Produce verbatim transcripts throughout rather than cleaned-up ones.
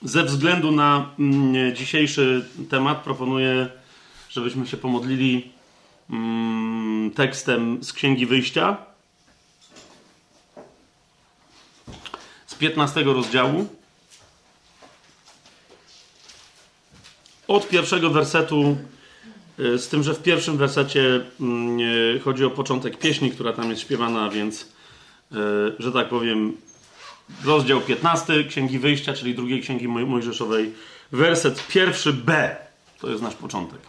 Ze względu na mm, dzisiejszy temat proponuję, żebyśmy się pomodlili mm, tekstem z Księgi Wyjścia z piętnastego rozdziału od pierwszego wersetu, z tym, że w pierwszym wersecie mm, chodzi o początek pieśni, która tam jest śpiewana, więc y, że tak powiem rozdział piętnasty Księgi Wyjścia, czyli drugiej Księgi Mojżeszowej, werset pierwszy B. To jest nasz początek.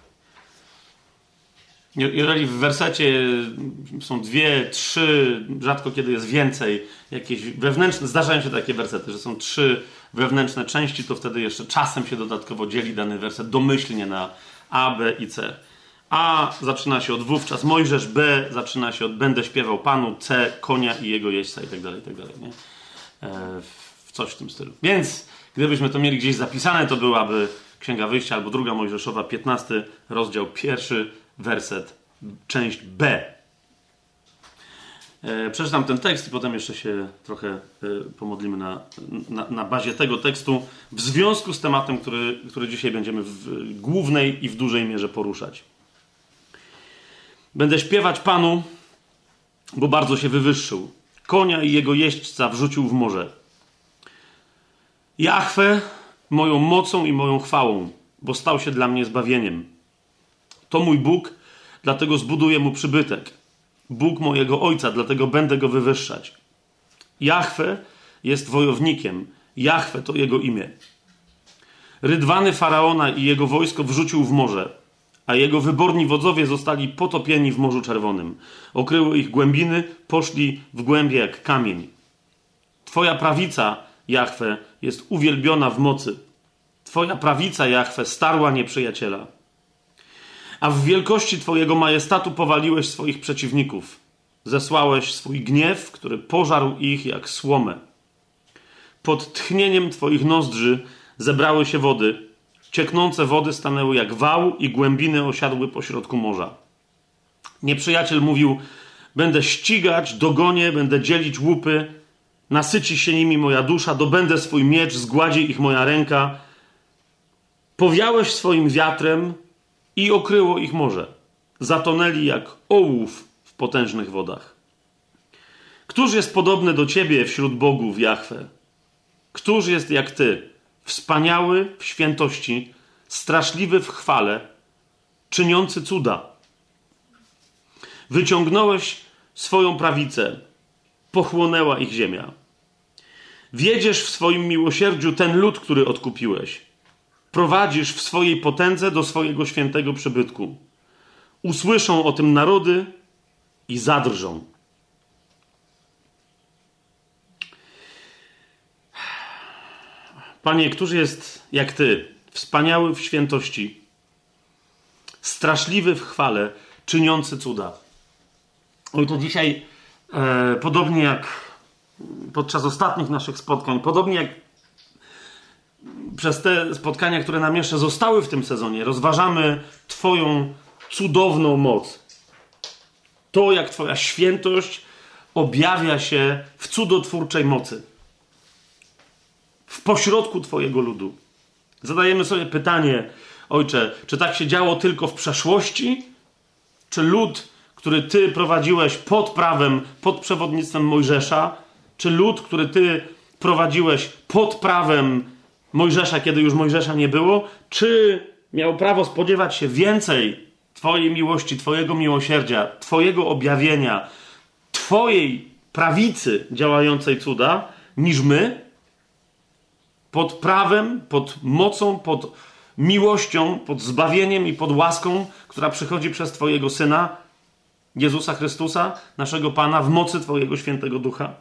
Jeżeli w wersecie są dwie, trzy, rzadko kiedy jest więcej, jakieś wewnętrzne, zdarzają się takie wersety, że są trzy wewnętrzne części, to wtedy jeszcze czasem się dodatkowo dzieli dany werset domyślnie na A, B i C. A zaczyna się od wówczas Mojżesz, B zaczyna się od będę śpiewał Panu, C konia i jego jeźdźca i tak dalej, i tak dalej, nie? W coś w tym stylu. Więc gdybyśmy to mieli gdzieś zapisane, to byłaby Księga Wyjścia albo druga Mojżeszowa, piętnasty rozdział, pierwszy werset, część B. E, przeczytam ten tekst i potem jeszcze się trochę e, pomodlimy na, na, na bazie tego tekstu w związku z tematem, który, który dzisiaj będziemy w głównej i w dużej mierze poruszać. Będę śpiewać Panu, bo bardzo się wywyższył. Konia i jego jeźdźca wrzucił w morze. Jahwe moją mocą i moją chwałą, bo stał się dla mnie zbawieniem. To mój Bóg, dlatego zbuduję mu przybytek. Bóg mojego ojca, dlatego będę go wywyższać. Jahwe jest wojownikiem. Jahwe to jego imię. Rydwany Faraona i jego wojsko wrzucił w morze, a jego wyborni wodzowie zostali potopieni w Morzu Czerwonym. Okryły ich głębiny, poszli w głębie jak kamień. Twoja prawica, Jahwe, jest uwielbiona w mocy. Twoja prawica, Jahwe, starła nieprzyjaciela. A w wielkości Twojego majestatu powaliłeś swoich przeciwników. Zesłałeś swój gniew, który pożarł ich jak słomę. Pod tchnieniem Twoich nozdrzy zebrały się wody. Cieknące wody stanęły jak wał i głębiny osiadły pośrodku morza. Nieprzyjaciel mówił, będę ścigać, dogonię, będę dzielić łupy, nasyci się nimi moja dusza, dobędę swój miecz, zgładzi ich moja ręka. Powiałeś swoim wiatrem i okryło ich morze. Zatonęli jak ołów w potężnych wodach. Któż jest podobny do Ciebie wśród bogów, Jahwe? Któż jest jak Ty? Wspaniały w świętości, straszliwy w chwale, czyniący cuda. Wyciągnąłeś swoją prawicę, pochłonęła ich ziemia. Wiedziesz w swoim miłosierdziu ten lud, który odkupiłeś. Prowadzisz w swojej potędze do swojego świętego przybytku. Usłyszą o tym narody i zadrżą. Panie, któż jest jak Ty, wspaniały w świętości, straszliwy w chwale, czyniący cuda. Oj, to dzisiaj, e, podobnie jak podczas ostatnich naszych spotkań, podobnie jak przez te spotkania, które nam jeszcze zostały w tym sezonie, rozważamy Twoją cudowną moc. To, jak Twoja świętość objawia się w cudotwórczej mocy. W pośrodku Twojego ludu. Zadajemy sobie pytanie, Ojcze, czy tak się działo tylko w przeszłości? Czy lud, który Ty prowadziłeś pod prawem, pod przewodnictwem Mojżesza, czy lud, który Ty prowadziłeś pod prawem Mojżesza, kiedy już Mojżesza nie było, czy miał prawo spodziewać się więcej Twojej miłości, Twojego miłosierdzia, Twojego objawienia, Twojej prawicy działającej cuda, niż my? Pod prawem, pod mocą, pod miłością, pod zbawieniem i pod łaską, która przychodzi przez Twojego Syna, Jezusa Chrystusa, naszego Pana, w mocy Twojego Świętego Ducha.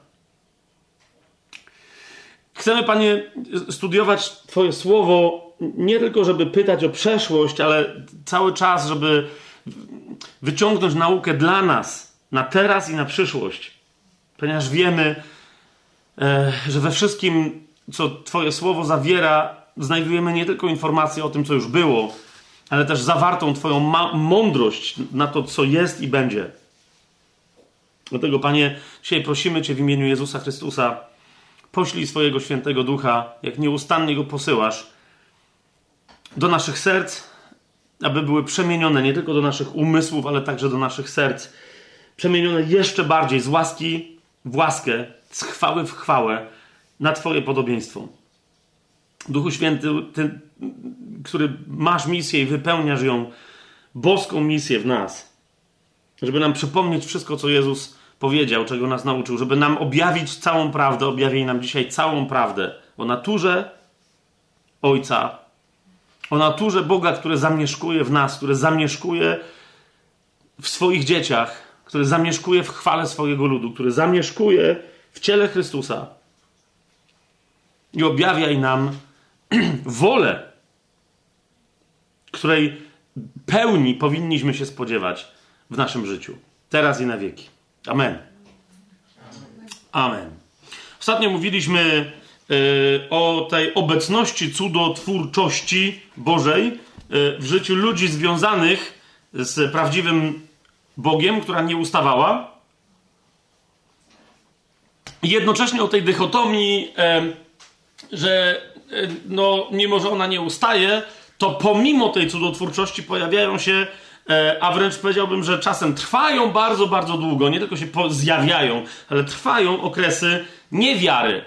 Chcemy, Panie, studiować Twoje Słowo nie tylko, żeby pytać o przeszłość, ale cały czas, żeby wyciągnąć naukę dla nas, na teraz i na przyszłość. Ponieważ wiemy, że we wszystkim, co Twoje Słowo zawiera, znajdujemy nie tylko informacje o tym, co już było, ale też zawartą Twoją ma- mądrość na to, co jest i będzie. Dlatego, Panie, dzisiaj prosimy Cię w imieniu Jezusa Chrystusa, Poślij swojego świętego ducha, jak nieustannie go posyłasz, do naszych serc, aby były przemienione nie tylko do naszych umysłów, ale także do naszych serc. Przemienione jeszcze bardziej z łaski w łaskę, z chwały w chwałę na Twoje podobieństwo. Duchu Święty, Ty, który masz misję i wypełniasz ją, boską misję w nas, żeby nam przypomnieć wszystko, co Jezus powiedział, czego nas nauczył, żeby nam objawić całą prawdę. Objawiej nam dzisiaj całą prawdę o naturze Ojca, o naturze Boga, który zamieszkuje w nas, który zamieszkuje w swoich dzieciach, który zamieszkuje w chwale swojego ludu, który zamieszkuje w ciele Chrystusa. I objawiaj nam wolę, której pełni powinniśmy się spodziewać w naszym życiu. Teraz i na wieki. Amen. Amen. Ostatnio mówiliśmy yy, o tej obecności cudotwórczości Bożej yy, w życiu ludzi związanych z prawdziwym Bogiem, która nie ustawała. I jednocześnie o tej dychotomii, yy, że yy, no, mimo że ona nie ustaje, to pomimo tej cudotwórczości pojawiają się, a wręcz powiedziałbym, że czasem trwają bardzo, bardzo długo, nie tylko się zjawiają, ale trwają okresy niewiary.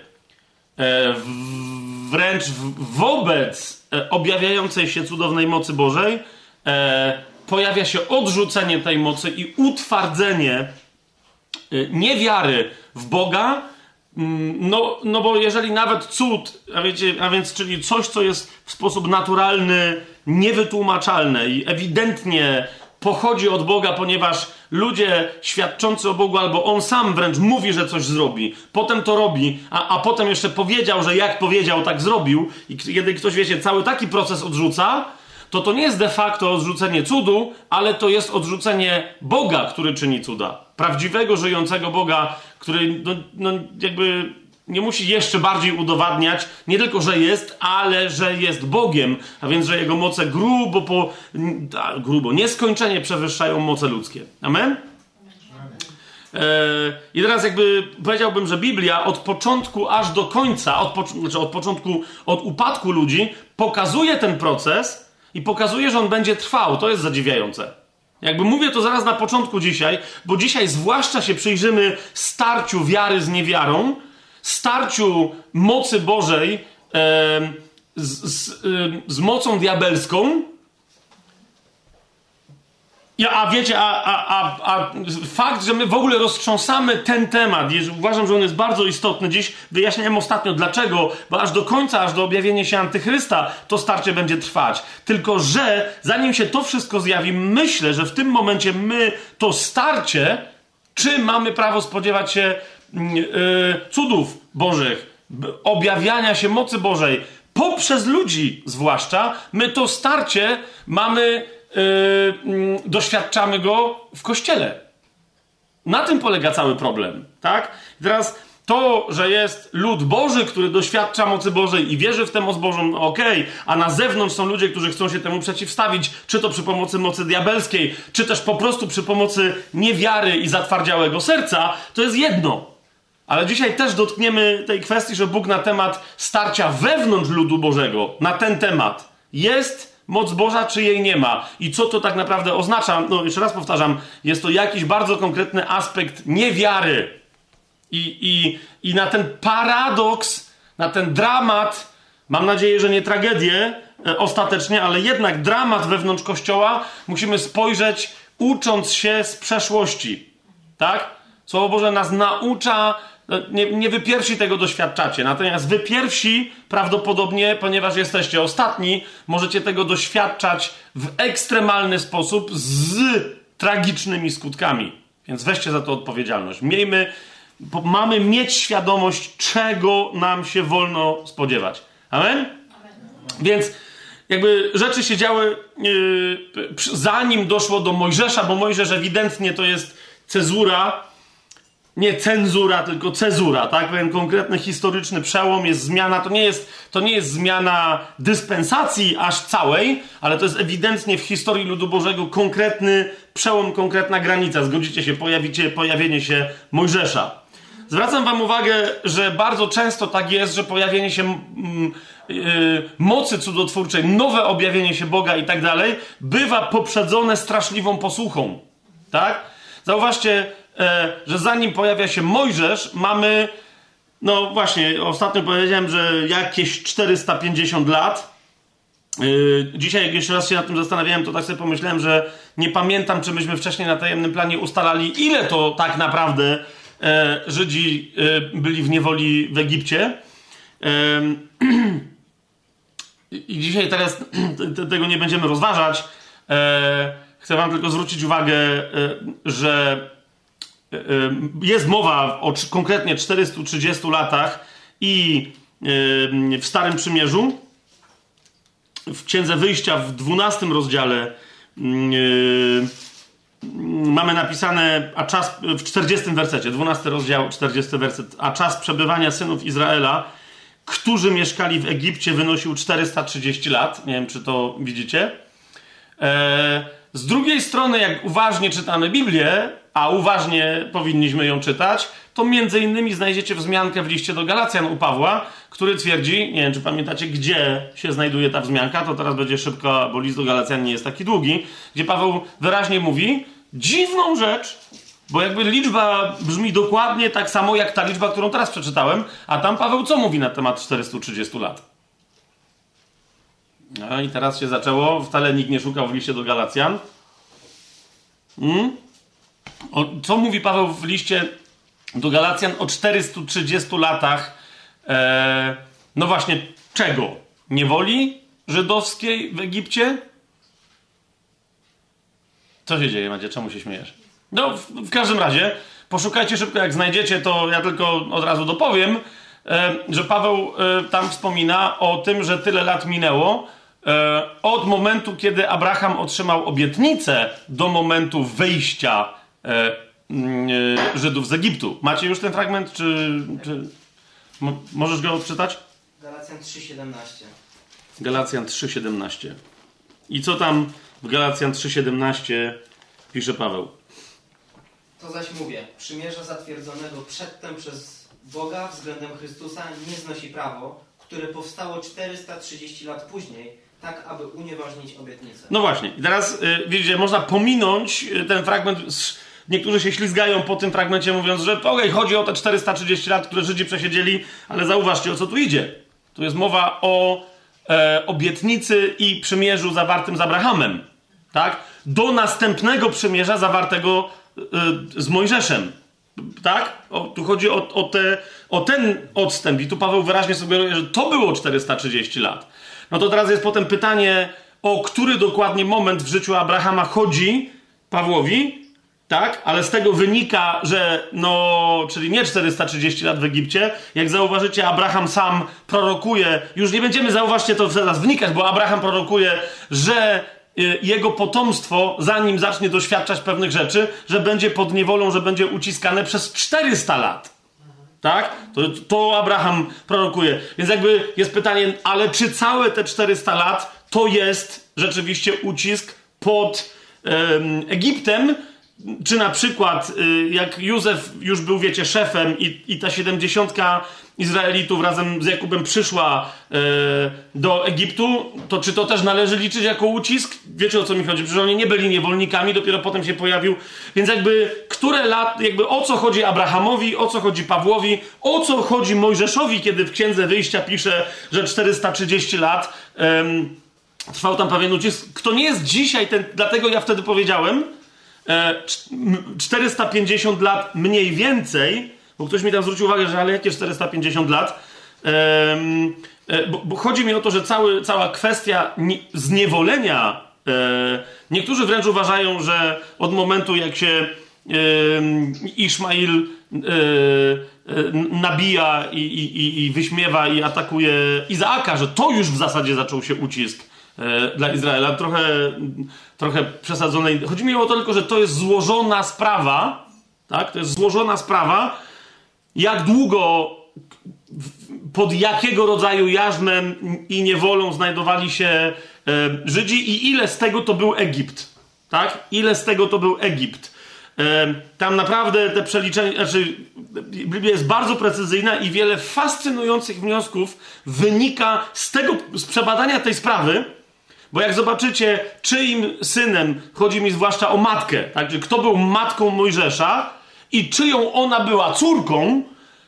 Wręcz wobec objawiającej się cudownej mocy Bożej pojawia się odrzucenie tej mocy i utwardzenie niewiary w Boga. No, no bo jeżeli nawet cud, a wiecie, a więc czyli coś, co jest w sposób naturalny, niewytłumaczalne i ewidentnie pochodzi od Boga, ponieważ ludzie świadczący o Bogu, albo On sam wręcz mówi, że coś zrobi, potem to robi, a, a potem jeszcze powiedział, że jak powiedział, tak zrobił, i kiedy ktoś, wiecie, cały taki proces odrzuca, to to nie jest de facto odrzucenie cudu, ale to jest odrzucenie Boga, który czyni cuda. Prawdziwego, żyjącego Boga, który no, no jakby nie musi jeszcze bardziej udowadniać, nie tylko, że jest, ale że jest Bogiem, a więc, że Jego moce grubo, po, a, grubo nieskończenie przewyższają moce ludzkie. Amen? Eee, I teraz jakby powiedziałbym, że Biblia od początku aż do końca, od, po, znaczy od początku, od upadku ludzi, pokazuje ten proces i pokazuje, że on będzie trwał. To jest zadziwiające. Jakby mówię to zaraz na początku dzisiaj, bo dzisiaj zwłaszcza się przyjrzymy starciu wiary z niewiarą, starciu mocy Bożej e, z, z, e, z mocą diabelską. Ja, a wiecie, a, a, a, a fakt, że my w ogóle roztrząsamy ten temat, jest, uważam, że on jest bardzo istotny. Dziś wyjaśniałem ostatnio dlaczego, bo aż do końca, aż do objawienia się Antychrysta to starcie będzie trwać. Tylko że zanim się to wszystko zjawi, myślę, że w tym momencie my to starcie, czy mamy prawo spodziewać się yy, cudów Bożych, objawiania się mocy Bożej poprzez ludzi zwłaszcza, my to starcie mamy, yy, yy, doświadczamy go w Kościele. Na tym polega cały problem, tak? Teraz to, że jest lud Boży, który doświadcza mocy Bożej i wierzy w tę moc Bożą, okej, okay, a na zewnątrz są ludzie, którzy chcą się temu przeciwstawić, czy to przy pomocy mocy diabelskiej, czy też po prostu przy pomocy niewiary i zatwardziałego serca, to jest jedno. Ale dzisiaj też dotkniemy tej kwestii, że Bóg na temat starcia wewnątrz ludu Bożego, na ten temat, jest moc Boża, czy jej nie ma. I co to tak naprawdę oznacza? No jeszcze raz powtarzam, jest to jakiś bardzo konkretny aspekt niewiary. I, i, i na ten paradoks, na ten dramat, mam nadzieję, że nie tragedię e, ostatecznie, ale jednak dramat wewnątrz Kościoła musimy spojrzeć, ucząc się z przeszłości. Tak? Słowo Boże nas naucza, nie, nie wy pierwsi tego doświadczacie, natomiast wy pierwsi prawdopodobnie, ponieważ jesteście ostatni, możecie tego doświadczać w ekstremalny sposób z tragicznymi skutkami. Więc weźcie za to odpowiedzialność. Miejmy, mamy mieć świadomość, czego nam się wolno spodziewać. Amen? Amen. Więc jakby rzeczy się działy yy, zanim doszło do Mojżesza, bo Mojżesz ewidentnie to jest cezura, nie cenzura, tylko cezura, tak? Pewien konkretny historyczny przełom, jest zmiana, to nie jest, to nie jest zmiana dyspensacji aż całej, ale to jest ewidentnie w historii ludu Bożego konkretny przełom, konkretna granica. Zgodzicie się, pojawicie, pojawienie się Mojżesza. zwracam wam uwagę, że bardzo często tak jest, że pojawienie się mm, yy, mocy cudotwórczej, nowe objawienie się Boga i tak dalej, bywa poprzedzone straszliwą posłuchą. Tak? Zauważcie, e, że zanim pojawia się Mojżesz, mamy, no właśnie, ostatnio powiedziałem, że jakieś czterysta pięćdziesiąt lat. Yy, dzisiaj, jak jeszcze raz się nad tym zastanawiałem, to tak sobie pomyślałem, że nie pamiętam, czy myśmy wcześniej na tajemnym planie ustalali, ile to tak naprawdę e, Żydzi e, byli w niewoli w Egipcie. E, I dzisiaj teraz te, tego nie będziemy rozważać. E, chcę wam tylko zwrócić uwagę, e, że e, jest mowa o konkretnie czterystu trzydziestu latach i e, w Starym Przymierzu, w Księdze Wyjścia w dwunastym rozdziale yy, mamy napisane, a czas, w czterdziestym wersecie, dwunasty rozdział, czterdziesty werset, a czas przebywania synów Izraela, którzy mieszkali w Egipcie, wynosił czterysta trzydzieści lat. Nie wiem, czy to widzicie. E, z drugiej strony, jak uważnie czytamy Biblię, a uważnie powinniśmy ją czytać, to między innymi znajdziecie wzmiankę w liście do Galacjan u Pawła, który twierdzi, nie wiem, czy pamiętacie, gdzie się znajduje ta wzmianka, to teraz będzie szybko, bo list do Galacjan nie jest taki długi, gdzie Paweł wyraźnie mówi dziwną rzecz, bo jakby liczba brzmi dokładnie tak samo, jak ta liczba, którą teraz przeczytałem, a tam Paweł co mówi na temat czterystu trzydziestu lat? No i teraz się zaczęło, wcale nikt nie szukał w liście do Galacjan. Hmm? O, co mówi Paweł w liście do Galacjan o czterystu trzydziestu latach, e, no właśnie, czego? Niewoli żydowskiej w Egipcie? Co się dzieje, Macie? Czemu się śmiejesz? No, w, w każdym razie, poszukajcie szybko, jak znajdziecie, to ja tylko od razu dopowiem, e, że Paweł e, tam wspomina o tym, że tyle lat minęło e, od momentu, kiedy Abraham otrzymał obietnicę, do momentu wyjścia e, Żydów z Egiptu. Macie już ten fragment, czy... czy... Mo- możesz go odczytać? Galacjan trzy siedemnaście. Galacjan trzy siedemnaście. I co tam w Galacjan trzy siedemnaście pisze Paweł? To zaś mówię, przymierza zatwierdzonego przedtem przez Boga względem Chrystusa nie znosi prawo, które powstało czterysta trzydzieści lat później, tak aby unieważnić obietnicę. No właśnie. I teraz, yy, widzicie, można pominąć ten fragment. Niektórzy się ślizgają po tym fragmencie, mówiąc, że okej, chodzi o te czterysta trzydzieści lat, które Żydzi przesiedzieli, ale zauważcie, o co tu idzie. Tu jest mowa o e, obietnicy i przymierzu zawartym z Abrahamem. Tak? Do następnego przymierza zawartego e, z Mojżeszem. Tak? O, tu chodzi o, o, te, o ten odstęp i tu Paweł wyraźnie sugeruje, że to było czterysta trzydzieści lat. No to teraz jest potem pytanie, o który dokładnie moment w życiu Abrahama chodzi Pawłowi, tak? Ale z tego wynika, że no, czyli nie czterysta trzydzieści lat w Egipcie. Jak zauważycie, Abraham sam prorokuje, już nie będziemy, zauważcie, to teraz wnikać, bo Abraham prorokuje, że y, jego potomstwo, zanim zacznie doświadczać pewnych rzeczy, że będzie pod niewolą, że będzie uciskane przez czterysta lat. Tak? To, to Abraham prorokuje. Więc jakby jest pytanie, ale czy całe te czterysta lat to jest rzeczywiście ucisk pod ym, Egiptem? Czy na przykład, jak Józef już był, wiecie, szefem i, i ta siedemdziesiątka Izraelitów razem z Jakubem przyszła e, do Egiptu, to czy to też należy liczyć jako ucisk? Wiecie, o co mi chodzi? Przecież oni nie byli niewolnikami, dopiero potem się pojawił. Więc jakby, które lat, jakby o co chodzi Abrahamowi, o co chodzi Pawłowi, o co chodzi Mojżeszowi, kiedy w Księdze Wyjścia pisze, że czterysta trzydzieści lat em, trwał tam pewien ucisk. Kto nie jest dzisiaj, ten, dlatego ja wtedy powiedziałem, czterysta pięćdziesiąt lat mniej więcej, bo ktoś mi tam zwrócił uwagę, że ale jakie czterysta pięćdziesiąt lat? Ehm, e, bo, bo chodzi mi o to, że cały, cała kwestia nie, zniewolenia, e, niektórzy wręcz uważają, że od momentu jak się e, Iszmail e, e, nabija i, i, i wyśmiewa i atakuje Izaaka, że to już w zasadzie zaczął się ucisk e, dla Izraela. Trochę, trochę przesadzone. Chodzi mi o to tylko, że to jest złożona sprawa, tak? To jest złożona sprawa, jak długo, pod jakiego rodzaju jarzmem i niewolą znajdowali się e, Żydzi i ile z tego to był Egipt, tak? Ile z tego to był Egipt. Tam naprawdę te przeliczenia, znaczy Biblia jest bardzo precyzyjna i wiele fascynujących wniosków wynika z tego, z przebadania tej sprawy, bo jak zobaczycie, czyim synem, chodzi mi zwłaszcza o matkę, tak? Czyli kto był matką Mojżesza i czyją ona była córką,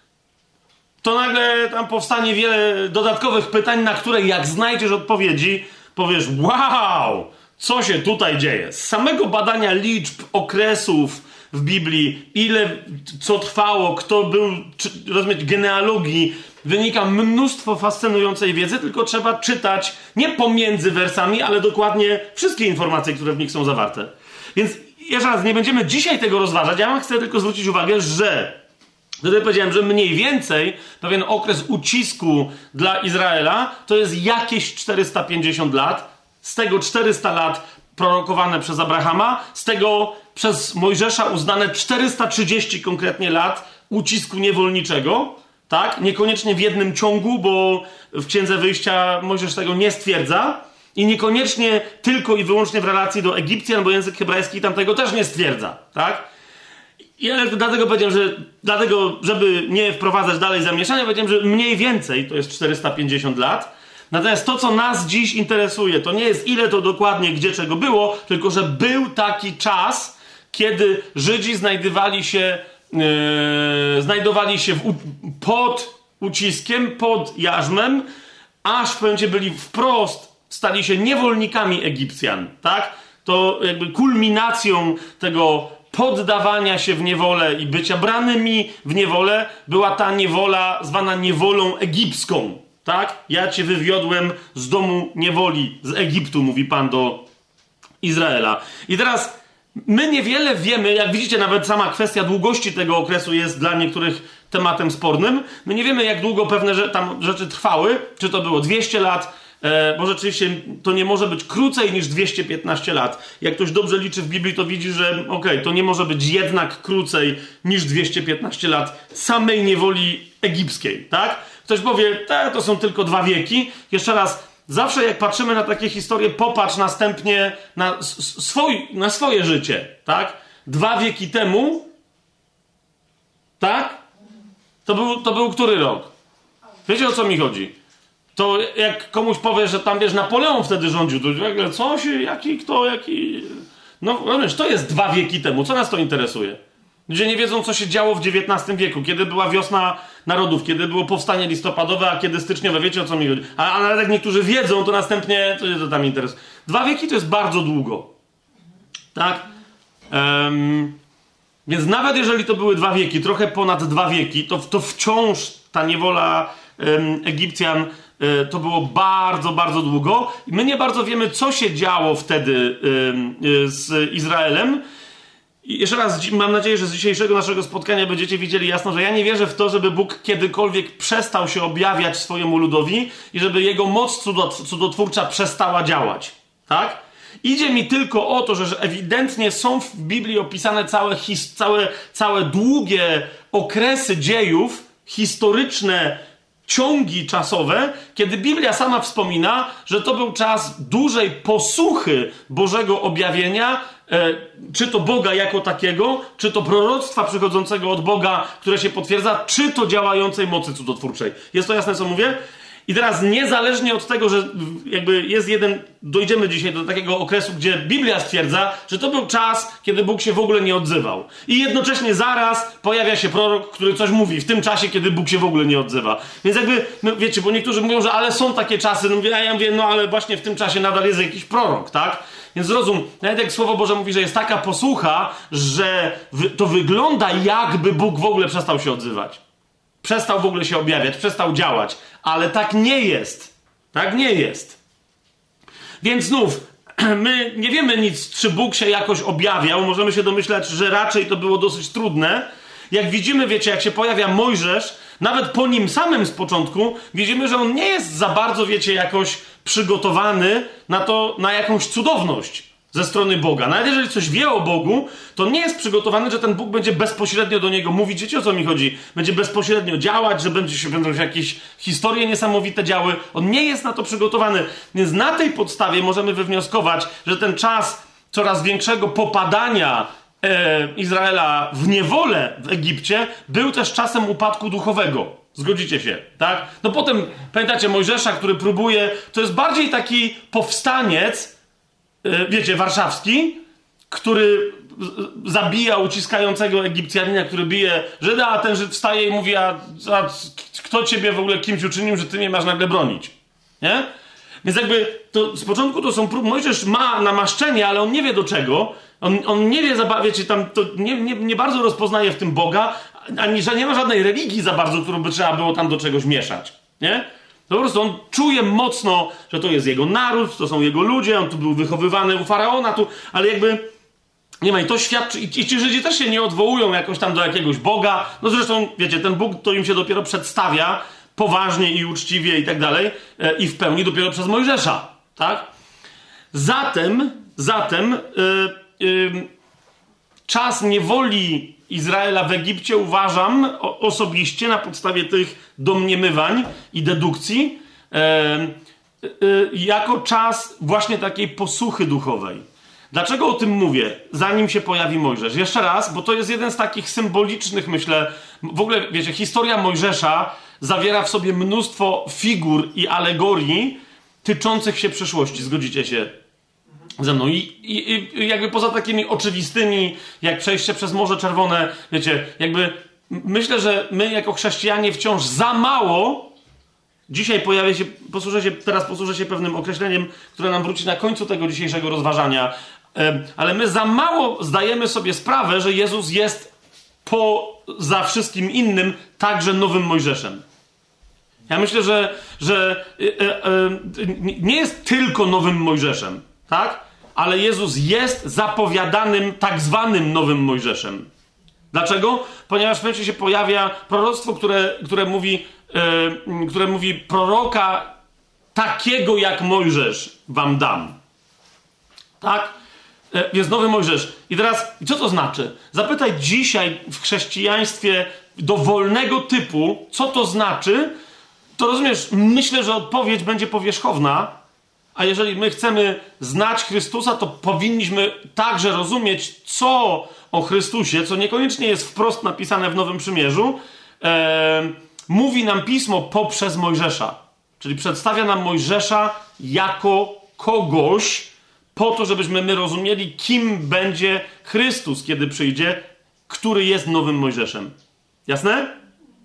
to nagle tam powstanie wiele dodatkowych pytań, na które jak znajdziesz odpowiedzi, powiesz, wow, co się tutaj dzieje? Z samego badania liczb, okresów w Biblii, ile, co trwało, kto był, czy, rozumieć, genealogii, wynika mnóstwo fascynującej wiedzy, tylko trzeba czytać nie pomiędzy wersami, ale dokładnie wszystkie informacje, które w nich są zawarte. Więc jeszcze raz, nie będziemy dzisiaj tego rozważać, ja chcę tylko zwrócić uwagę, że wtedy powiedziałem, że mniej więcej pewien okres ucisku dla Izraela to jest jakieś czterysta pięćdziesiąt lat, z tego czterysta lat prorokowane przez Abrahama, z tego przez Mojżesza uznane czterysta trzydzieści konkretnie lat ucisku niewolniczego, tak? Niekoniecznie w jednym ciągu, bo w Księdze Wyjścia Mojżesz tego nie stwierdza i niekoniecznie tylko i wyłącznie w relacji do Egipcjan, bo język hebrajski tam tego też nie stwierdza, tak? I ja dlatego powiedziałem, że dlatego, żeby nie wprowadzać dalej zamieszania, powiedziałem, że mniej więcej to jest czterysta pięćdziesiąt lat. Natomiast to, co nas dziś interesuje, to nie jest ile to dokładnie, gdzie czego było, tylko że był taki czas, kiedy Żydzi znajdowali się, yy, znajdowali się w, pod uciskiem, pod jarzmem, aż w pewnym momencie byli wprost, stali się niewolnikami Egipcjan, tak? To jakby kulminacją tego poddawania się w niewolę i bycia branymi w niewolę była ta niewola zwana niewolą egipską, tak? Ja cię wywiodłem z domu niewoli, z Egiptu, mówi Pan do Izraela. I teraz my niewiele wiemy, jak widzicie, nawet sama kwestia długości tego okresu jest dla niektórych tematem spornym. My nie wiemy, jak długo pewne rze- tam rzeczy trwały, czy to było dwieście lat, e, bo rzeczywiście to nie może być krócej niż dwieście piętnaście lat. Jak ktoś dobrze liczy w Biblii, to widzi, że okej, okay, to nie może być jednak krócej niż dwieście piętnaście lat samej niewoli egipskiej, tak? Ktoś powie, te, to są tylko dwa wieki. Jeszcze raz, zawsze jak patrzymy na takie historie, popatrz następnie na, swój, na swoje życie, tak? Dwa wieki temu, tak? To był, to był który rok? Wiecie, o co mi chodzi? To jak komuś powiesz, że tam, wiesz, Napoleon wtedy rządził, to nagle co się, jaki, kto, jaki... No, wiesz, to jest dwa wieki temu. Co nas to interesuje? Ludzie nie wiedzą, co się działo w dziewiętnastym wieku, kiedy była wiosna narodów, kiedy było powstanie listopadowe, a kiedy styczniowe. Wiecie, o co mi chodzi? A, a nawet jak niektórzy wiedzą, to następnie, to się to tam interesuje. Dwa wieki to jest bardzo długo. Tak? Um, więc nawet jeżeli to były dwa wieki, trochę ponad dwa wieki, to, to wciąż ta niewola um, Egipcjan um, to było bardzo, bardzo długo. I my nie bardzo wiemy, co się działo wtedy um, z Izraelem. I jeszcze raz, mam nadzieję, że z dzisiejszego naszego spotkania będziecie widzieli jasno, że ja nie wierzę w to, żeby Bóg kiedykolwiek przestał się objawiać swojemu ludowi i żeby jego moc cudotwórcza przestała działać. Tak? Idzie mi tylko o to, że, że ewidentnie są w Biblii opisane całe, his, całe, całe długie okresy dziejów, historyczne ciągi czasowe, kiedy Biblia sama wspomina, że to był czas dużej posuchy Bożego objawienia, e, czy to Boga jako takiego, czy to proroctwa przychodzącego od Boga, które się potwierdza, czy to działającej mocy cudotwórczej. Jest to jasne, co mówię? I teraz niezależnie od tego, że jakby jest jeden, dojdziemy dzisiaj do takiego okresu, gdzie Biblia stwierdza, że to był czas, kiedy Bóg się w ogóle nie odzywał. I jednocześnie zaraz pojawia się prorok, który coś mówi w tym czasie, kiedy Bóg się w ogóle nie odzywa. Więc jakby, no wiecie, bo niektórzy mówią, że ale są takie czasy, no a ja mówię, no ale właśnie w tym czasie nadal jest jakiś prorok, tak? Więc zrozum, nawet jak Słowo Boże mówi, że jest taka posłucha, że to wygląda, jakby Bóg w ogóle przestał się odzywać. Przestał w ogóle się objawiać, przestał działać. Ale tak nie jest. Tak nie jest. Więc znów, my nie wiemy nic, czy Bóg się jakoś objawiał. Możemy się domyślać, że raczej to było dosyć trudne. Jak widzimy, wiecie, jak się pojawia Mojżesz, nawet po nim samym z początku, widzimy, że on nie jest za bardzo, wiecie, jakoś przygotowany na to, na jakąś cudowność ze strony Boga. Nawet jeżeli coś wie o Bogu, to nie jest przygotowany, że ten Bóg będzie bezpośrednio do niego mówić. Wiecie, o co mi chodzi? Będzie bezpośrednio działać, że będzie się, będą się jakieś historie niesamowite działy. On nie jest na to przygotowany. Więc na tej podstawie możemy wywnioskować, że ten czas coraz większego popadania e, Izraela w niewolę w Egipcie był też czasem upadku duchowego. Zgodzicie się, tak? No potem, pamiętacie Mojżesza, który próbuje, to jest bardziej taki powstaniec, e, wiecie, warszawski, który zabija uciskającego Egipcjanina, który bije Żyda, a ten Żyd wstaje i mówi, a, a kto ciebie w ogóle kimś uczynił, że ty mnie masz nagle bronić? Nie? Więc jakby to z początku to są próby. Mojżesz ma namaszczenie, ale on nie wie do czego. On, on nie wie, za, wiecie, tam to nie, nie, nie bardzo rozpoznaje w tym Boga, ani że nie ma żadnej religii za bardzo, którą by trzeba było tam do czegoś mieszać. Nie? To po prostu on czuje mocno, że to jest jego naród, to są jego ludzie, on tu był wychowywany u Faraona, tu, ale jakby nie ma, i to świadczy, i, i ci Żydzi też się nie odwołują jakoś tam do jakiegoś Boga. No zresztą, wiecie, ten Bóg to im się dopiero przedstawia poważnie i uczciwie i tak dalej, e, i w pełni dopiero przez Mojżesza, tak? Zatem, zatem e, e, czas niewoli Izraela w Egipcie uważam o, osobiście na podstawie tych domniemywań i dedukcji e, e, jako czas właśnie takiej posuchy duchowej. Dlaczego o tym mówię, zanim się pojawi Mojżesz? Jeszcze raz, bo to jest jeden z takich symbolicznych, myślę, w ogóle, wiecie, historia Mojżesza zawiera w sobie mnóstwo figur i alegorii tyczących się przyszłości, zgodzicie się ze mną. I, i, i jakby poza takimi oczywistymi, jak przejście przez Morze Czerwone, wiecie, jakby myślę, że my jako chrześcijanie wciąż za mało, dzisiaj pojawia się, posłużę się, teraz posłużę się pewnym określeniem, które nam wróci na końcu tego dzisiejszego rozważania, ale my za mało zdajemy sobie sprawę, że Jezus jest poza wszystkim innym także nowym Mojżeszem. Ja myślę, że, że e, e, nie jest tylko nowym Mojżeszem, tak? Ale Jezus jest zapowiadanym tak zwanym nowym Mojżeszem. Dlaczego? Ponieważ w pewnym się pojawia proroctwo, które, które mówi, e, które mówi proroka takiego jak Mojżesz wam dam. Tak? E, jest nowy Mojżesz. I teraz, co to znaczy? Zapytaj dzisiaj w chrześcijaństwie dowolnego typu, co to znaczy, to rozumiesz, myślę, że odpowiedź będzie powierzchowna, a jeżeli my chcemy znać Chrystusa, to powinniśmy także rozumieć, co o Chrystusie, co niekoniecznie jest wprost napisane w Nowym Przymierzu, e, mówi nam Pismo poprzez Mojżesza. Czyli przedstawia nam Mojżesza jako kogoś, po to, żebyśmy my rozumieli, kim będzie Chrystus, kiedy przyjdzie, który jest nowym Mojżeszem. Jasne?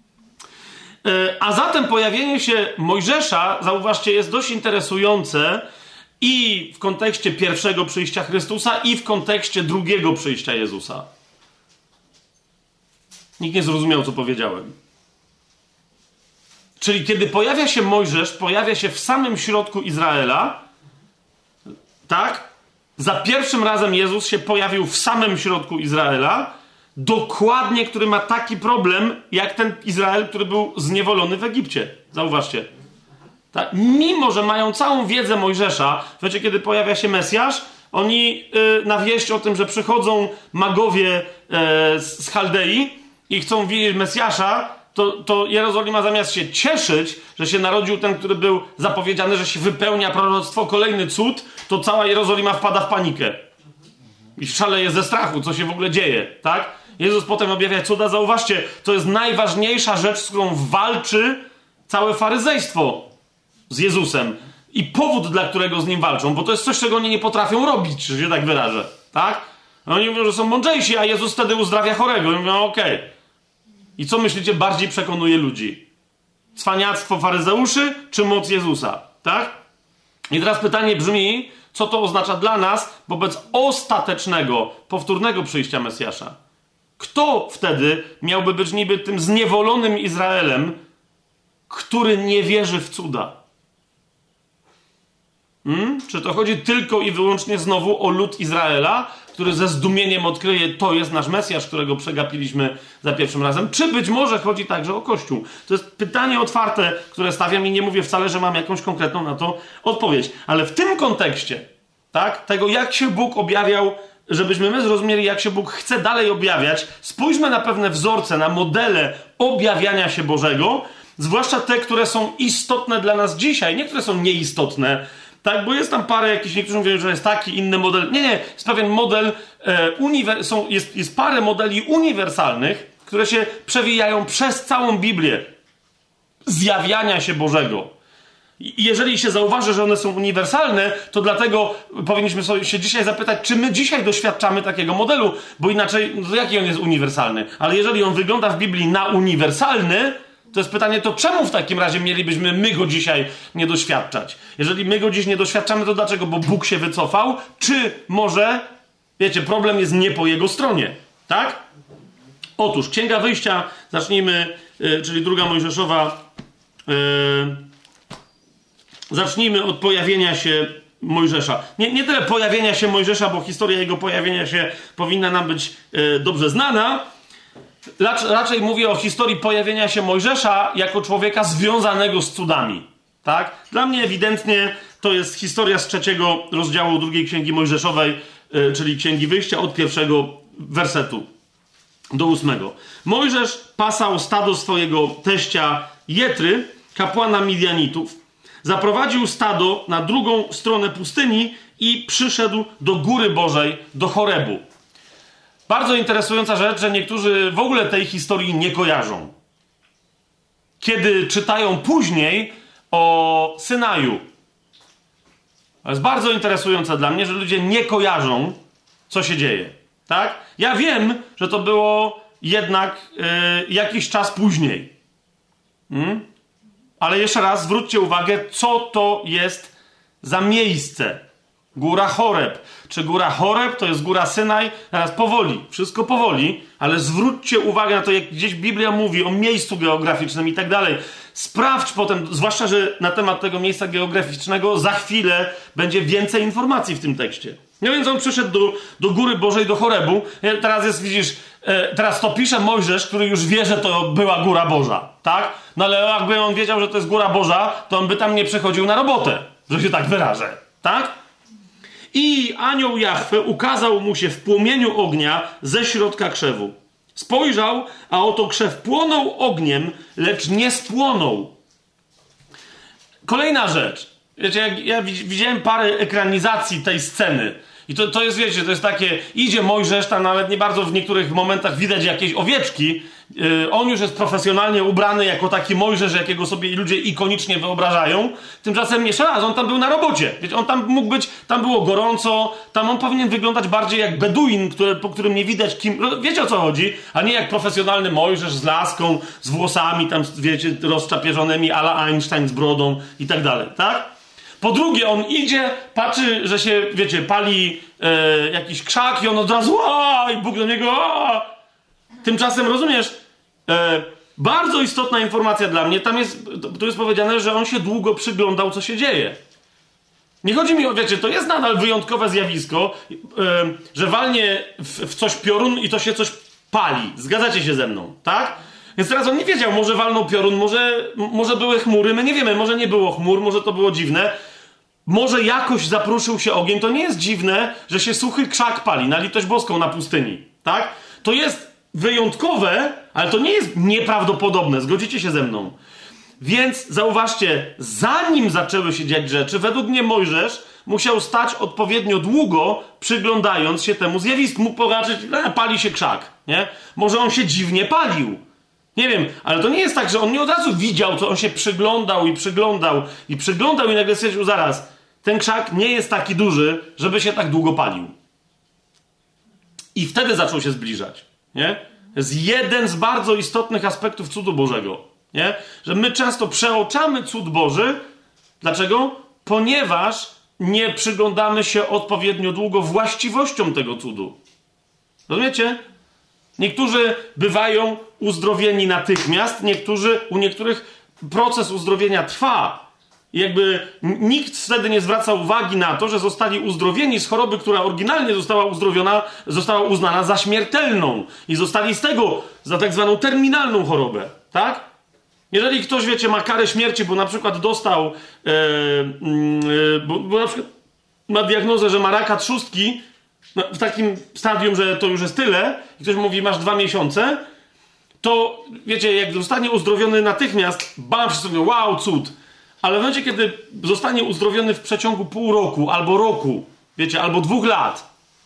A zatem pojawienie się Mojżesza, zauważcie, jest dość interesujące i w kontekście pierwszego przyjścia Chrystusa, i w kontekście drugiego przyjścia Jezusa. Nikt nie zrozumiał, co powiedziałem. Czyli kiedy pojawia się Mojżesz, pojawia się w samym środku Izraela, tak? Za pierwszym razem Jezus się pojawił w samym środku Izraela, dokładnie, który ma taki problem, jak ten Izrael, który był zniewolony w Egipcie. Zauważcie. Tak? Mimo, że mają całą wiedzę Mojżesza, wiecie, kiedy pojawia się Mesjasz, oni yy, na wieść o tym, że przychodzą magowie yy, z Chaldei i chcą widzieć Mesjasza, to, to Jerozolima zamiast się cieszyć, że się narodził ten, który był zapowiedziany, że się wypełnia proroctwo, kolejny cud, to cała Jerozolima wpada w panikę. I szaleje ze strachu, co się w ogóle dzieje, tak? Jezus potem objawia cuda. Zauważcie, to jest najważniejsza rzecz, z którą walczy całe faryzejstwo z Jezusem. I powód, dla którego z nim walczą, bo to jest coś, czego oni nie potrafią robić, że się tak wyrażę, tak? Oni mówią, że są mądrzejsi, a Jezus wtedy uzdrawia chorego. I mówią, okej. Okay. I co myślicie bardziej przekonuje ludzi? Cwaniactwo faryzeuszy, czy moc Jezusa, tak? I teraz pytanie brzmi, co to oznacza dla nas wobec ostatecznego, powtórnego przyjścia Mesjasza? Kto wtedy miałby być niby tym zniewolonym Izraelem, który nie wierzy w cuda? Hmm? Czy to chodzi tylko i wyłącznie znowu o lud Izraela, który ze zdumieniem odkryje, to jest nasz Mesjasz, którego przegapiliśmy za pierwszym razem? Czy być może chodzi także o Kościół? To jest pytanie otwarte, które stawiam i nie mówię wcale, że mam jakąś konkretną na to odpowiedź. Ale w tym kontekście, tak, tego jak się Bóg objawiał, żebyśmy my zrozumieli, jak się Bóg chce dalej objawiać, spójrzmy na pewne wzorce, na modele objawiania się Bożego, zwłaszcza te, które są istotne dla nas dzisiaj, nie które są nieistotne, tak, bo jest tam parę jakichś, niektórzy mówią, że jest taki inny model. Nie, nie, jest pewien model, e, uniwer- są, jest, jest parę modeli uniwersalnych, które się przewijają przez całą Biblię zjawiania się Bożego. I jeżeli się zauważy, że one są uniwersalne, to dlatego powinniśmy sobie się dzisiaj zapytać, czy my dzisiaj doświadczamy takiego modelu, bo inaczej, no to jaki on jest uniwersalny? Ale jeżeli on wygląda w Biblii na uniwersalny, to jest pytanie, to czemu w takim razie mielibyśmy my go dzisiaj nie doświadczać? Jeżeli my go dziś nie doświadczamy, to dlaczego? Bo Bóg się wycofał? Czy może, wiecie, problem jest nie po jego stronie, tak? Otóż, Księga Wyjścia, zacznijmy, yy, czyli druga Mojżeszowa, yy, zacznijmy od pojawienia się Mojżesza. Nie, nie tyle pojawienia się Mojżesza, bo historia jego pojawienia się powinna nam być yy, dobrze znana. Racz, raczej mówię o historii pojawienia się Mojżesza jako człowieka związanego z cudami. Tak? Dla mnie ewidentnie to jest historia z trzeciego rozdziału drugiej Księgi Mojżeszowej, yy, czyli Księgi Wyjścia, od pierwszego wersetu do ósmego. Mojżesz pasał stado swojego teścia Jetry, kapłana Midianitów. Zaprowadził stado na drugą stronę pustyni i przyszedł do Góry Bożej, do Chorebu. Bardzo interesująca rzecz, że niektórzy w ogóle tej historii nie kojarzą. Kiedy czytają później o Synaju. To jest bardzo interesujące dla mnie, że ludzie nie kojarzą, co się dzieje. Tak? Ja wiem, że to było jednak yy, jakiś czas później. Hmm? Ale jeszcze raz zwróćcie uwagę, co to jest za miejsce. Góra Choreb. Czy góra Choreb to jest góra Synaj? Teraz powoli, wszystko powoli, ale zwróćcie uwagę na to, jak gdzieś Biblia mówi o miejscu geograficznym i tak dalej. Sprawdź potem, zwłaszcza, że na temat tego miejsca geograficznego za chwilę będzie więcej informacji w tym tekście. No więc on przyszedł do, do Góry Bożej, do Chorebu. Teraz jest, widzisz, e, teraz to pisze Mojżesz, który już wie, że to była Góra Boża, tak? No ale jakby on wiedział, że to jest Góra Boża, to on by tam nie przychodził na robotę, że się tak wyrażę, tak? I anioł Jahwe ukazał mu się w płomieniu ognia ze środka krzewu. Spojrzał, a oto krzew płonął ogniem, lecz nie spłonął. Kolejna rzecz. Wiecie, jak ja widziałem parę ekranizacji tej sceny. I to, to jest, wiecie, to jest takie, idzie Mojżesz, tam nawet nie bardzo w niektórych momentach widać jakieś owieczki. Yy, on już jest profesjonalnie ubrany jako taki Mojżesz, jakiego sobie ludzie ikonicznie wyobrażają. Tymczasem jeszcze raz, on tam był na robocie. Wiecie, on tam mógł być, tam było gorąco, tam on powinien wyglądać bardziej jak Beduin, które, po którym nie widać kim, wiecie o co chodzi, a nie jak profesjonalny Mojżesz z laską, z włosami tam, wiecie, rozczapierzonymi a la Einstein z brodą i tak dalej, tak? Po drugie, on idzie, patrzy, że się, wiecie, pali e, jakiś krzak i on od razu aaa, i Bóg do niego aaa. Tymczasem, rozumiesz, e, bardzo istotna informacja dla mnie, tam jest, tu jest powiedziane, że on się długo przyglądał, co się dzieje. Nie chodzi mi o, wiecie, to jest nadal wyjątkowe zjawisko, e, że walnie w, w coś piorun i to się coś pali. Zgadzacie się ze mną, tak? Więc teraz on nie wiedział, może walnął piorun, może, może były chmury, my nie wiemy, może nie było chmur, może to było dziwne. Może jakoś zapruszył się ogień. To nie jest dziwne, że się suchy krzak pali na litość boską na pustyni. Tak? To jest wyjątkowe, ale to nie jest nieprawdopodobne. Zgodzicie się ze mną? Więc zauważcie, zanim zaczęły się dziać rzeczy, według mnie Mojżesz musiał stać odpowiednio długo, przyglądając się temu zjawisku. Mógł popatrzeć, e, pali się krzak. Nie? Może on się dziwnie palił. Nie wiem, ale to nie jest tak, że on nie od razu widział, to on się przyglądał i przyglądał i przyglądał i nagle stwierdził, zaraz, ten krzak nie jest taki duży, żeby się tak długo palił. I wtedy zaczął się zbliżać. Nie? To jest jeden z bardzo istotnych aspektów cudu Bożego. Nie? Że my często przeoczamy cud Boży. Dlaczego? Ponieważ nie przyglądamy się odpowiednio długo właściwościom tego cudu. Rozumiecie? Niektórzy bywają uzdrowieni natychmiast, niektórzy, u niektórych proces uzdrowienia trwa. I jakby nikt wtedy nie zwraca uwagi na to, że zostali uzdrowieni z choroby, która oryginalnie została uzdrowiona, została uznana za śmiertelną. I zostali z tego za tak zwaną terminalną chorobę. Tak? Jeżeli ktoś, wiecie, ma karę śmierci, bo na przykład dostał, e, e, bo, bo na przykład ma diagnozę, że ma raka trzustki, no, w takim stadium, że to już jest tyle, i ktoś mówi, masz dwa miesiące, to wiecie, jak zostanie uzdrowiony natychmiast, bam, wszyscy mówią, wow, cud. Ale w momencie, kiedy zostanie uzdrowiony w przeciągu pół roku, albo roku, wiecie, albo dwóch lat,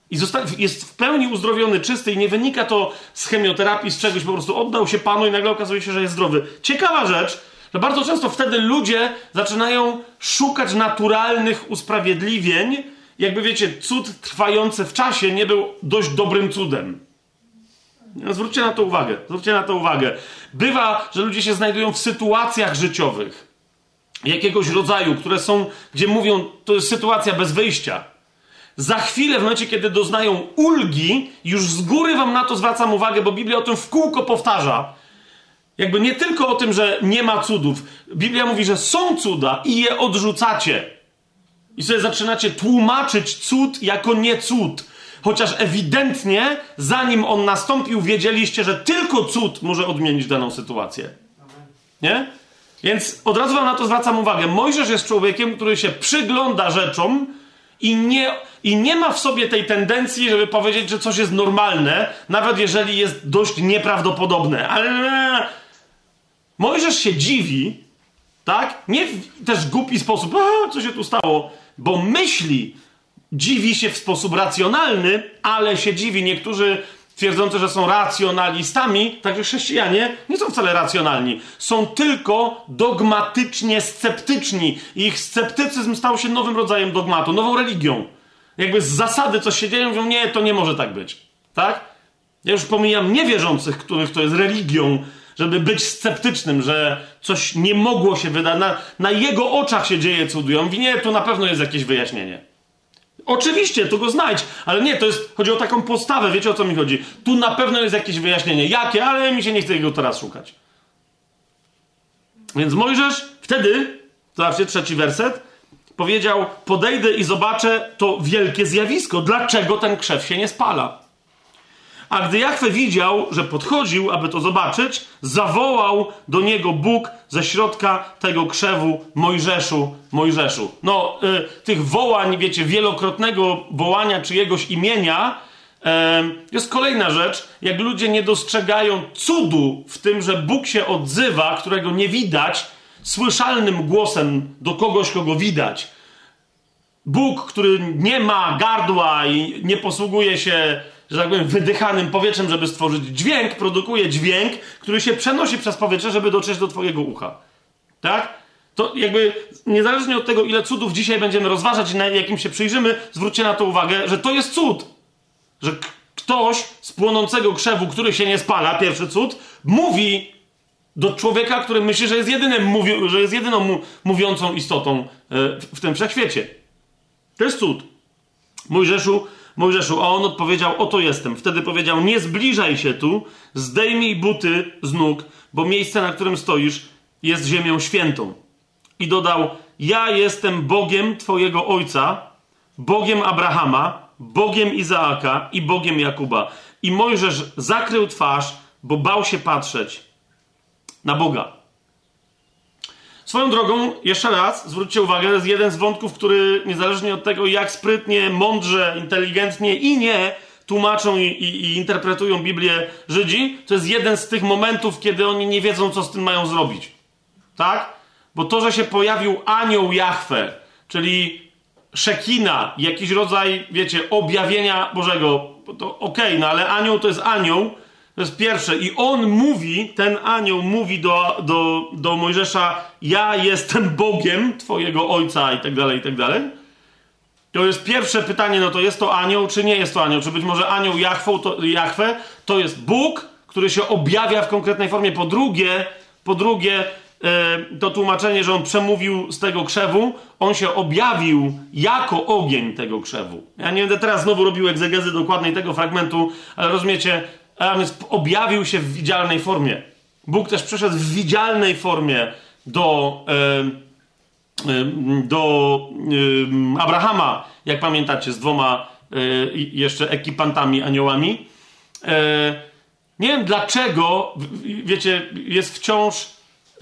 I zosta- jest w pełni uzdrowiony, czysty i nie wynika to z chemioterapii, z czegoś, po prostu oddał się Panu i nagle okazuje się, że jest zdrowy. Ciekawa rzecz, że bardzo często wtedy ludzie zaczynają szukać naturalnych usprawiedliwień, jakby wiecie, cud trwający w czasie nie był dość dobrym cudem. Zwróćcie na to uwagę, zwróćcie na to uwagę. Bywa, że ludzie się znajdują w sytuacjach życiowych jakiegoś rodzaju, które są, gdzie mówią, to jest sytuacja bez wyjścia. Za chwilę, w momencie, kiedy doznają ulgi, już z góry wam na to zwracam uwagę, bo Biblia o tym w kółko powtarza. Jakby nie tylko o tym, że nie ma cudów. Biblia mówi, że są cuda i je odrzucacie. I sobie zaczynacie tłumaczyć cud jako nie cud. Chociaż ewidentnie, zanim on nastąpił, wiedzieliście, że tylko cud może odmienić daną sytuację. Nie? Więc od razu wam na to zwracam uwagę. Mojżesz jest człowiekiem, który się przygląda rzeczom i nie, i nie ma w sobie tej tendencji, żeby powiedzieć, że coś jest normalne, nawet jeżeli jest dość nieprawdopodobne. Ale Mojżesz się dziwi, tak? Nie w też głupi sposób, a, co się tu stało, bo myśli, dziwi się w sposób racjonalny, ale się dziwi. Niektórzy twierdzący, że są racjonalistami, także chrześcijanie nie są wcale racjonalni. Są tylko dogmatycznie sceptyczni. I ich sceptycyzm stał się nowym rodzajem dogmatu, nową religią. Jakby z zasady coś się dzieje, mówią, nie, to nie może tak być. Tak? Ja już pomijam niewierzących, których to jest religią, żeby być sceptycznym, że coś nie mogło się wydać. Na, na jego oczach się dzieje cud. I on mówi, nie, tu na pewno jest jakieś wyjaśnienie. Oczywiście, tu go znajdź, ale nie, to jest, chodzi o taką postawę, wiecie o co mi chodzi. Tu na pewno jest jakieś wyjaśnienie. Jakie? Ale mi się nie chce jego teraz szukać. Więc Mojżesz wtedy, zobaczcie, trzeci werset, powiedział, podejdę i zobaczę to wielkie zjawisko. Dlaczego ten krzew się nie spala? A gdy Jahwe widział, że podchodził, aby to zobaczyć, zawołał do niego Bóg ze środka tego krzewu, Mojżeszu, Mojżeszu. No, y, tych wołań, wiecie, wielokrotnego wołania czyjegoś imienia, y, jest kolejna rzecz. Jak ludzie nie dostrzegają cudu w tym, że Bóg się odzywa, którego nie widać, słyszalnym głosem do kogoś, kogo widać. Bóg, który nie ma gardła i nie posługuje się, że tak powiem, wydychanym powietrzem, żeby stworzyć dźwięk, produkuje dźwięk, który się przenosi przez powietrze, żeby dotrzeć do twojego ucha. Tak? To jakby, niezależnie od tego, ile cudów dzisiaj będziemy rozważać i na jakim się przyjrzymy, zwróćcie na to uwagę, że to jest cud. Że k- ktoś z płonącego krzewu, który się nie spala, pierwszy cud, mówi do człowieka, który myśli, że jest jedynym, mówi- że jest jedyną mu- mówiącą istotą yy, w, w tym wszechświecie. To jest cud. Mojżeszu, Mojżeszu, a on odpowiedział, oto jestem. Wtedy powiedział, nie zbliżaj się tu, zdejmij buty z nóg, bo miejsce, na którym stoisz, jest ziemią świętą. I dodał, ja jestem Bogiem twojego ojca, Bogiem Abrahama, Bogiem Izaaka i Bogiem Jakuba. I Mojżesz zakrył twarz, bo bał się patrzeć na Boga. Swoją drogą, jeszcze raz, zwróćcie uwagę, to jest jeden z wątków, który niezależnie od tego, jak sprytnie, mądrze, inteligentnie i nie tłumaczą i, i, i interpretują Biblię Żydzi, to jest jeden z tych momentów, kiedy oni nie wiedzą, co z tym mają zrobić. Tak? Bo to, że się pojawił anioł Jahwe, czyli Szekina, jakiś rodzaj, wiecie, objawienia Bożego, to okej, okay, no ale anioł to jest anioł, to jest pierwsze. I on mówi, ten anioł mówi do, do, do Mojżesza, ja jestem Bogiem twojego ojca i tak dalej, i tak dalej. To jest pierwsze pytanie, no to jest to anioł, czy nie jest to anioł? Czy być może anioł Jahwe to, Jahwe, to jest Bóg, który się objawia w konkretnej formie. Po drugie, po drugie yy, to tłumaczenie, że on przemówił z tego krzewu, on się objawił jako ogień tego krzewu. Ja nie będę teraz znowu robił egzegezy dokładnej tego fragmentu, ale rozumiecie, a więc objawił się w widzialnej formie. Bóg też przyszedł w widzialnej formie do, e, e, do e, Abrahama, jak pamiętacie, z dwoma e, jeszcze ekipantami, aniołami. E, nie wiem dlaczego, wiecie, jest wciąż e,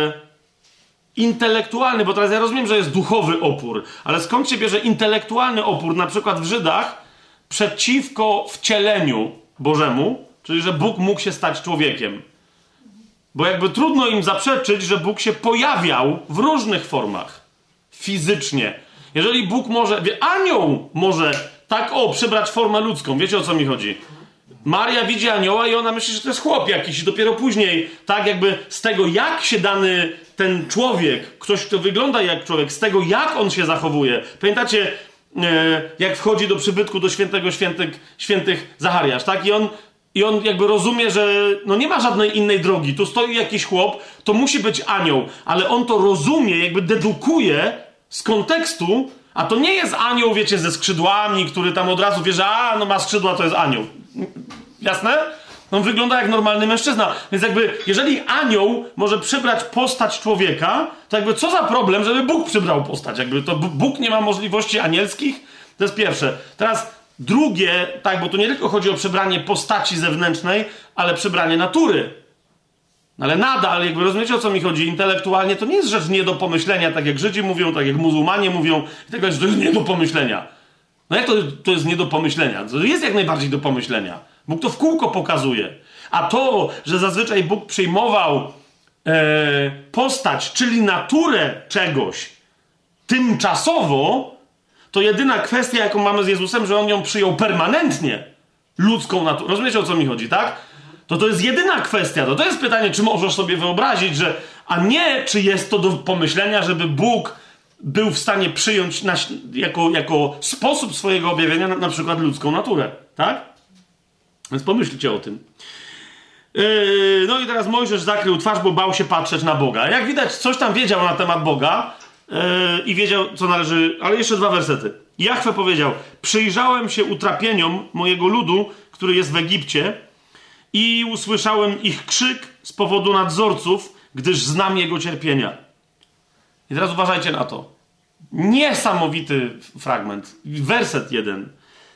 intelektualny, bo teraz ja rozumiem, że jest duchowy opór, ale skąd się bierze intelektualny opór, na przykład w Żydach, przeciwko wcieleniu Bożemu, czyli że Bóg mógł się stać człowiekiem. Bo jakby trudno im zaprzeczyć, że Bóg się pojawiał w różnych formach. Fizycznie. Jeżeli Bóg może... Anioł może tak o, przybrać formę ludzką. Wiecie, o co mi chodzi? Maria widzi anioła i ona myśli, że to jest chłop jakiś i dopiero później, tak jakby z tego, jak się dany ten człowiek, ktoś, kto wygląda jak człowiek, z tego, jak on się zachowuje. Pamiętacie, e, jak wchodzi do przybytku do świętego świętych, świętych Zachariasz, tak? I on, I on jakby rozumie, że no nie ma żadnej innej drogi. Tu stoi jakiś chłop, to musi być anioł. Ale on to rozumie, jakby dedukuje z kontekstu, a to nie jest anioł, wiecie, ze skrzydłami, który tam od razu wie, że a, no ma skrzydła, to jest anioł. Jasne? On wygląda jak normalny mężczyzna. Więc jakby, jeżeli anioł może przybrać postać człowieka, to jakby co za problem, żeby Bóg przybrał postać? Jakby to Bóg nie ma możliwości anielskich? To jest pierwsze. Teraz drugie, tak, bo tu nie tylko chodzi o przybranie postaci zewnętrznej, ale przybranie natury. Ale nadal, jakby rozumiecie, o co mi chodzi, intelektualnie to nie jest rzecz nie do pomyślenia, tak jak Żydzi mówią, tak jak muzułmanie mówią, i tak dalej, że to jest nie do pomyślenia. No jak to, to jest nie do pomyślenia? To jest jak najbardziej do pomyślenia. Bóg to w kółko pokazuje. A to, że zazwyczaj Bóg przyjmował e, postać, czyli naturę czegoś tymczasowo, to jedyna kwestia, jaką mamy z Jezusem, że On ją przyjął permanentnie. Ludzką naturę. Rozumiecie, o co mi chodzi, tak? To to jest jedyna kwestia. To, to jest pytanie, czy możesz sobie wyobrazić, że... A nie, czy jest to do pomyślenia, żeby Bóg był w stanie przyjąć na, jako, jako sposób swojego objawienia na, na przykład ludzką naturę, tak? Więc pomyślcie o tym. Yy, no i teraz Mojżesz zakrył twarz, bo bał się patrzeć na Boga. Jak widać, coś tam wiedział na temat Boga yy, i wiedział, co należy... Ale jeszcze dwa wersety. Jahwe powiedział: przyjrzałem się utrapieniom mojego ludu, który jest w Egipcie, i usłyszałem ich krzyk z powodu nadzorców, gdyż znam jego cierpienia. I teraz uważajcie na to. Niesamowity fragment. Werset jeden.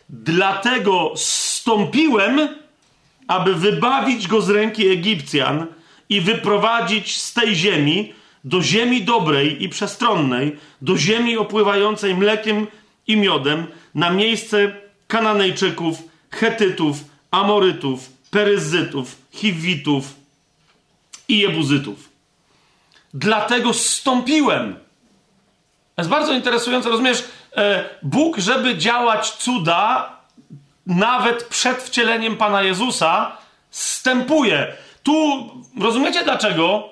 Dlatego zstąpiłem, aby wybawić go z ręki Egipcjan i wyprowadzić z tej ziemi do ziemi dobrej i przestronnej, do ziemi opływającej mlekiem i miodem, na miejsce Kananejczyków, Chetytów, Amorytów, Peryzytów, Hiwitów i Jebuzytów. Dlatego zstąpiłem. To jest bardzo interesujące. Rozumiesz, Bóg, żeby działać cuda, nawet przed wcieleniem Pana Jezusa, zstępuje. Tu, rozumiecie dlaczego?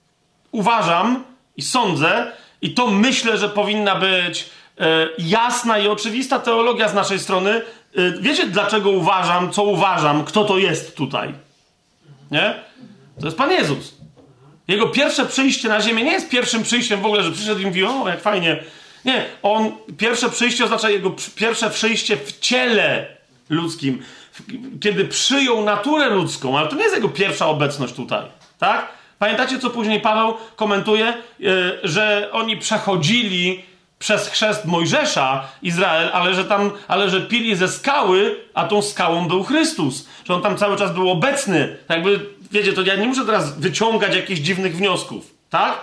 Uważam i sądzę, i to myślę, że powinna być e, jasna i oczywista teologia z naszej strony. E, wiecie, dlaczego uważam, co uważam, kto to jest tutaj? Nie? To jest Pan Jezus. Jego pierwsze przyjście na ziemię nie jest pierwszym przyjściem w ogóle, że przyszedł i mówi: o, jak fajnie. Nie, on, pierwsze przyjście oznacza jego pierwsze przyjście w ciele ludzkim, kiedy przyjął naturę ludzką, ale to nie jest jego pierwsza obecność tutaj, tak? Pamiętacie, co później Paweł komentuje? Yy, że oni przechodzili przez chrzest Mojżesza, Izrael, ale że tam, ale że pili ze skały, a tą skałą był Chrystus. Że on tam cały czas był obecny. Tak jakby, wiecie, to ja nie muszę teraz wyciągać jakichś dziwnych wniosków, tak?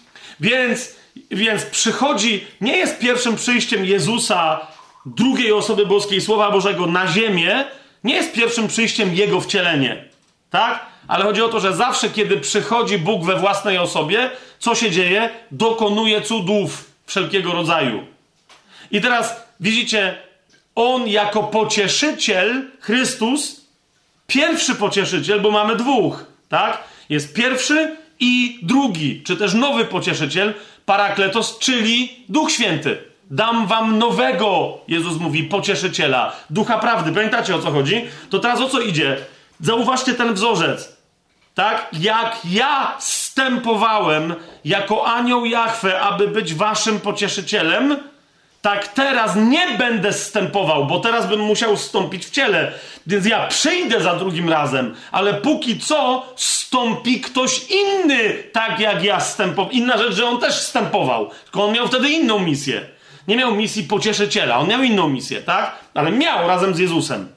Więc, więc przychodzi, nie jest pierwszym przyjściem Jezusa, drugiej osoby boskiej, Słowa Bożego na ziemię, nie jest pierwszym przyjściem Jego wcielenie, tak? Ale chodzi o to, że zawsze, kiedy przychodzi Bóg we własnej osobie, co się dzieje? Dokonuje cudów wszelkiego rodzaju. I teraz widzicie, On jako pocieszyciel, Chrystus, pierwszy pocieszyciel, bo mamy dwóch, tak? Jest pierwszy i drugi, czy też nowy pocieszyciel, Parakletos, czyli Duch Święty. Dam wam nowego, Jezus mówi, pocieszyciela, Ducha Prawdy. Pamiętacie, o co chodzi? To teraz o co idzie? Zauważcie ten wzorzec. Tak? Jak ja zstępowałem jako anioł Jahwe, aby być waszym pocieszycielem, tak teraz nie będę zstępował, bo teraz bym musiał wstąpić w ciele. Więc ja przyjdę za drugim razem, ale póki co stąpi ktoś inny, tak jak ja zstępowałem. Inna rzecz, że on też zstępował, tylko on miał wtedy inną misję. Nie miał misji pocieszyciela, on miał inną misję, tak? Ale miał razem z Jezusem.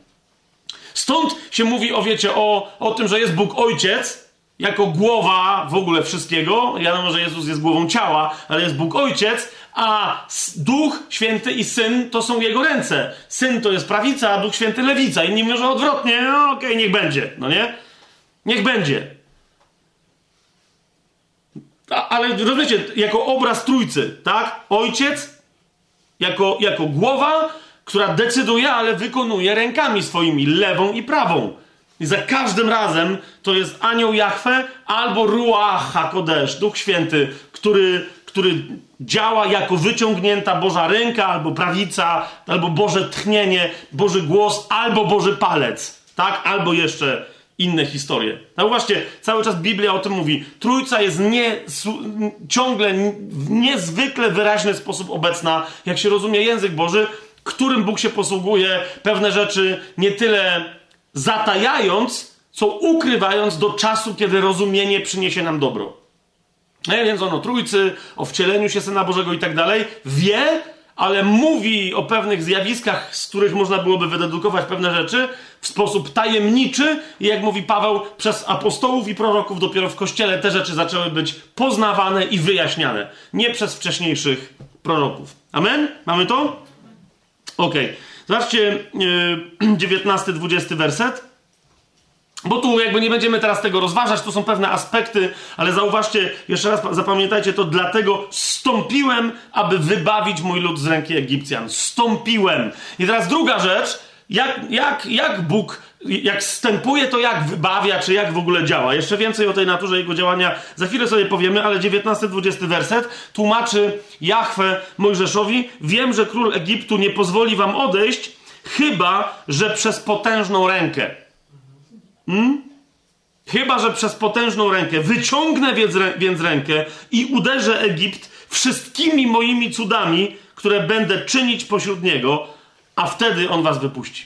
Stąd się mówi, o wiecie, o, o tym, że jest Bóg Ojciec, jako głowa w ogóle wszystkiego. Wiadomo, że Jezus jest głową ciała, ale jest Bóg Ojciec, a Duch Święty i Syn to są Jego ręce. Syn to jest prawica, a Duch Święty lewica. Inni mówią, że odwrotnie, no okej, okay, niech będzie, no nie? Niech będzie. A, ale rozumiecie, jako obraz Trójcy, tak? Ojciec jako, jako głowa, która decyduje, ale wykonuje rękami swoimi, lewą i prawą. I za każdym razem to jest anioł Jahwe albo Ruach HaKodesh, Duch Święty, który, który działa jako wyciągnięta Boża ręka, albo prawica, albo Boże tchnienie, Boży głos, albo Boży palec. Tak? Albo jeszcze inne historie. No właśnie, cały czas Biblia o tym mówi. Trójca jest nie, ciągle w niezwykle wyraźny sposób obecna, jak się rozumie język Boży, którym Bóg się posługuje, pewne rzeczy nie tyle zatajając, co ukrywając do czasu, kiedy rozumienie przyniesie nam dobro. No więc on o Trójcy, o wcieleniu się Syna Bożego i tak dalej wie, ale mówi o pewnych zjawiskach, z których można byłoby wydedukować pewne rzeczy w sposób tajemniczy i jak mówi Paweł, przez apostołów i proroków dopiero w Kościele te rzeczy zaczęły być poznawane i wyjaśniane. Nie przez wcześniejszych proroków. Amen? Mamy to? Okej. Okay. Zobaczcie yy, dziewiętnasty dwudziesty werset. Bo tu jakby nie będziemy teraz tego rozważać, tu są pewne aspekty, ale zauważcie, jeszcze raz zapamiętajcie to, dlatego stąpiłem, aby wybawić mój lud z ręki Egipcjan. Stąpiłem. I teraz druga rzecz, jak, jak, jak Bóg, jak wstępuje, to jak wybawia, czy jak w ogóle działa. Jeszcze więcej o tej naturze jego działania za chwilę sobie powiemy, ale dziewiętnasty dwudziesty werset tłumaczy Jahwe Mojżeszowi: wiem, że król Egiptu nie pozwoli wam odejść, chyba że przez potężną rękę. Hmm? Chyba że przez potężną rękę. Wyciągnę więc, więc rękę i uderzę Egipt wszystkimi moimi cudami, które będę czynić pośród niego, a wtedy on was wypuści.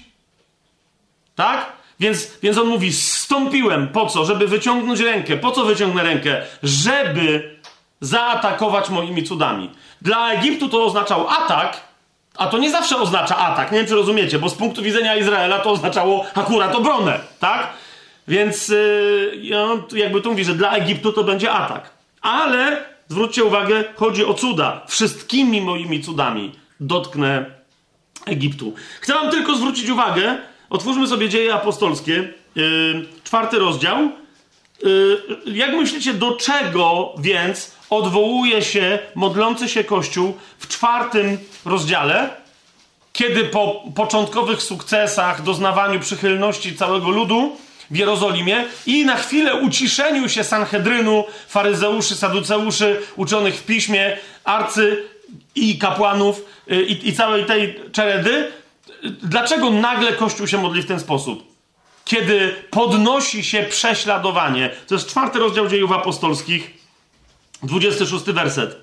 Tak? Więc, więc on mówi, zstąpiłem. Po co? Żeby wyciągnąć rękę. Po co wyciągnę rękę? Żeby zaatakować moimi cudami. Dla Egiptu to oznaczał atak, a to nie zawsze oznacza atak. Nie wiem, czy rozumiecie, bo z punktu widzenia Izraela to oznaczało akurat obronę. Tak? Więc yy, jakby tu mówi, że dla Egiptu to będzie atak. Ale, zwróćcie uwagę, chodzi o cuda. Wszystkimi moimi cudami dotknę Egiptu. Chcę wam tylko zwrócić uwagę, otwórzmy sobie Dzieje Apostolskie, yy, czwarty rozdział. Yy, jak myślicie, do czego więc odwołuje się modlący się Kościół w czwartym rozdziale, kiedy po początkowych sukcesach, doznawaniu przychylności całego ludu w Jerozolimie i na chwilę uciszeniu się Sanhedrynu, faryzeuszy, saduceuszy, uczonych w piśmie, arcy i kapłanów yy, i, i całej tej czeredy, dlaczego nagle Kościół się modli w ten sposób? Kiedy podnosi się prześladowanie. To jest czwarty rozdział Dziejów Apostolskich, dwudziesty szósty werset.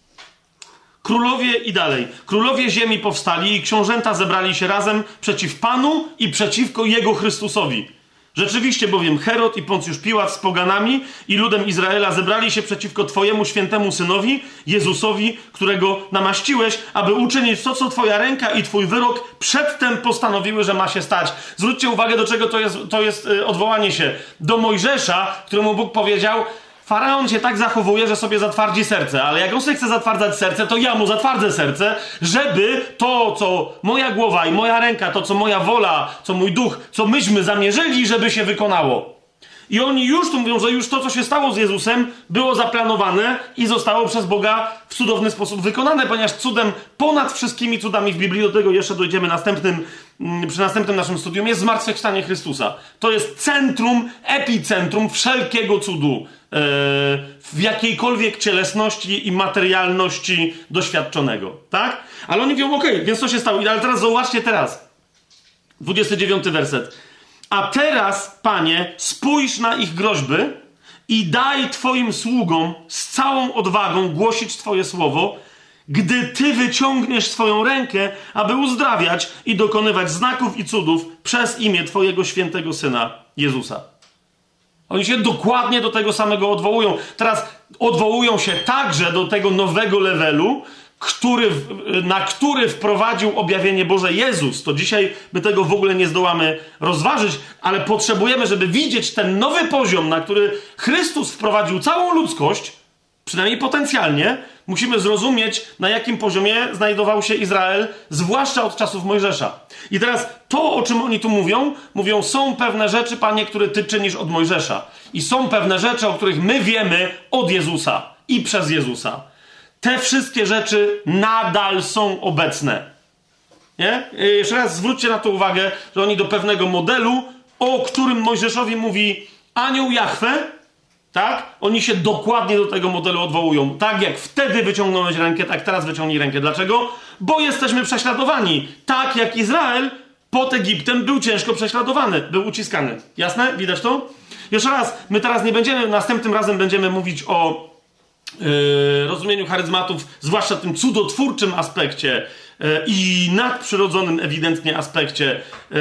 Królowie i dalej. Królowie ziemi powstali i książęta zebrali się razem przeciw Panu i przeciwko Jego Chrystusowi. Rzeczywiście bowiem Herod i Poncjusz Piłat z poganami i ludem Izraela zebrali się przeciwko Twojemu świętemu Synowi, Jezusowi, którego namaściłeś, aby uczynić to, co Twoja ręka i Twój wyrok przedtem postanowiły, że ma się stać. Zwróćcie uwagę, do czego to jest, to jest yy, odwołanie się. Do Mojżesza, któremu Bóg powiedział: Faraon się tak zachowuje, że sobie zatwardzi serce, ale jak on sobie chce zatwardzać serce, to ja mu zatwardzę serce, żeby to, co moja głowa i moja ręka, to, co moja wola, co mój duch, co myśmy zamierzyli, żeby się wykonało. I oni już tu mówią, że już to, co się stało z Jezusem, było zaplanowane i zostało przez Boga w cudowny sposób wykonane, ponieważ cudem ponad wszystkimi cudami w Biblii, do tego jeszcze dojdziemy następnym, przy następnym naszym studium, jest zmartwychwstanie Chrystusa. To jest centrum, epicentrum wszelkiego cudu w jakiejkolwiek cielesności i materialności doświadczonego. Tak? Ale oni mówią, okej, okay, więc co się stało? Ale teraz zauważcie teraz. dwudziesty dziewiąty werset. A teraz, Panie, spójrz na ich groźby i daj Twoim sługom z całą odwagą głosić Twoje słowo, gdy Ty wyciągniesz swoją rękę, aby uzdrawiać i dokonywać znaków i cudów przez imię Twojego świętego Syna Jezusa. Oni się dokładnie do tego samego odwołują. Teraz odwołują się także do tego nowego levelu, który, na który wprowadził objawienie Boże Jezus. To dzisiaj my tego w ogóle nie zdołamy rozważyć, ale potrzebujemy, żeby widzieć ten nowy poziom, na który Chrystus wprowadził całą ludzkość, przynajmniej potencjalnie, musimy zrozumieć, na jakim poziomie znajdował się Izrael, zwłaszcza od czasów Mojżesza. I teraz to, o czym oni tu mówią, mówią, są pewne rzeczy, Panie, które Ty czynisz od Mojżesza. I są pewne rzeczy, o których my wiemy od Jezusa i przez Jezusa. Te wszystkie rzeczy nadal są obecne. Nie? Jeszcze raz zwróćcie na to uwagę, że oni do pewnego modelu, o którym Mojżeszowi mówi anioł Jahwe, tak? Oni się dokładnie do tego modelu odwołują. Tak jak wtedy wyciągnąłeś rękę, tak teraz wyciągnij rękę. Dlaczego? Bo jesteśmy prześladowani. Tak jak Izrael pod Egiptem był ciężko prześladowany, był uciskany. Jasne? Widać to? Jeszcze raz, my teraz nie będziemy, następnym razem będziemy mówić o yy, rozumieniu charyzmatów, zwłaszcza tym cudotwórczym aspekcie yy, i nadprzyrodzonym ewidentnie aspekcie yy,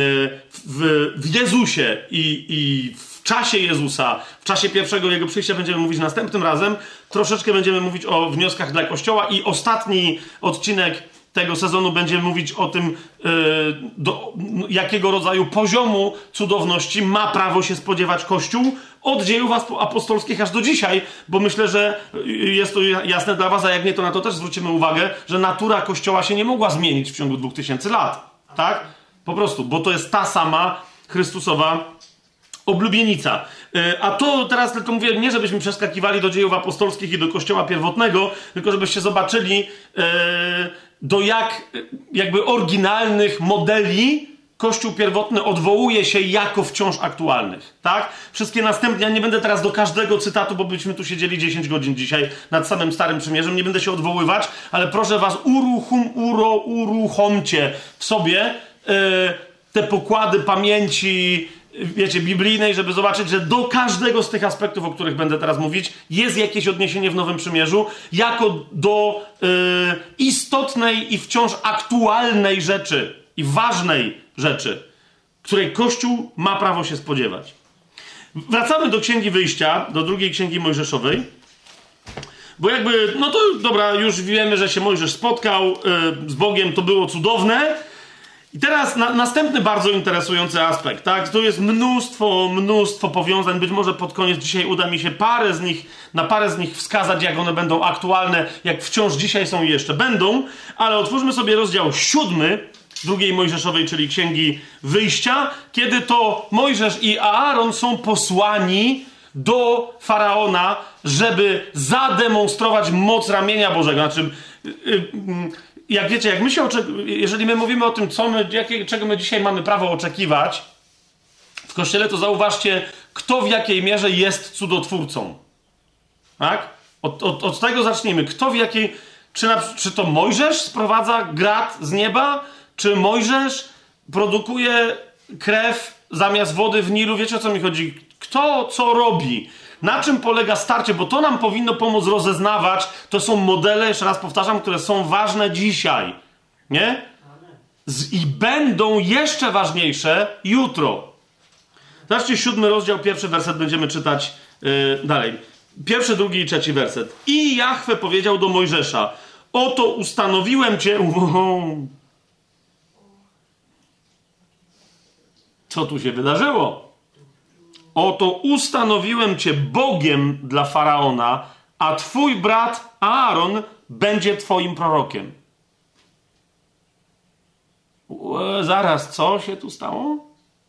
w, w Jezusie i, i w czasie Jezusa, w czasie pierwszego Jego przyjścia będziemy mówić następnym razem. Troszeczkę będziemy mówić o wnioskach dla Kościoła i ostatni odcinek tego sezonu będzie mówić o tym, yy, do jakiego rodzaju poziomu cudowności ma prawo się spodziewać Kościół od dziejów apostolskich aż do dzisiaj, bo myślę, że jest to jasne dla was, a jak nie, to na to też zwrócimy uwagę, że natura Kościoła się nie mogła zmienić w ciągu dwóch tysięcy lat. Tak? Po prostu, bo to jest ta sama Chrystusowa oblubienica. Yy, a to teraz tylko mówię, nie żebyśmy przeskakiwali do dziejów apostolskich i do Kościoła pierwotnego, tylko żebyście zobaczyli yy, do jak jakby oryginalnych modeli Kościół pierwotny odwołuje się jako wciąż aktualnych. Tak? Wszystkie następne, ja nie będę teraz do każdego cytatu, bo byśmy tu siedzieli dziesięć godzin dzisiaj nad samym Starym Przymierzem, nie będę się odwoływać, ale proszę was, uruchom, uro, uruchomcie w sobie yy, te pokłady pamięci, wiecie, biblijnej, żeby zobaczyć, że do każdego z tych aspektów, o których będę teraz mówić, jest jakieś odniesienie w Nowym Przymierzu, jako do yy, istotnej i wciąż aktualnej rzeczy i ważnej rzeczy, której Kościół ma prawo się spodziewać. Wracamy do Księgi Wyjścia, do drugiej Księgi Mojżeszowej, bo jakby, no to dobra, już wiemy, że się Mojżesz spotkał yy, z Bogiem, to było cudowne. I teraz na, następny bardzo interesujący aspekt, tak? Tu jest mnóstwo, mnóstwo powiązań, być może pod koniec dzisiaj uda mi się parę z nich, na parę z nich wskazać, jak one będą aktualne, jak wciąż dzisiaj są i jeszcze będą, ale otwórzmy sobie rozdział siódmy drugiej Mojżeszowej, czyli Księgi Wyjścia, kiedy to Mojżesz i Aaron są posłani do Faraona, żeby zademonstrować moc ramienia Bożego. Znaczy, yy, yy, jak wiecie, jak my się oczek- jeżeli my mówimy o tym, co my, jakie, czego my dzisiaj mamy prawo oczekiwać w Kościele, to zauważcie, kto w jakiej mierze jest cudotwórcą. Tak? Od, od, od tego zacznijmy. Kto w jakiej... Czy, na, czy to Mojżesz sprowadza grat z nieba? Czy Mojżesz produkuje krew zamiast wody w Nilu? Wiecie, o co mi chodzi? Kto co robi? Na czym polega starcie? Bo to nam powinno pomóc rozeznawać. To są modele, jeszcze raz powtarzam, które są ważne dzisiaj. Nie? Z, I będą jeszcze ważniejsze jutro. Zobaczcie, siódmy rozdział, pierwszy werset będziemy czytać yy, dalej. Pierwszy, drugi i trzeci werset. I Jahwe powiedział do Mojżesza: oto ustanowiłem cię... Co tu się wydarzyło? Oto ustanowiłem cię Bogiem dla Faraona, a twój brat Aaron będzie twoim prorokiem. Ue, zaraz, co się tu stało?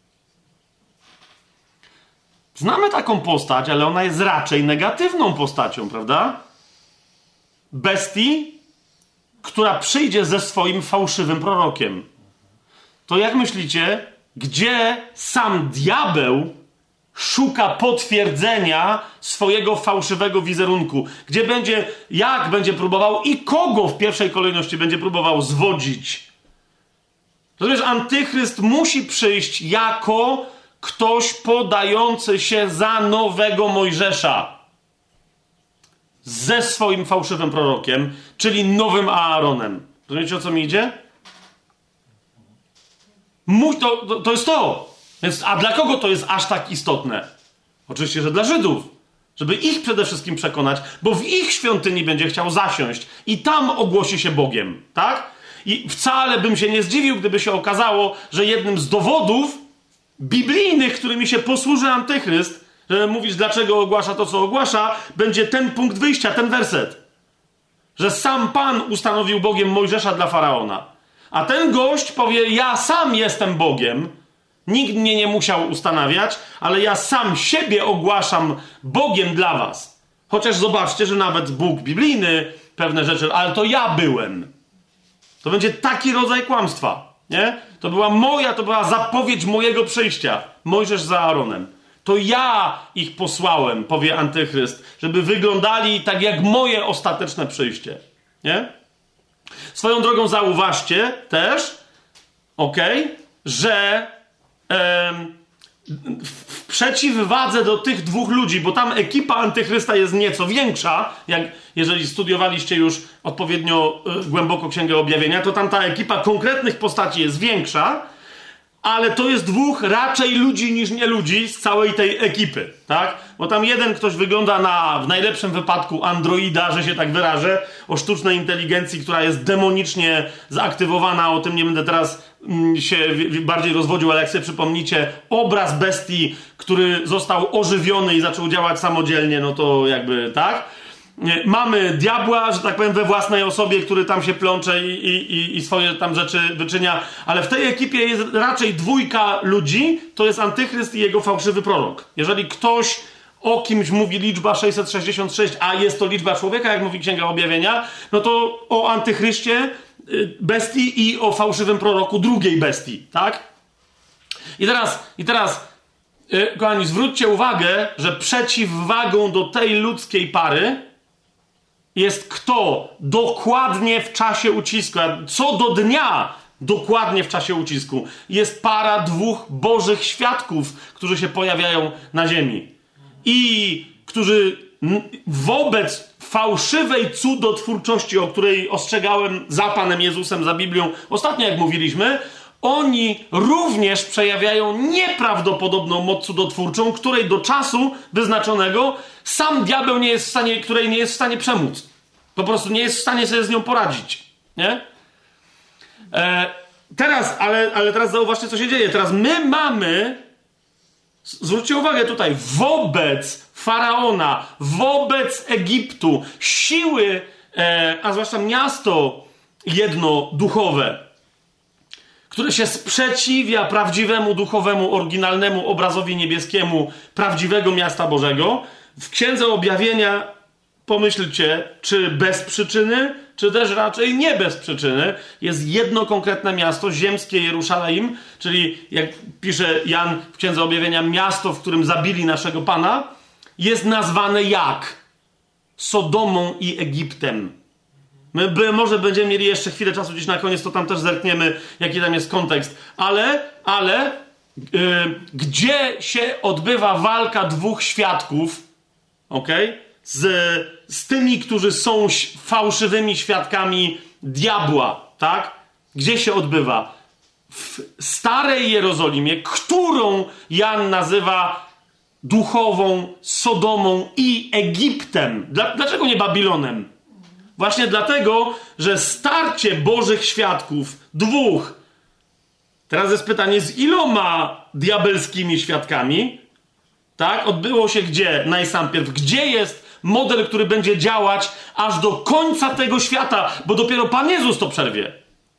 Znamy taką postać, ale ona jest raczej negatywną postacią, prawda? Bestii, która przyjdzie ze swoim fałszywym prorokiem. To jak myślicie, gdzie sam diabeł szuka potwierdzenia swojego fałszywego wizerunku? Gdzie będzie, jak będzie próbował i kogo w pierwszej kolejności będzie próbował zwodzić? Rozumiesz, antychryst musi przyjść jako ktoś podający się za nowego Mojżesza ze swoim fałszywym prorokiem, czyli nowym Aaronem. Rozumiecie, o co mi idzie? Mu, to, to, to jest to. Więc, a dla kogo to jest aż tak istotne? Oczywiście, że dla Żydów. Żeby ich przede wszystkim przekonać, bo w ich świątyni będzie chciał zasiąść i tam ogłosi się Bogiem. Tak? I wcale bym się nie zdziwił, gdyby się okazało, że jednym z dowodów biblijnych, którymi się posłuży antychryst, żeby mówić, dlaczego ogłasza to, co ogłasza, będzie ten punkt wyjścia, ten werset. Że sam Pan ustanowił Bogiem Mojżesza dla Faraona. A ten gość powie: ja sam jestem Bogiem, nikt mnie nie musiał ustanawiać, ale ja sam siebie ogłaszam Bogiem dla was. Chociaż zobaczcie, że nawet Bóg biblijny pewne rzeczy, ale to ja byłem. To będzie taki rodzaj kłamstwa, nie? To była moja, to była zapowiedź mojego przyjścia. Mojżesz za Aaronem. To ja ich posłałem, powie Antychryst, żeby wyglądali tak jak moje ostateczne przyjście, nie? Swoją drogą zauważcie też, okej, okay, że em, w przeciwwadze do tych dwóch ludzi, bo tam ekipa Antychrysta jest nieco większa, jak jeżeli studiowaliście już odpowiednio y, głęboko Księgę Objawienia, to tam ta ekipa konkretnych postaci jest większa, ale to jest dwóch raczej ludzi niż nie ludzi z całej tej ekipy, tak? Bo tam jeden ktoś wygląda na, w najlepszym wypadku, androida, że się tak wyrażę, o sztucznej inteligencji, która jest demonicznie zaaktywowana, o tym nie będę teraz mm, się w, w bardziej rozwodził, ale jak sobie przypomnicie, obraz bestii, który został ożywiony i zaczął działać samodzielnie, no to jakby, tak? Mamy diabła, że tak powiem, we własnej osobie, który tam się plącze i, i, i swoje tam rzeczy wyczynia, ale w tej ekipie jest raczej dwójka ludzi, to jest Antychryst i jego fałszywy prorok. Jeżeli ktoś o kimś mówi liczba sześćset sześćdziesiąt sześć, a jest to liczba człowieka, jak mówi Księga Objawienia, no to o Antychryście bestii i o fałszywym proroku drugiej bestii, tak? I teraz, i teraz yy, kochani, zwróćcie uwagę, że przeciwwagą do tej ludzkiej pary jest kto dokładnie w czasie ucisku, a co do dnia dokładnie w czasie ucisku jest para dwóch bożych świadków, którzy się pojawiają na ziemi i którzy wobec fałszywej cudotwórczości, o której ostrzegałem za Panem Jezusem, za Biblią, ostatnio jak mówiliśmy, oni również przejawiają nieprawdopodobną moc cudotwórczą, której do czasu wyznaczonego sam diabeł nie jest w stanie, której nie jest w stanie przemóc. Po prostu nie jest w stanie sobie z nią poradzić. Nie? E, teraz, ale, ale teraz zauważcie, co się dzieje. Teraz my mamy, zwróćcie uwagę tutaj, wobec Faraona, wobec Egiptu, siły, e, a zwłaszcza miasto jedno duchowe, które się sprzeciwia prawdziwemu, duchowemu, oryginalnemu obrazowi niebieskiemu prawdziwego miasta Bożego. W Księdze Objawienia pomyślcie, czy bez przyczyny, czy też raczej nie bez przyczyny, jest jedno konkretne miasto, ziemskie Jerusalem, czyli jak pisze Jan w Księdze Objawienia, miasto, w którym zabili naszego Pana, jest nazwane jak? Sodomą i Egiptem. My by, może będziemy mieli jeszcze chwilę czasu gdzieś na koniec, to tam też zerkniemy, jaki tam jest kontekst. Ale, ale, yy, gdzie się odbywa walka dwóch świadków, okej? Okay? Z, z tymi, którzy są fałszywymi świadkami diabła, tak? Gdzie się odbywa? W Starej Jerozolimie, którą Jan nazywa duchową Sodomą i Egiptem. Dla, dlaczego nie Babilonem? Właśnie dlatego, że starcie Bożych świadków, dwóch, teraz jest pytanie, z iloma diabelskimi świadkami, tak? Odbyło się gdzie? Najsampierw. Gdzie jest model, który będzie działać aż do końca tego świata, bo dopiero Pan Jezus to przerwie.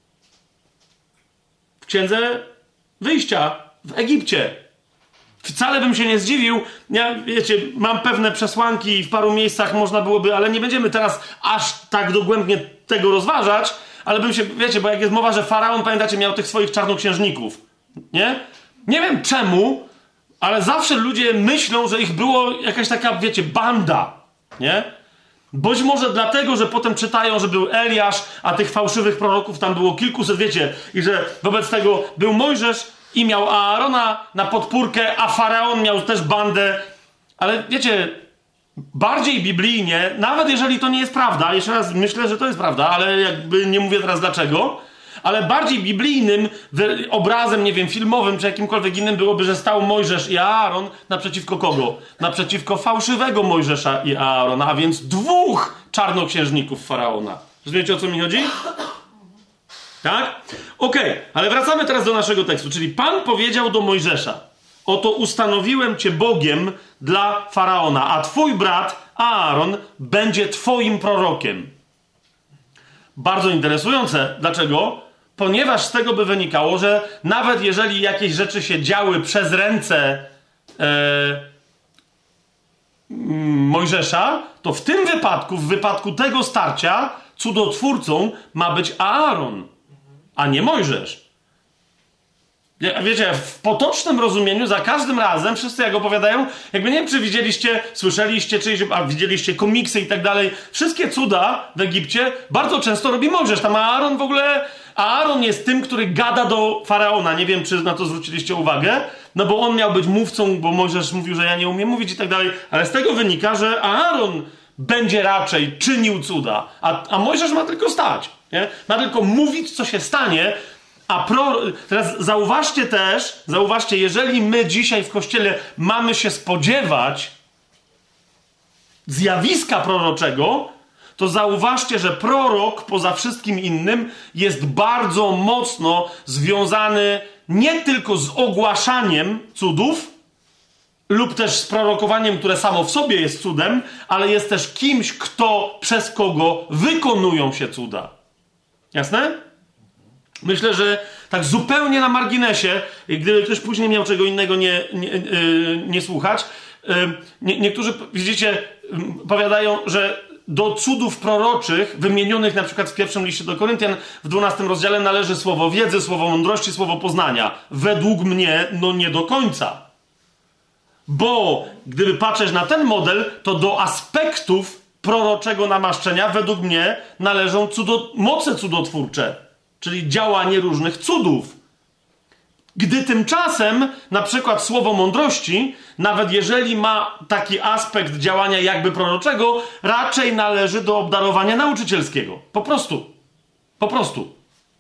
W Księdze Wyjścia w Egipcie. Wcale bym się nie zdziwił. Ja, wiecie, mam pewne przesłanki i w paru miejscach można byłoby, ale nie będziemy teraz aż tak dogłębnie tego rozważać, ale bym się, wiecie, bo jak jest mowa, że Faraon, pamiętacie, miał tych swoich czarnoksiężników, nie? Nie wiem czemu, ale zawsze ludzie myślą, że ich było jakaś taka, wiecie, banda, nie? Być może dlatego, że potem czytają, że był Eliasz, a tych fałszywych proroków tam było kilkuset, wiecie, i że wobec tego był Mojżesz i miał Aarona na podpórkę, a Faraon miał też bandę. Ale wiecie, bardziej biblijnie, nawet jeżeli to nie jest prawda, jeszcze raz myślę, że to jest prawda, ale jakby nie mówię teraz dlaczego, ale bardziej biblijnym obrazem, nie wiem, filmowym czy jakimkolwiek innym byłoby, że stał Mojżesz i Aaron naprzeciwko kogo? Naprzeciwko fałszywego Mojżesza i Aarona, a więc dwóch czarnoksiężników Faraona. Rozumiecie, o co mi chodzi? Tak? Okej, okay, ale wracamy teraz do naszego tekstu. Czyli Pan powiedział do Mojżesza: oto ustanowiłem cię Bogiem dla Faraona, a twój brat Aaron będzie twoim prorokiem. Bardzo interesujące. Dlaczego? Ponieważ z tego by wynikało, że nawet jeżeli jakieś rzeczy się działy przez ręce e, Mojżesza, to w tym wypadku, w wypadku tego starcia, cudotwórcą ma być Aaron, a nie Mojżesz. Wiecie, w potocznym rozumieniu za każdym razem wszyscy jak opowiadają, jakby nie wiem, czy widzieliście, słyszeliście, czy a widzieliście komiksy i tak dalej, wszystkie cuda w Egipcie bardzo często robi Mojżesz. Tam Aaron w ogóle, Aaron jest tym, który gada do Faraona. Nie wiem, czy na to zwróciliście uwagę, no bo on miał być mówcą, bo Mojżesz mówił, że ja nie umiem mówić i tak dalej, ale z tego wynika, że Aaron będzie raczej czynił cuda, a, a Mojżesz ma tylko stać, nie? Ma tylko mówić, co się stanie. A pro... teraz zauważcie też, zauważcie, jeżeli my dzisiaj w Kościele mamy się spodziewać zjawiska proroczego, to zauważcie, że prorok poza wszystkim innym jest bardzo mocno związany nie tylko z ogłaszaniem cudów lub też z prorokowaniem, które samo w sobie jest cudem, ale jest też kimś, kto, przez kogo wykonują się cuda. Jasne? Myślę, że tak zupełnie na marginesie, gdyby ktoś później miał czego innego nie, nie, yy, nie słuchać, yy, nie, niektórzy, widzicie, yy, powiadają, że do cudów proroczych, wymienionych na przykład w pierwszym liście do Koryntian, w dwunastym rozdziale należy słowo wiedzy, słowo mądrości, słowo poznania. Według mnie, no nie do końca. Bo gdyby patrzeć na ten model, to do aspektów proroczego namaszczenia, według mnie, należą cudo, moce cudotwórcze. Czyli działanie różnych cudów. Gdy tymczasem, na przykład słowo mądrości, nawet jeżeli ma taki aspekt działania jakby proroczego, raczej należy do obdarowania nauczycielskiego. Po prostu. Po prostu.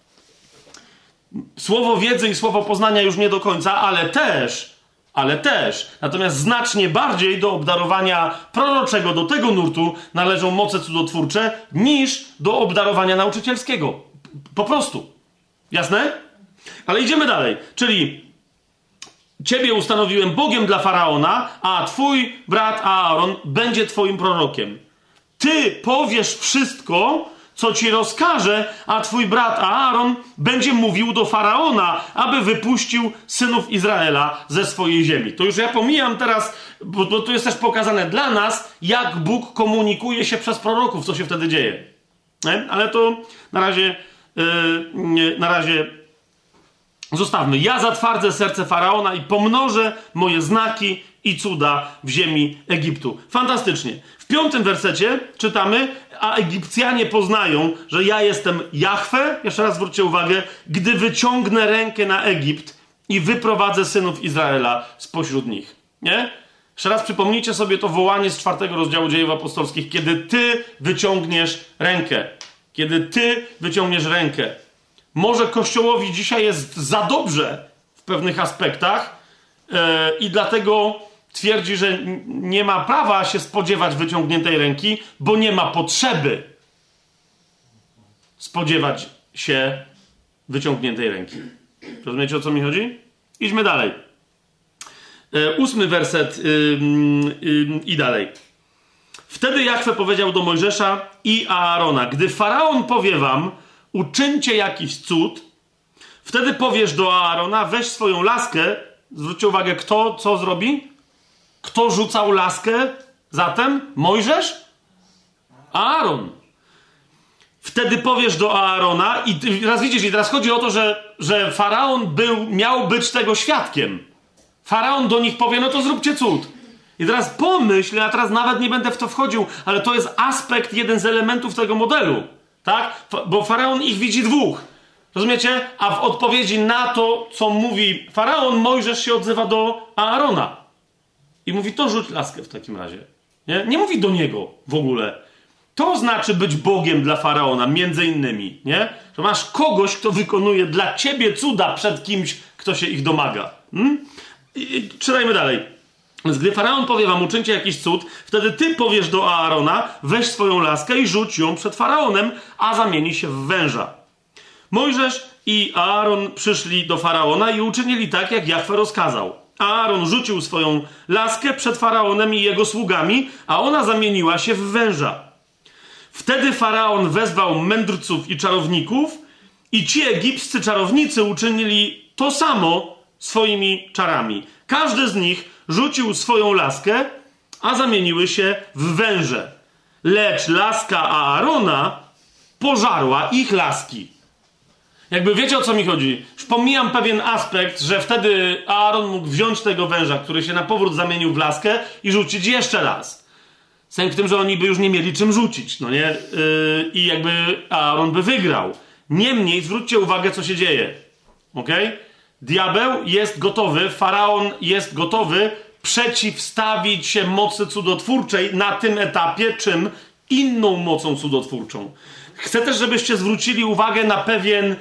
Słowo wiedzy i słowo poznania już nie do końca, ale też, ale też, natomiast znacznie bardziej do obdarowania proroczego, do tego nurtu należą moce cudotwórcze, niż do obdarowania nauczycielskiego. Po prostu. Jasne? Ale idziemy dalej. Czyli ciebie ustanowiłem Bogiem dla Faraona, a twój brat Aaron będzie twoim prorokiem. Ty powiesz wszystko, co ci rozkaże, a twój brat Aaron będzie mówił do Faraona, aby wypuścił synów Izraela ze swojej ziemi. To już ja pomijam teraz, bo, bo tu jest też pokazane dla nas, jak Bóg komunikuje się przez proroków, co się wtedy dzieje. Nie? Ale to na razie Yy, na razie zostawmy. Ja zatwardzę serce Faraona i pomnożę moje znaki i cuda w ziemi Egiptu. Fantastycznie. W piątym wersecie czytamy, a Egipcjanie poznają, że ja jestem Jahwe, jeszcze raz zwróćcie uwagę, gdy wyciągnę rękę na Egipt i wyprowadzę synów Izraela spośród nich. Nie? Jeszcze raz przypomnijcie sobie to wołanie z czwartego rozdziału Dziejów Apostolskich, kiedy ty wyciągniesz rękę. Kiedy ty wyciągniesz rękę. Może Kościołowi dzisiaj jest za dobrze w pewnych aspektach yy, i dlatego twierdzi, że nie ma prawa się spodziewać wyciągniętej ręki, bo nie ma potrzeby spodziewać się wyciągniętej ręki. Rozumiecie, o co mi chodzi? Idźmy dalej. Yy, ósmy werset yy, yy, i dalej. Wtedy Jahwe powiedział do Mojżesza i Aarona, gdy Faraon powie wam, uczyńcie jakiś cud, wtedy powiesz do Aarona, weź swoją laskę, zwróćcie uwagę, kto co zrobi? Kto rzucał laskę? Zatem Mojżesz? Aaron. Wtedy powiesz do Aarona i teraz widzisz, i teraz chodzi o to, że, że Faraon był, miał być tego świadkiem. Faraon do nich powie, no to zróbcie cud. I teraz pomyśl, ja teraz nawet nie będę w to wchodził, ale to jest aspekt, jeden z elementów tego modelu. Tak? Bo Faraon ich widzi dwóch. Rozumiecie? A w odpowiedzi na to, co mówi Faraon, Mojżesz się odzywa do Aarona. I mówi, to rzuć laskę w takim razie. Nie? Nie mówi do niego w ogóle. To znaczy być Bogiem dla Faraona, między innymi. Nie? Że masz kogoś, kto wykonuje dla ciebie cuda przed kimś, kto się ich domaga. Hmm? I, i, czytajmy dalej. Więc gdy Faraon powie wam, uczyńcie jakiś cud, wtedy ty powiesz do Aarona, weź swoją laskę i rzuć ją przed Faraonem, a zamieni się w węża. Mojżesz i Aaron przyszli do Faraona i uczynili tak, jak Jahwe rozkazał. Aaron rzucił swoją laskę przed Faraonem i jego sługami, a ona zamieniła się w węża. Wtedy Faraon wezwał mędrców i czarowników i ci egipscy czarownicy uczynili to samo swoimi czarami. Każdy z nich rzucił swoją laskę, a zamieniły się w węże. Lecz laska Aarona pożarła ich laski. Jakby wiecie, o co mi chodzi? Już pomijam pewien aspekt, że wtedy Aaron mógł wziąć tego węża, który się na powrót zamienił w laskę i rzucić jeszcze raz. Sęk w tym, że oni by już nie mieli czym rzucić, no nie? Yy, I jakby Aaron by wygrał. Niemniej zwróćcie uwagę, co się dzieje. Okej? Okay? Diabeł jest gotowy, faraon jest gotowy przeciwstawić się mocy cudotwórczej na tym etapie, czym inną mocą cudotwórczą. Chcę też, żebyście zwrócili uwagę na pewien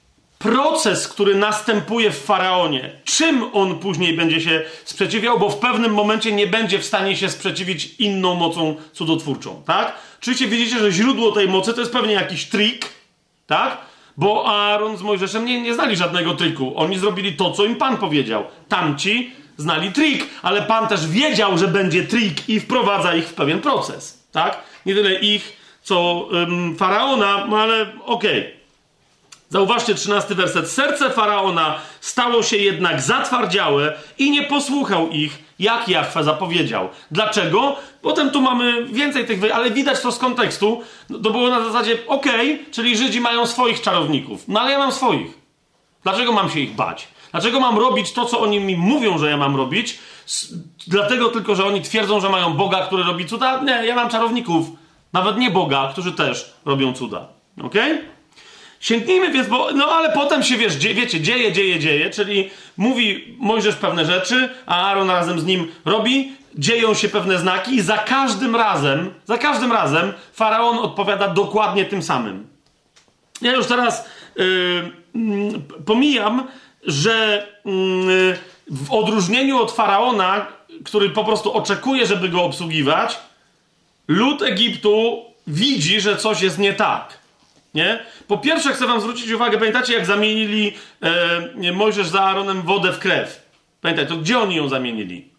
proces, który następuje w faraonie. Czym on później będzie się sprzeciwiał, bo w pewnym momencie nie będzie w stanie się sprzeciwić inną mocą cudotwórczą, tak? Oczywiście widzicie, że źródło tej mocy to jest pewnie jakiś trik, tak? Bo Aaron z Mojżeszem nie, nie znali żadnego triku. Oni zrobili to, co im Pan powiedział. Tamci znali trik, ale Pan też wiedział, że będzie trik i wprowadza ich w pewien proces, tak? Nie tyle ich, co ym, faraona, no ale okej. Okay. Zauważcie trzynasty werset. Serce faraona stało się jednak zatwardziałe i nie posłuchał ich, jak Jahwe zapowiedział. Dlaczego? Potem tu mamy więcej tych, wy... ale widać to z kontekstu. To było na zasadzie, okej, okay, czyli Żydzi mają swoich czarowników, no ale ja mam swoich. Dlaczego mam się ich bać? Dlaczego mam robić to, co oni mi mówią, że ja mam robić? S- dlatego tylko, że oni twierdzą, że mają Boga, który robi cuda? Nie, ja mam czarowników. Nawet nie Boga, którzy też robią cuda. Okej? Okay? Sięgnijmy więc, bo, no ale potem się, wiesz, dzie, wiecie, dzieje, dzieje, dzieje, czyli mówi Mojżesz pewne rzeczy, a Aaron razem z nim robi, dzieją się pewne znaki i za każdym razem, za każdym razem faraon odpowiada dokładnie tym samym. Ja już teraz yy, yy, pomijam, że yy, w odróżnieniu od faraona, który po prostu oczekuje, żeby go obsługiwać, lud Egiptu widzi, że coś jest nie tak. Nie? Po pierwsze chcę wam zwrócić uwagę, pamiętacie jak zamienili e, Mojżesz za Aaronem wodę w krew? Pamiętajcie, to gdzie oni ją zamienili?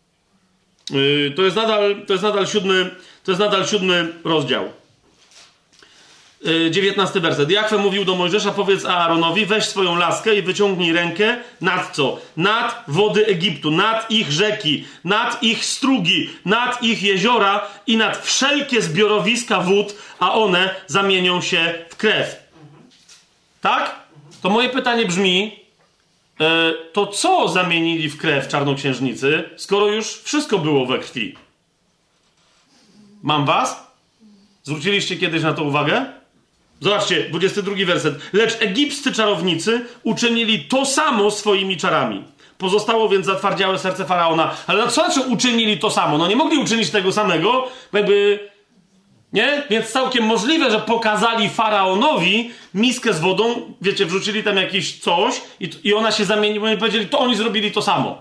Yy, to jest nadal, to jest nadal siódmy, to jest nadal siódmy rozdział. Yy, dziewiętnasty werset. Jahwe mówił do Mojżesza, powiedz Aaronowi, weź swoją laskę i wyciągnij rękę nad co? Nad wody Egiptu, nad ich rzeki, nad ich strugi, nad ich jeziora i nad wszelkie zbiorowiska wód, a one zamienią się w krew. Tak? To moje pytanie brzmi, yy, to co zamienili w krew czarnoksiężnicy, skoro już wszystko było we krwi? Mam was? Zwróciliście kiedyś na to uwagę? Zobaczcie, dwudziesty drugi werset. Lecz egipscy czarownicy uczynili to samo swoimi czarami. Pozostało więc zatwardziałe serce faraona. Ale co znaczy uczynili to samo? No nie mogli uczynić tego samego, jakby... Nie? Więc całkiem możliwe, że pokazali faraonowi miskę z wodą, wiecie, wrzucili tam jakieś coś i, i ona się zamieniła i powiedzieli, to oni zrobili to samo.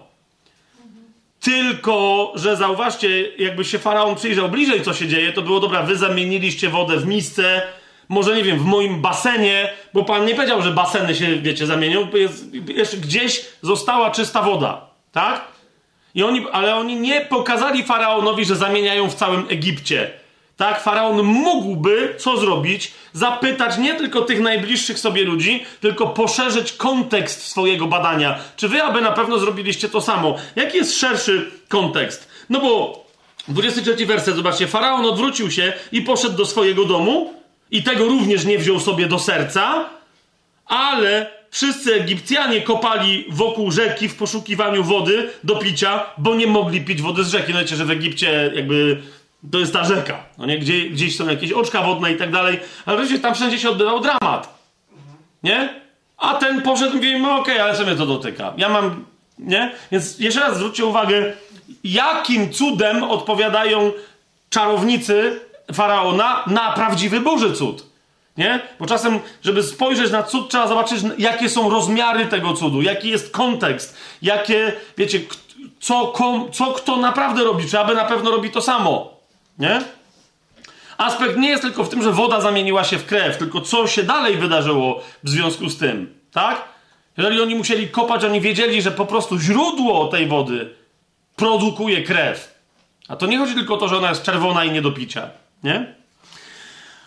Tylko, że zauważcie, jakby się faraon przyjrzał bliżej, co się dzieje, to było, dobra, wy zamieniliście wodę w misce, może, nie wiem, w moim basenie, bo Pan nie powiedział, że baseny się, wiecie, zamienią, jest, jeszcze gdzieś została czysta woda, tak? I oni, ale oni nie pokazali faraonowi, że zamieniają w całym Egipcie. Tak, faraon mógłby co zrobić? Zapytać nie tylko tych najbliższych sobie ludzi, tylko poszerzyć kontekst swojego badania. Czy wy aby na pewno zrobiliście to samo? Jaki jest szerszy kontekst? No bo dwudziesty trzeci werset, zobaczcie, faraon odwrócił się i poszedł do swojego domu i tego również nie wziął sobie do serca, ale wszyscy Egipcjanie kopali wokół rzeki w poszukiwaniu wody do picia, bo nie mogli pić wody z rzeki. No wiecie, że w Egipcie jakby... To jest ta rzeka, no nie? Gdzie, gdzieś są jakieś oczka wodne i tak dalej, ale wreszcie tam wszędzie się odbywał dramat, nie? A ten poszedł i mówi, no okej, okay, ale co mnie to dotyka? Ja mam, nie? Więc jeszcze raz zwróćcie uwagę, jakim cudem odpowiadają czarownicy faraona na prawdziwy Boży cud, nie? Bo czasem, żeby spojrzeć na cud, trzeba zobaczyć, jakie są rozmiary tego cudu, jaki jest kontekst, jakie, wiecie, co, kom, co kto naprawdę robi, czy aby na pewno robi to samo. Nie? Aspekt nie jest tylko w tym, że woda zamieniła się w krew, tylko co się dalej wydarzyło w związku z tym, tak? Jeżeli oni musieli kopać, oni wiedzieli, że po prostu źródło tej wody produkuje krew. A to nie chodzi tylko o to, że ona jest czerwona i nie do picia, nie?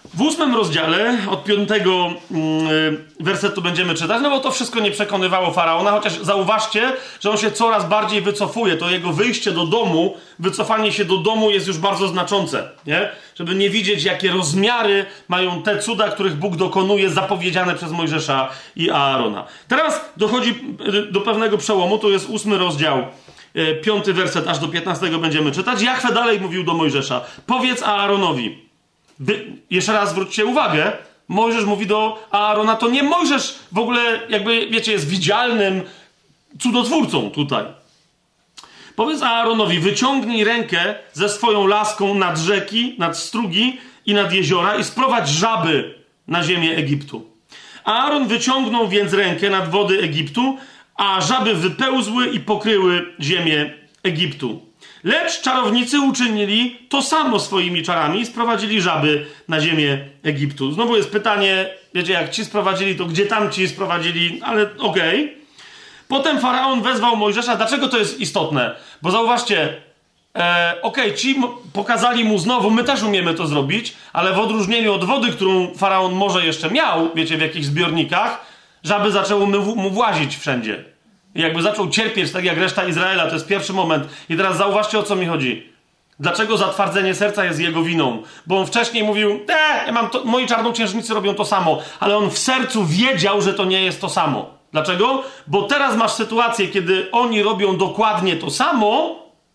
W ósmym rozdziale, od piątego yy, wersetu będziemy czytać, no bo to wszystko nie przekonywało Faraona, chociaż zauważcie, że on się coraz bardziej wycofuje. To jego wyjście do domu, wycofanie się do domu jest już bardzo znaczące, nie? Żeby nie widzieć, jakie rozmiary mają te cuda, których Bóg dokonuje, zapowiedziane przez Mojżesza i Aarona. Teraz dochodzi do pewnego przełomu, to jest ósmy rozdział, yy, piąty werset, aż do piętnastego będziemy czytać. Jachwe dalej mówił do Mojżesza: powiedz Aaronowi. By, jeszcze raz zwróćcie uwagę, Mojżesz mówi do Aarona, to nie Mojżesz w ogóle, jakby, wiecie, jest widzialnym cudotwórcą tutaj. Powiedz Aaronowi: wyciągnij rękę ze swoją laską nad rzeki, nad strugi i nad jeziora i sprowadź żaby na ziemię Egiptu. Aaron wyciągnął więc rękę nad wody Egiptu, a żaby wypełzły i pokryły ziemię Egiptu. Lecz czarownicy uczynili to samo swoimi czarami i sprowadzili żaby na ziemię Egiptu. Znowu jest pytanie, wiecie, jak ci sprowadzili, to gdzie tam ci sprowadzili, ale okej. Okay. Potem Faraon wezwał Mojżesza. Dlaczego to jest istotne? Bo zauważcie, e, okej, okay, ci pokazali mu znowu, my też umiemy to zrobić, ale w odróżnieniu od wody, którą Faraon może jeszcze miał, wiecie, w jakichś zbiornikach, żaby zaczęły mu, mu włazić wszędzie. I jakby zaczął cierpieć, tak jak reszta Izraela. To jest pierwszy moment. I teraz zauważcie, o co mi chodzi. Dlaczego zatwardzenie serca jest jego winą? Bo on wcześniej mówił, e, ja mam to, moi czarnoksiężnicy robią to samo. Ale on w sercu wiedział, że to nie jest to samo. Dlaczego? Bo teraz masz sytuację, kiedy oni robią dokładnie to samo,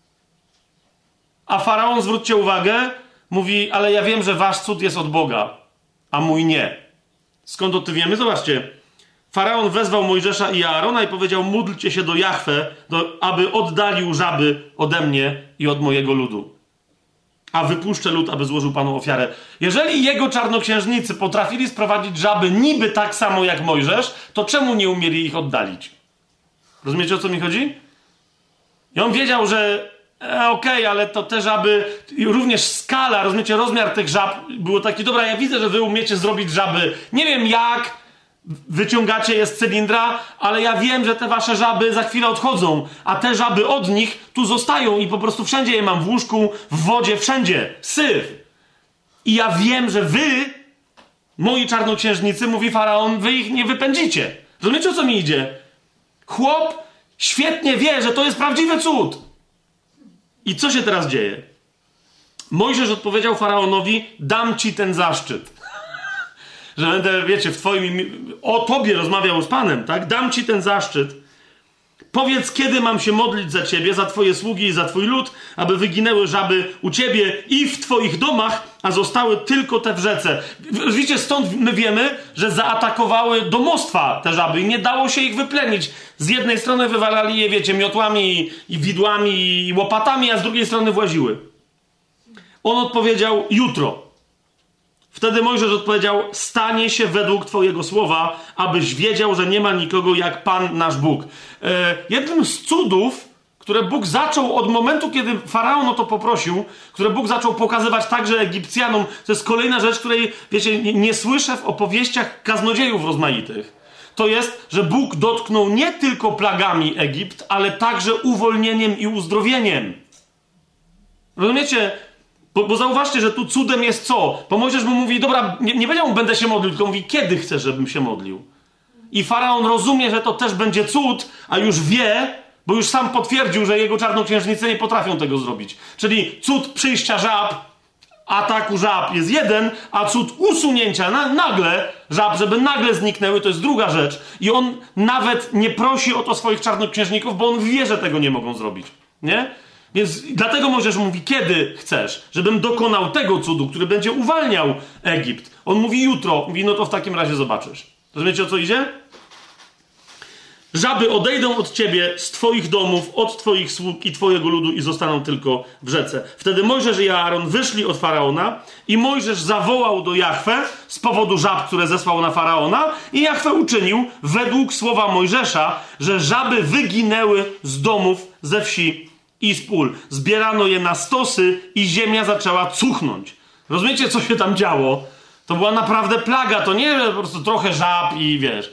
a Faraon, zwróćcie uwagę, mówi, ale ja wiem, że wasz cud jest od Boga, a mój nie. Skąd o tym wiemy? Zobaczcie. Faraon wezwał Mojżesza i Aarona i powiedział: módlcie się do Jahwe, do, aby oddalił żaby ode mnie i od mojego ludu. A wypuszczę lud, aby złożył Panu ofiarę. Jeżeli jego czarnoksiężnicy potrafili sprowadzić żaby niby tak samo jak Mojżesz, to czemu nie umieli ich oddalić? Rozumiecie, o co mi chodzi? I on wiedział, że e, okej, okay, ale to te żaby, również skala, rozumiecie, rozmiar tych żab było taki: dobra, ja widzę, że wy umiecie zrobić żaby, nie wiem jak, wyciągacie je z cylindra, ale ja wiem, że te wasze żaby za chwilę odchodzą, a te żaby od nich tu zostają i po prostu wszędzie je mam, w łóżku, w wodzie, wszędzie. Syf. I ja wiem, że wy, moi czarnoksiężnicy, mówi Faraon, wy ich nie wypędzicie. Rozumiecie, o co mi idzie? Chłop świetnie wie, że to jest prawdziwy cud. I co się teraz dzieje? Mojżesz odpowiedział Faraonowi: dam ci ten zaszczyt. Że będę, wiecie, w twoim, o tobie rozmawiał z Panem, tak? Dam ci ten zaszczyt. Powiedz, kiedy mam się modlić za ciebie, za twoje sługi i za twój lud, aby wyginęły żaby u ciebie i w twoich domach, a zostały tylko te w rzece. Widzicie, stąd my wiemy, że zaatakowały domostwa te żaby i nie dało się ich wyplenić. Z jednej strony wywalali je, wiecie, miotłami i widłami i łopatami, a z drugiej strony właziły. On odpowiedział: jutro. Wtedy Mojżesz odpowiedział: stanie się według twojego słowa, abyś wiedział, że nie ma nikogo jak Pan nasz Bóg. E, jednym z cudów, które Bóg zaczął od momentu, kiedy Faraon o to poprosił, które Bóg zaczął pokazywać także Egipcjanom, to jest kolejna rzecz, której, wiecie, nie, nie słyszę w opowieściach kaznodziejów rozmaitych. To jest, że Bóg dotknął nie tylko plagami Egipt, ale także uwolnieniem i uzdrowieniem. Rozumiecie? Bo, bo zauważcie, że tu cudem jest co? Bo Mojżesz mu mówi: dobra, nie, nie powiedział mu będę się modlił, tylko mówi: kiedy chcesz, żebym się modlił? I Faraon rozumie, że to też będzie cud, a już wie, bo już sam potwierdził, że jego czarnoksiężnicy nie potrafią tego zrobić. Czyli cud przyjścia żab, ataku żab jest jeden, a cud usunięcia na, nagle żab, żeby nagle zniknęły, to jest druga rzecz. I on nawet nie prosi o to swoich czarnoksiężników, bo on wie, że tego nie mogą zrobić. Nie? Więc dlatego Mojżesz mówi: kiedy chcesz, żebym dokonał tego cudu, który będzie uwalniał Egipt. On mówi: jutro. Mówi: no to w takim razie zobaczysz. Rozumiecie, o co idzie? Żaby odejdą od ciebie, z twoich domów, od twoich sług i twojego ludu i zostaną tylko w rzece. Wtedy Mojżesz i Aaron wyszli od Faraona i Mojżesz zawołał do Jahwe z powodu żab, które zesłał na Faraona, i Jahwe uczynił według słowa Mojżesza, że żaby wyginęły z domów, ze wsi i z pól. Zbierano je na stosy i ziemia zaczęła cuchnąć. Rozumiecie, co się tam działo? To była naprawdę plaga, to nie po prostu trochę żab i wiesz.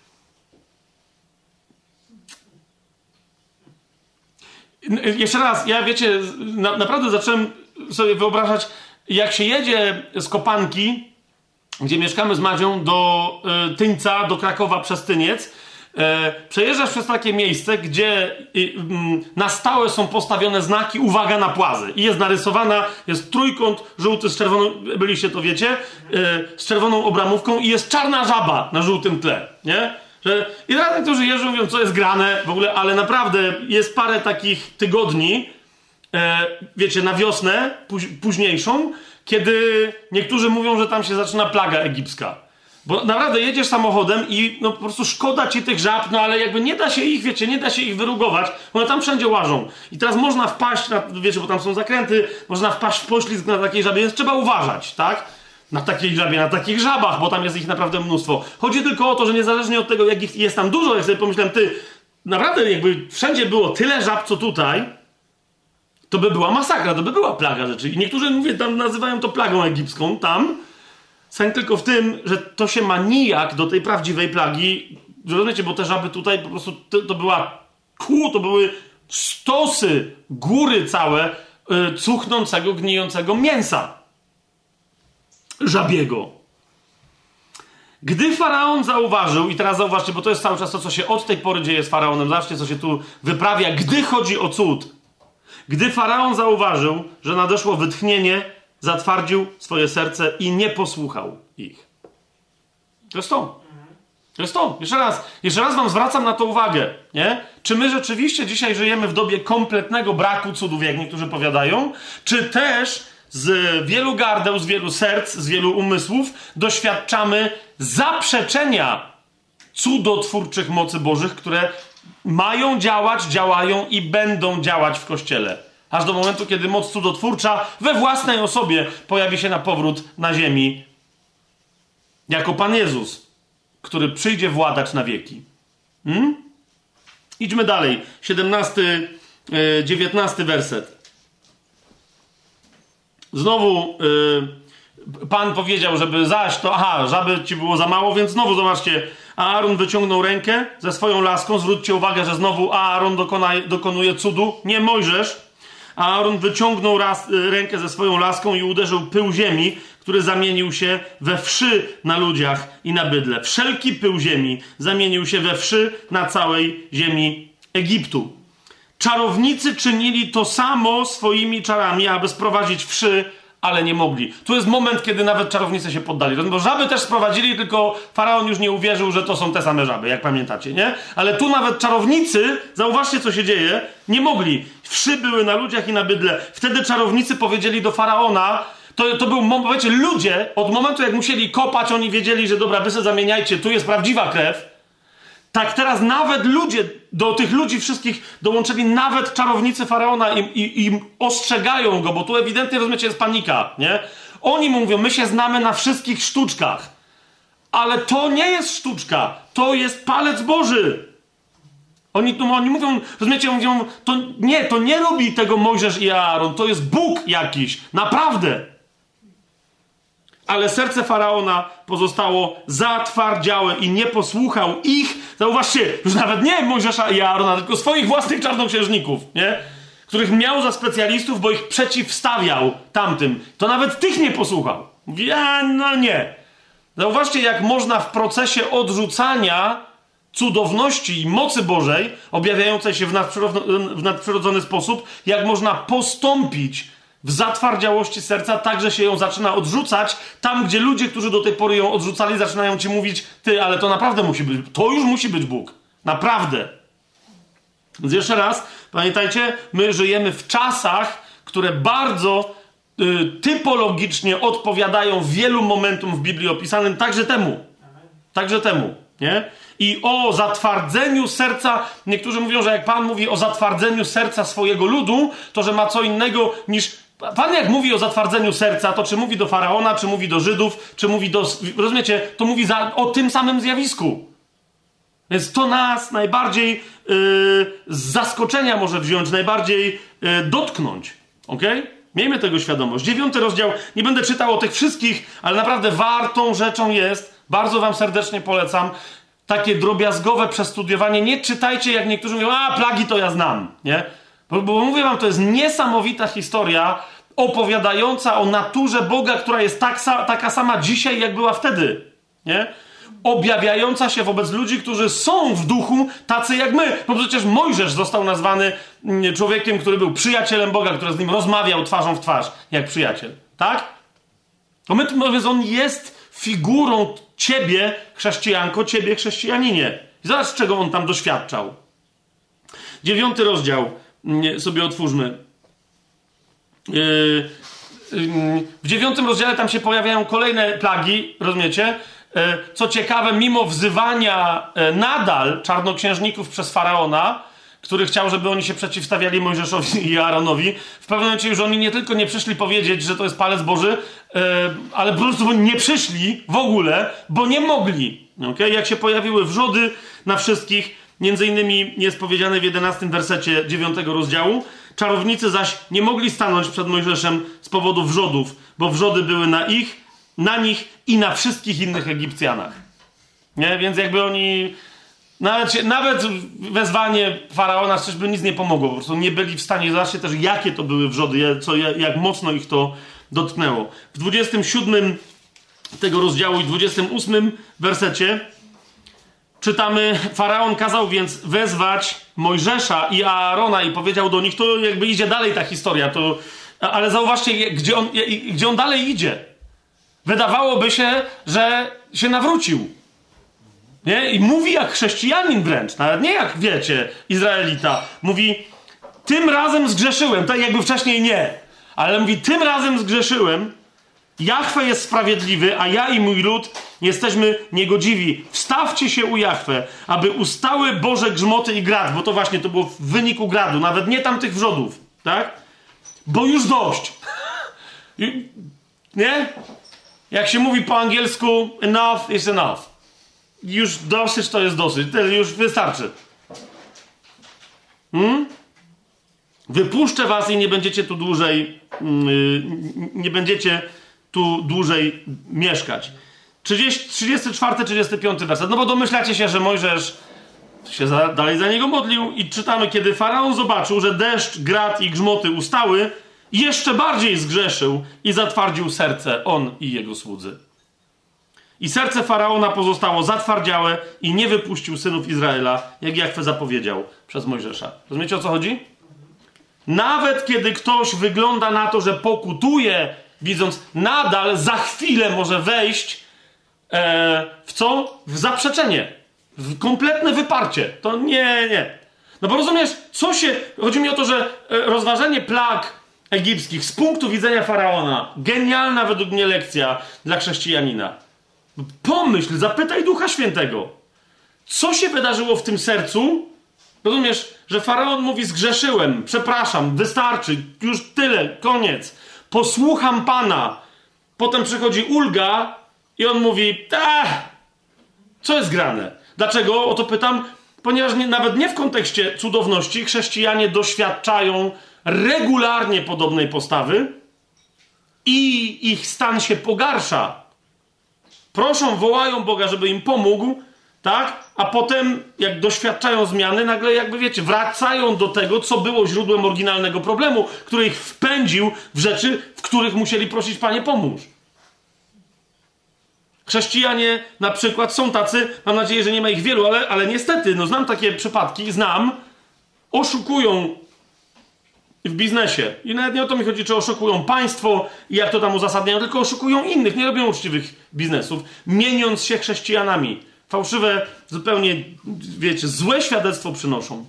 Jeszcze raz, ja wiecie, na, naprawdę zacząłem sobie wyobrażać, jak się jedzie z kopanki gdzie mieszkamy z Madzią, do y, Tyńca, do Krakowa przez Tyniec, e, przejeżdżasz przez takie miejsce, gdzie y, y, na stałe są postawione znaki uwaga na płazy. I jest narysowana, jest trójkąt żółty z czerwoną, byliście to wiecie, y, z czerwoną obramówką i jest czarna żaba na żółtym tle, nie? Że, i radni, którzy jeżdżą, mówią, co jest grane w ogóle, ale naprawdę jest parę takich tygodni, e, wiecie, na wiosnę, póź, późniejszą, kiedy niektórzy mówią, że tam się zaczyna plaga egipska. Bo naprawdę jedziesz samochodem i no po prostu szkoda ci tych żab, no ale jakby nie da się ich, wiecie, nie da się ich wyrugować, one tam wszędzie łażą. I teraz można wpaść, na, wiecie, bo tam są zakręty, można wpaść w poślizg na takiej żabie, więc trzeba uważać, tak? Na takiej żabie, na takich żabach, bo tam jest ich naprawdę mnóstwo. Chodzi tylko o to, że niezależnie od tego, jak ich jest tam dużo, jak sobie pomyślałem, ty, naprawdę jakby wszędzie było tyle żab, co tutaj, to by była masakra, to by była plaga rzeczy. I niektórzy, mówię, tam nazywają to plagą egipską, tam. Sęk tylko w tym, że to się ma nijak do tej prawdziwej plagi. Rozumiecie, bo te żaby tutaj po prostu, to, to była kół, to były stosy, góry całe yy, cuchnącego, gnijącego mięsa żabiego. Gdy Faraon zauważył, i teraz zauważcie, bo to jest cały czas to, co się od tej pory dzieje z Faraonem, zobaczcie, co się tu wyprawia, gdy chodzi o cud. Gdy Faraon zauważył, że nadeszło wytchnienie, zatwardził swoje serce i nie posłuchał ich. To jest to. To jest to. Jeszcze raz, jeszcze raz wam zwracam na to uwagę. Nie? Czy my rzeczywiście dzisiaj żyjemy w dobie kompletnego braku cudów, jak niektórzy powiadają, czy też z wielu gardeł, z wielu serc, z wielu umysłów doświadczamy zaprzeczenia cudotwórczych mocy Bożych, które mają działać, działają i będą działać w Kościele. Aż do momentu, kiedy moc cudotwórcza we własnej osobie pojawi się na powrót na ziemi jako Pan Jezus, który przyjdzie władać na wieki. Hmm? Idźmy dalej. siedemnasty, dziewiętnasty werset. Znowu yy, Pan powiedział, żeby zaś to, aha, żaby ci było za mało, więc znowu zobaczcie, Aaron wyciągnął rękę ze swoją laską, zwróćcie uwagę, że znowu Aaron dokona, dokonuje cudu, nie Mojżesz. Aaron wyciągnął raz, rękę ze swoją laską i uderzył pył ziemi, który zamienił się we wszy na ludziach i na bydle. Wszelki pył ziemi zamienił się we wszy na całej ziemi Egiptu. Czarownicy czynili to samo swoimi czarami, aby sprowadzić wszy, ale nie mogli. Tu jest moment, kiedy nawet czarownicy się poddali. Bo żaby też sprowadzili, tylko Faraon już nie uwierzył, że to są te same żaby, jak pamiętacie, nie? Ale tu nawet czarownicy, zauważcie, co się dzieje, nie mogli. Wszy były na ludziach i na bydle. Wtedy czarownicy powiedzieli do Faraona, to, to był, wiecie, ludzie, od momentu, jak musieli kopać, oni wiedzieli, że dobra, wy se zamieniajcie, tu jest prawdziwa krew. Tak teraz nawet ludzie, do tych ludzi wszystkich dołączyli nawet czarownicy Faraona i, i, i ostrzegają go, bo tu ewidentnie, rozumiecie, jest panika, nie? Oni mu mówią, my się znamy na wszystkich sztuczkach, ale to nie jest sztuczka, to jest palec Boży. Oni, no, oni mówią, rozumiecie, mówią, to nie, to nie robi tego Mojżesz i Aaron, to jest Bóg jakiś, naprawdę. Ale serce Faraona pozostało zatwardziałe i nie posłuchał ich. Zauważcie, już nawet nie Mojżesza i Aarona, tylko swoich własnych czarnoksiężników, nie? Których miał za specjalistów, bo ich przeciwstawiał tamtym. To nawet tych nie posłuchał. Mówi, a no nie. Zauważcie, jak można w procesie odrzucania cudowności i mocy Bożej, objawiającej się w nadprzyrodzony, w nadprzyrodzony sposób, jak można postąpić w zatwardziałości serca, tak, że się ją zaczyna odrzucać, tam, gdzie ludzie, którzy do tej pory ją odrzucali, zaczynają ci mówić, ty, ale to naprawdę musi być, to już musi być Bóg. Naprawdę. Więc jeszcze raz, pamiętajcie, my żyjemy w czasach, które bardzo y, typologicznie odpowiadają wielu momentom w Biblii opisanym, także temu. Także temu, nie? I o zatwardzeniu serca, niektórzy mówią, że jak Pan mówi o zatwardzeniu serca swojego ludu, to że ma co innego niż... Pan jak mówi o zatwardzeniu serca, to czy mówi do Faraona, czy mówi do Żydów, czy mówi do... Rozumiecie? To mówi za, o tym samym zjawisku. Więc to nas najbardziej yy, z zaskoczenia może wziąć, najbardziej yy, dotknąć. Okej? Okay? Miejmy tego świadomość. Dziewiąty rozdział, nie będę czytał o tych wszystkich, ale naprawdę wartą rzeczą jest, bardzo wam serdecznie polecam, takie drobiazgowe przestudiowanie. Nie czytajcie, jak niektórzy mówią, a plagi to ja znam, nie? Bo, bo mówię wam, to jest niesamowita historia opowiadająca o naturze Boga, która jest tak, taka sama dzisiaj, jak była wtedy. Nie? Objawiająca się wobec ludzi, którzy są w duchu tacy jak my. No przecież Mojżesz został nazwany człowiekiem, który był przyjacielem Boga, który z nim rozmawiał twarzą w twarz, jak przyjaciel. Tak? To my, mówiąc, on jest figurą ciebie, chrześcijanko, ciebie, chrześcijaninie. I zobacz, czego on tam doświadczał. Dziewiąty rozdział sobie otwórzmy. W dziewiątym rozdziale tam się pojawiają kolejne plagi, rozumiecie? Co ciekawe, mimo wzywania nadal czarnoksiężników przez faraona, który chciał, żeby oni się przeciwstawiali Mojżeszowi i Aaronowi, w pewnym momencie już oni nie tylko nie przyszli powiedzieć, że to jest palec Boży, ale po prostu nie przyszli w ogóle, bo nie mogli. Okay? Jak się pojawiły wrzody na wszystkich, między innymi jest powiedziane w jedenastym wersecie dziewiątego rozdziału, czarownicy zaś nie mogli stanąć przed Mojżeszem z powodu wrzodów, bo wrzody były na ich, na nich i na wszystkich innych Egipcjanach. Nie? Więc jakby oni... Nawet, nawet wezwanie faraona coś by nic nie pomogło. Po prostu nie byli w stanie... Zobaczcie też, jakie to były wrzody, co, jak mocno ich to dotknęło. W dwudziestym siódmym tego rozdziału i dwudziestym ósmym wersecie czytamy, faraon kazał więc wezwać Mojżesza i Aarona i powiedział do nich, to jakby idzie dalej ta historia, to, ale zauważcie, gdzie on, gdzie on dalej idzie. Wydawałoby się, że się nawrócił. Nie? I mówi jak chrześcijanin wręcz, nawet nie jak, wiecie, Izraelita. Mówi, tym razem zgrzeszyłem, tak jakby wcześniej nie, ale mówi, tym razem zgrzeszyłem, Jahwe jest sprawiedliwy, a ja i mój lud jesteśmy niegodziwi. Wstawcie się u Jahwe, aby ustały Boże grzmoty i grad, bo to właśnie to było w wyniku gradu, nawet nie tamtych wrzodów, tak? Bo już dość. Nie? Jak się mówi po angielsku, enough is enough. Już dosyć to jest dosyć, już wystarczy. Hmm? Wypuszczę was i nie będziecie tu dłużej, yy, nie będziecie tu dłużej mieszkać. trzydziesty czwarty trzydziesty piąty werset. No bo domyślacie się, że Mojżesz się za, dalej za niego modlił i czytamy, kiedy faraon zobaczył, że deszcz, grad i grzmoty ustały, jeszcze bardziej zgrzeszył i zatwardził serce, on i jego słudzy. I serce faraona pozostało zatwardziałe i nie wypuścił synów Izraela, jak Jahwe zapowiedział przez Mojżesza. Rozumiecie, o co chodzi? Nawet kiedy ktoś wygląda na to, że pokutuje, widząc, nadal za chwilę może wejść e, w co? W zaprzeczenie. W kompletne wyparcie. To nie, nie. No bo rozumiesz, co się... Chodzi mi o to, że e, rozważenie plag egipskich z punktu widzenia faraona, genialna według mnie lekcja dla chrześcijanina. Pomyśl, zapytaj Ducha Świętego. Co się wydarzyło w tym sercu? Rozumiesz, że faraon mówi, zgrzeszyłem, przepraszam, wystarczy, już tyle, koniec. Posłucham Pana. Potem przychodzi ulga i on mówi, eee, co jest grane? Dlaczego? O to pytam, ponieważ nie, nawet nie w kontekście cudowności chrześcijanie doświadczają regularnie podobnej postawy i ich stan się pogarsza. Proszą, wołają Boga, żeby im pomógł, tak? A potem, jak doświadczają zmiany, nagle jakby, wiecie, wracają do tego, co było źródłem oryginalnego problemu, który ich wpędził w rzeczy, w których musieli prosić, Panie, pomóż. Chrześcijanie na przykład są tacy, mam nadzieję, że nie ma ich wielu, ale, ale niestety, no znam takie przypadki, znam, oszukują w biznesie. I nawet nie o to mi chodzi, czy oszukują państwo i jak to tam uzasadniają, tylko oszukują innych, nie robią uczciwych biznesów, mieniąc się chrześcijanami. Fałszywe, zupełnie, wiecie, złe świadectwo przynoszą.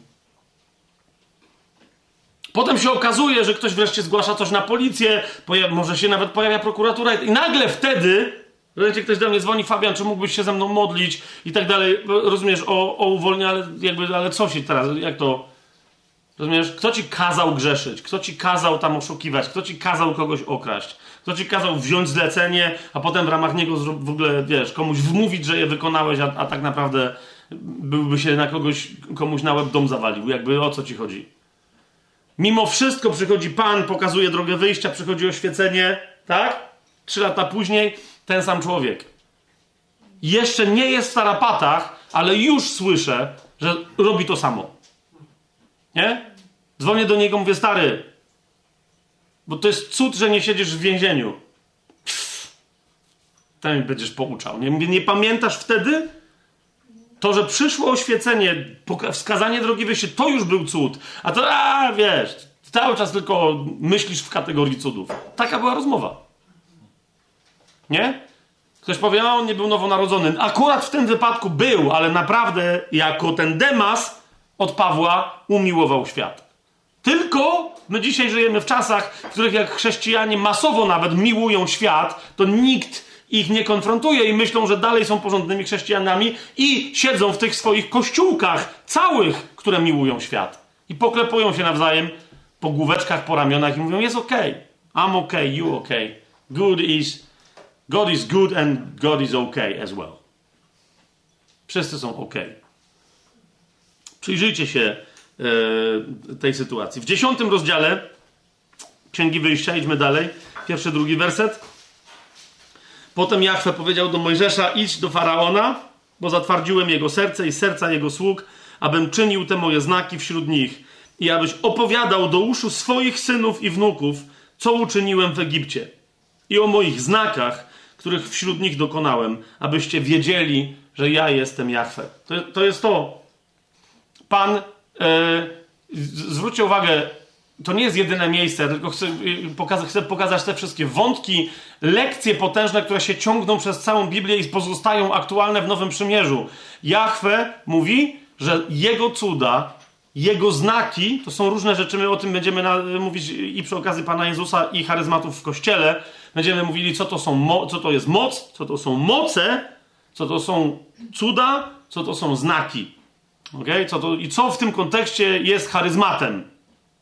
Potem się okazuje, że ktoś wreszcie zgłasza coś na policję, pojaw- może się nawet pojawia prokuratura i nagle wtedy, rozumiecie, ktoś do mnie dzwoni, Fabian, czy mógłbyś się ze mną modlić i tak dalej, rozumiesz, o, o uwolnienie, ale jakby, ale co się teraz, jak to, rozumiesz, kto ci kazał grzeszyć, kto ci kazał tam oszukiwać, kto ci kazał kogoś okraść, kto ci kazał wziąć zlecenie, a potem w ramach niego w ogóle, wiesz, komuś wmówić, że je wykonałeś, a, a tak naprawdę byłby się na kogoś, komuś na łeb dom zawalił. Jakby o co ci chodzi? Mimo wszystko przychodzi Pan, pokazuje drogę wyjścia, przychodzi oświecenie, tak? Trzy lata później ten sam człowiek. Jeszcze nie jest w tarapatach, ale już słyszę, że robi to samo. Nie? Dzwonię do niego, mówię, stary, Bo to jest cud, że nie siedzisz w więzieniu. Pff, tam będziesz pouczał. Nie, nie pamiętasz wtedy? To, że przyszło oświecenie, wskazanie drogi wyjścia, to już był cud. A to, a wiesz, cały czas tylko myślisz w kategorii cudów. Taka była rozmowa. Nie? Ktoś powie, a on nie był nowonarodzony. Akurat w tym wypadku był, ale naprawdę jako ten Demas od Pawła umiłował świat. Tylko my dzisiaj żyjemy w czasach, w których jak chrześcijanie masowo nawet miłują świat, to nikt ich nie konfrontuje i myślą, że dalej są porządnymi chrześcijanami i siedzą w tych swoich kościółkach całych, które miłują świat. I poklepują się nawzajem po główeczkach, po ramionach i mówią, jest okej. Okay. I'm okay, you okay. Good is, God is good and God is okay as well. Wszyscy są okej. Przyjrzyjcie się e, tej sytuacji. W dziesiątym rozdziale Księgi Wyjścia, idźmy dalej, pierwszy, drugi werset. Potem Jahwe powiedział do Mojżesza, idź do Faraona, bo zatwardziłem jego serce i serca jego sług, abym czynił te moje znaki wśród nich i abyś opowiadał do uszu swoich synów i wnuków, co uczyniłem w Egipcie i o moich znakach, których wśród nich dokonałem, abyście wiedzieli, że ja jestem Jahwe. To, to jest to. Pan, e, zwróćcie uwagę, to nie jest jedyne miejsce, tylko chcę pokazać, chcę pokazać te wszystkie wątki, lekcje potężne, które się ciągną przez całą Biblię i pozostają aktualne w Nowym Przymierzu. Jahwe mówi, że jego cuda, jego znaki, to są różne rzeczy, my o tym będziemy na, mówić i przy okazji Pana Jezusa i charyzmatów w Kościele. Będziemy mówili, co to, są, co to jest moc, co to są moce, co to są cuda, co to są znaki. Okay? Co to, i co w tym kontekście jest charyzmatem.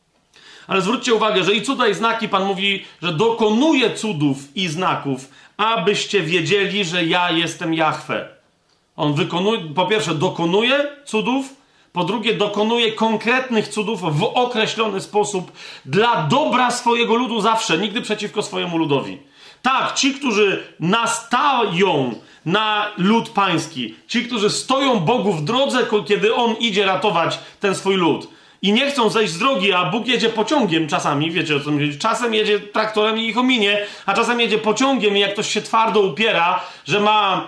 Ale zwróćcie uwagę, że i cuda i znaki Pan mówi, że dokonuje cudów i znaków, abyście wiedzieli, że ja jestem Jahwe. On wykonuje, po pierwsze dokonuje cudów, po drugie dokonuje konkretnych cudów w określony sposób dla dobra swojego ludu zawsze, nigdy przeciwko swojemu ludowi. Tak, ci, którzy nastają na lud pański, ci, którzy stoją Bogu w drodze, kiedy On idzie ratować ten swój lud i nie chcą zejść z drogi, a Bóg jedzie pociągiem czasami, wiecie o co mi chodzi, czasem jedzie traktorem i ich ominie, a czasem jedzie pociągiem i jak ktoś się twardo upiera, że ma,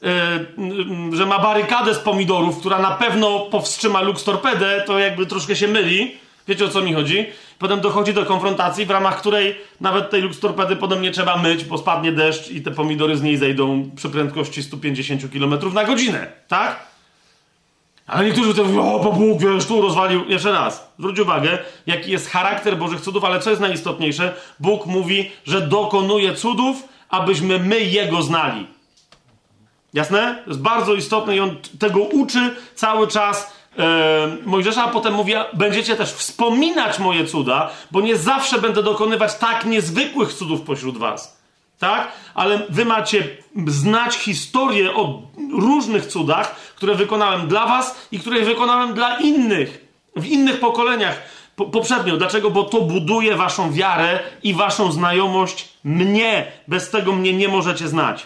yy, że ma barykadę z pomidorów, która na pewno powstrzyma Lux Torpedę, to jakby troszkę się myli, wiecie o co mi chodzi. Potem dochodzi do konfrontacji, w ramach której nawet tej Lux Torpedy potem nie trzeba myć, bo spadnie deszcz i te pomidory z niej zejdą przy prędkości sto pięćdziesiąt kilometrów na godzinę, tak? Ale niektórzy to mówią, o, bo Bóg, wiesz, tu rozwalił. Jeszcze raz, zwróć uwagę, jaki jest charakter Bożych cudów, ale co jest najistotniejsze? Bóg mówi, że dokonuje cudów, abyśmy my Jego znali. Jasne? To jest bardzo istotne i On tego uczy cały czas e, Mojżesza, a potem mówi, będziecie też wspominać moje cuda, bo nie zawsze będę dokonywać tak niezwykłych cudów pośród was. Tak? Ale wy macie znać historię o różnych cudach, które wykonałem dla was i które wykonałem dla innych, w innych pokoleniach po, poprzednio. Dlaczego? Bo to buduje waszą wiarę i waszą znajomość mnie. Bez tego mnie nie możecie znać.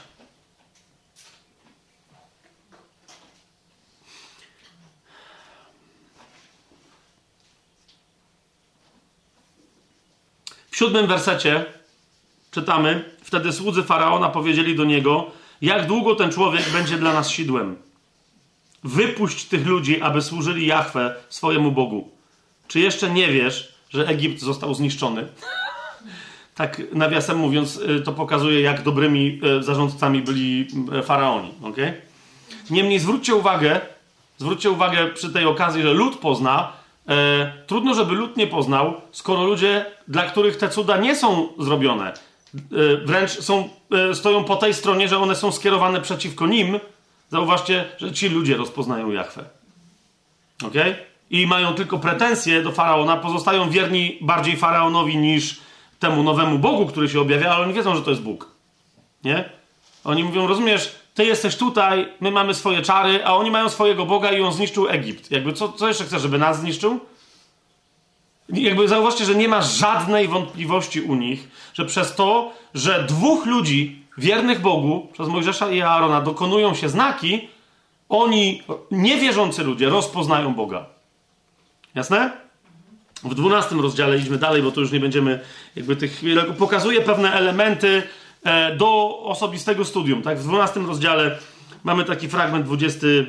W siódmym wersecie czytamy, wtedy słudzy Faraona powiedzieli do niego, jak długo ten człowiek będzie dla nas sidłem? Wypuść tych ludzi, aby służyli Jahwe, swojemu Bogu. Czy jeszcze nie wiesz, że Egipt został zniszczony? Tak nawiasem mówiąc, to pokazuje, jak dobrymi zarządcami byli faraoni. Okay? Niemniej zwróćcie uwagę, zwróćcie uwagę przy tej okazji, że lud pozna. E, trudno, żeby lud nie poznał, skoro ludzie, dla których te cuda nie są zrobione, e, wręcz są, e, stoją po tej stronie, że one są skierowane przeciwko nim. Zauważcie, że ci ludzie rozpoznają Jahwe. Okay? I mają tylko pretensje do Faraona, pozostają wierni bardziej Faraonowi niż temu nowemu Bogu, który się objawia, ale oni wiedzą, że to jest Bóg. Nie? Oni mówią, rozumiesz, ty jesteś tutaj, my mamy swoje czary, a oni mają swojego Boga i on zniszczył Egipt. Jakby co, co jeszcze chcesz, żeby nas zniszczył? Jakby zauważcie, że nie ma żadnej wątpliwości u nich, że przez to, że dwóch ludzi wiernych Bogu, przez Mojżesza i Aarona, dokonują się znaki, oni, niewierzący ludzie, rozpoznają Boga. Jasne? w dwunastym rozdziale, idźmy dalej, bo to już nie będziemy jakby tych... Pokazuje pewne elementy e, do osobistego studium. Tak? W dwunastym rozdziale mamy taki fragment, dwudziesty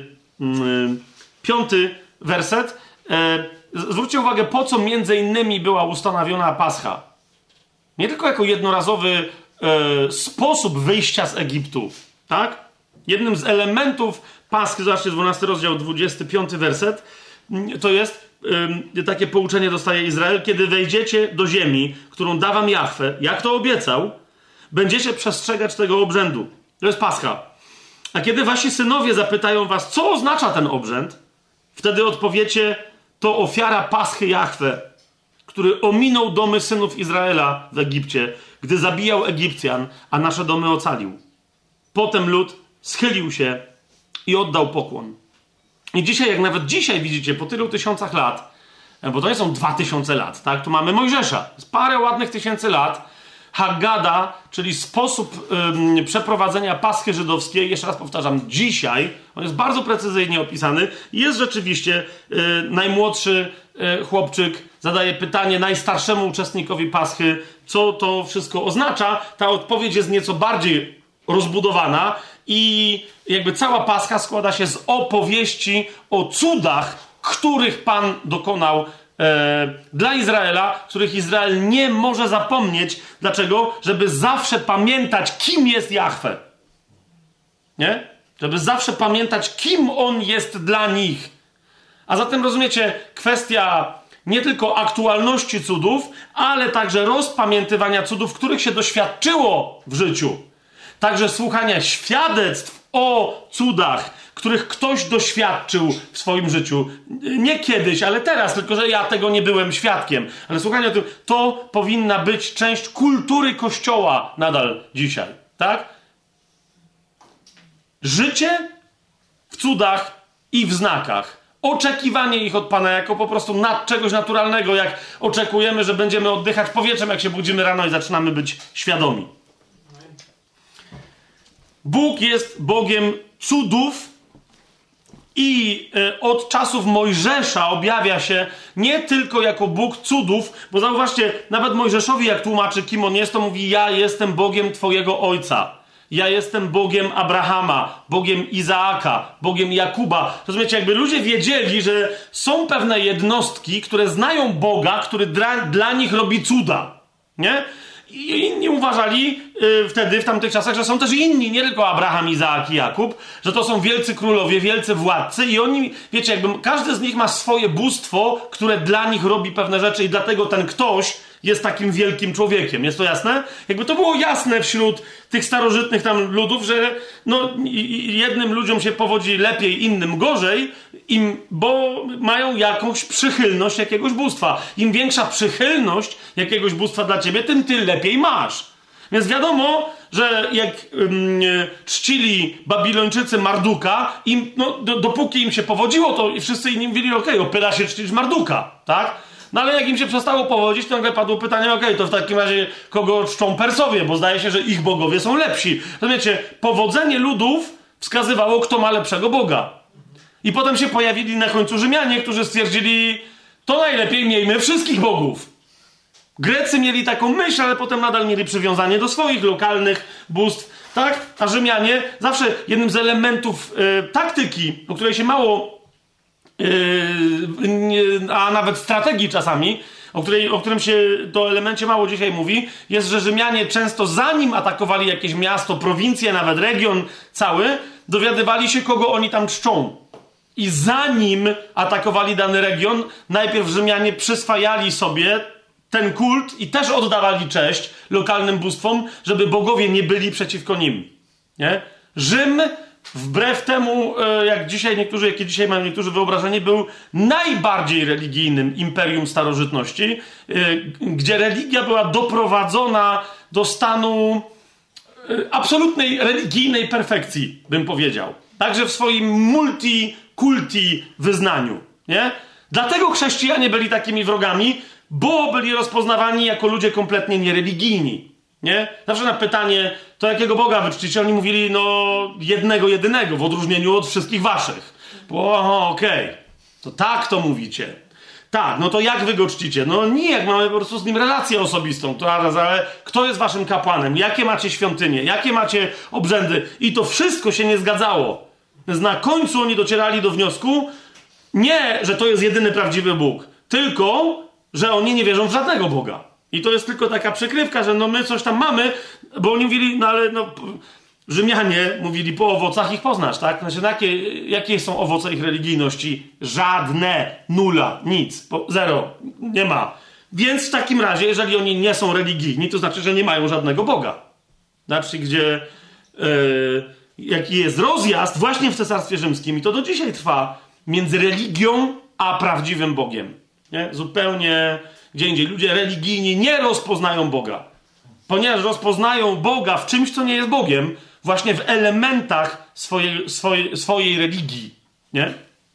piąty werset. E, zwróćcie uwagę, po co między innymi była ustanowiona Pascha. Nie tylko jako jednorazowy e, sposób wyjścia z Egiptu. Tak? Jednym z elementów Paschy, zobaczcie, dwunasty rozdział, dwudziesty piąty werset, to jest y, takie pouczenie dostaje Izrael: kiedy wejdziecie do ziemi, którą da wam Jahwe, jak to obiecał, będziecie przestrzegać tego obrzędu. To jest Pascha. A kiedy wasi synowie zapytają was, co oznacza ten obrzęd, wtedy odpowiecie: to ofiara Paschy Jahwe, który ominął domy synów Izraela w Egipcie, gdy zabijał Egipcjan, a nasze domy ocalił. Potem lud schylił się i oddał pokłon. I dzisiaj, jak nawet dzisiaj widzicie, po tylu tysiącach lat, bo to nie są dwa tysiące lat, tak? Tu mamy Mojżesza. Jest parę ładnych tysięcy lat. Haggada, czyli sposób ym, przeprowadzenia Paschy żydowskiej, jeszcze raz powtarzam, dzisiaj, on jest bardzo precyzyjnie opisany. Jest rzeczywiście y, najmłodszy y, chłopczyk zadaje pytanie najstarszemu uczestnikowi Paschy, co to wszystko oznacza. Ta odpowiedź jest nieco bardziej rozbudowana i jakby cała Pascha składa się z opowieści o cudach, których Pan dokonał e, dla Izraela, których Izrael nie może zapomnieć. Dlaczego? Żeby zawsze pamiętać, kim jest Jahwe. Nie? Żeby zawsze pamiętać, kim On jest dla nich. A zatem rozumiecie, kwestia nie tylko aktualności cudów, ale także rozpamiętywania cudów, których się doświadczyło w życiu. Także słuchania świadectw o cudach, których ktoś doświadczył w swoim życiu. Nie kiedyś, ale teraz, tylko że ja tego nie byłem świadkiem. Ale słuchanie o tym, to powinna być część kultury Kościoła nadal dzisiaj. Tak? Życie w cudach i w znakach. Oczekiwanie ich od Pana jako po prostu nad czegoś naturalnego, jak oczekujemy, że będziemy oddychać powietrzem, jak się budzimy rano i zaczynamy być świadomi. Bóg jest Bogiem cudów i y, od czasów Mojżesza objawia się nie tylko jako Bóg cudów, bo zauważcie, nawet Mojżeszowi jak tłumaczy, kim on jest, to mówi: ja jestem Bogiem twojego ojca. Ja jestem Bogiem Abrahama, Bogiem Izaaka, Bogiem Jakuba. Rozumiecie, jakby ludzie wiedzieli, że są pewne jednostki, które znają Boga, który dla, dla nich robi cuda. Nie? I inni uważali yy, wtedy, w tamtych czasach, że są też inni, nie tylko Abraham, Izaak i Jakub, że to są wielcy królowie, wielcy władcy i oni, wiecie, jakby każdy z nich ma swoje bóstwo, które dla nich robi pewne rzeczy i dlatego ten ktoś jest takim wielkim człowiekiem. Jest to jasne? Jakby to było jasne wśród tych starożytnych tam ludów, że no, jednym ludziom się powodzi lepiej, innym gorzej, im, bo mają jakąś przychylność jakiegoś bóstwa. Im większa przychylność jakiegoś bóstwa dla ciebie, tym ty lepiej masz. Więc wiadomo, że jak ym, czcili Babilończycy Marduka, im, no, do, dopóki im się powodziło, to wszyscy inni mówili: okej, okay, opyla się czcić Marduka, tak? No ale jak im się przestało powodzić, to nagle padło pytanie: okej, okay, to w takim razie kogo czczą Persowie, bo zdaje się, że ich bogowie są lepsi. Rozumiecie, powodzenie ludów wskazywało, kto ma lepszego Boga. I potem się pojawili na końcu Rzymianie, którzy stwierdzili: to najlepiej miejmy wszystkich bogów. Grecy mieli taką myśl, ale potem nadal mieli przywiązanie do swoich lokalnych bóstw, tak? A Rzymianie zawsze jednym z elementów yy, taktyki, o której się mało Yy, a nawet strategii czasami, o, której, o którym się to elemencie mało dzisiaj mówi, jest, że Rzymianie często zanim atakowali jakieś miasto, prowincję, nawet region cały, dowiadywali się, kogo oni tam czczą. I zanim atakowali dany region, najpierw Rzymianie przyswajali sobie ten kult i też oddawali cześć lokalnym bóstwom, żeby bogowie nie byli przeciwko nim. Nie? Rzym, wbrew temu, jak dzisiaj niektórzy, jakie dzisiaj mają niektórzy wyobrażenie, był najbardziej religijnym imperium starożytności, gdzie religia była doprowadzona do stanu absolutnej religijnej perfekcji, bym powiedział. Także w swoim multikulti wyznaniu. Nie? Dlatego chrześcijanie byli takimi wrogami, bo byli rozpoznawani jako ludzie kompletnie niereligijni. Nie? Zawsze na pytanie, to jakiego Boga wy czcicie? Oni mówili: no jednego, jedynego, w odróżnieniu od wszystkich waszych. Bo okej, okay, to tak to mówicie. Tak, no to jak wy go czcicie? No nijak, mamy po prostu z nim relację osobistą. To, ale kto jest waszym kapłanem? Jakie macie świątynie? Jakie macie obrzędy? I to wszystko się nie zgadzało. Więc na końcu oni docierali do wniosku, nie, że to jest jedyny prawdziwy Bóg, tylko, że oni nie wierzą w żadnego Boga. I to jest tylko taka przykrywka, że no my coś tam mamy, bo oni mówili, no ale no... Rzymianie mówili, po owocach ich poznasz, tak? Znaczy, jakie, jakie są owoce ich religijności? Żadne, nula, nic, po, zero, nie ma. Więc w takim razie, jeżeli oni nie są religijni, to znaczy, że nie mają żadnego Boga. Znaczy, gdzie yy, jaki jest rozjazd właśnie w Cesarstwie Rzymskim i to do dzisiaj trwa między religią a prawdziwym Bogiem. Nie? Zupełnie gdzie indziej. Ludzie religijni nie rozpoznają Boga. Ponieważ rozpoznają Boga w czymś, co nie jest Bogiem, właśnie w elementach swojej, swojej, swojej religii. Nie?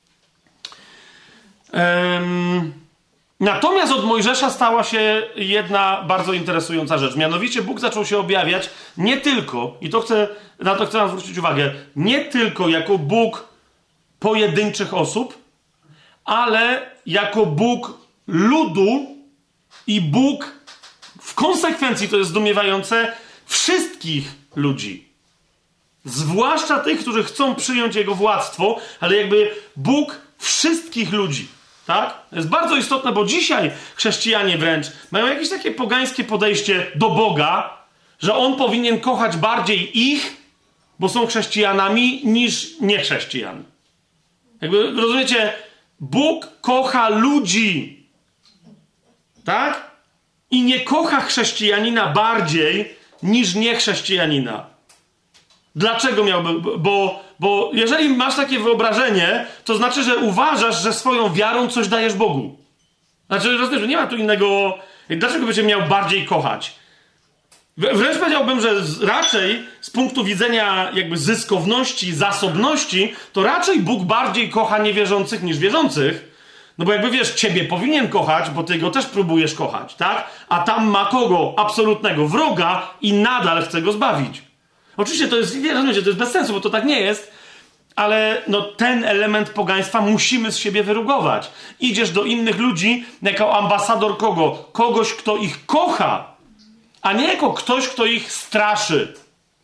Um, natomiast od Mojżesza stała się jedna bardzo interesująca rzecz. Mianowicie Bóg zaczął się objawiać nie tylko, i to chcę, na to chcę nam zwrócić uwagę, nie tylko jako Bóg pojedynczych osób, ale jako Bóg ludu i Bóg w konsekwencji, to jest zdumiewające, wszystkich ludzi. Zwłaszcza tych, którzy chcą przyjąć Jego władztwo, ale jakby Bóg wszystkich ludzi. Tak? To jest bardzo istotne, bo dzisiaj chrześcijanie wręcz mają jakieś takie pogańskie podejście do Boga, że On powinien kochać bardziej ich, bo są chrześcijanami, niż niechrześcijan. Jakby, rozumiecie? Bóg kocha ludzi. Tak? I nie kocha chrześcijanina bardziej niż niechrześcijanina. Dlaczego miałby? Bo, bo jeżeli masz takie wyobrażenie, to znaczy, że uważasz, że swoją wiarą coś dajesz Bogu. Znaczy, rozumiesz, że nie ma tu innego... Dlaczego by cię miał bardziej kochać? Wręcz powiedziałbym, że z, raczej z punktu widzenia jakby zyskowności, zasobności, to raczej Bóg bardziej kocha niewierzących niż wierzących. No bo jakby wiesz, ciebie powinien kochać, bo ty go też próbujesz kochać, tak? A tam ma kogo? Absolutnego wroga i nadal chce go zbawić. Oczywiście to jest, rozumiecie, to jest bez sensu, bo to tak nie jest, ale no ten element pogaństwa musimy z siebie wyrugować. Idziesz do innych ludzi jako ambasador kogo? Kogoś, kto ich kocha, a nie jako ktoś, kto ich straszy.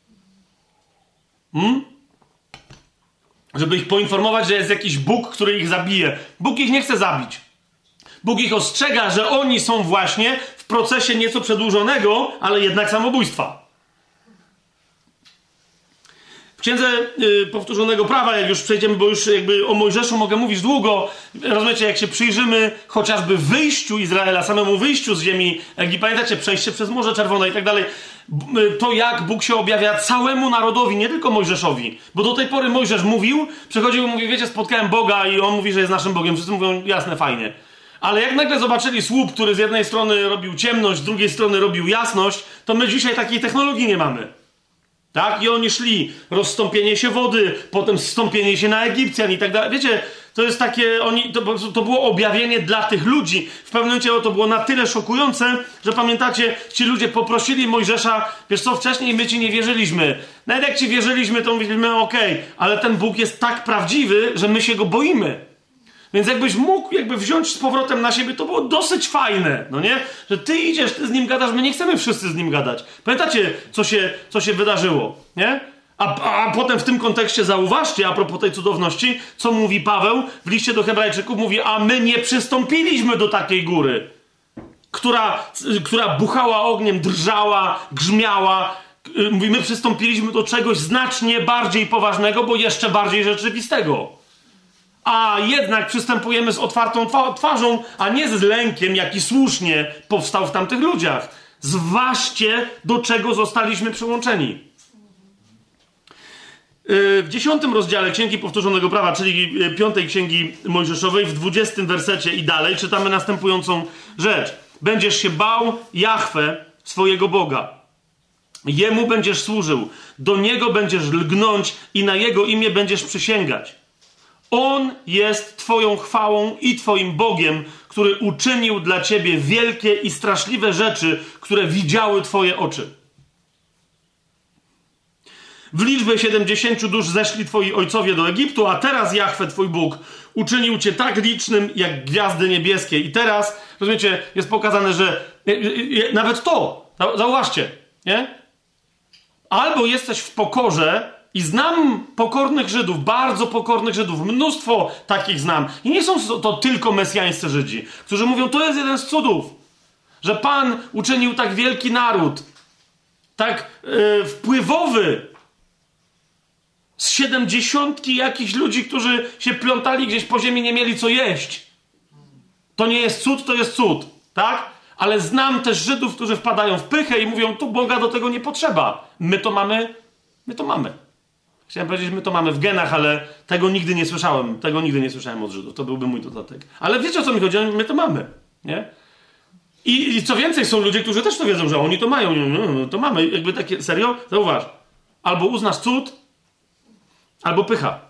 Hmm? Żeby ich poinformować, że jest jakiś Bóg, który ich zabije. Bóg ich nie chce zabić. Bóg ich ostrzega, że oni są właśnie w procesie nieco przedłużonego, ale jednak samobójstwa. W Księdze y, Powtórzonego Prawa, jak już przejdziemy, bo już jakby o Mojżeszu mogę mówić długo, rozumiecie, jak się przyjrzymy chociażby wyjściu Izraela, samemu wyjściu z ziemi Egiptu, pamiętacie, przejście przez Morze Czerwone i tak dalej, to jak Bóg się objawia całemu narodowi, nie tylko Mojżeszowi, bo do tej pory Mojżesz mówił, przychodził i mówił, wiecie, spotkałem Boga i on mówi, że jest naszym Bogiem, wszyscy mówią, jasne, fajnie. Ale jak nagle zobaczyli słup, który z jednej strony robił ciemność, z drugiej strony robił jasność, to my dzisiaj takiej technologii nie mamy. Tak? I oni szli, rozstąpienie się wody, potem zstąpienie się na Egipcjan i tak dalej. Wiecie, to jest takie, oni, to, to było objawienie dla tych ludzi. W pewnym momencie to było na tyle szokujące, że pamiętacie, ci ludzie poprosili Mojżesza, wiesz co, wcześniej my ci nie wierzyliśmy. Nawet jak ci wierzyliśmy, to mówiliśmy, okej, okay, ale ten Bóg jest tak prawdziwy, że my się go boimy. Więc jakbyś mógł jakby wziąć z powrotem na siebie, to było dosyć fajne, no nie? Że ty idziesz, ty z nim gadasz, my nie chcemy wszyscy z nim gadać. Pamiętacie, co się, co się wydarzyło, nie? A, a potem w tym kontekście zauważcie, a propos tej cudowności, co mówi Paweł w liście do Hebrajczyków, mówi, a my nie przystąpiliśmy do takiej góry, która, która buchała ogniem, drżała, grzmiała. Mówi, my przystąpiliśmy do czegoś znacznie bardziej poważnego, bo jeszcze bardziej rzeczywistego. A jednak przystępujemy z otwartą twarzą, a nie z lękiem, jaki słusznie powstał w tamtych ludziach. Zważcie, do czego zostaliśmy przyłączeni. W dziesiątym rozdziale Księgi Powtórzonego Prawa, czyli piątej Księgi Mojżeszowej, w dwudziestym wersecie i dalej czytamy następującą rzecz. Będziesz się bał Jahwe, swojego Boga. Jemu będziesz służył, do Niego będziesz lgnąć i na Jego imię będziesz przysięgać. On jest Twoją chwałą i Twoim Bogiem, który uczynił dla Ciebie wielkie i straszliwe rzeczy, które widziały Twoje oczy. W liczbie siedemdziesięciu dusz zeszli twoi ojcowie do Egiptu, a teraz Jahwe, twój Bóg, uczynił cię tak licznym, jak gwiazdy niebieskie. I teraz, rozumiecie, jest pokazane, że nawet to, zauważcie, nie? Albo jesteś w pokorze i znam pokornych Żydów, bardzo pokornych Żydów, mnóstwo takich znam. I nie są to tylko mesjańscy Żydzi, którzy mówią, to jest jeden z cudów, że Pan uczynił tak wielki naród, tak yy, wpływowy, z siedemdziesiątki jakichś ludzi, którzy się plątali gdzieś po ziemi, nie mieli co jeść. To nie jest cud, to jest cud, tak? Ale znam też Żydów, którzy wpadają w pychę i mówią, tu Boga do tego nie potrzeba. My to mamy, my to mamy. Chciałem powiedzieć, my to mamy w genach, ale tego nigdy nie słyszałem. Tego nigdy nie słyszałem od Żydów. To byłby mój dodatek. Ale wiecie, o co mi chodzi? My to mamy, nie? I, i co więcej, są ludzie, którzy też to wiedzą, że oni to mają. No, to mamy. Jakby takie, serio? Zauważ. Albo uznasz cud, albo pycha.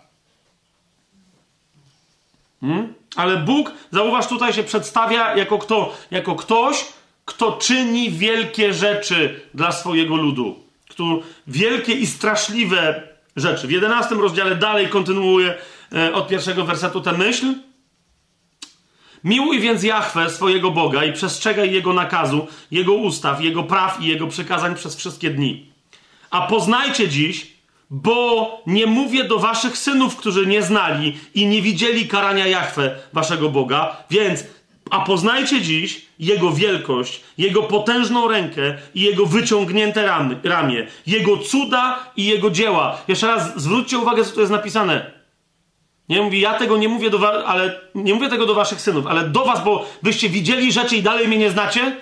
Hmm? Ale Bóg, zauważ, tutaj się przedstawia jako kto? Jako ktoś, kto czyni wielkie rzeczy dla swojego ludu. Kto wielkie i straszliwe rzeczy. W jedenastym rozdziale dalej kontynuuje e, od pierwszego wersetu tę myśl. Miłuj więc Jahwe, swojego Boga, i przestrzegaj Jego nakazu, Jego ustaw, Jego praw i Jego przykazań przez wszystkie dni. A poznajcie dziś, bo nie mówię do waszych synów, którzy nie znali i nie widzieli karania Jahwe, waszego Boga, więc a poznajcie dziś Jego wielkość, Jego potężną rękę i Jego wyciągnięte ramy, ramię, Jego cuda i Jego dzieła. Jeszcze raz zwróćcie uwagę, co tu jest napisane. Nie mówi, ja tego nie mówię do was, ale nie mówię tego do waszych synów, ale do was, bo wyście widzieli rzeczy i dalej mnie nie znacie.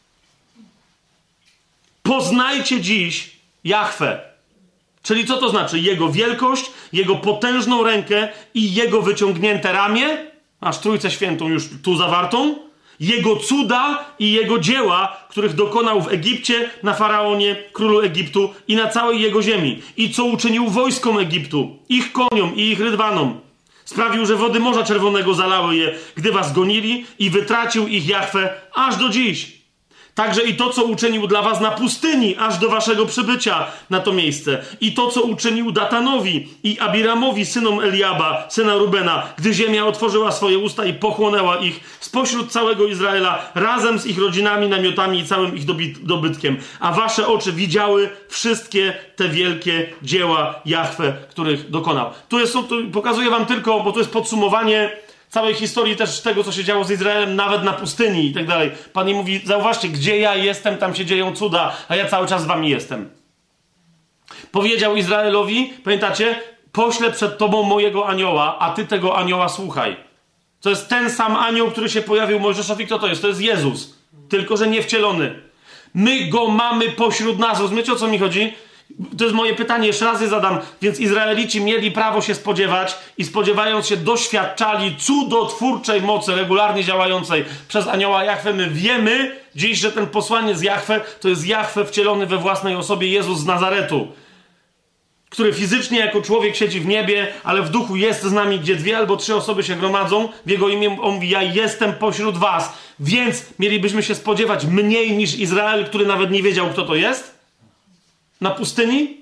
Poznajcie dziś Jahwe. Czyli co to znaczy? Jego wielkość, Jego potężną rękę i Jego wyciągnięte ramię, aż Trójcę Świętą już tu zawartą, Jego cuda i Jego dzieła, których dokonał w Egipcie, na Faraonie, królu Egiptu i na całej Jego ziemi. I co uczynił wojskom Egiptu, ich koniom i ich rydwanom. Sprawił, że wody Morza Czerwonego zalały je, gdy was gonili, i wytracił ich Jahwe aż do dziś. Także i to, co uczynił dla was na pustyni, aż do waszego przybycia na to miejsce. I to, co uczynił Datanowi i Abiramowi, synom Eliaba, syna Rubena, gdy ziemia otworzyła swoje usta i pochłonęła ich spośród całego Izraela, razem z ich rodzinami, namiotami i całym ich dobytkiem. A wasze oczy widziały wszystkie te wielkie dzieła Jahwe, których dokonał. Tu jest, tu pokazuję wam tylko, bo to jest podsumowanie całej historii też tego, co się działo z Izraelem, nawet na pustyni i tak dalej. Pan im mówi, zauważcie, gdzie ja jestem, tam się dzieją cuda, a ja cały czas z wami jestem. Powiedział Izraelowi, pamiętacie, poślę przed tobą mojego anioła, a ty tego anioła słuchaj. To jest ten sam anioł, który się pojawił Mojżeszowi. Kto to jest? To jest Jezus. Tylko że nie wcielony. My go mamy pośród nas. Rozumiecie, o co mi chodzi? To jest moje pytanie, jeszcze raz je zadam. Więc Izraelici mieli prawo się spodziewać i spodziewając się doświadczali cudotwórczej mocy regularnie działającej przez anioła Jahwe. My wiemy dziś, że ten posłaniec Jahwe to jest Jahwe wcielony we własnej osobie, Jezus z Nazaretu, który fizycznie jako człowiek siedzi w niebie, ale w duchu jest z nami, gdzie dwie albo trzy osoby się gromadzą. W Jego imię on mówi, ja jestem pośród was. Więc mielibyśmy się spodziewać mniej niż Izrael, który nawet nie wiedział, kto to jest. Na pustyni?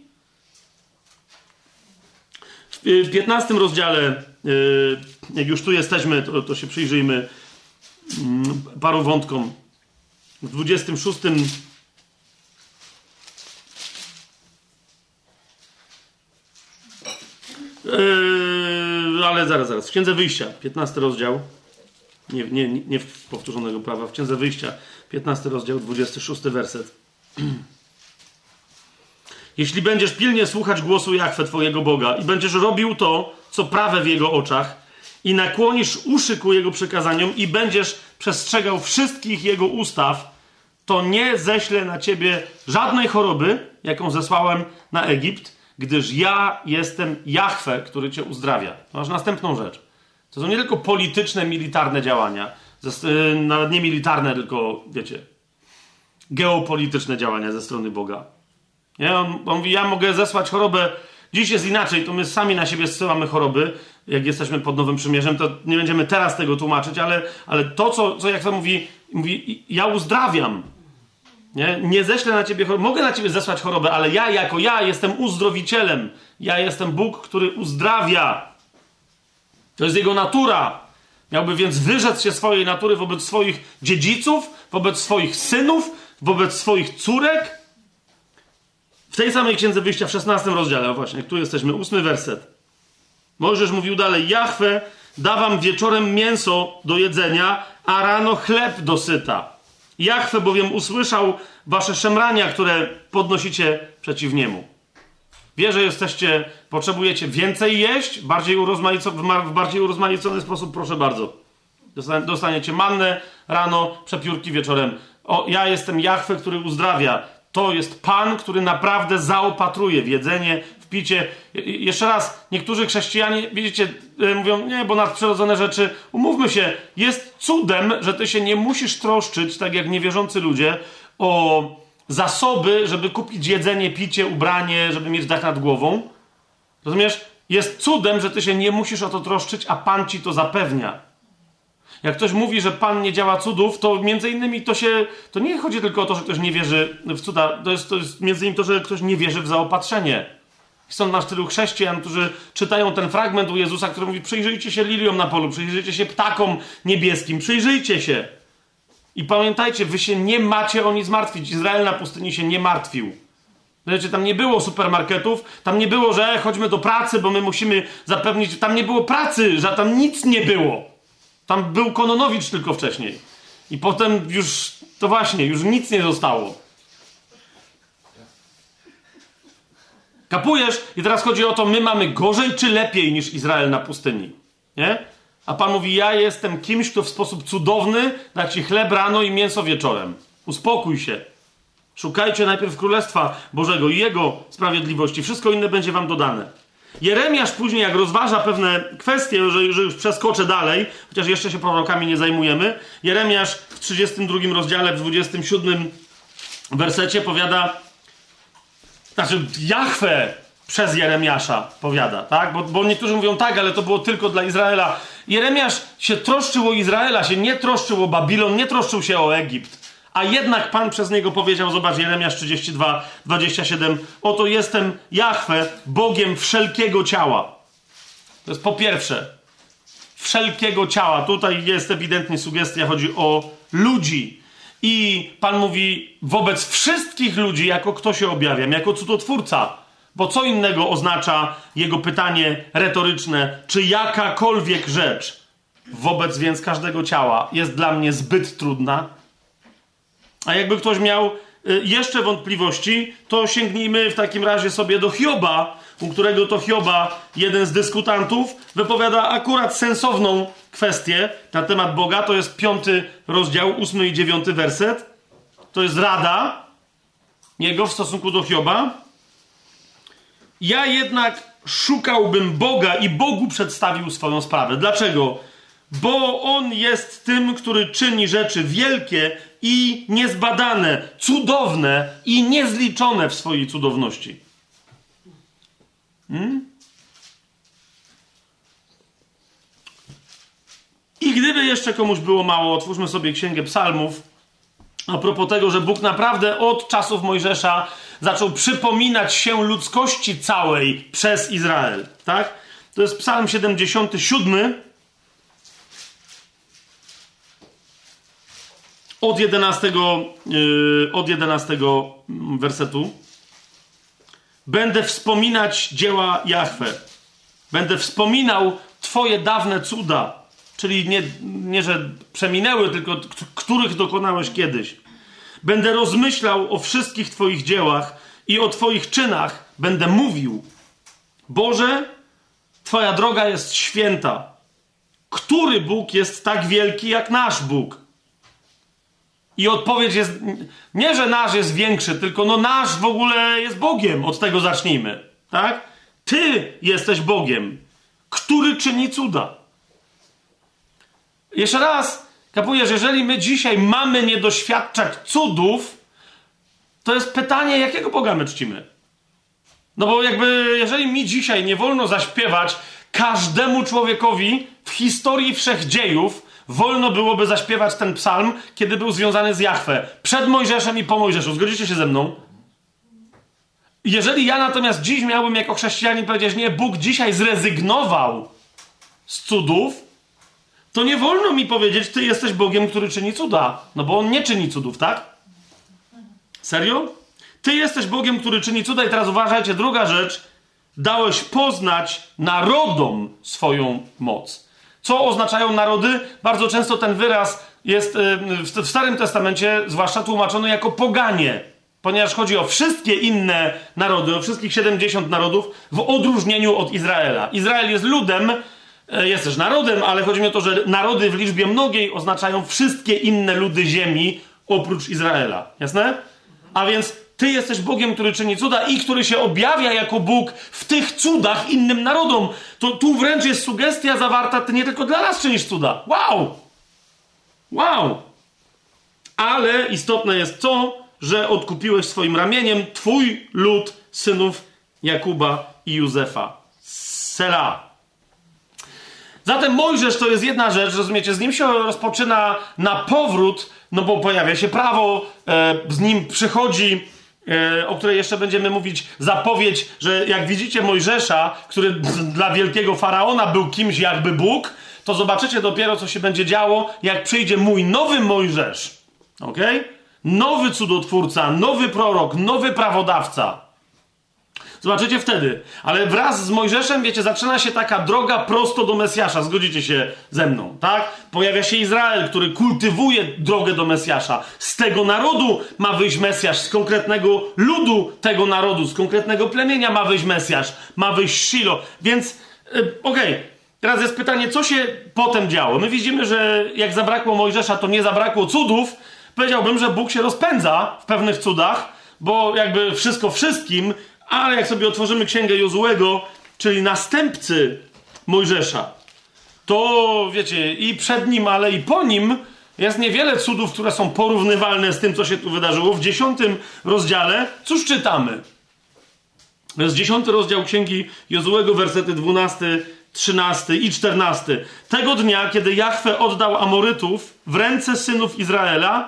W piętnastym rozdziale, jak już tu jesteśmy, to, to się przyjrzyjmy paru wątkom. W dwudziestym szóstym Yy, ale zaraz, zaraz. W Księdze Wyjścia, piętnasty rozdział. Nie, nie, nie w powtórzonego prawa. W Księdze Wyjścia, piętnasty rozdział, dwudziesty szósty werset. Jeśli będziesz pilnie słuchać głosu Jahwe, twojego Boga, i będziesz robił to, co prawe w Jego oczach, i nakłonisz uszy ku Jego przykazaniom, i będziesz przestrzegał wszystkich Jego ustaw, to nie ześlę na ciebie żadnej choroby, jaką zesłałem na Egipt, gdyż ja jestem Jahwe, który cię uzdrawia. To masz następną rzecz. To są nie tylko polityczne, militarne działania, nawet nie militarne, tylko, wiecie, geopolityczne działania ze strony Boga. Nie? On, on mówi, ja mogę zesłać chorobę. Dziś jest inaczej, to my sami na siebie zsyłamy choroby, jak jesteśmy pod Nowym Przymierzem, to nie będziemy teraz tego tłumaczyć, ale, ale to, co, co jak to mówi, mówi, ja uzdrawiam. Nie? Nie ześlę na ciebie choroby. Mogę na ciebie zesłać chorobę, ale ja jako ja jestem uzdrowicielem. Ja jestem Bóg, który uzdrawia. To jest jego natura. Miałby więc wyrzec się swojej natury wobec swoich dziedziców, wobec swoich synów, wobec swoich córek. W tej samej Księdze Wyjścia w szesnastym rozdziale, o właśnie, tu jesteśmy, ósmy werset. Mojżesz mówił dalej: Jahwe da wam wieczorem mięso do jedzenia, a rano chleb dosyta. Jahwe bowiem usłyszał wasze szemrania, które podnosicie przeciw niemu. Wie, że jesteście, potrzebujecie więcej jeść, bardziej urozmaico, w bardziej urozmaicony sposób, proszę bardzo. Dostaniecie mannę rano, przepiórki wieczorem. O, ja jestem Jahwe, który uzdrawia. To jest Pan, który naprawdę zaopatruje w jedzenie, w picie. Jeszcze raz, niektórzy chrześcijanie, widzicie, mówią, nie, bo nadprzyrodzone rzeczy, umówmy się, jest cudem, że ty się nie musisz troszczyć, tak jak niewierzący ludzie, o zasoby, żeby kupić jedzenie, picie, ubranie, żeby mieć dach nad głową. Rozumiesz? Jest cudem, że ty się nie musisz o to troszczyć, a Pan ci to zapewnia. Jak ktoś mówi, że Pan nie działa cudów, to między innymi to się... To nie chodzi tylko o to, że ktoś nie wierzy w cuda. To jest, to jest między innymi to, że ktoś nie wierzy w zaopatrzenie. Są na stylu chrześcijan, którzy czytają ten fragment u Jezusa, który mówi: przyjrzyjcie się liliom na polu, przyjrzyjcie się ptakom niebieskim, przyjrzyjcie się. I pamiętajcie, wy się nie macie o nic martwić. Izrael na pustyni się nie martwił. Wiecie, tam nie było supermarketów, tam nie było, że chodźmy do pracy, bo my musimy zapewnić... Tam nie było pracy, że tam nic nie było. Tam był Kononowicz tylko wcześniej. I potem już, to właśnie, już nic nie zostało. Kapujesz? I teraz chodzi o to, my mamy gorzej czy lepiej niż Izrael na pustyni. Nie? A Pan mówi: ja jestem kimś, kto w sposób cudowny da ci chleb rano i mięso wieczorem. Uspokój się. Szukajcie najpierw Królestwa Bożego i Jego sprawiedliwości. Wszystko inne będzie wam dodane. Jeremiasz później, jak rozważa pewne kwestie, że, że już przeskoczę dalej, chociaż jeszcze się prorokami nie zajmujemy, Jeremiasz w trzydziestym drugim rozdziale, w dwudziestym siódmym wersecie powiada, znaczy Jahwe przez Jeremiasza powiada, tak? Bo, bo niektórzy mówią tak, ale to było tylko dla Izraela. Jeremiasz się troszczył o Izraela, się nie troszczył o Babilon, nie troszczył się o Egipt. A jednak Pan przez niego powiedział, zobacz, Jeremiasz trzydzieści dwa, dwadzieścia siedem, oto jestem Jahwe, Bogiem wszelkiego ciała. To jest po pierwsze, wszelkiego ciała. Tutaj jest ewidentnie sugestia, chodzi o ludzi. I Pan mówi wobec wszystkich ludzi, jako kto się objawiam, jako cudotwórca. Bo co innego oznacza jego pytanie retoryczne, czy jakakolwiek rzecz wobec więc każdego ciała jest dla mnie zbyt trudna? A jakby ktoś miał y, jeszcze wątpliwości, to sięgnijmy w takim razie sobie do Hioba, u którego to Hioba jeden z dyskutantów wypowiada akurat sensowną kwestię na temat Boga. To jest piąty rozdział, ósmy i dziewiąty werset. To jest rada jego w stosunku do Hioba. Ja jednak szukałbym Boga i Bogu przedstawił swoją sprawę. Dlaczego? Bo On jest tym, który czyni rzeczy wielkie i niezbadane, cudowne i niezliczone w swojej cudowności. Hmm? I gdyby jeszcze komuś było mało, otwórzmy sobie Księgę Psalmów. A propos tego, że Bóg naprawdę od czasów Mojżesza zaczął przypominać się ludzkości całej przez Izrael. Tak? To jest Psalm siedemdziesiąty siódmy. Od jedenastego, yy, od jedenastego wersetu. Będę wspominać dzieła Jahwe. Będę wspominał Twoje dawne cuda. Czyli nie, nie, że przeminęły, tylko których dokonałeś kiedyś. Będę rozmyślał o wszystkich Twoich dziełach i o Twoich czynach będę mówił. Boże, Twoja droga jest święta. Który Bóg jest tak wielki jak nasz Bóg? I odpowiedź jest, nie, że nasz jest większy, tylko no nasz w ogóle jest Bogiem. Od tego zacznijmy. Tak? Ty jesteś Bogiem, który czyni cuda. Jeszcze raz, kapujesz, jeżeli my dzisiaj mamy nie doświadczać cudów, to jest pytanie, jakiego Boga my czcimy? No bo jakby, jeżeli mi dzisiaj nie wolno zaśpiewać każdemu człowiekowi w historii wszechdziejów wolno byłoby zaśpiewać ten psalm, kiedy był związany z Jahwe. Przed Mojżeszem i po Mojżeszu. Zgodzicie się ze mną? Jeżeli ja natomiast dziś miałbym jako chrześcijanin powiedzieć, nie, Bóg dzisiaj zrezygnował z cudów, to nie wolno mi powiedzieć, ty jesteś Bogiem, który czyni cuda. No bo On nie czyni cudów, tak? Serio? Ty jesteś Bogiem, który czyni cuda i teraz uważajcie, druga rzecz, dałeś poznać narodom swoją moc. Co oznaczają narody? Bardzo często ten wyraz jest w Starym Testamencie zwłaszcza tłumaczony jako poganie, ponieważ chodzi o wszystkie inne narody, o wszystkich siedemdziesiąt narodów w odróżnieniu od Izraela. Izrael jest ludem, jest też narodem, ale chodzi mi o to, że narody w liczbie mnogiej oznaczają wszystkie inne ludy ziemi oprócz Izraela. Jasne? A więc ty jesteś Bogiem, który czyni cuda i który się objawia jako Bóg w tych cudach innym narodom. To tu wręcz jest sugestia zawarta, ty nie tylko dla nas czynisz cuda. Wow! Wow! Ale istotne jest to, że odkupiłeś swoim ramieniem twój lud synów Jakuba i Józefa. Sela. Zatem Mojżesz to jest jedna rzecz, rozumiecie, z nim się rozpoczyna na powrót, no bo pojawia się prawo, e, z nim przychodzi, e, o której jeszcze będziemy mówić, zapowiedź, że jak widzicie Mojżesza, który dla wielkiego faraona był kimś jakby Bóg, to zobaczycie dopiero, co się będzie działo, jak przyjdzie mój nowy Mojżesz. Okej? Okay? Nowy cudotwórca, nowy prorok, nowy prawodawca. Zobaczycie wtedy. Ale wraz z Mojżeszem, wiecie, zaczyna się taka droga prosto do Mesjasza. Zgodzicie się ze mną, tak? Pojawia się Izrael, który kultywuje drogę do Mesjasza. Z tego narodu ma wyjść Mesjasz, z konkretnego ludu tego narodu, z konkretnego plemienia ma wyjść Mesjasz, ma wyjść Shilo. Więc, yy, okej, okay. Teraz jest pytanie, co się potem działo? My widzimy, że jak zabrakło Mojżesza, to nie zabrakło cudów. Powiedziałbym, że Bóg się rozpędza w pewnych cudach, bo jakby wszystko wszystkim. Ale jak sobie otworzymy księgę Jozuego, czyli następcy Mojżesza, to wiecie, i przed nim, ale i po nim jest niewiele cudów, które są porównywalne z tym, co się tu wydarzyło. W dziesiątym rozdziale, cóż czytamy? To jest dziesiąty rozdział księgi Jozuego, wersety dwunasty, trzynasty i czternasty. Tego dnia, kiedy Jahwe oddał Amorytów w ręce synów Izraela,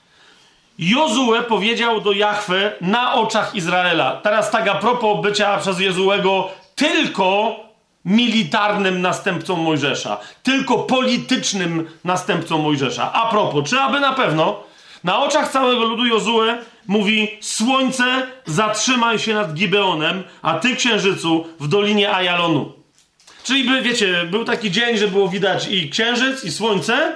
Jozue powiedział do Jahwe na oczach Izraela. Teraz tak a propos bycia przez Jozuego tylko militarnym następcą Mojżesza. Tylko politycznym następcą Mojżesza. A propos, czy aby na pewno na oczach całego ludu Jozue mówi: słońce, zatrzymaj się nad Gibeonem, a ty, księżycu, w dolinie Ajalonu. Czyli by, wiecie, był taki dzień, że było widać i księżyc, i słońce.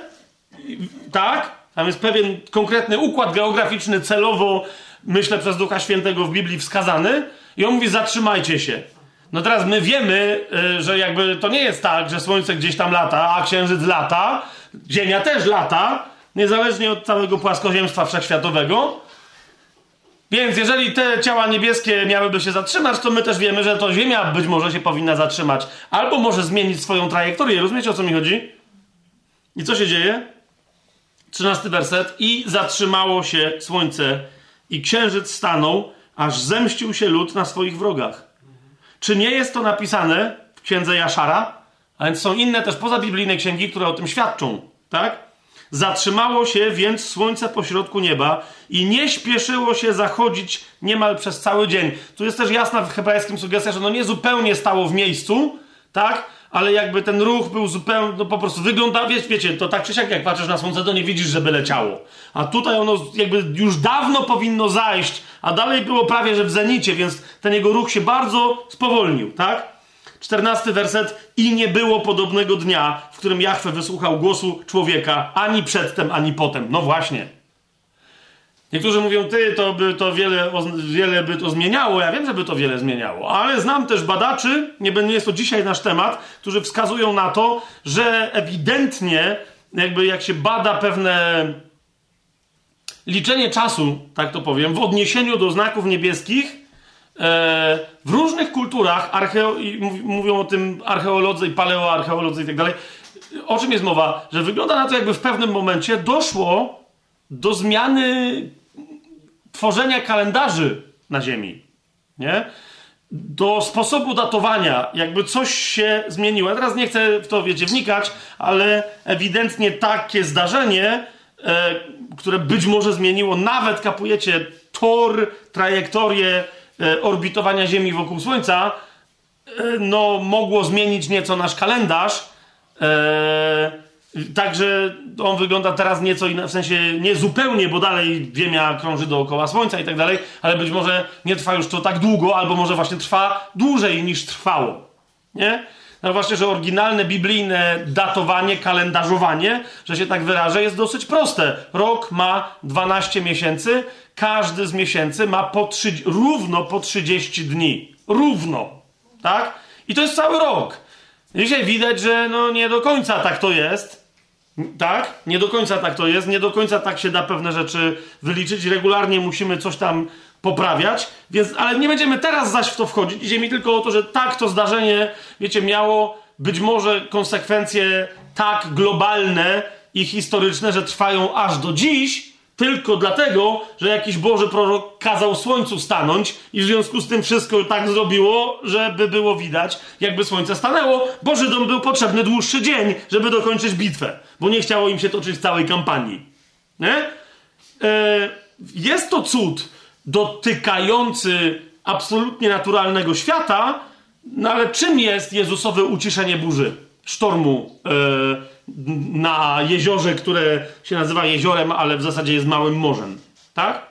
Tak? Tam jest pewien konkretny układ geograficzny, celowo, myślę, przez Ducha Świętego w Biblii wskazany. I on mówi: zatrzymajcie się. No teraz my wiemy, że jakby to nie jest tak, że słońce gdzieś tam lata, a księżyc lata, ziemia też lata, niezależnie od całego płaskoziemstwa wszechświatowego. Więc jeżeli te ciała niebieskie miałyby się zatrzymać, to my też wiemy, że to ziemia być może się powinna zatrzymać. Albo może zmienić swoją trajektorię. Rozumiecie, o co mi chodzi? I co się dzieje? Trzynasty werset. I zatrzymało się słońce i księżyc stanął, aż zemścił się lud na swoich wrogach. Czy nie jest to napisane w księdze Jaszara? A więc są inne też pozabiblijne księgi, które o tym świadczą. Tak? Zatrzymało się więc słońce pośrodku nieba i nie śpieszyło się zachodzić niemal przez cały dzień. Tu jest też jasna w hebrajskim sugestia, że no nie zupełnie stało w miejscu, tak? Ale jakby ten ruch był zupełnie, no po prostu wygląda, wiecie, wiecie, to tak czy siak, jak patrzysz na słońce, to nie widzisz, żeby leciało. A tutaj ono jakby już dawno powinno zajść, a dalej było prawie, że w zenicie, więc ten jego ruch się bardzo spowolnił, tak? Czternasty werset. I nie było podobnego dnia, w którym Jahwe wysłuchał głosu człowieka, ani przedtem, ani potem. No właśnie. Niektórzy mówią, ty, to by to wiele, wiele by to zmieniało. Ja wiem, że by to wiele zmieniało. Ale znam też badaczy, nie jest to dzisiaj nasz temat, którzy wskazują na to, że ewidentnie, jakby jak się bada pewne liczenie czasu, tak to powiem, w odniesieniu do znaków niebieskich, w różnych kulturach, archeo, mówią o tym archeolodzy i paleoarcheolodzy i tak dalej, o czym jest mowa? Że wygląda na to, jakby w pewnym momencie doszło do zmiany tworzenia kalendarzy na Ziemi. Nie? do sposobu datowania, jakby coś się zmieniło. Ja teraz nie chcę w to, wiecie, wnikać, ale ewidentnie takie zdarzenie, e, które być może zmieniło nawet, kapujecie, tor, trajektorię e, orbitowania Ziemi wokół Słońca, e, no mogło zmienić nieco nasz kalendarz. E, Także on wygląda teraz nieco inny, w sensie nie zupełnie, bo dalej Ziemia krąży dookoła Słońca i tak dalej, ale być może nie trwa już to tak długo, albo może właśnie trwa dłużej niż trwało. Nie? No właśnie, że oryginalne biblijne datowanie, kalendarzowanie, że się tak wyrażę, jest dosyć proste. Rok ma dwanaście miesięcy, każdy z miesięcy ma po trzy, równo po trzydzieści dni. Równo. Tak? I to jest cały rok. Dzisiaj widać, że no nie do końca tak to jest. Tak? Nie do końca tak to jest. Nie do końca tak się da pewne rzeczy wyliczyć. Regularnie musimy coś tam poprawiać. Więc, ale nie będziemy teraz zaś w to wchodzić. Idzie mi tylko o to, że tak to zdarzenie, wiecie, miało być może konsekwencje tak globalne i historyczne, że trwają aż do dziś, tylko dlatego, że jakiś Boży prorok kazał słońcu stanąć i w związku z tym wszystko tak zrobiło, żeby było widać, jakby słońce stanęło, bo Żydom był potrzebny dłuższy dzień, żeby dokończyć bitwę, bo nie chciało im się toczyć całej kampanii. Nie? E, jest to cud dotykający absolutnie naturalnego świata, no ale czym jest Jezusowe uciszenie burzy, sztormu, e, na jeziorze, które się nazywa jeziorem, ale w zasadzie jest małym morzem. Tak?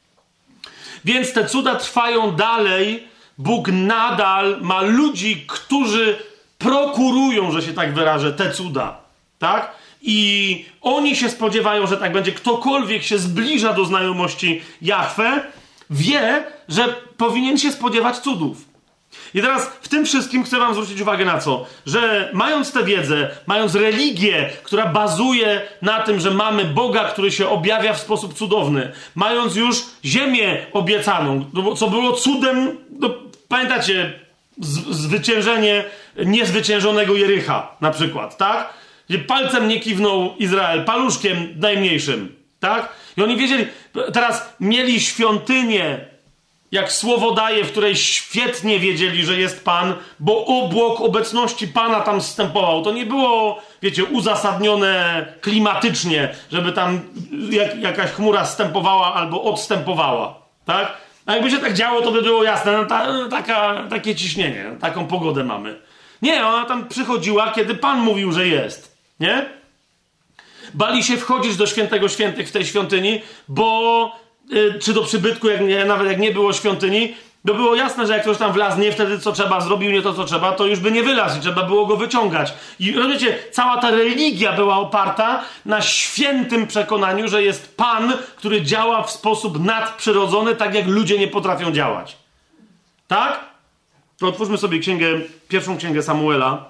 Więc te cuda trwają dalej. Bóg nadal ma ludzi, którzy prokurują, że się tak wyrażę, te cuda. Tak? I oni się spodziewają, że tak będzie. Ktokolwiek się zbliża do znajomości Jahwe, wie, że powinien się spodziewać cudów. I teraz w tym wszystkim chcę wam zwrócić uwagę na co? Że mając tę wiedzę, mając religię, która bazuje na tym, że mamy Boga, który się objawia w sposób cudowny, mając już ziemię obiecaną, co było cudem, no, pamiętacie, z- zwyciężenie niezwyciężonego Jericha na przykład, tak? Gdzie palcem nie kiwnął Izrael, paluszkiem najmniejszym, tak? I oni wiedzieli, teraz mieli świątynię, jak słowo daje, w której świetnie wiedzieli, że jest Pan, bo obłok obecności Pana tam zstępował. To nie było, wiecie, uzasadnione klimatycznie, żeby tam jak, jakaś chmura zstępowała albo odstępowała. Tak? A jakby się tak działo, to by było jasne. No, ta, taka, takie ciśnienie, taką pogodę mamy. Nie, ona tam przychodziła, kiedy Pan mówił, że jest. Nie? Bali się wchodzić do świętego świętych w tej świątyni, bo czy do przybytku, jak nie, nawet jak nie było świątyni, to było jasne, że jak ktoś tam wlazł nie wtedy co trzeba, zrobił nie to co trzeba, to już by nie wylazł i trzeba było go wyciągać. I rozumiecie, cała ta religia była oparta na świętym przekonaniu, że jest Pan, który działa w sposób nadprzyrodzony, tak jak ludzie nie potrafią działać. Tak? To otwórzmy sobie księgę, pierwszą księgę Samuela,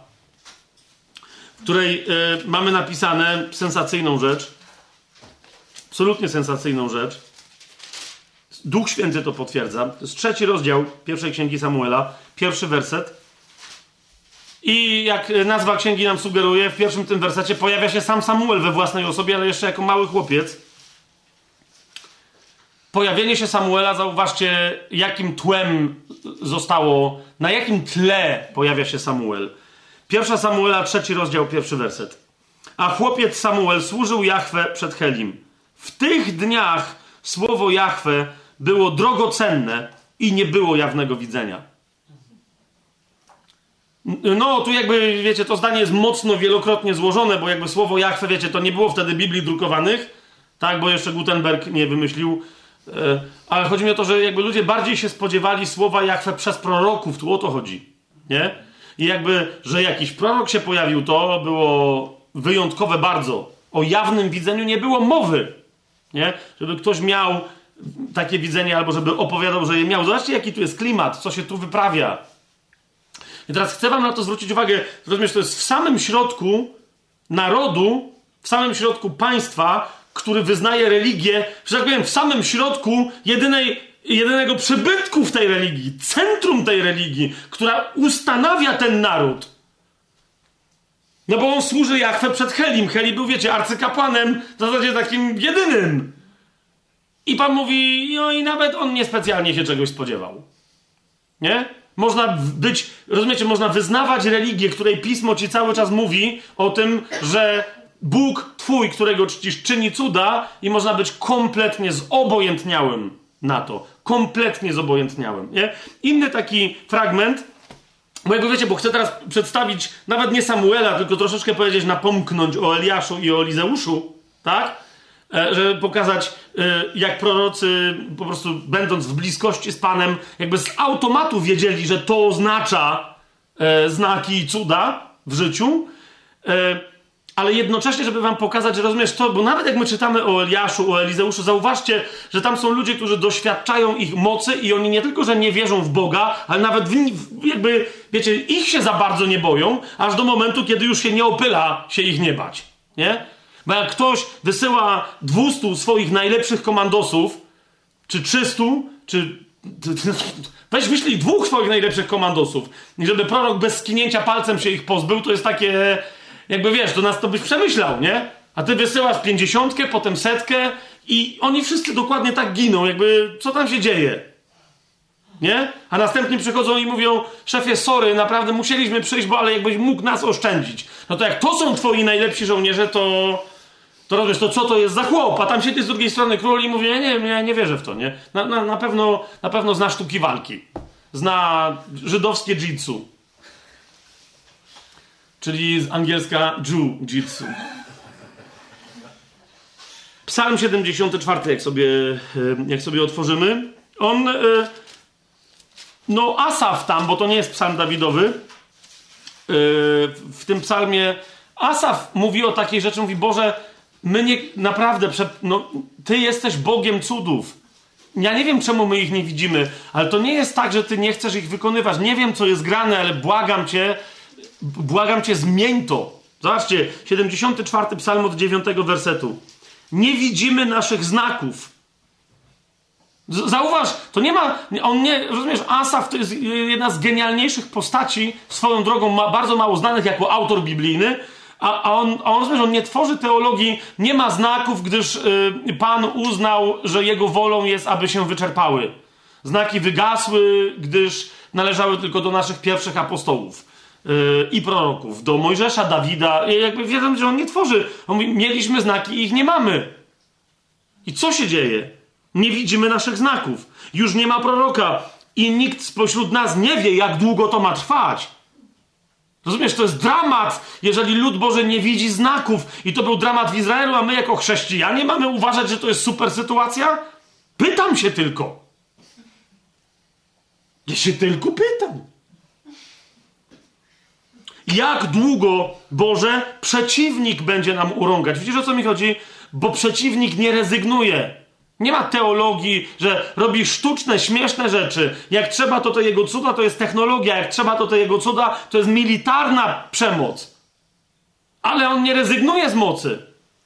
w której y, mamy napisane sensacyjną rzecz. Absolutnie sensacyjną rzecz. Duch Święty to potwierdza. To jest trzeci rozdział pierwszej księgi Samuela, pierwszy werset. I jak nazwa księgi nam sugeruje, w pierwszym tym wersecie pojawia się sam Samuel we własnej osobie, ale jeszcze jako mały chłopiec. Pojawienie się Samuela, zauważcie, jakim tłem zostało, na jakim tle pojawia się Samuel. Pierwsza Samuela, trzeci rozdział, pierwszy werset. A chłopiec Samuel służył Jahwe przed Helim. W tych dniach słowo Jahwe było drogocenne i nie było jawnego widzenia. No, tu jakby, wiecie, to zdanie jest mocno wielokrotnie złożone, bo jakby słowo Jahwe, wiecie, to nie było wtedy Biblii drukowanych, tak, bo jeszcze Gutenberg nie wymyślił, yy, ale chodzi mi o to, że jakby ludzie bardziej się spodziewali słowa Jahwe przez proroków, tu o to chodzi, nie? I jakby, że jakiś prorok się pojawił, to było wyjątkowe bardzo. O jawnym widzeniu nie było mowy, nie? Żeby ktoś miał takie widzenie, albo żeby opowiadał, że je miał. Zobaczcie, jaki tu jest klimat, co się tu wyprawia. I teraz chcę wam na to zwrócić uwagę. Rozumiesz, to jest w samym środku narodu, w samym środku państwa, który wyznaje religię, że tak powiem, w samym środku jedynej, jedynego przybytku w tej religii, centrum tej religii, która ustanawia ten naród. No bo on służy Jahwe przed Helim. Heli był, wiecie, arcykapłanem, w zasadzie takim jedynym. I Pan mówi, no i nawet on niespecjalnie się czegoś spodziewał. Nie? Można być, rozumiecie, można wyznawać religię, której Pismo ci cały czas mówi o tym, że Bóg twój, którego czcisz, czyni cuda i można być kompletnie zobojętniałym na to. Kompletnie zobojętniałym, nie? Inny taki fragment, bo jakby wiecie, bo chcę teraz przedstawić nawet nie Samuela, tylko troszeczkę powiedzieć, napomknąć o Eliaszu i o Elizeuszu, tak? E, żeby pokazać, e, jak prorocy po prostu będąc w bliskości z Panem, jakby z automatu wiedzieli, że to oznacza e, znaki i cuda w życiu, e, ale jednocześnie, żeby wam pokazać, że rozumiesz to, bo nawet jak my czytamy o Eliaszu, o Elizeuszu, zauważcie, że tam są ludzie, którzy doświadczają ich mocy i oni nie tylko, że nie wierzą w Boga, ale nawet w, jakby, wiecie, ich się za bardzo nie boją, aż do momentu, kiedy już się nie opyla się ich nie bać, nie? Bo jak ktoś wysyła dwustu swoich najlepszych komandosów, czy trzystu, czy... Weź wyślij dwóch swoich najlepszych komandosów i żeby prorok bez skinięcia palcem się ich pozbył, to jest takie... Jakby wiesz, do nas to byś przemyślał, nie? A ty wysyłasz pięćdziesiątkę, potem setkę i oni wszyscy dokładnie tak giną, jakby co tam się dzieje? Nie? A następnie przychodzą i mówią, szefie, sorry, naprawdę musieliśmy przyjść, bo ale jakbyś mógł nas oszczędzić. No to jak to są twoi najlepsi żołnierze, to... To robisz, to co to jest za chłop? A tam siedzi z drugiej strony król i mówi, nie, nie, nie, nie wierzę w to, nie? Na, na, na, pewno, na pewno zna sztuki walki. Zna żydowskie jitsu. Czyli z angielska jiu-jitsu. Psalm siedemdziesiąty czwarty, jak sobie, jak sobie otworzymy. On, no Asaf tam, bo to nie jest psalm Dawidowy. W tym psalmie Asaf mówi o takiej rzeczy, mówi, Boże, my nie, naprawdę, no, Ty jesteś Bogiem cudów. Ja nie wiem, czemu my ich nie widzimy, ale to nie jest tak, że Ty nie chcesz ich wykonywać. Nie wiem, co jest grane, ale błagam Cię, błagam Cię, zmień to. Zobaczcie, siedemdziesiąty czwarty psalm od dziewiątego wersetu. Nie widzimy naszych znaków. Z- zauważ, to nie ma, on nie, rozumiesz, Asaf to jest jedna z genialniejszych postaci, swoją drogą ma bardzo mało znanych jako autor biblijny, a, a, on, a on, rozumiesz, on nie tworzy teologii, nie ma znaków, gdyż y, Pan uznał, że jego wolą jest, aby się wyczerpały. Znaki wygasły, gdyż należały tylko do naszych pierwszych apostołów y, i proroków, do Mojżesza, Dawida. I jakby wiedzą, że on nie tworzy. On mówi, mieliśmy znaki i ich nie mamy. I co się dzieje? Nie widzimy naszych znaków. Już nie ma proroka i nikt spośród nas nie wie, jak długo to ma trwać. Rozumiesz, to jest dramat, jeżeli lud Boży nie widzi znaków. I to był dramat w Izraelu, a my jako chrześcijanie mamy uważać, że to jest super sytuacja? Pytam się tylko. Ja się tylko pytam. Jak długo, Boże, przeciwnik będzie nam urągać? Widzisz, o co mi chodzi? Bo przeciwnik nie rezygnuje. Nie ma teologii, że robi sztuczne, śmieszne rzeczy. Jak trzeba, to to jego cuda to jest technologia. Jak trzeba, to to jego cuda to jest militarna przemoc. Ale on nie rezygnuje z mocy.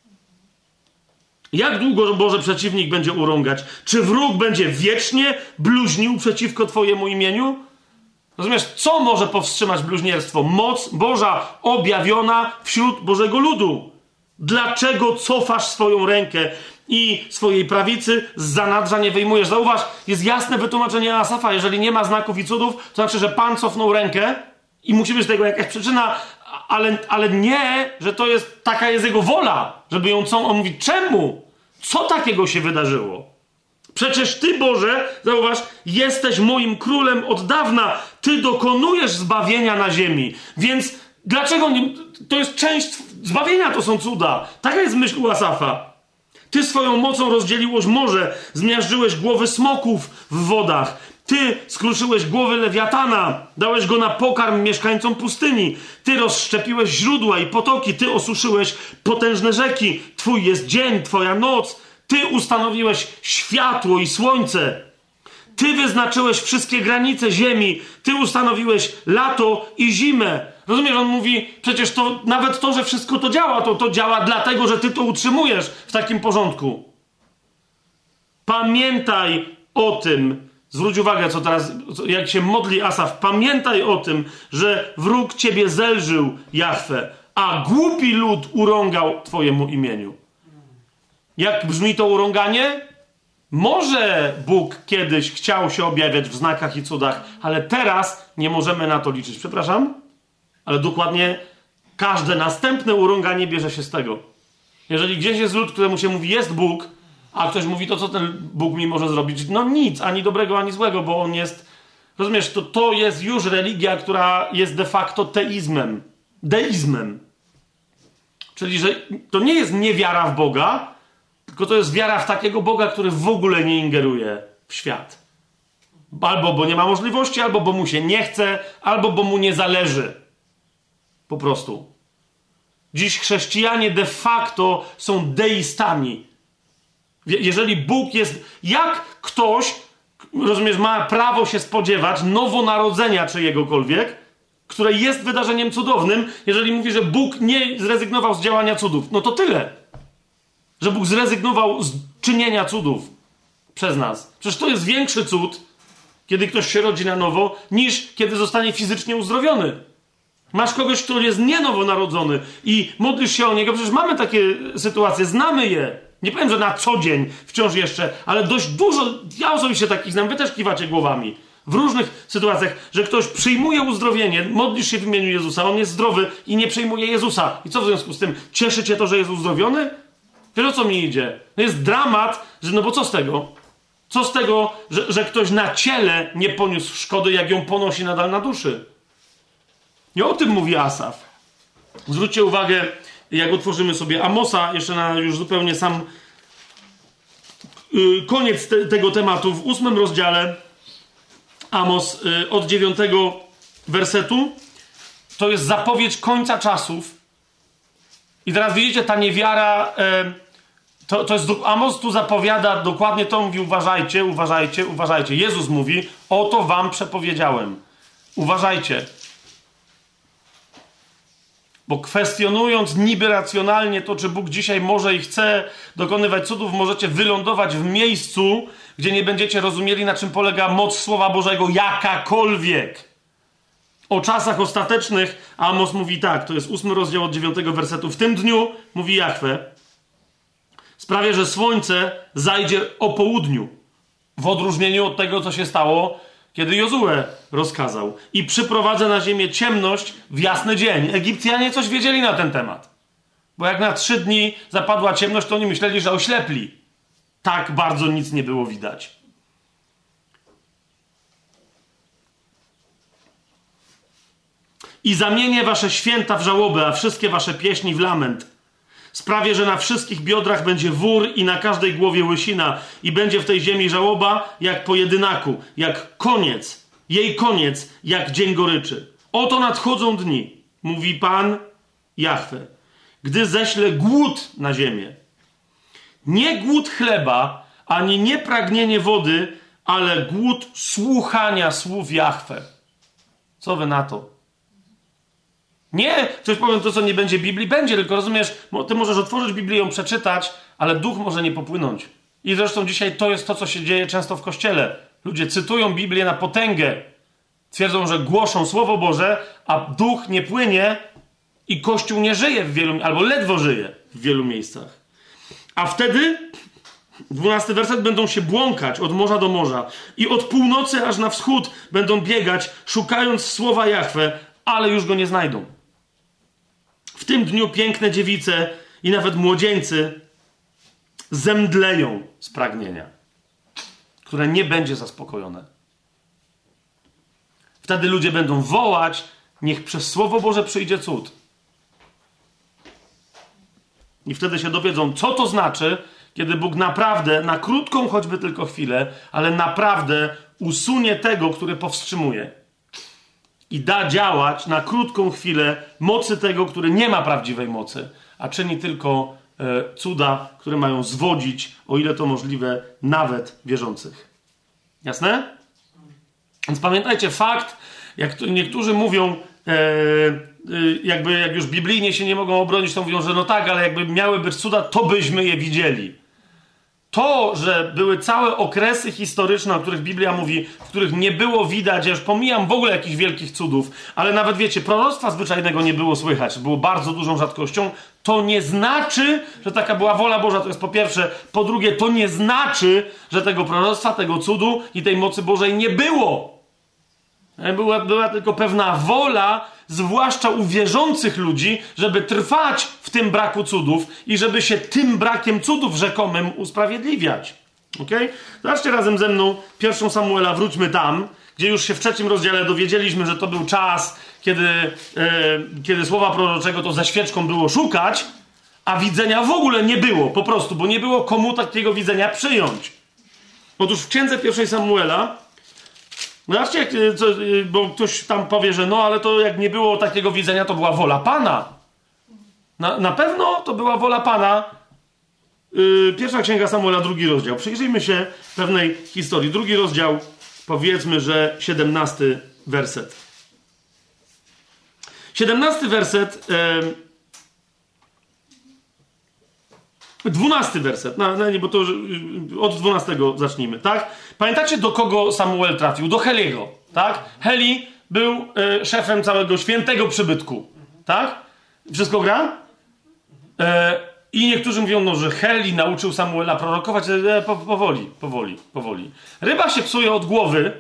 Jak długo, Boże, przeciwnik będzie urągać? Czy wróg będzie wiecznie bluźnił przeciwko Twojemu imieniu? Rozumiesz, co może powstrzymać bluźnierstwo? Moc Boża objawiona wśród Bożego ludu. Dlaczego cofasz swoją rękę i swojej prawicy z zanadrza nie wyjmujesz? Zauważ, jest jasne wytłumaczenie Asafa. Jeżeli nie ma znaków i cudów, to znaczy, że Pan cofnął rękę i musi być tego jakaś przyczyna, ale, ale nie, że to jest, taka jest jego wola, żeby ją co... On mówi, czemu? Co takiego się wydarzyło? Przecież Ty, Boże, zauważ, jesteś moim królem od dawna. Ty dokonujesz zbawienia na ziemi. Więc dlaczego nie... To jest część zbawienia, to są cuda. Taka jest myśl u Asafa. Ty swoją mocą rozdzieliłeś morze, zmiażdżyłeś głowy smoków w wodach. Ty skruszyłeś głowy lewiatana, dałeś go na pokarm mieszkańcom pustyni. Ty rozszczepiłeś źródła i potoki, ty osuszyłeś potężne rzeki. Twój jest dzień, twoja noc. Ty ustanowiłeś światło i słońce. Ty wyznaczyłeś wszystkie granice ziemi. Ty ustanowiłeś lato i zimę. Rozumiesz, on mówi, przecież to nawet to, że wszystko to działa, to, to działa dlatego, że ty to utrzymujesz w takim porządku. Pamiętaj o tym, zwróć uwagę, co teraz, jak się modli Asaf, pamiętaj o tym, że wróg ciebie zelżył, Jahwe, a głupi lud urągał twojemu imieniu. Jak brzmi to urąganie? Może Bóg kiedyś chciał się objawiać w znakach i cudach, ale teraz nie możemy na to liczyć. Przepraszam, ale dokładnie każde następne urąganie bierze się z tego. Jeżeli gdzieś jest lud, któremu się mówi, jest Bóg, a ktoś mówi, to co ten Bóg mi może zrobić? No nic, ani dobrego, ani złego, bo on jest... Rozumiesz, to, to jest już religia, która jest de facto teizmem. Deizmem. Czyli, że to nie jest niewiara w Boga, tylko to jest wiara w takiego Boga, który w ogóle nie ingeruje w świat. Albo bo nie ma możliwości, albo bo mu się nie chce, albo bo mu nie zależy. Po prostu. Dziś chrześcijanie de facto są deistami. Jeżeli Bóg jest... Jak ktoś, rozumiesz, ma prawo się spodziewać nowonarodzenia czyjegokolwiek, które jest wydarzeniem cudownym, jeżeli mówi, że Bóg nie zrezygnował z działania cudów. No to tyle. Że Bóg zrezygnował z czynienia cudów przez nas. Przecież to jest większy cud, kiedy ktoś się rodzi na nowo, niż kiedy zostanie fizycznie uzdrowiony. Masz kogoś, który jest nienowonarodzony i modlisz się o niego. Przecież mamy takie sytuacje, znamy je. Nie powiem, że na co dzień wciąż jeszcze, ale dość dużo, ja osobiście takich znam, wy też kiwacie głowami. W różnych sytuacjach, że ktoś przyjmuje uzdrowienie, modlisz się w imieniu Jezusa, on jest zdrowy i nie przyjmuje Jezusa. I co w związku z tym? Cieszy cię to, że jest uzdrowiony? Wiesz, o co mi idzie? To jest dramat, że no bo co z tego? Co z tego, że, że ktoś na ciele nie poniósł szkody, jak ją ponosi nadal na duszy? I o tym mówi Asaf. Zwróćcie uwagę, jak otworzymy sobie Amosa, jeszcze na już zupełnie sam yy, koniec te, tego tematu, w ósmym rozdziale, Amos yy, od dziewiątego wersetu, to jest zapowiedź końca czasów. I teraz widzicie, ta niewiara, yy, to, to jest, Amos tu zapowiada dokładnie to, mówi uważajcie, uważajcie, uważajcie. Jezus mówi, oto wam przepowiedziałem. Uważajcie. Bo kwestionując niby racjonalnie to, czy Bóg dzisiaj może i chce dokonywać cudów, możecie wylądować w miejscu, gdzie nie będziecie rozumieli, na czym polega moc Słowa Bożego jakakolwiek. O czasach ostatecznych Amos mówi tak, to jest ósmy rozdział od dziewiątego wersetu. W tym dniu, mówi Jahwe, sprawię, że słońce zajdzie o południu, w odróżnieniu od tego, co się stało, kiedy Jozue rozkazał. I przyprowadzę na ziemię ciemność w jasny dzień. Egipcjanie coś wiedzieli na ten temat. Bo jak na trzy dni zapadła ciemność, to oni myśleli, że oślepli. Tak bardzo nic nie było widać. I zamienię wasze święta w żałobę, a wszystkie wasze pieśni w lament. Sprawię, że na wszystkich biodrach będzie wór i na każdej głowie łysina i będzie w tej ziemi żałoba jak po jedynaku, jak koniec, jej koniec, jak dzień goryczy. Oto nadchodzą dni, mówi Pan Jahwe, gdy ześlę głód na ziemię. Nie głód chleba, ani nie pragnienie wody, ale głód słuchania słów Jahwe. Co wy na to? Nie, ktoś powie, to co nie będzie Biblii, będzie, tylko rozumiesz, ty możesz otworzyć Biblię, ją przeczytać, ale duch może nie popłynąć. I zresztą dzisiaj to jest to, co się dzieje często w Kościele. Ludzie cytują Biblię na potęgę, twierdzą, że głoszą Słowo Boże, a duch nie płynie i Kościół nie żyje w wielu, albo ledwo żyje w wielu miejscach. A wtedy, dwunasty werset, będą się błąkać od morza do morza i od północy aż na wschód będą biegać, szukając słowa Jahwe, ale już go nie znajdą. W tym dniu piękne dziewice i nawet młodzieńcy zemdleją z pragnienia, które nie będzie zaspokojone. Wtedy ludzie będą wołać, niech przez Słowo Boże przyjdzie cud. I wtedy się dowiedzą, co to znaczy, kiedy Bóg naprawdę, na krótką choćby tylko chwilę, ale naprawdę usunie tego, który powstrzymuje. I da działać na krótką chwilę mocy tego, który nie ma prawdziwej mocy, a czyni tylko e, cuda, które mają zwodzić, o ile to możliwe, nawet wierzących. Jasne? Więc pamiętajcie, fakt, jak to niektórzy mówią, e, e, jakby jak już biblijnie się nie mogą obronić, to mówią, że no tak, ale jakby miały być cuda, to byśmy je widzieli. To, że były całe okresy historyczne, o których Biblia mówi, w których nie było widać, ja już pomijam w ogóle jakichś wielkich cudów, ale nawet wiecie, proroctwa zwyczajnego nie było słychać, było bardzo dużą rzadkością, to nie znaczy, że taka była wola Boża, to jest po pierwsze. Po drugie, to nie znaczy, że tego proroctwa, tego cudu i tej mocy Bożej nie było. Była, była tylko pewna wola, zwłaszcza u wierzących ludzi, żeby trwać w tym braku cudów i żeby się tym brakiem cudów rzekomym usprawiedliwiać. Okej? Zobaczcie razem ze mną pierwszą Samuela, wróćmy tam, gdzie już się w trzecim rozdziale dowiedzieliśmy, że to był czas, kiedy, e, kiedy słowa proroczego to ze świeczką było szukać, a widzenia w ogóle nie było, po prostu, bo nie było komu takiego widzenia przyjąć. Otóż w księdze pierwszej Samuela, zobaczcie, jak, co, bo ktoś tam powie, że no, ale to jak nie było takiego widzenia, to była wola Pana. Na, na pewno to była wola Pana. Yy, pierwsza księga Samuela, drugi rozdział. Przyjrzyjmy się pewnej historii. Drugi rozdział, powiedzmy, że siedemnasty werset. Siedemnasty werset, yy, dwunasty werset, no, no nie, bo to yy, od dwunastego zacznijmy, tak? Pamiętacie, do kogo Samuel trafił? Do Heliego, tak? Heli był yy, szefem całego świętego przybytku, tak? Wszystko gra? Yy, I niektórzy mówią, no, że Heli nauczył Samuela prorokować. E, po, powoli, powoli, powoli. Ryba się psuje od głowy.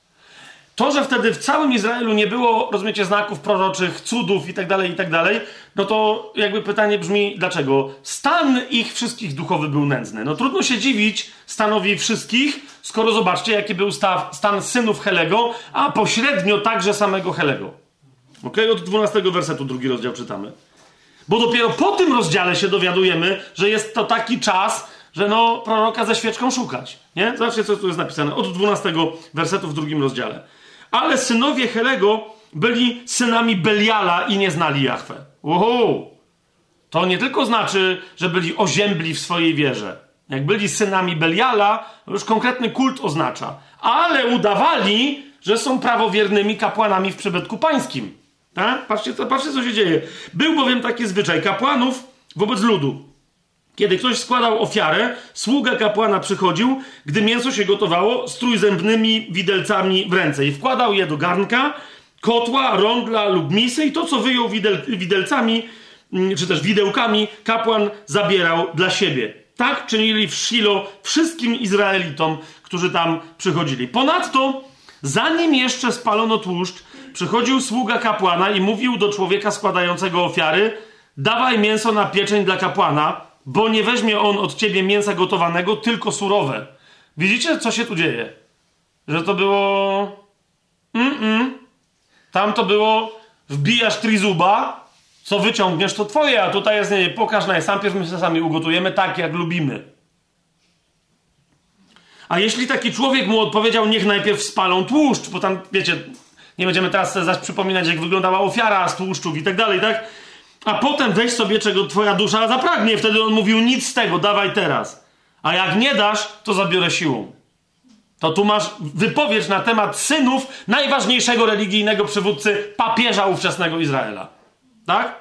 To, że wtedy w całym Izraelu nie było, rozumiecie, znaków proroczych, cudów i tak dalej, i tak dalej, no to jakby pytanie brzmi, dlaczego? Stan ich wszystkich duchowy był nędzny. No trudno się dziwić stanowi wszystkich, skoro zobaczcie, jaki był staw, stan synów Helego, a pośrednio także samego Helego. Okej? Od dwunastego wersetu drugi rozdział czytamy. Bo dopiero po tym rozdziale się dowiadujemy, że jest to taki czas, że no proroka ze świeczką szukać. Nie? Zobaczcie, co tu jest napisane. Od dwunastego wersetu w drugim rozdziale. Ale synowie Helego byli synami Beliala i nie znali Jahwe. Uhu! To nie tylko znaczy, że byli oziębli w swojej wierze. Jak byli synami Beliala, to już konkretny kult oznacza. Ale udawali, że są prawowiernymi kapłanami w przybytku pańskim. Tak? Patrzcie, co, patrzcie, co się dzieje. Był bowiem taki zwyczaj kapłanów wobec ludu. Kiedy ktoś składał ofiarę, sługa kapłana przychodził, gdy mięso się gotowało, z trójzębnymi widelcami w ręce i wkładał je do garnka, kotła, rondla lub misy i to, co wyjął widel, widelcami, czy też widełkami, kapłan zabierał dla siebie. Tak czynili w Shilo wszystkim Izraelitom, którzy tam przychodzili. Ponadto, zanim jeszcze spalono tłuszcz, przychodził sługa kapłana i mówił do człowieka składającego ofiary: dawaj mięso na pieczeń dla kapłana, bo nie weźmie on od ciebie mięsa gotowanego, tylko surowe. Widzicie, co się tu dzieje? Że to było... Mm-mm. Tam to było wbijasz trizuba, co wyciągniesz, to twoje, a tutaj jest, nie, pokaż na sam pierw my się sami ugotujemy tak, jak lubimy. A jeśli taki człowiek mu odpowiedział, niech najpierw spalą tłuszcz, bo tam, wiecie, nie będziemy teraz zaś przypominać, jak wyglądała ofiara z tłuszczów i tak dalej, tak? A potem weź sobie, czego twoja dusza zapragnie. Wtedy on mówił, nic z tego, dawaj teraz. A jak nie dasz, to zabiorę siłą. To tu masz wypowiedź na temat synów najważniejszego religijnego przywódcy, papieża ówczesnego Izraela. Tak?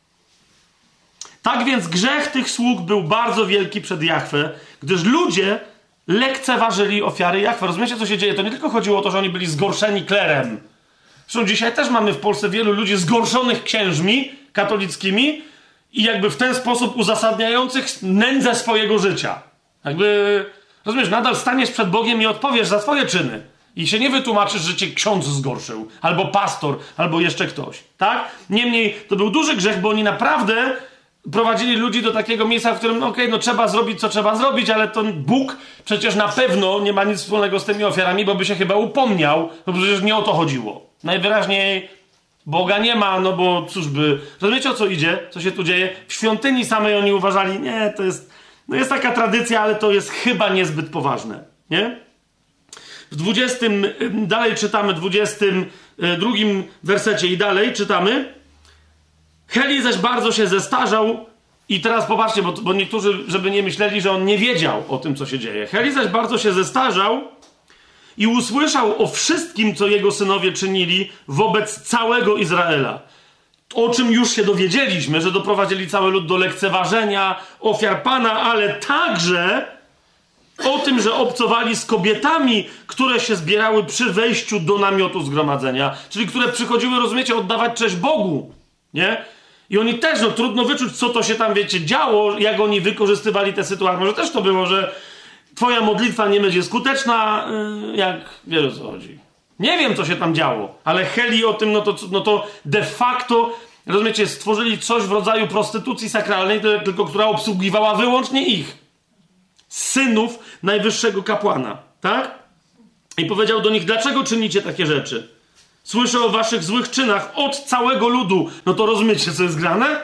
Tak więc grzech tych sług był bardzo wielki przed Jahwe, gdyż ludzie lekceważyli ofiary Jahwe. Rozumiecie, co się dzieje? To nie tylko chodziło o to, że oni byli zgorszeni klerem. Zresztą dzisiaj też mamy w Polsce wielu ludzi zgorszonych księżmi katolickimi i jakby w ten sposób uzasadniających nędzę swojego życia. Jakby, rozumiesz, nadal staniesz przed Bogiem i odpowiesz za swoje czyny. I się nie wytłumaczysz, że cię ksiądz zgorszył, albo pastor, albo jeszcze ktoś. Tak? Niemniej to był duży grzech, bo oni naprawdę prowadzili ludzi do takiego miejsca, w którym okej, okay, no trzeba zrobić, co trzeba zrobić, ale ten Bóg przecież na pewno nie ma nic wspólnego z tymi ofiarami, bo by się chyba upomniał, no przecież nie o to chodziło. Najwyraźniej Boga nie ma, no bo cóż by... Rozumiecie, o co idzie? Co się tu dzieje? W świątyni samej oni uważali, nie, to jest... No jest taka tradycja, ale to jest chyba niezbyt poważne. Nie? W dwudziestym... Dalej czytamy, dwudziestym drugim wersecie i dalej czytamy. Heli zaś bardzo się zestarzał i teraz popatrzcie, bo, bo niektórzy, żeby nie myśleli, że on nie wiedział o tym, co się dzieje. Heli zaś bardzo się zestarzał i usłyszał o wszystkim, co jego synowie czynili wobec całego Izraela. O czym już się dowiedzieliśmy, że doprowadzili cały lud do lekceważenia ofiar Pana, ale także O tym, że obcowali z kobietami, które się zbierały przy wejściu do namiotu zgromadzenia, czyli które przychodziły, rozumiecie, oddawać cześć Bogu, nie? I oni też, no trudno wyczuć, co to się tam, wiecie, działo, jak oni wykorzystywali tę sytuację. Może też to było, że twoja modlitwa nie będzie skuteczna, yy, jak wiesz o co chodzi. Nie wiem, co się tam działo, ale Heli o tym, no to, no to de facto, rozumiecie, stworzyli coś w rodzaju prostytucji sakralnej, tylko która obsługiwała wyłącznie ich. Synów najwyższego kapłana, tak? I powiedział do nich, dlaczego czynicie takie rzeczy? Słyszę o waszych złych czynach od całego ludu. No to rozumiecie, co jest grane?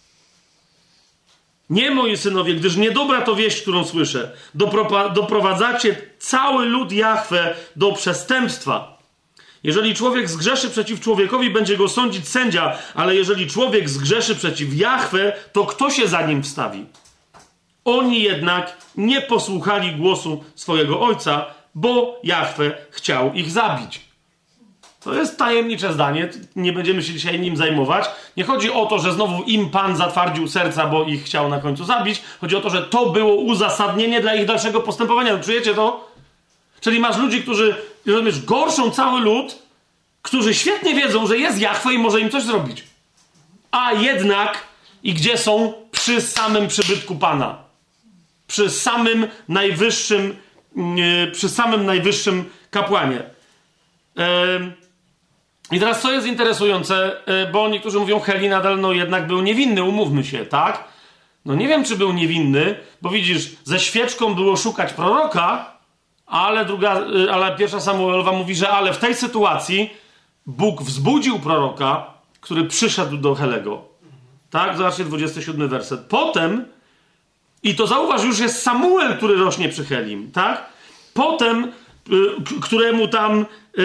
Nie, moi synowie, gdyż niedobra to wieść, którą słyszę. Dopro- doprowadzacie cały lud Jahwe do przestępstwa. Jeżeli człowiek zgrzeszy przeciw człowiekowi, będzie go sądzić sędzia, ale jeżeli człowiek zgrzeszy przeciw Jahwe, to kto się za nim wstawi? Oni jednak nie posłuchali głosu swojego ojca, bo Jahwe chciał ich zabić. To jest tajemnicze zdanie, nie będziemy się dzisiaj nim zajmować. Nie chodzi o to, że znowu im Pan zatwardził serca, bo ich chciał na końcu zabić. Chodzi o to, że to było uzasadnienie dla ich dalszego postępowania. Czujecie to? Czyli masz ludzi, którzy, rozumiesz, gorszą cały lud, którzy świetnie wiedzą, że jest Jahwe i może im coś zrobić. A jednak, i gdzie są? Przy samym przybytku Pana. Przy samym najwyższym, yy, przy samym najwyższym kapłanie. Yy, I teraz co jest interesujące, yy, bo niektórzy mówią, Heli nadal no jednak był niewinny, umówmy się, tak? No nie wiem, czy był niewinny, bo widzisz, ze świeczką było szukać proroka, ale druga, yy, ale pierwsza Samuelowa mówi, że ale w tej sytuacji Bóg wzbudził proroka, który przyszedł do Helego. Tak? Zobaczcie dwudziesty siódmy werset. Potem, i to zauważ, już jest Samuel, który rośnie przy Helim, tak? Potem, y, k- któremu tam y,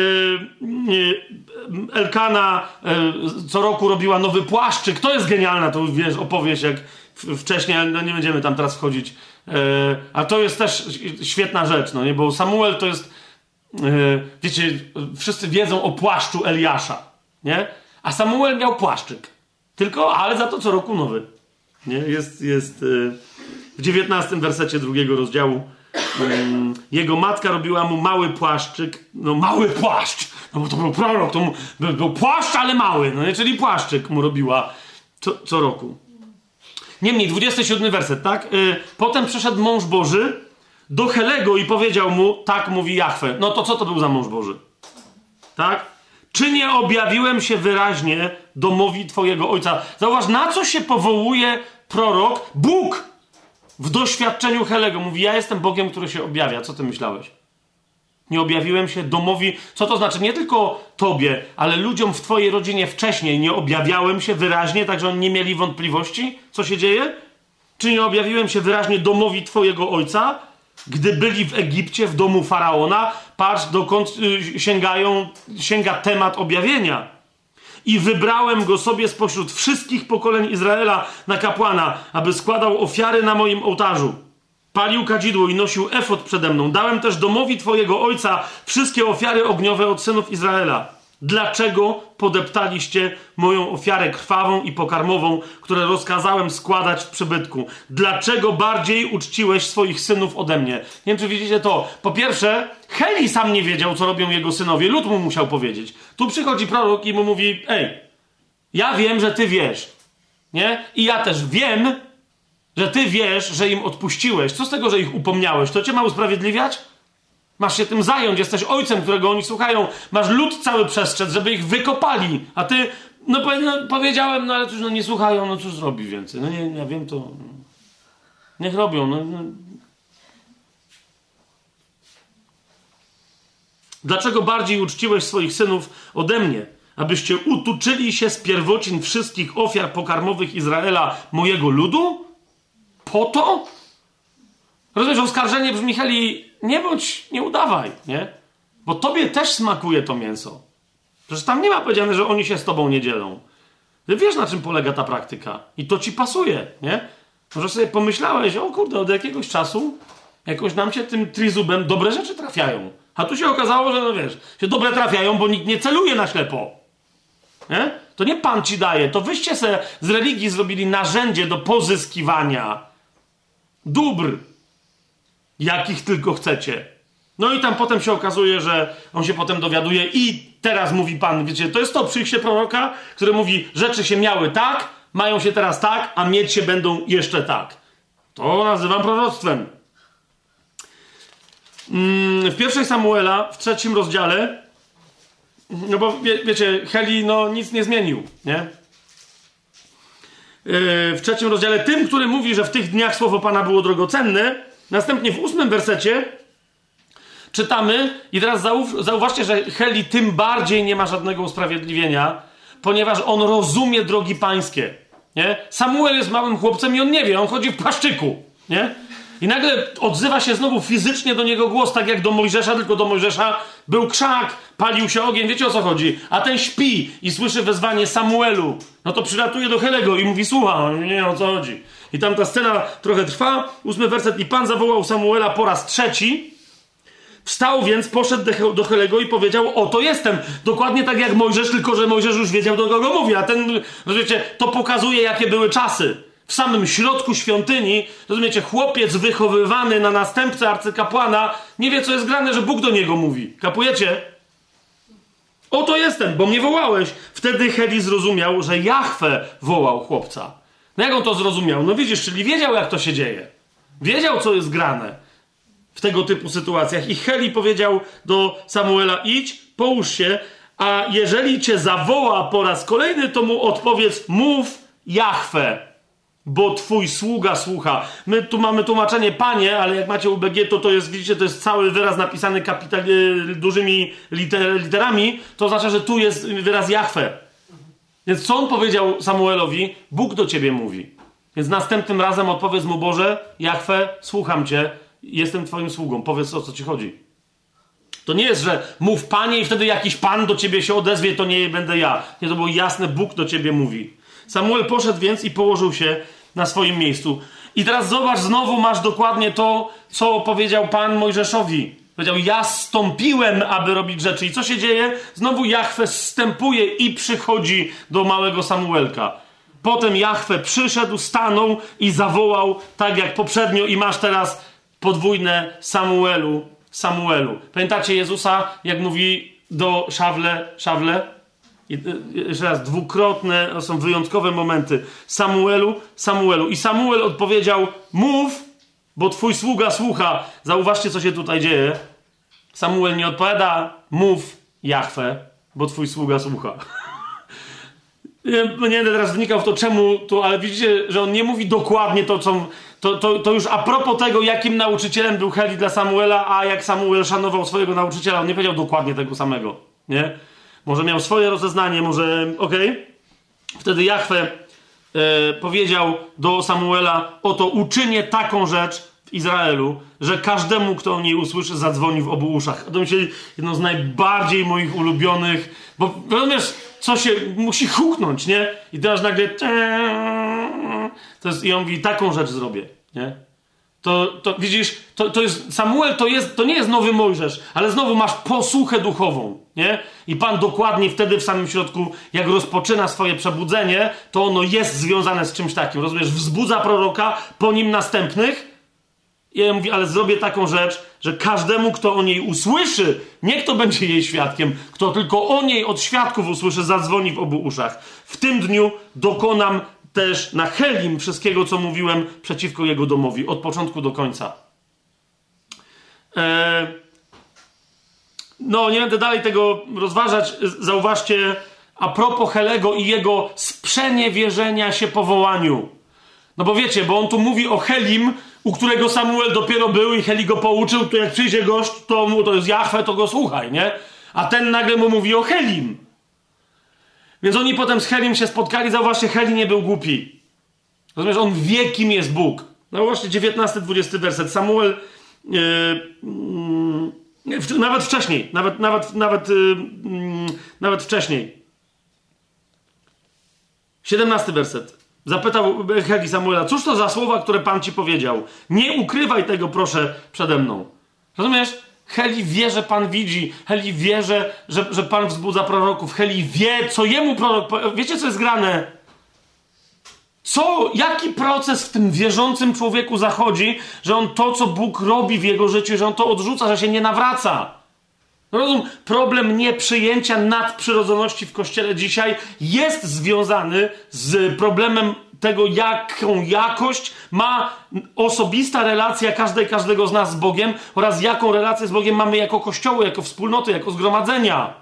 y, Elkana y, co roku robiła nowy płaszczyk. To jest genialna, to wiesz, opowieść jak w, wcześniej, no nie będziemy tam teraz wchodzić. Y, a to jest też świetna rzecz, no nie? Bo Samuel to jest, y, wiecie, wszyscy wiedzą o płaszczu Eliasza, nie? A Samuel miał płaszczyk. Tylko, ale za to co roku nowy. Nie? Jest, jest y, w dziewiętnastym wersecie drugiego rozdziału. Um, jego matka robiła mu mały płaszczyk. No mały płaszcz! No bo to był prorok, to mu, był, był płaszcz, ale mały. No nie? Czyli płaszczyk mu robiła co, co roku. Niemniej, dwudziesty siódmy werset, tak? Y, potem przyszedł mąż Boży do Helego i powiedział mu, tak mówi Jahwe. No to co to był za mąż Boży? Tak? Czy nie objawiłem się wyraźnie domowi twojego ojca? Zauważ, na co się powołuje prorok? Bóg w doświadczeniu Helego. Mówi, ja jestem Bogiem, który się objawia. Co ty myślałeś? Nie objawiłem się domowi... Co to znaczy? Nie tylko tobie, ale ludziom w twojej rodzinie wcześniej nie objawiałem się wyraźnie, tak że oni nie mieli wątpliwości, co się dzieje? Czy nie objawiłem się wyraźnie domowi twojego ojca? Gdy byli w Egipcie, w domu Faraona, patrz, dokąd y, sięgają, sięga temat objawienia. I wybrałem go sobie spośród wszystkich pokoleń Izraela na kapłana, aby składał ofiary na moim ołtarzu. Palił kadzidło i nosił efod przede mną. Dałem też domowi twojego ojca wszystkie ofiary ogniowe od synów Izraela. Dlaczego podeptaliście moją ofiarę krwawą i pokarmową, które rozkazałem składać w przybytku? Dlaczego bardziej uczciłeś swoich synów ode mnie? Nie wiem, czy widzicie to. Po pierwsze, Heli sam nie wiedział, co robią jego synowie. Lud mu musiał powiedzieć. Tu przychodzi prorok i mu mówi, ej, ja wiem, że ty wiesz. Nie? I ja też wiem, że ty wiesz, że im odpuściłeś. Co z tego, że ich upomniałeś? To cię ma usprawiedliwiać? Masz się tym zająć, jesteś ojcem, którego oni słuchają. Masz lud cały przestrzec, żeby ich wykopali. A ty, no, powie, no powiedziałem, no ale cóż, no nie słuchają, no cóż zrobi więcej. No nie, ja wiem to. Niech robią. No, no. Dlaczego bardziej uczciłeś swoich synów ode mnie? Abyście utuczyli się z pierwocin wszystkich ofiar pokarmowych Izraela, mojego ludu? Po to? Rozumiesz, oskarżenie brzmi, Heli, nie bądź, nie udawaj, nie? Bo tobie też smakuje to mięso. Przecież tam nie ma powiedziane, że oni się z tobą nie dzielą. Ty wiesz, na czym polega ta praktyka. I to ci pasuje, nie? Może sobie pomyślałeś, o kurde, od jakiegoś czasu jakoś nam się tym trizubem dobre rzeczy trafiają. A tu się okazało, że no wiesz, się dobre trafiają, bo nikt nie celuje na ślepo. Nie? To nie Pan ci daje, to wyście se z religii zrobili narzędzie do pozyskiwania dóbr. jakich tylko chcecie. No i tam potem się okazuje, że on się potem dowiaduje i teraz mówi Pan, wiecie, to jest to przyjście proroka, który mówi, rzeczy się miały tak, mają się teraz tak, a mieć się będą jeszcze tak. To nazywam proroctwem. W pierwszej Samuela, w trzecim rozdziale, no bo wie, wiecie, Heli no nic nie zmienił, nie? W trzecim rozdziale, tym, który mówi, że w tych dniach słowo Pana było drogocenne, następnie w ósmym wersecie czytamy, i teraz zauw- zauważcie, że Heli tym bardziej nie ma żadnego usprawiedliwienia, ponieważ on rozumie drogi pańskie, nie? Samuel jest małym chłopcem i on nie wie, on chodzi w płaszczyku, nie? I nagle odzywa się znowu fizycznie do niego głos, tak jak do Mojżesza, tylko do Mojżesza był krzak, palił się ogień, wiecie o co chodzi? A ten śpi i słyszy wezwanie Samuelu. No to przylatuje do Helego i mówi, słuchaj, nie wiem o co chodzi. I tam ta scena trochę trwa, ósmy werset, i Pan zawołał Samuela po raz trzeci. Wstał więc, poszedł do Helego i powiedział, oto jestem. Dokładnie tak jak Mojżesz, tylko że Mojżesz już wiedział, do kogo mówi. A ten, rozumiecie, to pokazuje, jakie były czasy. W samym środku świątyni, rozumiecie, chłopiec wychowywany na następcę arcykapłana nie wie, co jest grane, że Bóg do niego mówi. Kapujecie? Oto jestem, bo mnie wołałeś. Wtedy Heli zrozumiał, że Jahwe wołał chłopca. No jak on to zrozumiał? No widzisz, czyli wiedział, jak to się dzieje. Wiedział, co jest grane w tego typu sytuacjach. I Heli powiedział do Samuela, idź, połóż się, a jeżeli cię zawoła po raz kolejny, to mu odpowiedz, mów Jahwe, bo twój sługa słucha. My tu mamy tłumaczenie Panie, ale jak macie U B G, to to jest, widzicie, to jest cały wyraz napisany kapital, dużymi liter, literami, to oznacza, że tu jest wyraz Jahwe. Więc co on powiedział Samuelowi? Bóg do ciebie mówi. Więc następnym razem odpowiedz mu, Boże, Jahwe, słucham cię, jestem twoim sługą, powiedz, o co ci chodzi. To nie jest, że mów Panie i wtedy jakiś Pan do ciebie się odezwie, to nie będę ja. Nie, to było jasne, Bóg do ciebie mówi. Samuel poszedł więc i położył się na swoim miejscu. I teraz zobacz, znowu masz dokładnie to, co powiedział Pan Mojżeszowi. Powiedział, ja zstąpiłem, aby robić rzeczy. I co się dzieje? Znowu Jahwe zstępuje i przychodzi do małego Samuelka. Potem Jahwe przyszedł, stanął i zawołał tak jak poprzednio i masz teraz podwójne Samuelu, Samuelu. Pamiętacie Jezusa, jak mówi do Szawle, Szawle? I, jeszcze raz, dwukrotne, to są wyjątkowe momenty. Samuelu, Samuelu. I Samuel odpowiedział, mów, bo twój sługa słucha. Zauważcie, co się tutaj dzieje. Samuel nie odpowiada, mów Jahwe, bo twój sługa słucha. Nie, nie będę teraz wnikał w to, czemu to, ale widzicie, że on nie mówi dokładnie to, co... To, to, to już a propos tego, jakim nauczycielem był Heli dla Samuela, a jak Samuel szanował swojego nauczyciela, on nie powiedział dokładnie tego samego, nie? Może miał swoje rozeznanie, może... Okej? Okay? Wtedy Jahwe e, powiedział do Samuela, oto uczynię taką rzecz w Izraelu, że każdemu, kto o niej usłyszy, zadzwoni w obu uszach. To myślę, jedno z najbardziej moich ulubionych, bo rozumiesz, co się musi huknąć, nie? I teraz nagle... To jest, i on mówi, taką rzecz zrobię, nie? To, to widzisz, to, to jest, Samuel to, jest, to nie jest nowy Mojżesz, ale znowu masz posłuchę duchową, nie? I Pan dokładnie wtedy w samym środku, jak rozpoczyna swoje przebudzenie, to ono jest związane z czymś takim, rozumiesz? Wzbudza proroka, po nim następnych i ja mówi, ale zrobię taką rzecz, że każdemu, kto o niej usłyszy, nie kto będzie jej świadkiem, kto tylko o niej od świadków usłyszy, zadzwoni w obu uszach. W tym dniu dokonam też na Helim wszystkiego, co mówiłem przeciwko jego domowi, od początku do końca. Eee, no, nie będę dalej tego rozważać. Zauważcie, a propos Helego i jego sprzeniewierzenia się powołaniu. No bo wiecie, bo on tu mówi o Helim, u którego Samuel dopiero był i Heli go pouczył, to jak przyjdzie gość, to mu to jest Jahwe, to go słuchaj, nie? A ten nagle mu mówi o Helim. Więc oni potem z Helim się spotkali, zauważcie, Heli nie był głupi. Rozumiesz, on wie, kim jest Bóg. No właśnie, dziewiętnasty, dwudziesty werset. Samuel, yy, yy, nawet wcześniej, nawet, nawet, nawet, yy, yy, nawet wcześniej. siedemnasty werset. Zapytał Heli Samuela, cóż to za słowa, które Pan ci powiedział? Nie ukrywaj tego, proszę, przede mną. Rozumiesz? Heli wie, że Pan widzi. Heli wie, że, że, że Pan wzbudza proroków. Heli wie, co jemu prorok... Wiecie, co jest grane? Co, jaki proces w tym wierzącym człowieku zachodzi, że on to, co Bóg robi w jego życiu, że on to odrzuca, że się nie nawraca? Rozum, problem nieprzyjęcia nadprzyrodzoności w Kościele dzisiaj jest związany z problemem tego, jaką jakość ma osobista relacja każdej, każdego z nas z Bogiem oraz jaką relację z Bogiem mamy jako Kościoły, jako wspólnoty, jako zgromadzenia.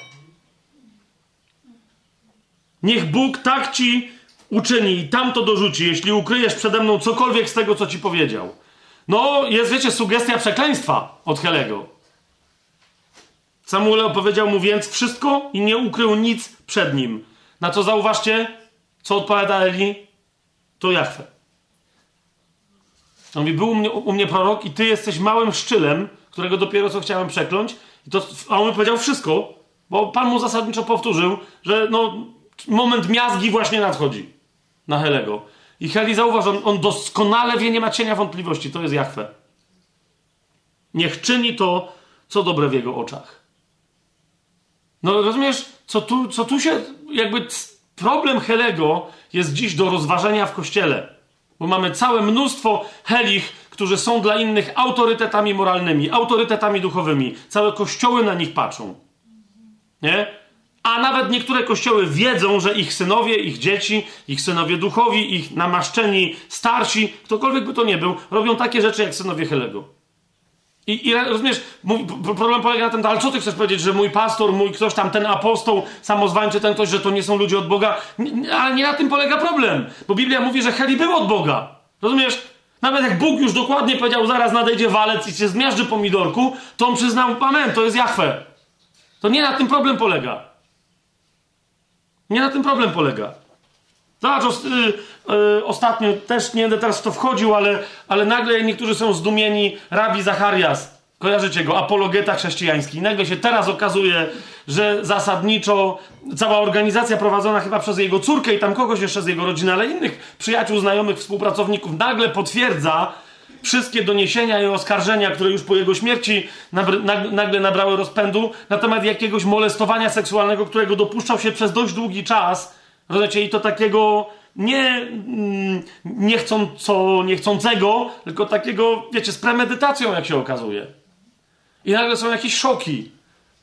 Niech Bóg tak ci uczyni i tam to dorzuci, jeśli ukryjesz przede mną cokolwiek z tego, co ci powiedział. No, jest, wiecie, sugestia przekleństwa od Helego. Samuel opowiedział mu więc wszystko i nie ukrył nic przed nim. Na co zauważcie, co odpowiada Eli? To Jahwe. On mówi, był u mnie, u mnie prorok i ty jesteś małym szczylem, którego dopiero co chciałem przekląć. I to, a on mi powiedział wszystko, bo Pan mu zasadniczo powtórzył, że no, moment miazgi właśnie nadchodzi na Helego. I Heli zauważ, on, on doskonale wie, nie ma cienia wątpliwości, to jest Jahwe. Niech czyni to, co dobre w jego oczach. No rozumiesz, co tu, co tu się, jakby problem Helego jest dziś do rozważenia w Kościele. Bo mamy całe mnóstwo Helich, którzy są dla innych autorytetami moralnymi, autorytetami duchowymi. Całe kościoły na nich patrzą. Nie? A nawet niektóre kościoły wiedzą, że ich synowie, ich dzieci, ich synowie duchowi, ich namaszczeni, starsi, ktokolwiek by to nie był, robią takie rzeczy jak synowie Helego. I, i rozumiesz, mój, problem polega na tym, ale co ty chcesz powiedzieć, że mój pastor, mój ktoś tam, ten apostoł, samozwańczy, ten ktoś, że to nie są ludzie od Boga? Nie, ale nie na tym polega problem, bo Biblia mówi, że Heli był od Boga. Rozumiesz? Nawet jak Bóg już dokładnie powiedział, zaraz nadejdzie walec i cię zmiażdży pomidorku, to on przyznał, amen, to jest Jahwe. To nie na tym problem polega. Nie na tym problem polega. Zobacz, o, y, y, ostatnio też nie będę teraz w to wchodził, ale, ale nagle niektórzy są zdumieni. Rabi Zacharias, kojarzycie go, apologeta chrześcijański. I nagle się teraz okazuje, że zasadniczo cała organizacja prowadzona chyba przez jego córkę i tam kogoś jeszcze z jego rodziny, ale innych przyjaciół, znajomych, współpracowników nagle potwierdza wszystkie doniesienia i oskarżenia, które już po jego śmierci nagle nabrały rozpędu na temat jakiegoś molestowania seksualnego, którego dopuszczał się przez dość długi czas. Rozumiecie? I to takiego nie mm, niechcąco, niechcącego, tylko takiego, wiecie, z premedytacją, jak się okazuje. I nagle są jakieś szoki.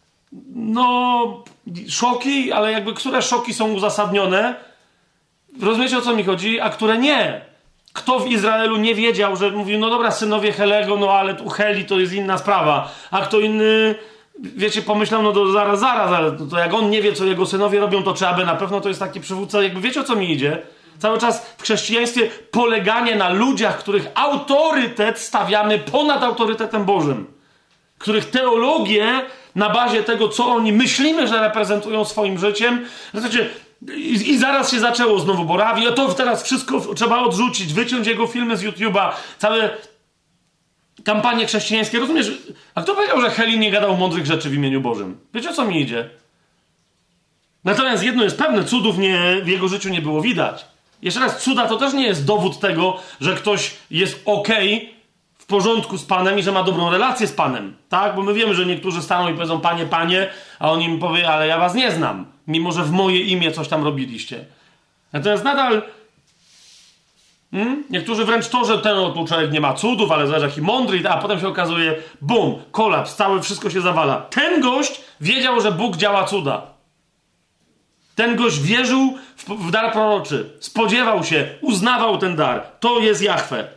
No, szoki, ale jakby które szoki są uzasadnione? Rozumiecie, o co mi chodzi? A które nie. Kto w Izraelu nie wiedział, że mówi, no dobra, synowie Helego, no ale tu Heli to jest inna sprawa. A kto inny, wiecie, pomyślał, no to zaraz, zaraz, ale to, to jak on nie wie, co jego synowie robią, to czy aby na pewno to jest taki przywódca, jakby wiecie, o co mi idzie? Cały czas w chrześcijaństwie poleganie na ludziach, których autorytet stawiamy ponad autorytetem Bożym. Których teologię na bazie tego, co oni myślimy, że reprezentują swoim życiem, znaczy, i, i zaraz się zaczęło znowu, bo Rawi, a to teraz wszystko trzeba odrzucić, wyciąć jego filmy z YouTube'a, całe kampanie chrześcijańskie, rozumiesz? A kto powiedział, że Heli nie gadał mądrych rzeczy w imieniu Bożym? Wiecie, o co mi idzie? Natomiast jedno jest pewne, cudów nie, w jego życiu nie było widać. Jeszcze raz, cuda to też nie jest dowód tego, że ktoś jest okej, okay, w porządku z Panem i że ma dobrą relację z Panem. Tak? Bo my wiemy, że niektórzy staną i powiedzą, Panie, Panie, a on im powie, ale ja was nie znam, mimo że w moje imię coś tam robiliście. Natomiast nadal Hmm? Niektórzy wręcz to, że ten tu człowiek nie ma cudów, ale zależy jaki mądry, a potem się okazuje, bum, kolaps, całe wszystko się zawala. Ten gość wiedział, że Bóg działa cuda. Ten gość wierzył w, w dar proroczy, spodziewał się, uznawał ten dar. To jest Jahwe.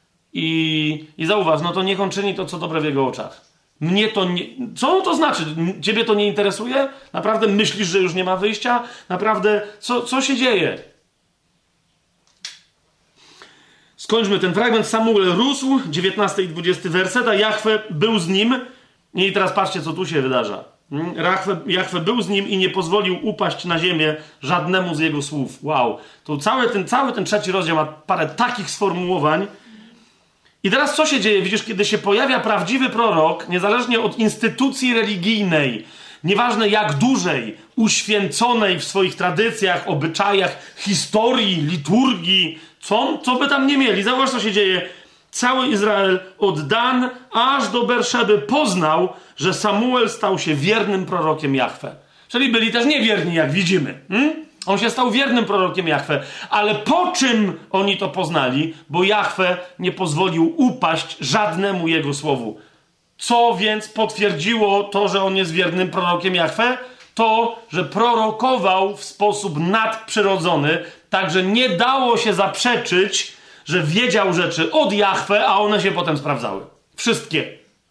I, i zauważ, no to niech on czyni to, co dobre w jego oczach. Mnie to nie... Co to znaczy? Ciebie to nie interesuje? Naprawdę myślisz, że już nie ma wyjścia? Naprawdę, co, co się dzieje? Skończmy ten fragment. Samuel rósł, dziewiętnasty i dwudziesty werset, a Jahwe był z nim. I teraz patrzcie, co tu się wydarza. Jahwe, Jahwe był z nim i nie pozwolił upaść na ziemię żadnemu z jego słów. Wow. To cały ten, cały ten trzeci rozdział ma parę takich sformułowań. I teraz co się dzieje? Widzisz, kiedy się pojawia prawdziwy prorok, niezależnie od instytucji religijnej, nieważne jak dużej, uświęconej w swoich tradycjach, obyczajach, historii, liturgii, co, co by tam nie mieli. Zauważ, co się dzieje. Cały Izrael od Dan aż do Berszeby poznał, że Samuel stał się wiernym prorokiem Jahwe. Czyli byli też niewierni, jak widzimy. Hmm? On się stał wiernym prorokiem Jahwe. Ale po czym oni to poznali? Bo Jahwe nie pozwolił upaść żadnemu jego słowu. Co więc potwierdziło to, że on jest wiernym prorokiem Jahwe? To, że prorokował w sposób nadprzyrodzony, tak że nie dało się zaprzeczyć, że wiedział rzeczy od Jahwe, a one się potem sprawdzały. Wszystkie.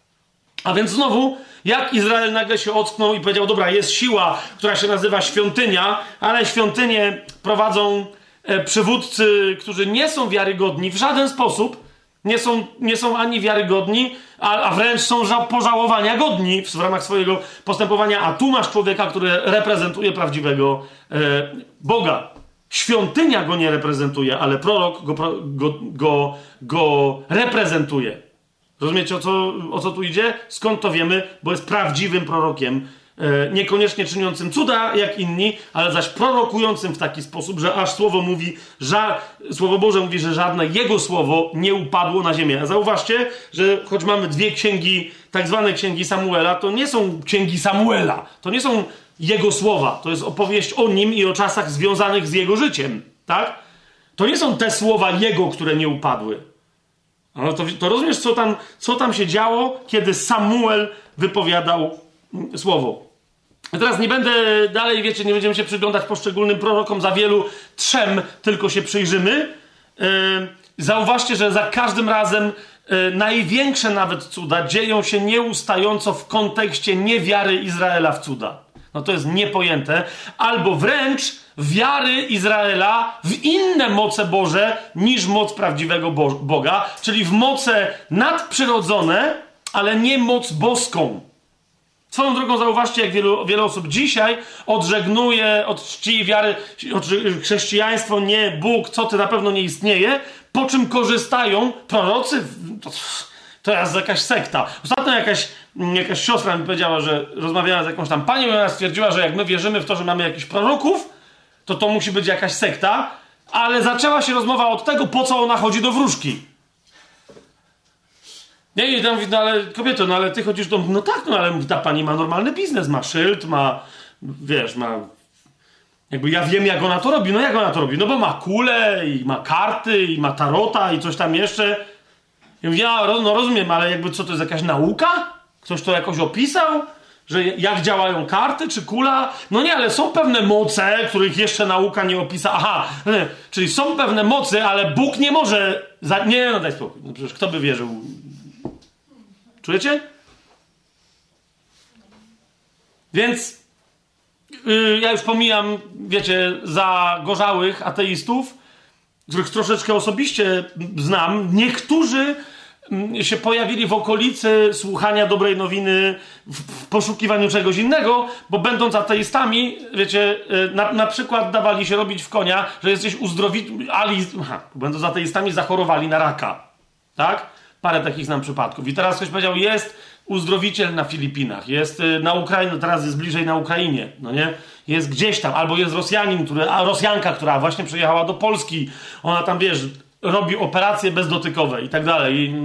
A więc znowu, jak Izrael nagle się ocknął i powiedział, dobra, jest siła, która się nazywa świątynia, ale świątynię prowadzą e, przywódcy, którzy nie są wiarygodni w żaden sposób, nie są, nie są ani wiarygodni, a, a wręcz są ża- pożałowania godni w, w ramach swojego postępowania, a tu masz człowieka, który reprezentuje prawdziwego e, Boga. Świątynia go nie reprezentuje, ale prorok go, go, go, go reprezentuje. Rozumiecie, o co, o co tu idzie? Skąd to wiemy? Bo jest prawdziwym prorokiem. E, niekoniecznie czyniącym cuda jak inni, ale zaś prorokującym w taki sposób, że aż Słowo mówi, ża- Słowo Boże mówi, że żadne Jego Słowo nie upadło na ziemię. A zauważcie, że choć mamy dwie księgi, tak zwane księgi Samuela, to nie są księgi Samuela. To nie są Jego słowa. To jest opowieść o Nim i o czasach związanych z Jego życiem. Tak? To nie są te słowa Jego, które nie upadły. No to, to rozumiesz, co tam, co tam się działo, kiedy Samuel wypowiadał słowo. I teraz nie będę dalej, wiecie, nie będziemy się przyglądać poszczególnym prorokom za wielu, trzem tylko się przyjrzymy. Yy, zauważcie, że za każdym razem yy, największe nawet cuda dzieją się nieustająco w kontekście niewiary Izraela w cuda. No to jest niepojęte. Albo wręcz wiary Izraela w inne moce Boże niż moc prawdziwego Bo- Boga, czyli w moce nadprzyrodzone, ale nie moc boską. Swoją drogą zauważcie, jak wielu, wiele osób dzisiaj odżegnuje od czci wiary, od chrześcijaństwo, nie, Bóg, co ty, na pewno nie istnieje, po czym korzystają prorocy. To, to jest jakaś sekta. Ostatnio jakaś, jakaś siostra mi powiedziała, że rozmawiała z jakąś tam panią i ona stwierdziła, że jak my wierzymy w to, że mamy jakichś proroków, to to musi być jakaś sekta, ale zaczęła się rozmowa od tego, po co ona chodzi do wróżki. Nie, i tam mówi, no ale kobieto, no ale ty chodzisz do... No tak, no ale ta pani ma normalny biznes, ma szyld, ma, wiesz, ma... Jakby ja wiem, jak ona to robi. No jak ona to robi? No bo ma kule i ma karty i ma tarota i coś tam jeszcze. Ja mówię, ja no rozumiem, ale jakby co, to jest jakaś nauka? Ktoś to jakoś opisał? Że jak działają karty czy kula? No nie, ale są pewne moce, których jeszcze nauka nie opisała. Aha, nie, czyli są pewne moce, ale Bóg nie może... Za... Nie, no daj spokój. No przecież kto by wierzył... Czujecie? Więc yy, ja już pomijam, wiecie, zagorzałych ateistów, których troszeczkę osobiście znam. Niektórzy yy, się pojawili w okolicy słuchania dobrej nowiny w, w poszukiwaniu czegoś innego, bo będąc ateistami, wiecie, yy, na, na przykład dawali się robić w konia, że jesteś uzdrowiciel, ali, aha, będąc ateistami zachorowali na raka. Tak? Parę takich znam przypadków. I teraz ktoś powiedział, jest uzdrowiciel na Filipinach, jest y, na Ukrainie, teraz jest bliżej na Ukrainie, no nie? Jest gdzieś tam, albo jest Rosjanin, który, a Rosjanka, która właśnie przyjechała do Polski, ona tam, wiesz, robi operacje bezdotykowe i tak dalej. I,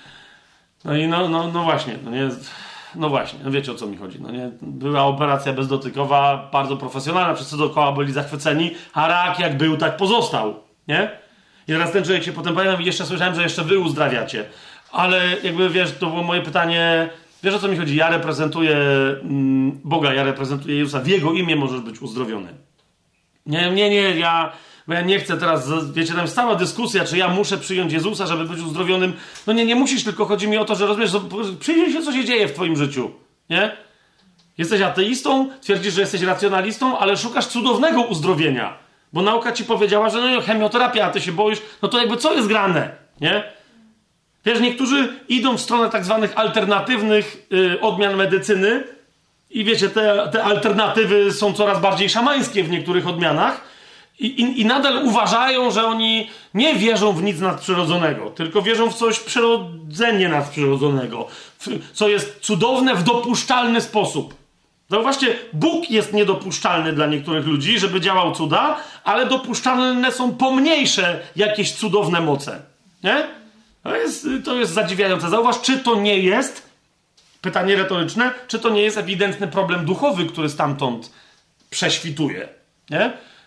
no i no, no, no właśnie, no nie, no właśnie, no wiecie, o co mi chodzi, no nie? Była operacja bezdotykowa, bardzo profesjonalna, wszyscy dookoła byli zachwyceni, a rak jak był, tak pozostał, nie? I teraz ten człowiek się potem pamiętam i jeszcze słyszałem, że jeszcze wy uzdrawiacie. Ale jakby, wiesz, to było moje pytanie, wiesz, o co mi chodzi? Ja reprezentuję mm, Boga, ja reprezentuję Jezusa. W Jego imię możesz być uzdrowiony. Nie, nie, nie, ja, bo ja nie chcę teraz, wiecie, tam jest cała dyskusja, czy ja muszę przyjąć Jezusa, żeby być uzdrowionym. No nie, nie musisz, tylko chodzi mi o to, że rozumiesz, przyjrzyj się, co się dzieje w twoim życiu, nie? Jesteś ateistą, twierdzisz, że jesteś racjonalistą, ale szukasz cudownego uzdrowienia. Bo nauka ci powiedziała, że no chemioterapia, a ty się boisz, no to jakby co jest grane, nie? Wiesz, niektórzy idą w stronę tak zwanych alternatywnych y, odmian medycyny i wiecie, te, te alternatywy są coraz bardziej szamańskie w niektórych odmianach i, i, i nadal uważają, że oni nie wierzą w nic nadprzyrodzonego, tylko wierzą w coś przyrodzenie nadprzyrodzonego, w, co jest cudowne w dopuszczalny sposób. Zauważcie, Bóg jest niedopuszczalny dla niektórych ludzi, żeby działał cuda, ale dopuszczalne są pomniejsze jakieś cudowne moce. Nie? To jest, to jest zadziwiające. Zauważ, czy to nie jest, pytanie retoryczne, czy to nie jest ewidentny problem duchowy, który stamtąd prześwituje. Nie?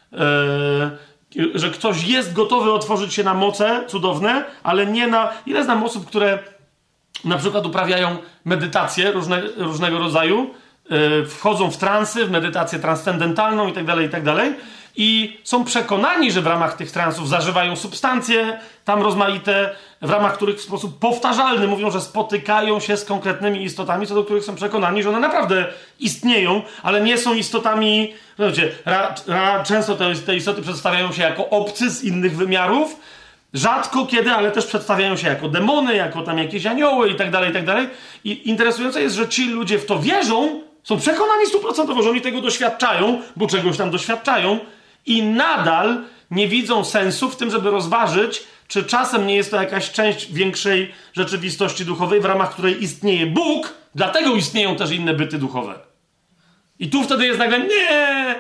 Yy, że ktoś jest gotowy otworzyć się na moce cudowne, ale nie na... Ile znam osób, które na przykład uprawiają medytację różne, różnego rodzaju, yy, wchodzą w transy, w medytację transcendentalną i tak dalej, i tak dalej. I są przekonani, że w ramach tych transów zażywają substancje tam rozmaite, w ramach których w sposób powtarzalny mówią, że spotykają się z konkretnymi istotami, co do których są przekonani, że one naprawdę istnieją, ale nie są istotami... Wiecie, ra, ra, często te, te istoty przedstawiają się jako obcy z innych wymiarów, rzadko kiedy, ale też przedstawiają się jako demony, jako tam jakieś anioły i tak dalej, i tak dalej. I interesujące jest, że ci ludzie w to wierzą, są przekonani stuprocentowo, że oni tego doświadczają, bo czegoś tam doświadczają, i nadal nie widzą sensu w tym, żeby rozważyć, czy czasem nie jest to jakaś część większej rzeczywistości duchowej, w ramach której istnieje Bóg, dlatego istnieją też inne byty duchowe. I tu wtedy jest nagle, nie!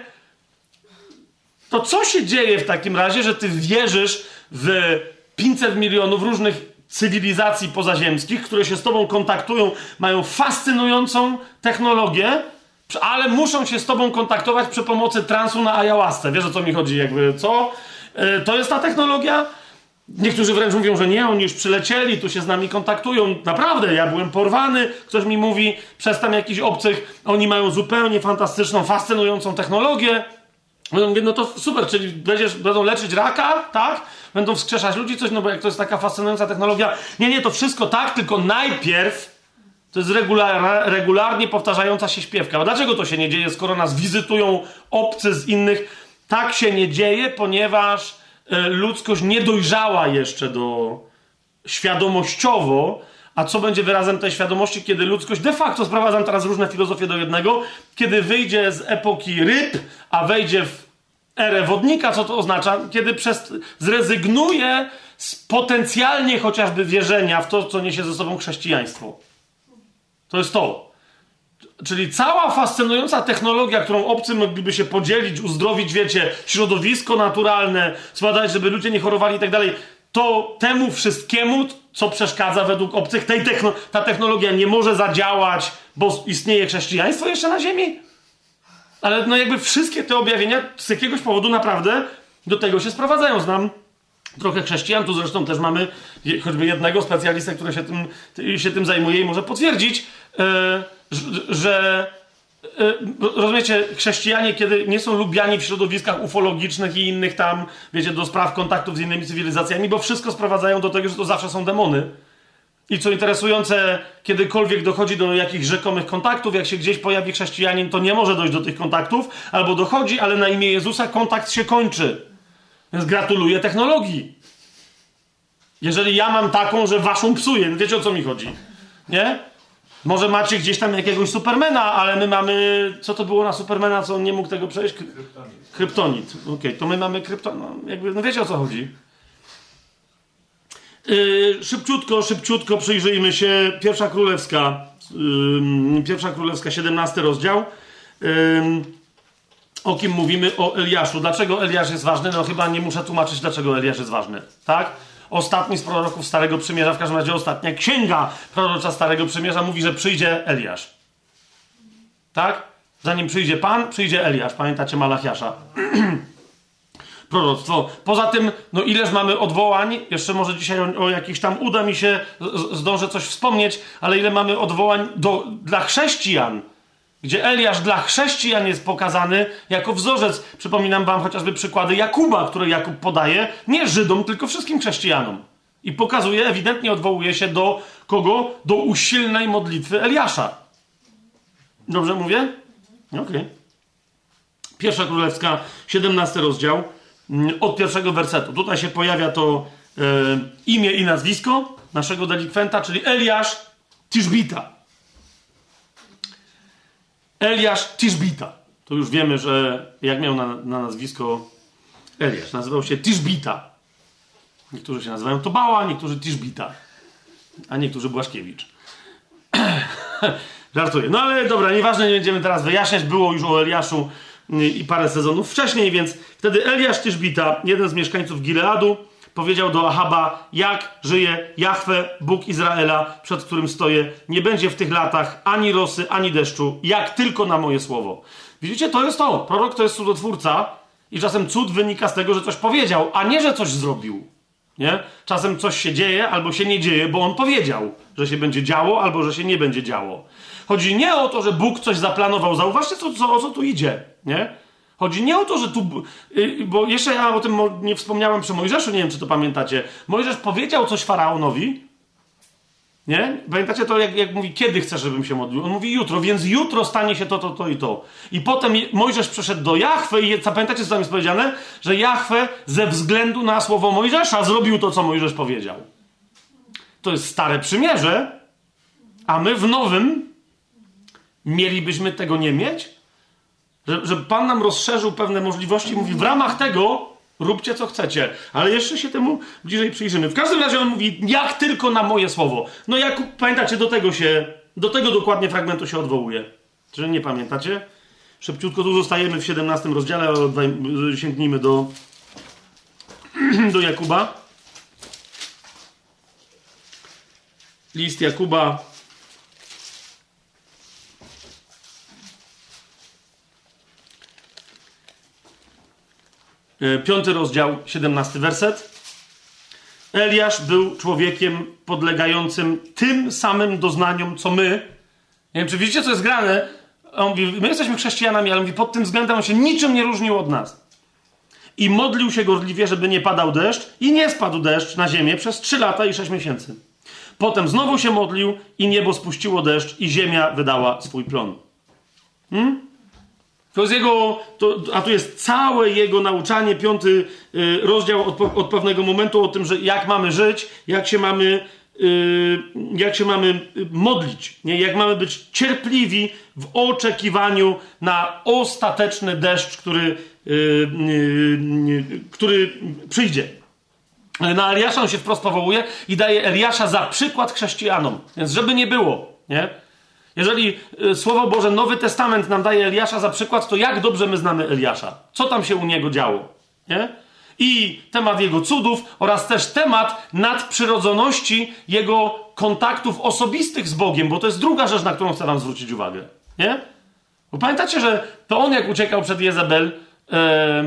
To co się dzieje w takim razie, że ty wierzysz w pięćset milionów różnych cywilizacji pozaziemskich, które się z tobą kontaktują, mają fascynującą technologię, ale muszą się z tobą kontaktować przy pomocy transu na ayahuasce. Wiesz, o co mi chodzi? Jakby, co? Yy, to jest ta technologia? Niektórzy wręcz mówią, że nie, oni już przylecieli, tu się z nami kontaktują. Naprawdę, ja byłem porwany. Ktoś mi mówi, przez tam jakichś obcych, oni mają zupełnie fantastyczną, fascynującą technologię. Mówię, no to super, czyli będziesz, będą leczyć raka, tak? Będą wskrzeszać ludzi, coś, no bo jak to jest taka fascynująca technologia. Nie, nie, to wszystko tak, tylko najpierw to jest regular, regularnie powtarzająca się śpiewka. A dlaczego to się nie dzieje, skoro nas wizytują obcy z innych? Tak się nie dzieje, ponieważ y, ludzkość nie dojrzała jeszcze do świadomościowo, a co będzie wyrazem tej świadomości, kiedy ludzkość, de facto sprowadzam teraz różne filozofie do jednego, kiedy wyjdzie z epoki ryb, a wejdzie w erę wodnika, co to oznacza? Kiedy przez, zrezygnuje z potencjalnie chociażby wierzenia w to, co niesie ze sobą chrześcijaństwo. To jest to. Czyli cała fascynująca technologia, którą obcy mogliby się podzielić, uzdrowić, wiecie, środowisko naturalne, składać, żeby ludzie nie chorowali i tak dalej, to temu wszystkiemu, co przeszkadza według obcych, tej techno- ta technologia nie może zadziałać, bo istnieje chrześcijaństwo jeszcze na ziemi. Ale no jakby wszystkie te objawienia z jakiegoś powodu naprawdę do tego się sprowadzają. Znam trochę chrześcijan, tu zresztą też mamy choćby jednego specjalistę, który się tym, się tym zajmuje i może potwierdzić, yy, że yy, rozumiecie, chrześcijanie, kiedy nie są lubiani w środowiskach ufologicznych i innych tam, wiecie, do spraw kontaktów z innymi cywilizacjami, bo wszystko sprowadzają do tego, że to zawsze są demony. I co interesujące, kiedykolwiek dochodzi do jakichś rzekomych kontaktów, jak się gdzieś pojawi chrześcijanin, to nie może dojść do tych kontaktów, albo dochodzi, ale na imię Jezusa kontakt się kończy. Więc gratuluję technologii. Jeżeli ja mam taką, że waszą psuję, wiecie, o co mi chodzi, nie? Może macie gdzieś tam jakiegoś Supermana, ale my mamy... Co to było na Supermana, co on nie mógł tego przejść? Kryptonit. Kryptonit. Okej, okay, to my mamy kryptonit. No, jakby, no wiecie, o co chodzi. Yy, szybciutko, szybciutko przyjrzyjmy się. Pierwsza Królewska, yy, Pierwsza Królewska, siedemnasty rozdział. Yy, o kim mówimy? O Eliaszu. Dlaczego Eliasz jest ważny? No chyba nie muszę tłumaczyć, dlaczego Eliasz jest ważny. Tak? Ostatni z proroków Starego Przymierza, w każdym razie ostatnia księga prorocza Starego Przymierza mówi, że przyjdzie Eliasz. Tak? Zanim przyjdzie Pan, przyjdzie Eliasz. Pamiętacie Malachiasza? Proroctwo. Poza tym, no ileż mamy odwołań, jeszcze może dzisiaj o, o jakichś tam uda mi się, z, zdążę coś wspomnieć, ale ile mamy odwołań do, dla chrześcijan, gdzie Eliasz dla chrześcijan jest pokazany jako wzorzec. Przypominam wam chociażby przykłady Jakuba, które Jakub podaje, nie Żydom, tylko wszystkim chrześcijanom. I pokazuje, ewidentnie odwołuje się do kogo? Do usilnej modlitwy Eliasza. Dobrze mówię? Okej. Okay. Pierwsza Królewska, siedemnasty rozdział. Od pierwszego wersetu. Tutaj się pojawia to e, imię i nazwisko naszego delikwenta, czyli Eliasz Tiszbita. Eliasz Tiszbita. To już wiemy, że jak miał na, na nazwisko Eliasz. Nazywał się Tiszbita. Niektórzy się nazywają Tobała, niektórzy Tiszbita. A niektórzy Błaszkiewicz. Żartuję. No ale dobra, nieważne, nie będziemy teraz wyjaśniać. Było już o Eliaszu i parę sezonów wcześniej, więc wtedy Eliasz Tiszbita, jeden z mieszkańców Gileadu, powiedział do Ahaba: jak żyje Jahwe, Bóg Izraela, przed którym stoję, nie będzie w tych latach ani rosy, ani deszczu, jak tylko na moje słowo. Widzicie, to jest to. Prorok to jest cudotwórca I czasem cud wynika z tego, że coś powiedział, a nie, że coś zrobił. Nie? Czasem coś się dzieje albo się nie dzieje, bo on powiedział, że się będzie działo albo że się nie będzie działo. Chodzi nie o to, że Bóg coś zaplanował. Zauważcie, co, co, o co tu idzie. Nie? Chodzi nie o to, że tu... Bo jeszcze ja o tym nie wspomniałem przy Mojżeszu, nie wiem, czy to pamiętacie. Mojżesz powiedział coś Faraonowi. Nie? Pamiętacie to, jak, jak mówi, kiedy chcesz, żebym się modlił? On mówi jutro, więc jutro stanie się to, to, to i to. I potem Mojżesz przeszedł do Jahwe i pamiętacie, co tam jest powiedziane? Że Jahwe ze względu na słowo Mojżesza zrobił to, co Mojżesz powiedział. To jest stare przymierze, a my w nowym mielibyśmy tego nie mieć? Że, że Pan nam rozszerzył pewne możliwości i mówi, w ramach tego róbcie, co chcecie. Ale jeszcze się temu bliżej przyjrzymy. W każdym razie on mówi, jak tylko na moje słowo. No jak pamiętacie, do tego się, do tego dokładnie fragmentu się odwołuje. Czy nie pamiętacie? Szybciutko tu zostajemy w siedemnastym rozdziale, ale sięgnijmy do, do Jakuba. List Jakuba. Piąty rozdział, siedemnasty werset. Eliasz był człowiekiem podlegającym tym samym doznaniom, co my. Nie wiem, czy widzicie, co jest grane? On mówi, my jesteśmy chrześcijanami, ale mówi, pod tym względem on się niczym nie różnił od nas. I modlił się gorliwie, żeby nie padał deszcz i nie spadł deszcz na ziemię przez trzy lata i sześć miesięcy. Potem znowu się modlił i niebo spuściło deszcz i ziemia wydała swój plon. Hmm? To jest jego, to, a tu jest całe jego nauczanie, piąty y, rozdział od, od pewnego momentu o tym, że jak mamy żyć, jak się mamy, y, jak się mamy modlić, nie? Jak mamy być cierpliwi w oczekiwaniu na ostateczny deszcz, który, y, y, y, który przyjdzie. Na Eliasza on się wprost powołuje i daje Eliasza za przykład chrześcijanom. Więc żeby nie było, nie? Jeżeli y, Słowo Boże, Nowy Testament nam daje Eliasza za przykład, to jak dobrze my znamy Eliasza? Co tam się u niego działo? Nie? I temat jego cudów oraz też temat nadprzyrodzoności jego kontaktów osobistych z Bogiem, bo to jest druga rzecz, na którą chcę wam zwrócić uwagę. Nie? Bo pamiętacie, że to on jak uciekał przed Jezebel, yy,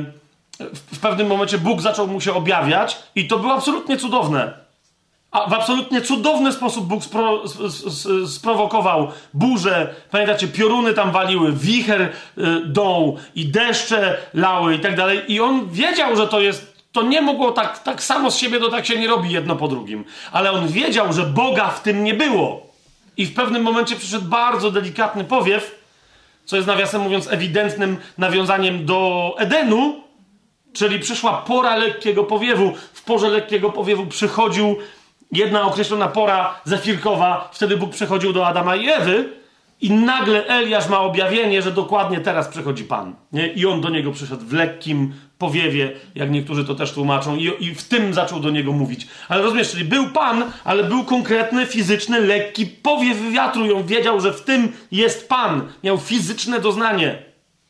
w pewnym momencie Bóg zaczął mu się objawiać i to było absolutnie cudowne. A w absolutnie cudowny sposób Bóg spro, sprowokował burzę. Pamiętacie, pioruny tam waliły, wicher y, dął i deszcze lały i tak dalej. I on wiedział, że to jest, to nie mogło tak, tak samo z siebie, to tak się nie robi jedno po drugim. Ale on wiedział, że Boga w tym nie było. I w pewnym momencie przyszedł bardzo delikatny powiew, co jest nawiasem mówiąc ewidentnym nawiązaniem do Edenu, czyli przyszła pora lekkiego powiewu. W porze lekkiego powiewu przychodził jedna określona pora zefirkowa, wtedy Bóg przychodził do Adama i Ewy i nagle Eliasz ma objawienie, że dokładnie teraz przychodzi Pan. Nie? I on do niego przyszedł w lekkim powiewie, jak niektórzy to też tłumaczą, i, i w tym zaczął do niego mówić. Ale rozumiesz, czyli był Pan, ale był konkretny, fizyczny, lekki powiew wiatru i on wiedział, że w tym jest Pan. Miał fizyczne doznanie.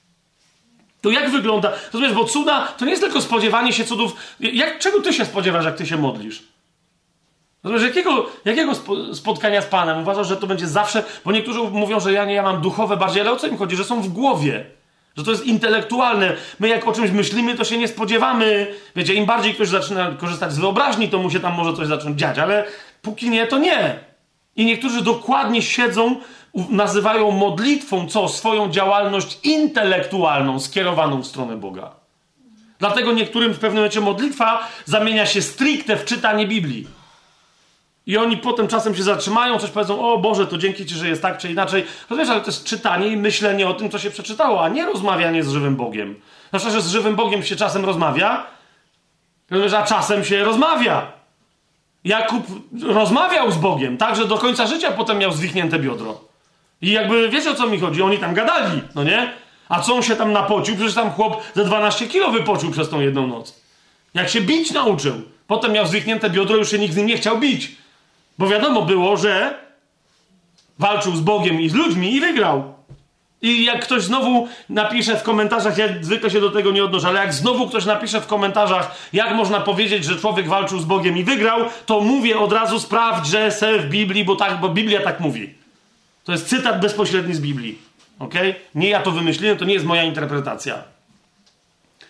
To jak wygląda? Rozumiesz, bo cuda to nie jest tylko spodziewanie się cudów. Jak, czego ty się spodziewasz, jak ty się modlisz? Rozumiesz, jakiego, jakiego spotkania z Panem? Uważasz, że to będzie zawsze... Bo niektórzy mówią, że ja nie ja mam duchowe bardziej, ale o co im chodzi? Że są w głowie. Że to jest intelektualne. My jak o czymś myślimy, to się nie spodziewamy. Wiecie, im bardziej ktoś zaczyna korzystać z wyobraźni, to mu się tam może coś zacząć dziać, ale póki nie, to nie. I niektórzy dokładnie siedzą, nazywają modlitwą, co? Swoją działalność intelektualną skierowaną w stronę Boga. Dlatego niektórym w pewnym momencie modlitwa zamienia się stricte w czytanie Biblii. I oni potem czasem się zatrzymają, coś powiedzą, o Boże, to dzięki Ci, że jest tak czy inaczej. Rozumiesz, ale to jest czytanie i myślenie o tym, co się przeczytało, a nie rozmawianie z żywym Bogiem. Znaczy, że z żywym Bogiem się czasem rozmawia, rozumiesz, a czasem się rozmawia. Jakub rozmawiał z Bogiem, tak, że do końca życia potem miał zwichnięte biodro. I jakby, wiecie o co mi chodzi, oni tam gadali, no nie? A co on się tam napocił? Przecież tam chłop ze dwanaście kilo wypocił przez tą jedną noc. Jak się bić nauczył. Potem miał zwichnięte biodro, już się nikt z nim nie chciał bić. Bo wiadomo było, że walczył z Bogiem i z ludźmi i wygrał. I jak ktoś znowu napisze w komentarzach, ja zwykle się do tego nie odnoszę, ale jak znowu ktoś napisze w komentarzach, jak można powiedzieć, że człowiek walczył z Bogiem i wygrał, to mówię od razu, sprawdź, że se w Biblii, bo, tak, bo Biblia tak mówi. To jest cytat bezpośredni z Biblii. Okay? Nie ja to wymyśliłem, to nie jest moja interpretacja.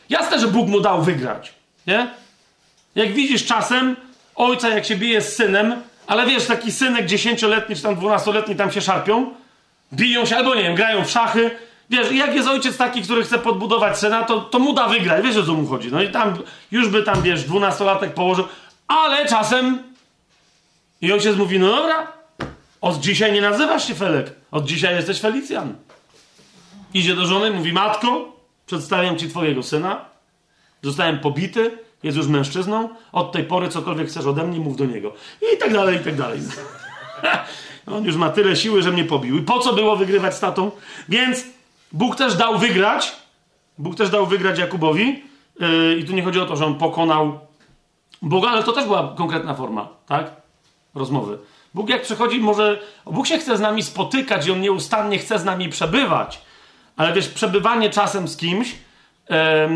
Jasne, że Bóg mu dał wygrać, nie? Jak widzisz czasem ojca, jak się bije z synem, ale wiesz, taki synek dziesięcioletni czy tam dwunastoletni tam się szarpią, biją się albo, nie wiem, grają w szachy. Wiesz, jak jest ojciec taki, który chce podbudować syna, to, to mu da wygrać. Wiesz, o co mu chodzi. No i tam już by tam, wiesz, dwunastolatek położył, ale czasem i ojciec mówi, no dobra, od dzisiaj nie nazywasz się Felek, od dzisiaj jesteś Felicjan. Idzie do żony, mówi, matko, przedstawiam ci twojego syna, zostałem pobity, jest już mężczyzną, od tej pory cokolwiek chcesz ode mnie, mów do niego. I tak dalej, i tak dalej. On już ma tyle siły, że mnie pobił. I po co było wygrywać z tatą? Więc Bóg też dał wygrać, Bóg też dał wygrać Jakubowi yy, i tu nie chodzi o to, że on pokonał Boga, ale to też była konkretna forma, tak? Rozmowy. Bóg jak przychodzi, może... Bóg się chce z nami spotykać i on nieustannie chce z nami przebywać, ale wiesz, przebywanie czasem z kimś yy,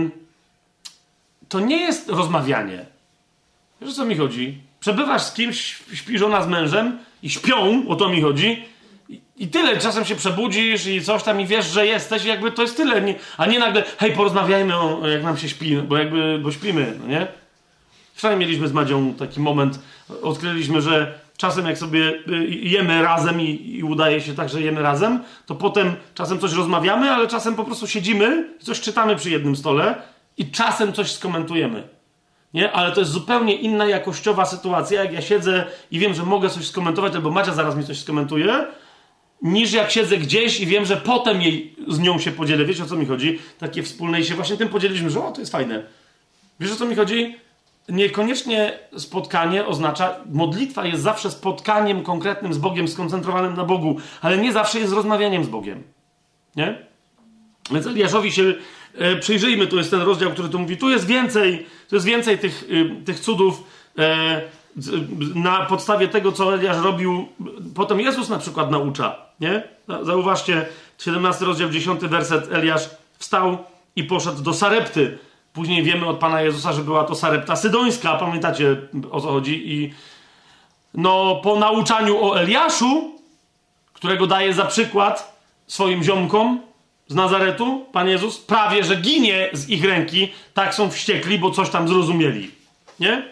to nie jest rozmawianie. Wiesz, o co mi chodzi? Przebywasz z kimś, śpi żona z mężem i śpią, o to mi chodzi, i, i tyle. Czasem się przebudzisz i coś tam i wiesz, że jesteś, i jakby to jest tyle. Nie, a nie nagle, hej, porozmawiajmy, o, jak nam się śpi, bo jakby, bo śpimy, no nie? Wczoraj mieliśmy z Madzią taki moment, odkryliśmy, że czasem jak sobie jemy razem i, i udaje się tak, że jemy razem, to potem czasem coś rozmawiamy, ale czasem po prostu siedzimy i coś czytamy przy jednym stole i czasem coś skomentujemy. Nie? Ale to jest zupełnie inna jakościowa sytuacja, jak ja siedzę i wiem, że mogę coś skomentować, albo Madzia zaraz mi coś skomentuje, niż jak siedzę gdzieś i wiem, że potem jej, z nią się podzielę. Wiecie, o co mi chodzi? Takie wspólne i się właśnie tym podzieliliśmy, że o, to jest fajne. Wiesz, o co mi chodzi? Niekoniecznie spotkanie oznacza, modlitwa jest zawsze spotkaniem konkretnym z Bogiem, skoncentrowanym na Bogu, ale nie zawsze jest rozmawianiem z Bogiem. Nie? Więc Eliaszowi się e, przyjrzyjmy, tu jest ten rozdział, który tu mówi, tu jest więcej, tu jest więcej tych, y, tych cudów e, na podstawie tego, co Eliasz robił. Potem Jezus na przykład naucza, nie? Zauważcie, siedemnasty rozdział, dziesiąty werset, Eliasz wstał i poszedł do Sarepty. Później wiemy od Pana Jezusa, że była to Sarepta Sydońska, pamiętacie, o co chodzi? I no, po nauczaniu o Eliaszu, którego daje za przykład swoim ziomkom z Nazaretu, Pan Jezus prawie, że ginie z ich ręki, tak są wściekli, bo coś tam zrozumieli. Nie?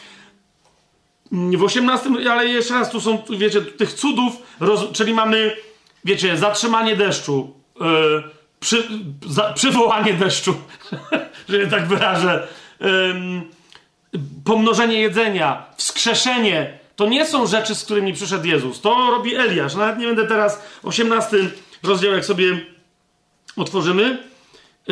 W osiemnastym, ale jeszcze raz, tu są, wiecie, tych cudów, roz, czyli mamy, wiecie, zatrzymanie deszczu, yy, przy, za, przywołanie deszczu, że tak wyrażę, yy, pomnożenie jedzenia, wskrzeszenie. To nie są rzeczy, z którymi przyszedł Jezus. To robi Eliasz. Nawet nie będę teraz, osiemnasty rozdział, jak sobie otworzymy. Yy,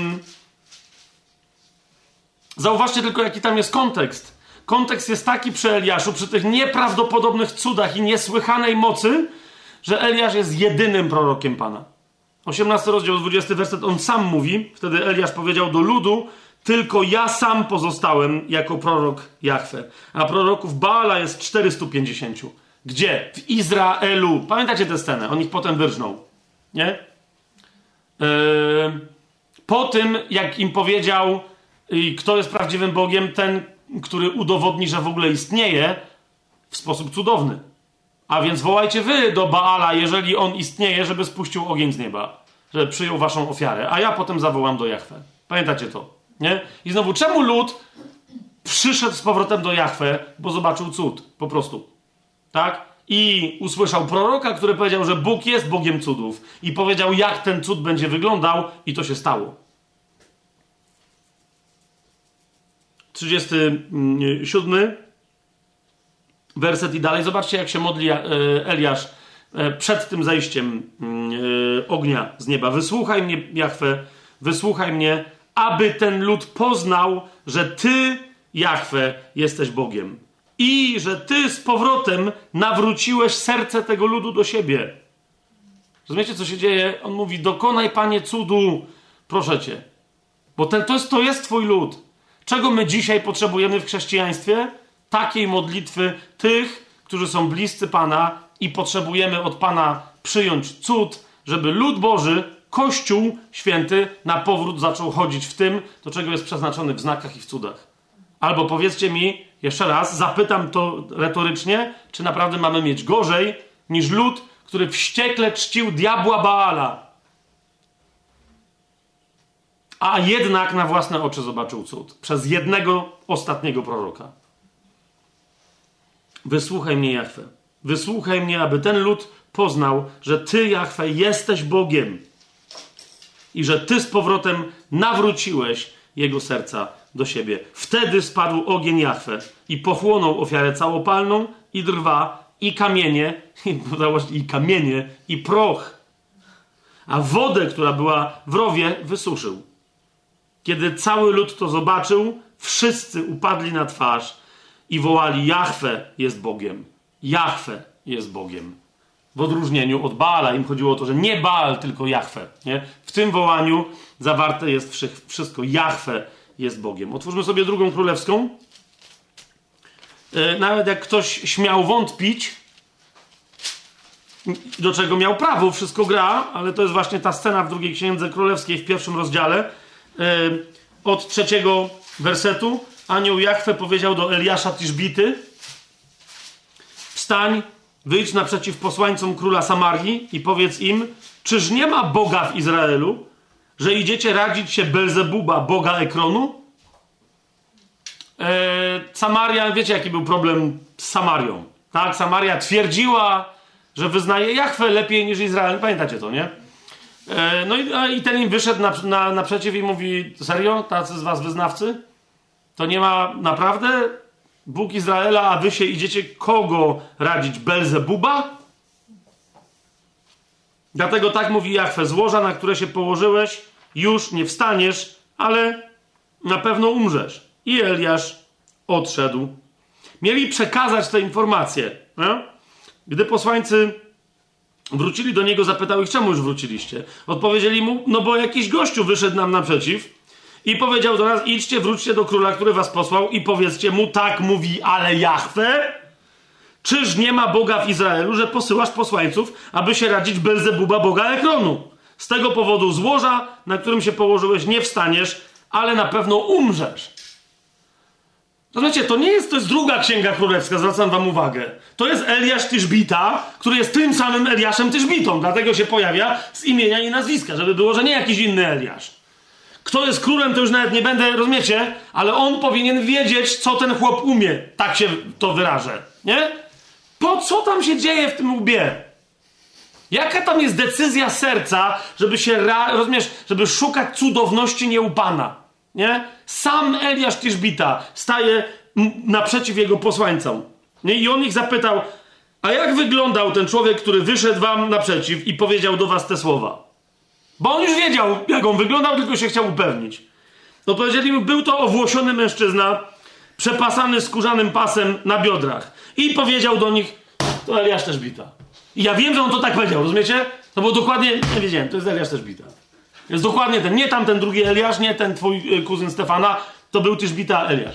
zauważcie tylko, jaki tam jest kontekst. Kontekst jest taki przy Eliaszu, przy tych nieprawdopodobnych cudach i niesłychanej mocy, że Eliasz jest jedynym prorokiem Pana. osiemnasty rozdział, dwudziesty werset, on sam mówi, wtedy Eliasz powiedział do ludu, tylko ja sam pozostałem jako prorok Jahwe. A proroków Baala jest czterysta pięćdziesiąt. Gdzie? W Izraelu. Pamiętacie tę scenę? On ich potem wyrżnął. Nie? Yy, po tym, jak im powiedział, yy, kto jest prawdziwym Bogiem, ten, który udowodni, że w ogóle istnieje w sposób cudowny. A więc wołajcie wy do Baala, jeżeli on istnieje, żeby spuścił ogień z nieba, żeby przyjął waszą ofiarę, a ja potem zawołam do Jahwe. Pamiętacie to, nie? I znowu, czemu lud przyszedł z powrotem do Jahwe, bo zobaczył cud, po prostu, tak? I usłyszał proroka, który powiedział, że Bóg jest Bogiem cudów i powiedział, jak ten cud będzie wyglądał i to się stało. trzydziesty siódmy werset i dalej. Zobaczcie, jak się modli Eliasz przed tym zejściem ognia z nieba. Wysłuchaj mnie, Jahwe, wysłuchaj mnie, aby ten lud poznał, że Ty, Jahwe, jesteś Bogiem. I że Ty z powrotem nawróciłeś serce tego ludu do siebie. Rozumiecie, co się dzieje? On mówi, dokonaj, Panie, cudu, proszę Cię. Bo ten, to, jest, to jest Twój lud. Czego my dzisiaj potrzebujemy w chrześcijaństwie? Takiej modlitwy tych, którzy są bliscy Pana i potrzebujemy od Pana przyjąć cud, żeby lud Boży, Kościół święty na powrót zaczął chodzić w tym, do czego jest przeznaczony w znakach i w cudach. Albo powiedzcie mi, jeszcze raz, zapytam to retorycznie, czy naprawdę mamy mieć gorzej niż lud, który wściekle czcił diabła Baala. A jednak na własne oczy zobaczył cud. Przez jednego ostatniego proroka. Wysłuchaj mnie, Jahwe. Wysłuchaj mnie, aby ten lud poznał, że Ty, Jahwe, jesteś Bogiem i że Ty z powrotem nawróciłeś jego serca do siebie. Wtedy spadł ogień Jahwe i pochłonął ofiarę całopalną i drwa, i kamienie, i kamienie, i proch. A wodę, która była w rowie, wysuszył. Kiedy cały lud to zobaczył, wszyscy upadli na twarz i wołali: Jahwe jest Bogiem. Jahwe jest Bogiem. W odróżnieniu od Baala. Im chodziło o to, że nie Baal, tylko Jahwe. Nie? W tym wołaniu zawarte jest wszystko. Jahwe jest Bogiem. Otwórzmy sobie drugą królewską. Nawet jak ktoś śmiał wątpić, do czego miał prawo, wszystko gra, ale to jest właśnie ta scena w drugiej księdze królewskiej w pierwszym rozdziale. Od trzeciego wersetu anioł Jahwe powiedział do Eliasza Tiszbity: wstań, wyjdź naprzeciw posłańcom króla Samarii i powiedz im: czyż nie ma Boga w Izraelu, że idziecie radzić się Belzebuba, boga Ekronu? Eee, Samaria, wiecie jaki był problem z Samarią? Tak, Samaria twierdziła, że wyznaje Jahwe lepiej niż Izrael. Pamiętacie to, nie? Eee, no i, a, i ten im wyszedł na, na, naprzeciw i mówi: serio? Tacy z was wyznawcy? To nie ma naprawdę Bóg Izraela, a wy się idziecie kogo radzić? Belzebuba? Dlatego tak mówi Jahwe: z łoża, na które się położyłeś, już nie wstaniesz, ale na pewno umrzesz. I Eliasz odszedł. Mieli przekazać te informacje. Nie? Gdy posłańcy wrócili do niego, zapytał ich: czemu już wróciliście? Odpowiedzieli mu: no bo jakiś gościu wyszedł nam naprzeciw i powiedział do nas: idźcie, wróćcie do króla, który was posłał, i powiedzcie mu: tak mówi, ale Jahwe, czyż nie ma Boga w Izraelu, że posyłasz posłańców, aby się radzić Belzebuba, boga Ekronu? Z tego powodu z łoża, na którym się położyłeś, nie wstaniesz, ale na pewno umrzesz. Rozumiecie, to nie jest, to jest druga księga królewska, zwracam wam uwagę. To jest Eliasz Tyszbita, który jest tym samym Eliaszem Tyszbitą, dlatego się pojawia z imienia i nazwiska, żeby było, że nie jakiś inny Eliasz. Kto jest królem, to już nawet nie będę, rozumiecie? Ale on powinien wiedzieć, co ten chłop umie. Tak się to wyrażę, nie? Po co tam się dzieje w tym łbie? Jaka tam jest decyzja serca, żeby się, ra- rozumiesz, żeby szukać cudowności nie u Pana, nie? Sam Eliasz Tyszbita staje m- naprzeciw jego posłańcom, nie? I on ich zapytał: a jak wyglądał ten człowiek, który wyszedł wam naprzeciw i powiedział do was te słowa? Bo on już wiedział, jak on wyglądał, tylko się chciał upewnić. No powiedzieli mu: był to owłosiony mężczyzna, przepasany skórzanym pasem na biodrach. I powiedział do nich: to Eliasz Tyszbita. I ja wiem, że on to tak powiedział, rozumiecie? To było dokładnie, nie wiedziałem, to jest Eliasz Tyszbita. Jest dokładnie ten, nie tamten drugi Eliasz, nie ten twój kuzyn Stefana, to był Tyszbita Eliasz.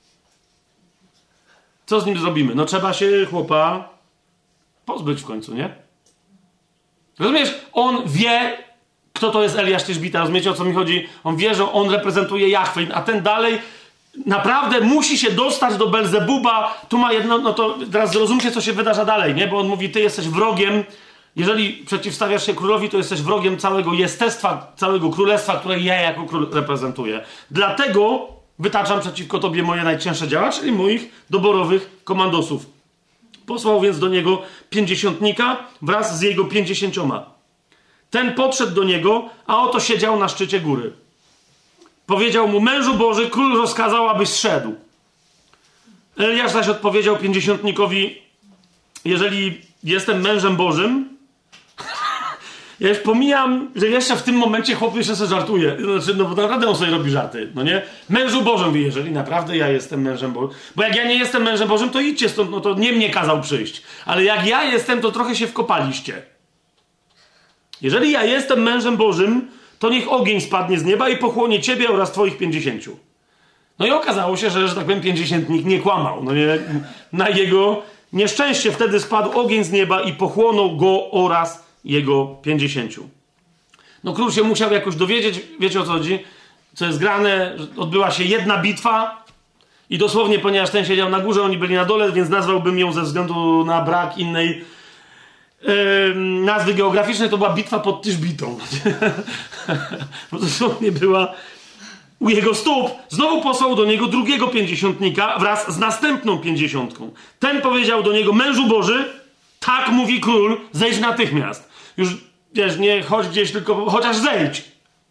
Co z nim zrobimy? No trzeba się chłopa pozbyć w końcu, nie? Rozumiesz? On wie, kto to jest Eliasz Tyszbita, rozumiecie, o co mi chodzi? On wie, że on reprezentuje Jahwe, a ten dalej naprawdę musi się dostać do Belzebuba. Tu ma jedno, no to teraz zrozumcie, co się wydarza dalej, nie? Bo on mówi: ty jesteś wrogiem. Jeżeli przeciwstawiasz się królowi, to jesteś wrogiem całego jestestwa, całego królestwa, które ja jako król reprezentuję. Dlatego wytaczam przeciwko tobie moje najcięższe działa, czyli moich doborowych komandosów. Posłał więc do niego pięćdziesiątnika wraz z jego pięćdziesięcioma. Ten podszedł do niego, a oto siedział na szczycie góry. Powiedział mu: mężu Boży, król rozkazał, abyś zszedł. Eliasz zaś odpowiedział pięćdziesiątnikowi: jeżeli jestem mężem Bożym, ja już pomijam, że jeszcze w tym momencie chłop jeszcze sobie żartuje. Znaczy, no bo naprawdę on sobie robi żarty, no nie? Mężu Bożym, mówi: jeżeli naprawdę ja jestem mężem Bożym. Bo jak ja nie jestem mężem Bożym, to idźcie stąd, no to nie mnie kazał przyjść. Ale jak ja jestem, to trochę się wkopaliście. Jeżeli ja jestem mężem Bożym, to niech ogień spadnie z nieba i pochłonie ciebie oraz twoich pięćdziesięciu. No i okazało się, że, że tak powiem, pięćdziesiętnik nie kłamał. No nie? Na jego nieszczęście wtedy spadł ogień z nieba i pochłonął go oraz jego pięćdziesięciu. No król się musiał jakoś dowiedzieć, wiecie o co chodzi, co jest grane, odbyła się jedna bitwa i dosłownie, ponieważ ten siedział na górze, oni byli na dole, więc nazwałbym ją ze względu na brak innej Yy, nazwy geograficznej, to była bitwa pod Tyszbitą. Bo dosłownie była u jego stóp, znowu posłał do niego drugiego pięćdziesiątnika wraz z następną pięćdziesiątką. Ten powiedział do niego: mężu Boży, tak mówi król, zejdź natychmiast. Już, wiesz, nie chodź gdzieś, tylko chociaż zejdź.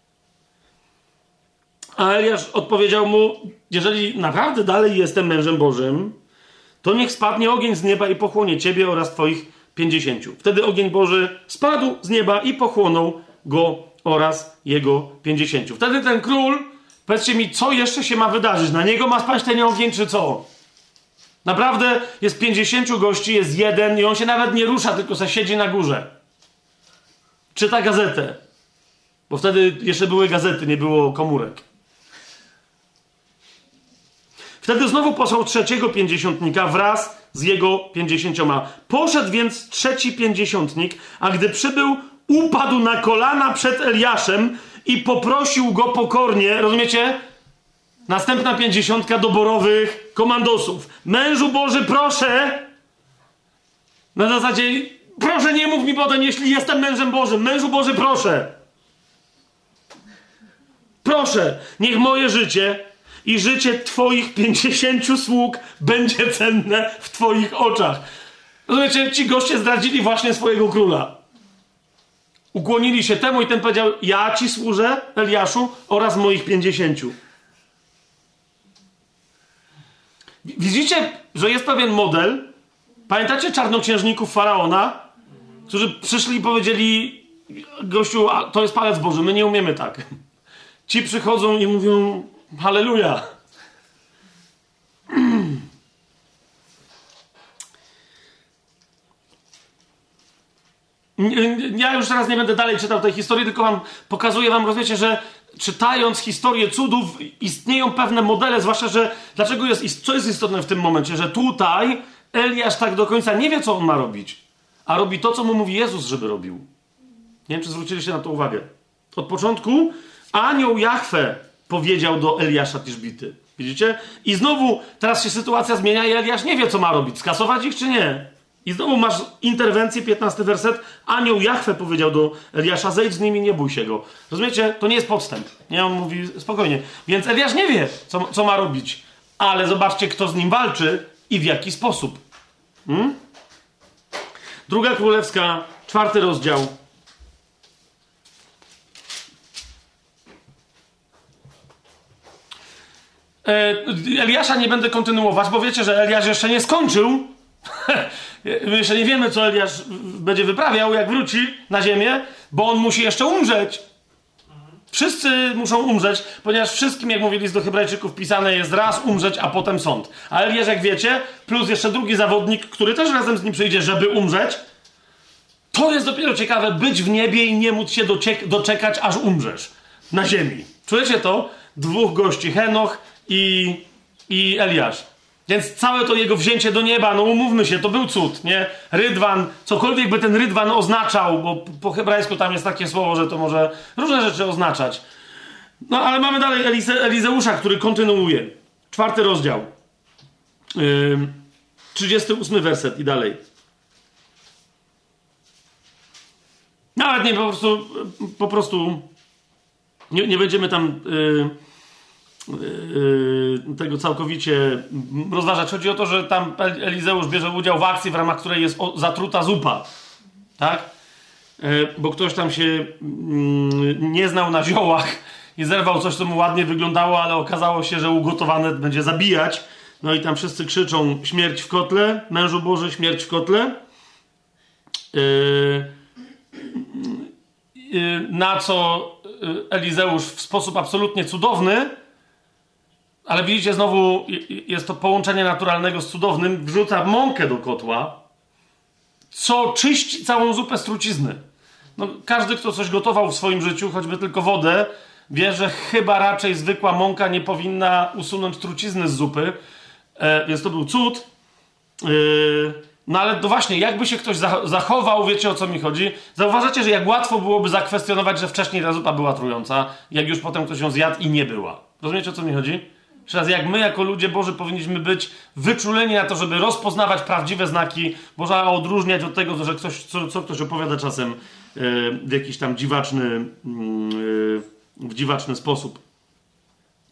A Eliasz odpowiedział mu: jeżeli naprawdę dalej jestem mężem Bożym, to niech spadnie ogień z nieba i pochłonie ciebie oraz twoich pięćdziesięciu. Wtedy ogień Boży spadł z nieba i pochłonął go oraz jego pięćdziesięciu. Wtedy ten król, powiedzcie mi, co jeszcze się ma wydarzyć? Na niego ma spaść ten ogień, czy co? Naprawdę jest pięćdziesięciu gości, jest jeden i on się nawet nie rusza, tylko se siedzi na górze. Czyta gazetę. Bo wtedy jeszcze były gazety, nie było komórek. Wtedy znowu posłał trzeciego pięćdziesiątnika wraz z jego pięćdziesięcioma. Poszedł więc trzeci pięćdziesiątnik, a gdy przybył, upadł na kolana przed Eliaszem i poprosił go pokornie, rozumiecie? Następna pięćdziesiątka doborowych komandosów. Mężu Boży, proszę! Na zasadzie, proszę nie mów mi potem, jeśli jestem mężem Bożym. Mężu Boży, proszę! Proszę, niech moje życie i życie twoich pięćdziesięciu sług będzie cenne w twoich oczach. Rozumiecie, ci goście zdradzili właśnie swojego króla. Ukłonili się temu i ten powiedział: ja ci służę, Eliaszu, oraz moich pięćdziesięciu. Widzicie, że jest pewien model. Pamiętacie czarnoksiężników Faraona, którzy przyszli i powiedzieli: gościu, a to jest palec Boży, my nie umiemy tak. Ci przychodzą i mówią: halleluja. Ja już teraz nie będę dalej czytał tej historii, tylko wam pokazuję, wam rozumiecie, że czytając historię cudów istnieją pewne modele, zwłaszcza, że dlaczego jest, co jest istotne w tym momencie, że tutaj Eliasz tak do końca nie wie, co on ma robić, a robi to, co mu mówi Jezus, żeby robił. Nie wiem, czy zwróciliście na to uwagę. Od początku anioł Jahwe powiedział do Eliasza Tiszbity. Widzicie? I znowu teraz się sytuacja zmienia i Eliasz nie wie, co ma robić. Skasować ich, czy nie? I znowu masz interwencję, piętnasty werset. Anioł Jahwe powiedział do Eliasza: zejdź z nimi, nie bój się go. Rozumiecie? To nie jest podstęp. Nie, on mówi spokojnie. Więc Eliasz nie wie, co, co ma robić. Ale zobaczcie, kto z nim walczy i w jaki sposób. Hmm? Druga Królewska, czwarty rozdział. Eliasza nie będę kontynuować, bo wiecie, że Eliasz jeszcze nie skończył. My jeszcze nie wiemy, co Eliasz będzie wyprawiał, jak wróci na ziemię, bo on musi jeszcze umrzeć. Wszyscy muszą umrzeć, ponieważ wszystkim, jak mówili do Hebrajczyków, pisane jest raz umrzeć, a potem sąd. A Eliasz, jak wiecie, plus jeszcze drugi zawodnik, który też razem z nim przyjdzie, żeby umrzeć. To jest dopiero ciekawe, być w niebie i nie móc się doczek- doczekać, aż umrzesz na ziemi. Czujecie to? Dwóch gości, Henoch i, i Eliasz. Więc całe to jego wzięcie do nieba, no umówmy się, to był cud, nie? Rydwan, cokolwiek by ten rydwan oznaczał, bo po hebrajsku tam jest takie słowo, że to może różne rzeczy oznaczać. No ale mamy dalej Elize, Elizeusza, który kontynuuje. Czwarty rozdział. Yy, trzydziesty ósmy werset i dalej. Nawet nie, po prostu, po prostu nie, nie będziemy tam... Yy, Yy, tego całkowicie rozważać. Chodzi o to, że tam Elizeusz bierze udział w akcji, w ramach której jest o, zatruta zupa. Tak? Yy, bo ktoś tam się yy, nie znał na ziołach i zerwał coś, co mu ładnie wyglądało, ale okazało się, że ugotowane będzie zabijać. No i tam wszyscy krzyczą: śmierć w kotle, mężu Boży, śmierć w kotle. Yy, yy, na co Elizeusz w sposób absolutnie cudowny, ale widzicie, znowu jest to połączenie naturalnego z cudownym, wrzuca mąkę do kotła, co czyści całą zupę z trucizny. No, każdy, kto coś gotował w swoim życiu, choćby tylko wodę, wie, że chyba raczej zwykła mąka nie powinna usunąć trucizny z zupy. E, więc to był cud. E, no ale to właśnie, jakby się ktoś zachował, wiecie, o co mi chodzi. Zauważacie, że jak łatwo byłoby zakwestionować, że wcześniej ta zupa była trująca, jak już potem ktoś ją zjadł i nie była. Rozumiecie, o co mi chodzi? Jeszcze raz, jak my jako ludzie Boży powinniśmy być wyczuleni na to, żeby rozpoznawać prawdziwe znaki, można odróżniać od tego, że ktoś, co, co ktoś opowiada czasem yy, w jakiś tam dziwaczny, yy, w dziwaczny sposób.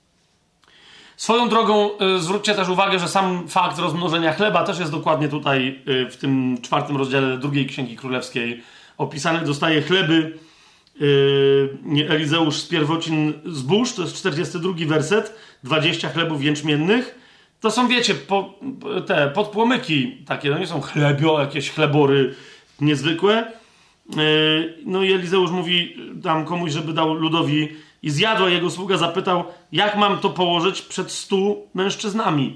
Swoją drogą y, zwróćcie też uwagę, że sam fakt rozmnożenia chleba też jest dokładnie tutaj y, w tym czwartym rozdziale drugiej Księgi Królewskiej opisany. Dostaje chleby y, Elizeusz z pierwocin zbóż, to jest czterdziesty drugi werset, dwadzieścia chlebów jęczmiennych. To są, wiecie, po, te podpłomyki takie, no nie są chlebio, jakieś chlebory niezwykłe. Y, no i Elizeusz mówi tam komuś, żeby dał ludowi i zjadł, a jego sługa zapytał, jak mam to położyć przed stu mężczyznami.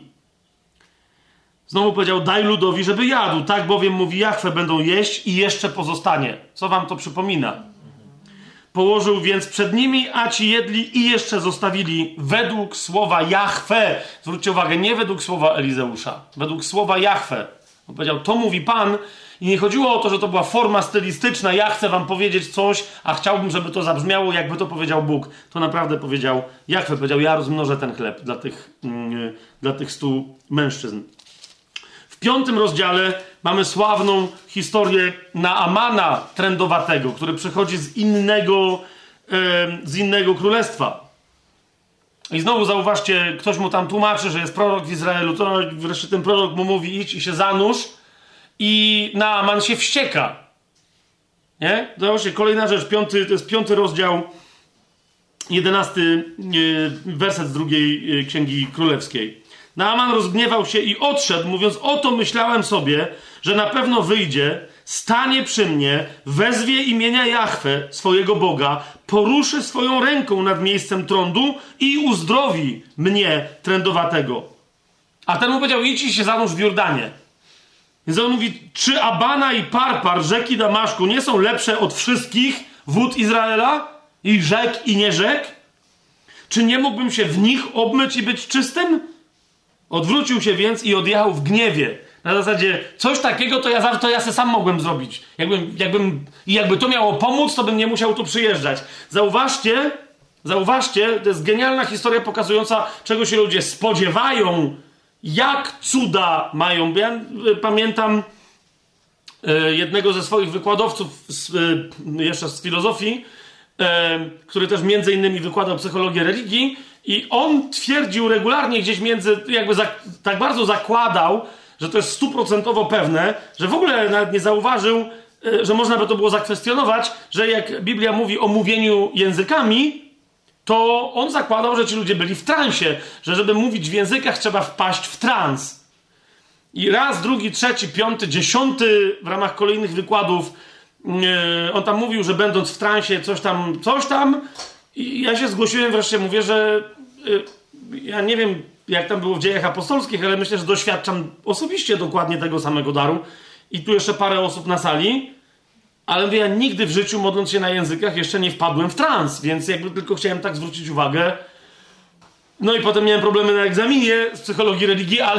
Znowu powiedział, daj ludowi, żeby jadł. Tak bowiem, mówi Jahwe, będą jeść i jeszcze pozostanie. Co wam to przypomina? Położył więc przed nimi, a ci jedli i jeszcze zostawili według słowa Jahwe. Zwróćcie uwagę, nie według słowa Elizeusza. Według słowa Jahwe. On powiedział, to mówi Pan. I nie chodziło o to, że to była forma stylistyczna. Ja chcę wam powiedzieć coś, a chciałbym, żeby to zabrzmiało, jakby to powiedział Bóg. To naprawdę powiedział Jahwe. Powiedział, ja rozmnożę ten chleb dla tych, yy, dla tych stu mężczyzn. W piątym rozdziale mamy sławną historię Naamana trędowatego, który przychodzi z innego, yy, z innego królestwa. I znowu zauważcie, ktoś mu tam tłumaczy, że jest prorok w Izraelu. To wreszcie ten prorok mu mówi, idź i się zanurz. I Naaman się wścieka. Nie? Zobaczcie, kolejna rzecz, piąty, to jest piąty rozdział, jedenasty yy, werset z drugiej yy, Księgi Królewskiej. Naaman rozgniewał się i odszedł, mówiąc, oto myślałem sobie, że na pewno wyjdzie, stanie przy mnie, wezwie imienia Jahwe, swojego Boga, poruszy swoją ręką nad miejscem trądu i uzdrowi mnie, trędowatego. A ten mu powiedział, idź i się zanurz w Jordanie. Więc on mówi, czy Abana i Parpar, rzeki Damaszku, nie są lepsze od wszystkich wód Izraela? I rzek, i nie rzek? Czy nie mógłbym się w nich obmyć i być czystym? Odwrócił się więc i odjechał w gniewie. Na zasadzie, coś takiego to ja, to ja se sam mogłem zrobić. Jakbym, jakbym, I jakby to miało pomóc, to bym nie musiał tu przyjeżdżać. Zauważcie, zauważcie, to jest genialna historia pokazująca, czego się ludzie spodziewają, jak cuda mają. Ja pamiętam jednego ze swoich wykładowców z, jeszcze z filozofii, który też między innymi wykładał psychologię religii i on twierdził regularnie gdzieś między, jakby za, tak bardzo zakładał, że to jest stuprocentowo pewne, że w ogóle nawet nie zauważył, że można by to było zakwestionować, że jak Biblia mówi o mówieniu językami, to on zakładał, że ci ludzie byli w transie, że żeby mówić w językach trzeba wpaść w trans. I raz, drugi, trzeci, piąty, dziesiąty w ramach kolejnych wykładów yy, on tam mówił, że będąc w transie coś tam, coś tam i ja się zgłosiłem wreszcie, mówię, że yy, ja nie wiem jak tam było w dziejach apostolskich, ale myślę, że doświadczam osobiście dokładnie tego samego daru i tu jeszcze parę osób na sali. Ale mówię, ja nigdy w życiu, modląc się na językach, jeszcze nie wpadłem w trans, więc jakby tylko chciałem tak zwrócić uwagę. No i potem miałem problemy na egzaminie z psychologii religii, ale,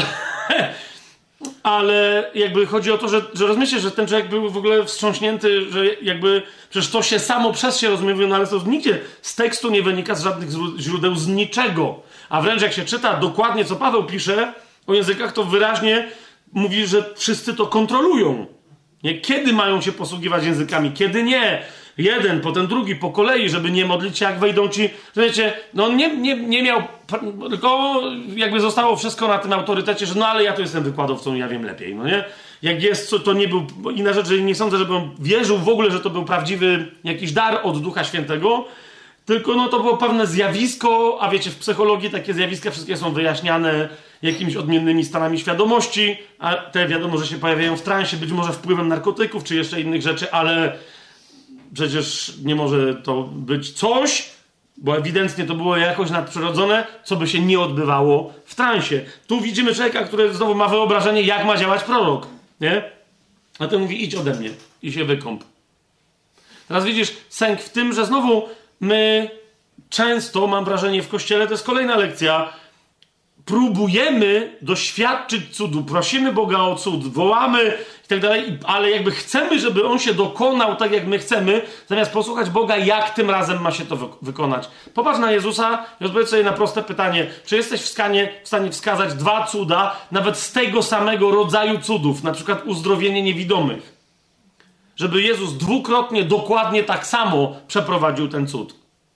ale jakby chodzi o to, że, że rozumiecie, że ten człowiek był w ogóle wstrząśnięty, że jakby przecież to się samo przez się rozumie, no ale to nigdzie z tekstu nie wynika z żadnych źródeł, z niczego. A wręcz jak się czyta dokładnie, co Paweł pisze o językach, to wyraźnie mówi, że wszyscy to kontrolują. Nie? Kiedy mają się posługiwać językami, kiedy nie. Jeden, potem drugi, po kolei, żeby nie modlić się, jak wejdą ci... Wiecie, no on nie, nie, nie miał... Tylko jakby zostało wszystko na tym autorytecie, że no ale ja tu jestem wykładowcą i ja wiem lepiej, no nie? Jak jest, to nie był... Inna rzecz, że nie sądzę, żeby on wierzył w ogóle, że to był prawdziwy jakiś dar od Ducha Świętego, tylko no to było pewne zjawisko, a wiecie, w psychologii takie zjawiska wszystkie są wyjaśniane jakimiś odmiennymi stanami świadomości, a te wiadomo, że się pojawiają w transie, być może wpływem narkotyków, czy jeszcze innych rzeczy, ale przecież nie może to być coś, bo ewidentnie to było jakoś nadprzyrodzone, co by się nie odbywało w transie. Tu widzimy człowieka, który znowu ma wyobrażenie, jak ma działać prorok, nie? A ten mówi, idź ode mnie i się wykąp. Teraz widzisz, sęk w tym, że znowu my często, mam wrażenie, w Kościele, to jest kolejna lekcja, próbujemy doświadczyć cudu, prosimy Boga o cud, wołamy i tak dalej, ale jakby chcemy, żeby On się dokonał tak, jak my chcemy, zamiast posłuchać Boga, jak tym razem ma się to wy- wykonać. Popatrz na Jezusa i odpowiedz sobie na proste pytanie, czy jesteś w stanie, w stanie wskazać dwa cuda, nawet z tego samego rodzaju cudów, na przykład uzdrowienie niewidomych, żeby Jezus dwukrotnie, dokładnie tak samo przeprowadził ten cud.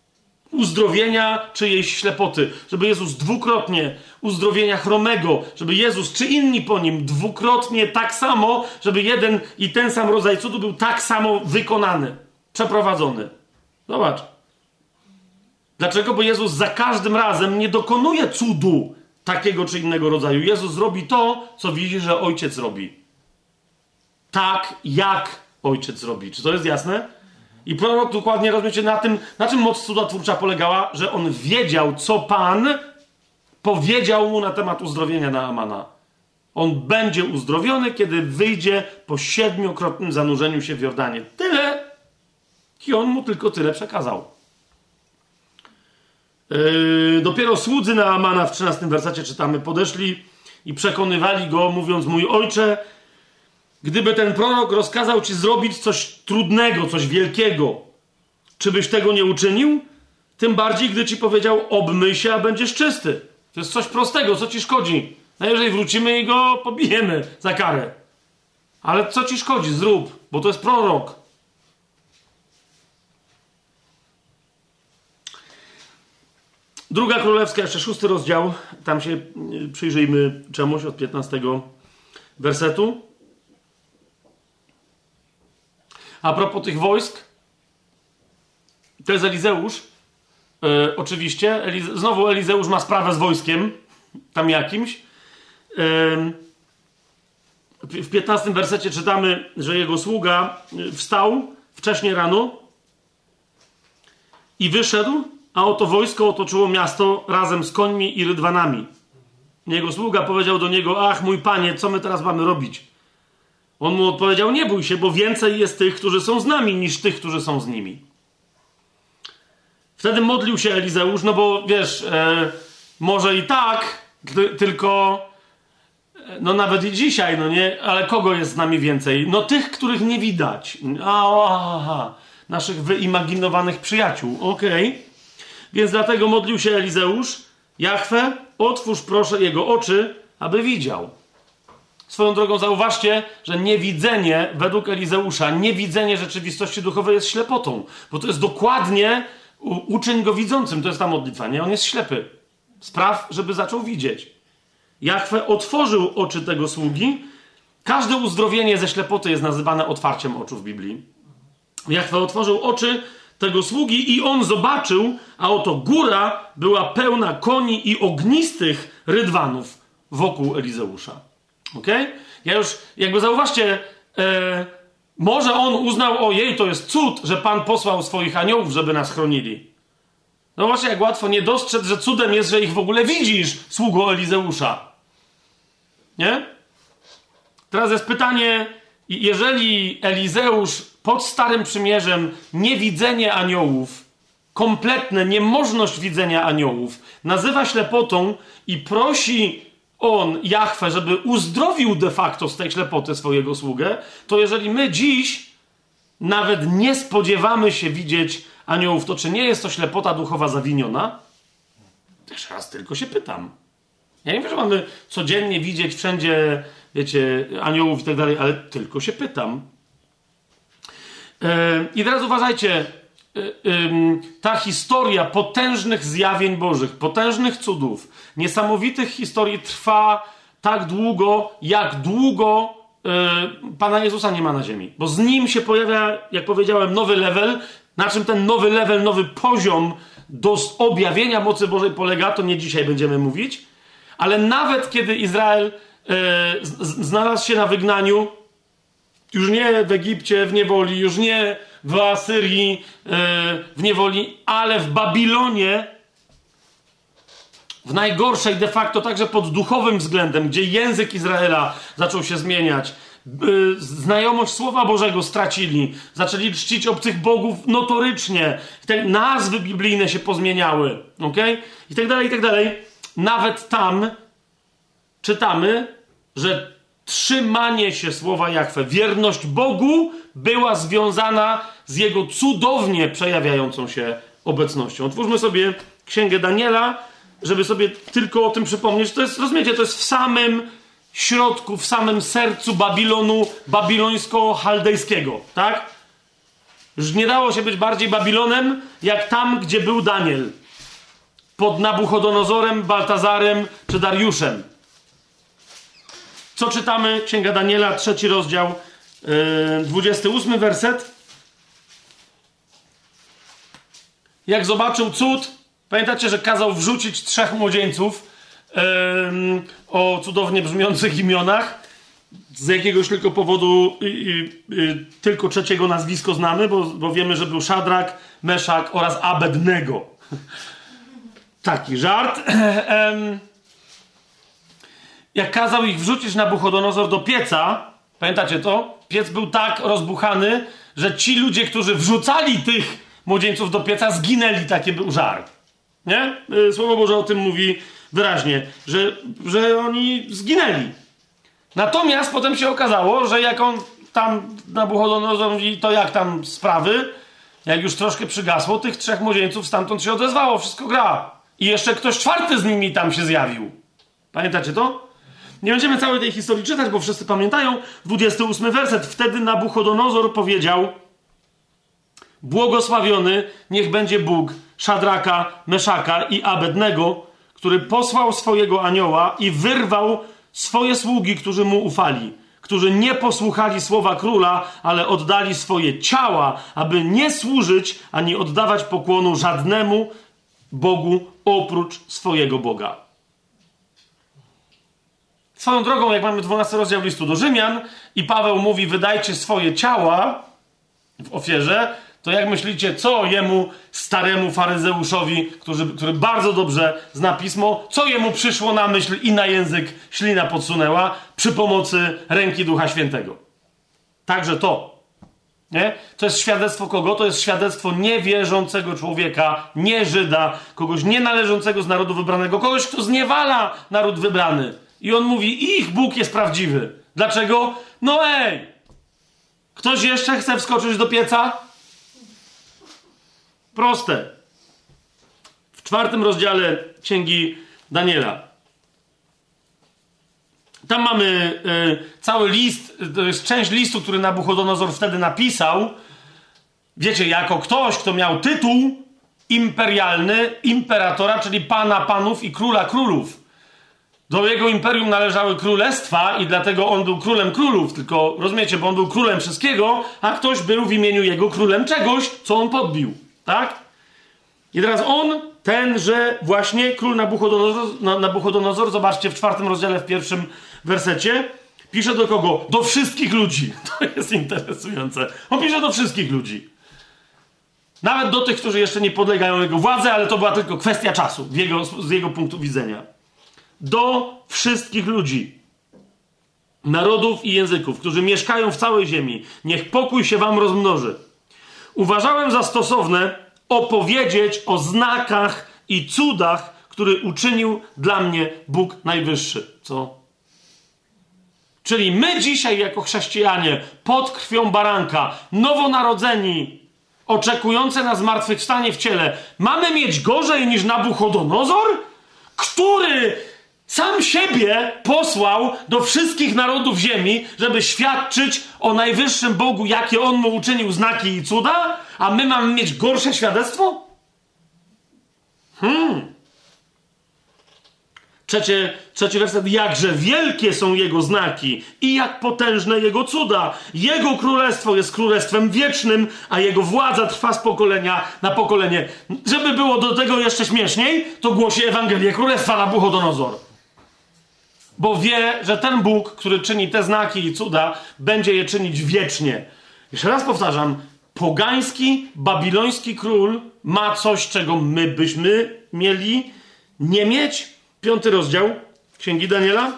uzdrowienia czyjejś ślepoty, żeby Jezus dwukrotnie uzdrowienia chromego, żeby Jezus czy inni po nim dwukrotnie tak samo, żeby jeden i ten sam rodzaj cudu był tak samo wykonany, przeprowadzony. Zobacz. Dlaczego? Bo Jezus za każdym razem nie dokonuje cudu takiego czy innego rodzaju. Jezus robi to, co widzi, że Ojciec robi. Tak, jak Ojciec robi. Czy to jest jasne? I prorok dokładnie, rozumiecie, na tym, na czym moc cudotwórcza polegała, że on wiedział, co Pan powiedział mu na temat uzdrowienia Naamana. On będzie uzdrowiony, kiedy wyjdzie po siedmiokrotnym zanurzeniu się w Jordanie. Tyle. I on mu tylko tyle przekazał. Yy, dopiero słudzy Naamana w trzynastym wersecie czytamy, podeszli i przekonywali go, mówiąc: mój ojcze, gdyby ten prorok rozkazał ci zrobić coś trudnego, coś wielkiego, czy byś tego nie uczynił? Tym bardziej, gdy ci powiedział: obmyj się, a będziesz czysty. To jest coś prostego, co ci szkodzi. Najwyżej wrócimy i go pobijemy za karę. Ale co ci szkodzi? Zrób, bo to jest prorok. Druga Królewska, jeszcze szósty rozdział. Tam się przyjrzyjmy czemuś od piętnastego wersetu. A propos tych wojsk, to jest Elizeusz. E, oczywiście. Elize- znowu Elizeusz ma sprawę z wojskiem. Tam jakimś. E, w piętnastym wersecie czytamy, że jego sługa wstał wcześnie rano i wyszedł, a oto wojsko otoczyło miasto razem z końmi i rydwanami. Jego sługa powiedział do niego: ach, mój panie, co my teraz mamy robić? On mu odpowiedział: nie bój się, bo więcej jest tych, którzy są z nami, niż tych, którzy są z nimi. Wtedy modlił się Elizeusz, no bo wiesz, e, może i tak, ty, tylko no nawet i dzisiaj, no nie, ale kogo jest z nami więcej? No tych, których nie widać. A, aha, naszych wyimaginowanych przyjaciół. Okej. Okay. Więc dlatego modlił się Elizeusz: Jahwe, otwórz proszę jego oczy, aby widział. Swoją drogą zauważcie, że niewidzenie, według Elizeusza, niewidzenie rzeczywistości duchowej jest ślepotą. Bo to jest dokładnie u, uczyń go widzącym. To jest ta modlitwa, nie? On jest ślepy. Spraw, żeby zaczął widzieć. Jahwe otworzył oczy tego sługi. Każde uzdrowienie ze ślepoty jest nazywane otwarciem oczu w Biblii. Jahwe otworzył oczy tego sługi i on zobaczył, a oto góra była pełna koni i ognistych rydwanów wokół Elizeusza. Okej? Okay? Ja już, jakby zauważcie, e, może on uznał: ojej, to jest cud, że Pan posłał swoich aniołów, żeby nas chronili. No właśnie, jak łatwo nie dostrzec, że cudem jest, że ich w ogóle widzisz, sługo Elizeusza. Nie? Teraz jest pytanie, jeżeli Elizeusz pod Starym Przymierzem niewidzenie aniołów, kompletne niemożność widzenia aniołów nazywa ślepotą i prosi on, Jahwe, żeby uzdrowił de facto z tej ślepoty swojego sługę, to jeżeli my dziś nawet nie spodziewamy się widzieć aniołów, to czy nie jest to ślepota duchowa zawiniona? Jeszcze raz tylko się pytam. Ja nie wiem, że mamy codziennie widzieć wszędzie, wiecie, aniołów i tak dalej, ale tylko się pytam. Yy, I teraz uważajcie, yy, yy, ta historia potężnych zjawień bożych, potężnych cudów, niesamowitych historii trwa tak długo, jak długo yy, Pana Jezusa nie ma na ziemi. Bo z Nim się pojawia, jak powiedziałem, nowy level. Na czym ten nowy level, nowy poziom do objawienia mocy Bożej polega, to nie dzisiaj będziemy mówić. Ale nawet kiedy Izrael yy, z- znalazł się na wygnaniu, już nie w Egipcie, w niewoli, już nie w Asyrii, yy, w niewoli, ale w Babilonie, w najgorszej de facto także pod duchowym względem, gdzie język Izraela zaczął się zmieniać, yy, znajomość Słowa Bożego stracili, zaczęli czcić obcych bogów notorycznie, te nazwy biblijne się pozmieniały, okej? I tak dalej, i tak dalej. Nawet tam czytamy, że trzymanie się słowa Jahwe, wierność Bogu była związana z Jego cudownie przejawiającą się obecnością. Otwórzmy sobie Księgę Daniela, żeby sobie tylko o tym przypomnieć. To jest, rozumiecie, to jest w samym środku, w samym sercu Babilonu babilońsko-chaldejskiego, tak? Już nie dało się być bardziej Babilonem, jak tam, gdzie był Daniel. Pod Nabuchodonozorem, Baltazarem czy Dariuszem. Co czytamy? Księga Daniela, trzeci rozdział, yy, dwudziesty ósmy werset. Jak zobaczył cud, pamiętacie, że kazał wrzucić trzech młodzieńców yy, o cudownie brzmiących imionach. Z jakiegoś tylko powodu yy, yy, tylko trzeciego nazwisko znamy, bo, bo wiemy, że był Szadrak, Meszak oraz Abednego. Taki żart. Jak kazał ich wrzucić Nabuchodonozor do pieca, pamiętacie to? Piec był tak rozbuchany, że ci ludzie, którzy wrzucali tych młodzieńców do pieca, zginęli. Taki był żar. Nie? Słowo Boże o tym mówi wyraźnie, że, że oni zginęli. Natomiast potem się okazało, że jak on tam Nabuchodonozor mówi, to jak tam sprawy, jak już troszkę przygasło, tych trzech młodzieńców stamtąd się odezwało, wszystko gra. I jeszcze ktoś czwarty z nimi tam się zjawił. Pamiętacie to? Nie będziemy całej tej historii czytać, bo wszyscy pamiętają. dwudziesty ósmy werset. Wtedy Nabuchodonozor powiedział: błogosławiony niech będzie Bóg Szadraka, Meszaka i Abednego, który posłał swojego anioła i wyrwał swoje sługi, którzy mu ufali, którzy nie posłuchali słowa króla, ale oddali swoje ciała, aby nie służyć ani oddawać pokłonu żadnemu Bogu oprócz swojego Boga. Swoją drogą, jak mamy dwunasty rozdział listu do Rzymian i Paweł mówi, wydajcie swoje ciała w ofierze, to jak myślicie, co jemu, staremu faryzeuszowi, który, który bardzo dobrze zna pismo, co jemu przyszło na myśl i na język ślina podsunęła przy pomocy ręki Ducha Świętego? Także to. Nie? To jest świadectwo kogo? To jest świadectwo niewierzącego człowieka, nie Żyda, kogoś nienależącego z narodu wybranego, kogoś, kto zniewala naród wybrany. I on mówi, ich Bóg jest prawdziwy. Dlaczego? No ej! Ktoś jeszcze chce wskoczyć do pieca? Proste. W czwartym rozdziale Księgi Daniela. Tam mamy y, cały list, to jest część listu, który Nabuchodonozor wtedy napisał. Wiecie, jako ktoś, kto miał tytuł imperialny, imperatora, czyli pana panów i króla królów. Do jego imperium należały królestwa i dlatego on był królem królów. Tylko rozumiecie, bo on był królem wszystkiego, a ktoś był w imieniu jego królem czegoś, co on podbił. Tak? I teraz on, tenże właśnie król Nabuchodonozor, Nabuchodonozor, zobaczcie w czwartym rozdziale, w pierwszym wersecie, pisze do kogo? Do wszystkich ludzi. To jest interesujące. On pisze do wszystkich ludzi. Nawet do tych, którzy jeszcze nie podlegają jego władzy, ale to była tylko kwestia czasu z jego, z jego punktu widzenia. Do wszystkich ludzi, narodów i języków, którzy mieszkają w całej ziemi, niech pokój się wam rozmnoży. Uważałem za stosowne opowiedzieć o znakach i cudach, które uczynił dla mnie Bóg Najwyższy. Co? Czyli my dzisiaj jako chrześcijanie pod krwią baranka, nowonarodzeni, oczekujące na zmartwychwstanie w ciele, mamy mieć gorzej niż Nabuchodonozor, który sam siebie posłał do wszystkich narodów ziemi, żeby świadczyć o najwyższym Bogu, jakie On mu uczynił znaki i cuda, a my mamy mieć gorsze świadectwo? Hmm. Trzecie, trzeci werset. Jakże wielkie są Jego znaki i jak potężne Jego cuda. Jego królestwo jest królestwem wiecznym, a Jego władza trwa z pokolenia na pokolenie. Żeby było do tego jeszcze śmieszniej, to głosi Ewangelię Królestwa Nabuchodonozor. Bo wie, że ten Bóg, który czyni te znaki i cuda, będzie je czynić wiecznie. Jeszcze raz powtarzam, pogański, babiloński król ma coś, czego my byśmy mieli nie mieć. Piąty rozdział Księgi Daniela.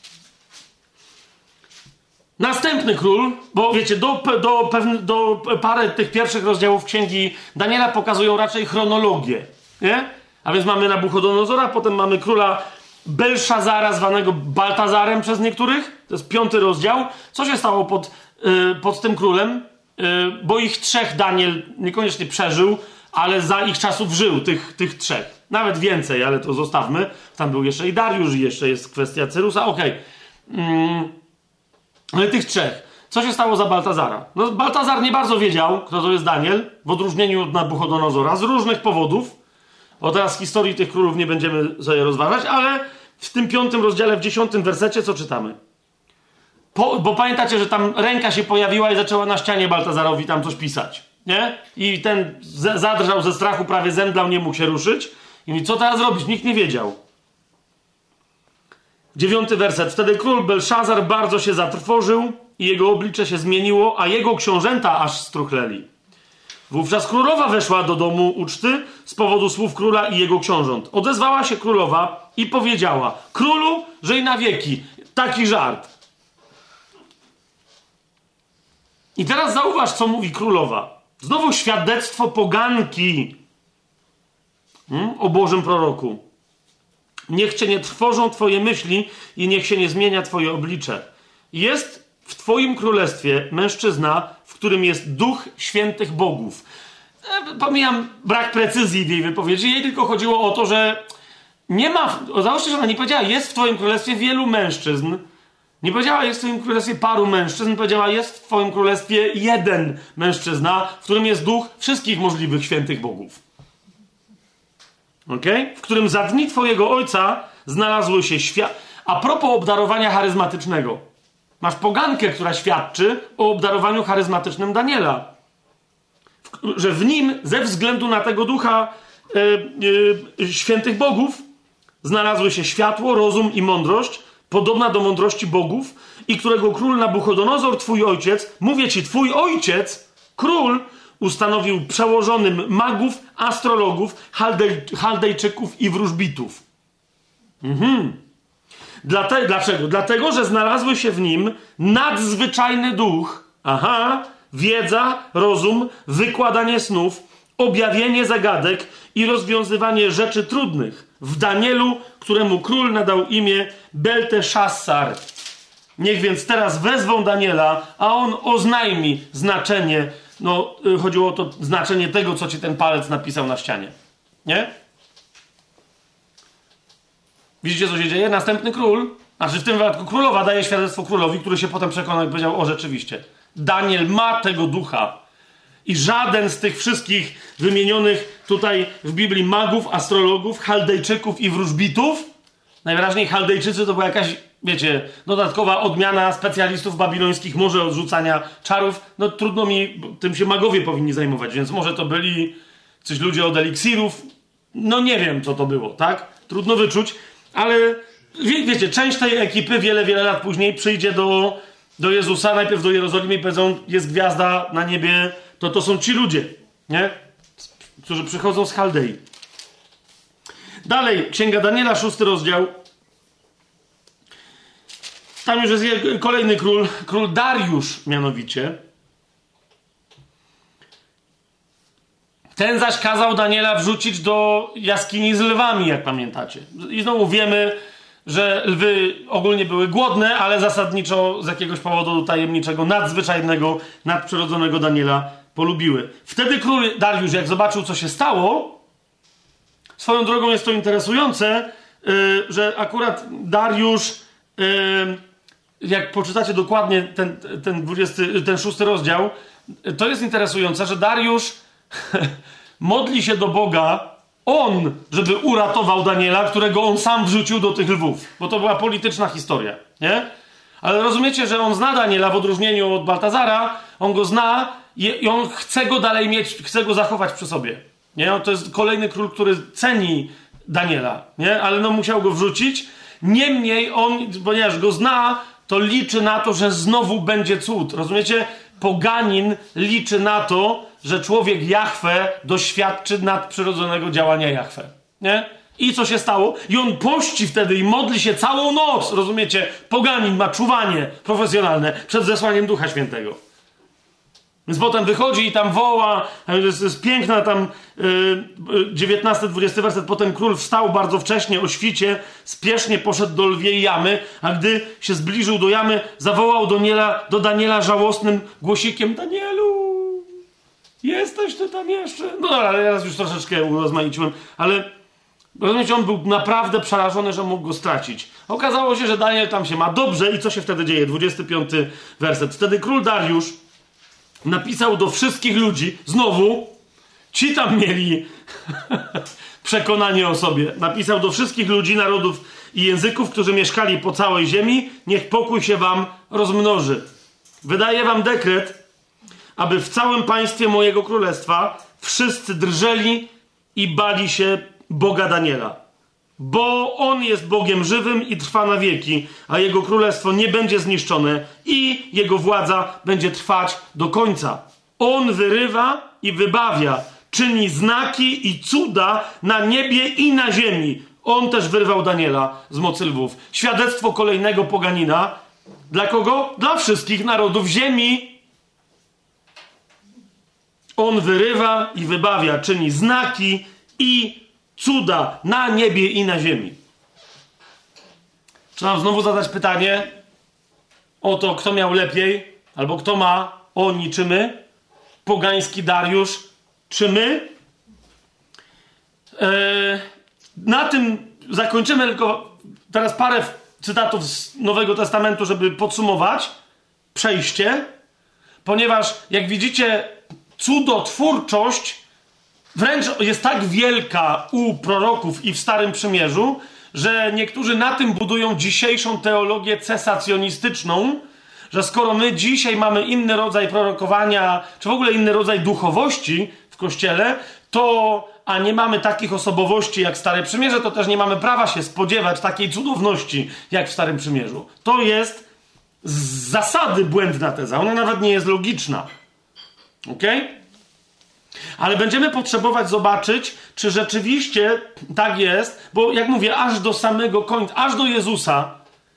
Następny król, bo wiecie, do, do, pewne, do parę tych pierwszych rozdziałów Księgi Daniela pokazują raczej chronologię. Nie? A więc mamy Nabuchodonozora, potem mamy króla Belszazara, zwanego Baltazarem przez niektórych. To jest piąty rozdział. Co się stało pod, yy, pod tym królem? Yy, bo ich trzech Daniel niekoniecznie przeżył, ale za ich czasów żył, tych, tych trzech. Nawet więcej, ale to zostawmy. Tam był jeszcze i Dariusz, i jeszcze jest kwestia Cyrusa. Okej. Okay. Mm, ale tych trzech. Co się stało za Baltazara? No, Baltazar nie bardzo wiedział, kto to jest Daniel, w odróżnieniu od Nabuchodonozora, z różnych powodów. O teraz historii tych królów nie będziemy sobie rozważać, ale w tym piątym rozdziale, w dziesiątym wersecie, co czytamy? Po, bo pamiętacie, że tam ręka się pojawiła i zaczęła na ścianie Baltazarowi tam coś pisać, nie? I ten z, zadrżał ze strachu, prawie zemdlał, nie mógł się ruszyć. I mówi, co teraz robić? Nikt nie wiedział. Dziewiąty werset. Wtedy król Belszazar bardzo się zatrwożył i jego oblicze się zmieniło, a jego książęta aż struchleli. Wówczas królowa weszła do domu uczty z powodu słów króla i jego książąt. Odezwała się królowa i powiedziała: królu, żyj na wieki. Taki żart. I teraz zauważ, co mówi królowa. Znowu świadectwo poganki hmm? o Bożym proroku. Niech cię nie trwożą twoje myśli i niech się nie zmienia twoje oblicze. Jest w twoim królestwie mężczyzna, w którym jest duch świętych bogów. E, pomijam brak precyzji w jej wypowiedzi. Jej tylko chodziło o to, że nie ma... Załóżcie, że ona nie powiedziała, jest w twoim królestwie wielu mężczyzn. Nie powiedziała, jest w twoim królestwie paru mężczyzn. Powiedziała, jest w twoim królestwie jeden mężczyzna, w którym jest duch wszystkich możliwych świętych bogów. Okay? W którym za dni twojego ojca znalazły się świat... A propos obdarowania charyzmatycznego. Masz pogankę, która świadczy o obdarowaniu charyzmatycznym Daniela. W, że w nim, ze względu na tego ducha e, e, świętych bogów, znalazły się światło, rozum i mądrość, podobna do mądrości bogów, i którego król Nabuchodonozor, twój ojciec, mówię ci, twój ojciec, król, ustanowił przełożonym magów, astrologów, Chaldej, Chaldejczyków i wróżbitów. Mhm. Dlate, dlaczego? Dlatego, że znalazły się w nim nadzwyczajny duch, aha, wiedza, rozum, wykładanie snów, objawienie zagadek i rozwiązywanie rzeczy trudnych w Danielu, któremu król nadał imię Belteszassar. Niech więc teraz wezwą Daniela, a on oznajmi znaczenie, no chodziło o to znaczenie tego, co ci ten palec napisał na ścianie. Nie? Widzicie, co się dzieje? Następny król, znaczy w tym wypadku królowa daje świadectwo królowi, który się potem przekonał i powiedział, o rzeczywiście, Daniel ma tego ducha. I żaden z tych wszystkich wymienionych tutaj w Biblii magów, astrologów, chaldejczyków i wróżbitów, najwyraźniej chaldejczycy to była jakaś, wiecie, dodatkowa odmiana specjalistów babilońskich, może od rzucania czarów, no trudno mi, tym się magowie powinni zajmować, więc może to byli coś ludzie od eliksirów, no nie wiem, co to było, tak? Trudno wyczuć. Ale wie, wiecie, część tej ekipy wiele, wiele lat później przyjdzie do, do Jezusa, najpierw do Jerozolimy i powiedzą, jest gwiazda na niebie, to to są ci ludzie, nie? Którzy przychodzą z Chaldei. Dalej, Księga Daniela, szósty rozdział. Tam już jest kolejny król, król Dariusz mianowicie. Ten zaś kazał Daniela wrzucić do jaskini z lwami, jak pamiętacie. I znowu wiemy, że lwy ogólnie były głodne, ale zasadniczo z jakiegoś powodu tajemniczego, nadzwyczajnego, nadprzyrodzonego Daniela polubiły. Wtedy król Dariusz, jak zobaczył, co się stało, swoją drogą jest to interesujące, yy, że akurat Dariusz, yy, jak poczytacie dokładnie ten, ten, dwudziesty, ten szósty rozdział, to jest interesujące, że Dariusz modli się do Boga, on, żeby uratował Daniela, którego on sam wrzucił do tych lwów. Bo to była polityczna historia, nie? Ale rozumiecie, że on zna Daniela w odróżnieniu od Baltazara, on go zna i on chce go dalej mieć, chce go zachować przy sobie. Nie? To jest kolejny król, który ceni Daniela, nie? Ale no musiał go wrzucić. Niemniej on, ponieważ go zna, to liczy na to, że znowu będzie cud. Rozumiecie? Poganin liczy na to, że człowiek Jahwe doświadczy nadprzyrodzonego działania Jahwe. Nie? I co się stało? I on pości wtedy i modli się całą noc. Rozumiecie? Poganin ma czuwanie profesjonalne przed zesłaniem Ducha Świętego. Więc potem wychodzi i tam woła, jest, jest piękna tam yy, dziewiętnasty dwudziesty werset. Potem król wstał bardzo wcześnie o świcie, spiesznie poszedł do lwiej jamy, a gdy się zbliżył do jamy, zawołał do Daniela, do Daniela żałosnym głosikiem: Danielu, jesteś ty tam jeszcze? No ale ja już troszeczkę urozmaiciłem, ale Rozumiecie, on był naprawdę przerażony, że mógł go stracić. Okazało się, że Daniel tam się ma dobrze i co się wtedy dzieje? dwudziesty piąty werset. Wtedy król Dariusz napisał do wszystkich ludzi, znowu, ci tam mieli przekonanie o sobie. Napisał do wszystkich ludzi, narodów i języków, którzy mieszkali po całej ziemi, niech pokój się wam rozmnoży. Wydaję wam dekret, aby w całym państwie mojego królestwa wszyscy drżeli i bali się Boga Daniela. Bo On jest Bogiem żywym i trwa na wieki, a Jego królestwo nie będzie zniszczone i Jego władza będzie trwać do końca. On wyrywa i wybawia, czyni znaki i cuda na niebie i na ziemi. On też wyrwał Daniela z mocy lwów. Świadectwo kolejnego poganina. Dla kogo? Dla wszystkich narodów ziemi. On wyrywa i wybawia, czyni znaki i cuda na niebie i na ziemi. Trzeba znowu zadać pytanie o to, kto miał lepiej, albo kto ma, oni czy my? Pogański Dariusz czy my? Eee, na tym zakończymy, tylko teraz parę cytatów z Nowego Testamentu, żeby podsumować przejście, ponieważ jak widzicie, cudotwórczość wręcz jest tak wielka u proroków i w Starym Przymierzu, że niektórzy na tym budują dzisiejszą teologię cesacjonistyczną, że skoro my dzisiaj mamy inny rodzaj prorokowania, czy w ogóle inny rodzaj duchowości w Kościele, to, a nie mamy takich osobowości jak Stare Przymierze, to też nie mamy prawa się spodziewać takiej cudowności jak w Starym Przymierzu. To jest z zasady błędna teza. Ona nawet nie jest logiczna. Okej? Okay? Ale będziemy potrzebować zobaczyć, czy rzeczywiście tak jest, bo jak mówię, aż do samego końca, aż do Jezusa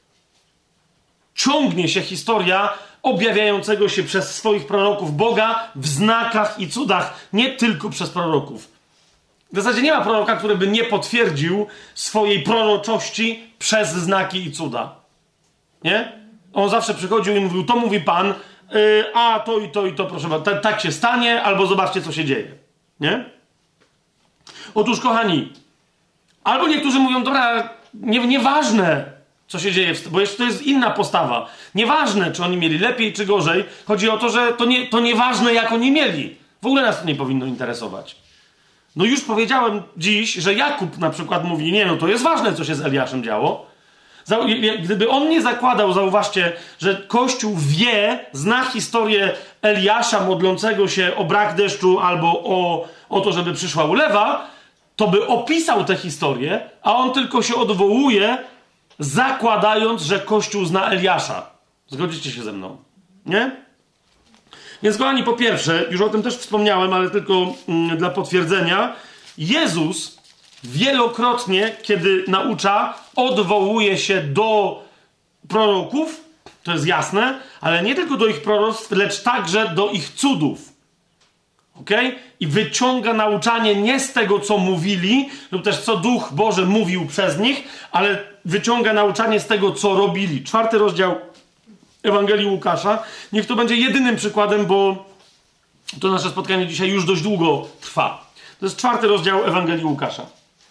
ciągnie się historia objawiającego się przez swoich proroków Boga w znakach i cudach, nie tylko przez proroków. W zasadzie nie ma proroka, który by nie potwierdził swojej proroczości przez znaki i cuda. Nie? On zawsze przychodził i mówił, to mówi Pan, Yy, a to i to i to, proszę bardzo, tak się stanie, albo zobaczcie, co się dzieje. Nie? Otóż, kochani, albo niektórzy mówią, dobra, nie, nieważne, co się dzieje, bo jeszcze to jest inna postawa. Nieważne, czy oni mieli lepiej, czy gorzej. Chodzi o to, że to, nie, to nieważne, jak oni mieli. W ogóle nas to nie powinno interesować. No już powiedziałem dziś, że Jakub na przykład mówi, nie, no to jest ważne, co się z Eliaszem działo. Gdyby on nie zakładał, zauważcie, że Kościół wie, zna historię Eliasza modlącego się o brak deszczu albo o, o to, żeby przyszła ulewa, to by opisał tę historię, a on tylko się odwołuje, zakładając, że Kościół zna Eliasza. Zgodzicie się ze mną? Nie? Więc kochani, po pierwsze, już o tym też wspomniałem, ale tylko mm, dla potwierdzenia, Jezus wielokrotnie, kiedy naucza, odwołuje się do proroków, to jest jasne, ale nie tylko do ich proroctw, lecz także do ich cudów. Okej? Okay? I wyciąga nauczanie nie z tego, co mówili, lub też co Duch Boży mówił przez nich, ale wyciąga nauczanie z tego, co robili. Czwarty rozdział Ewangelii Łukasza. Niech to będzie jedynym przykładem, bo to nasze spotkanie dzisiaj już dość długo trwa. To jest czwarty rozdział Ewangelii Łukasza.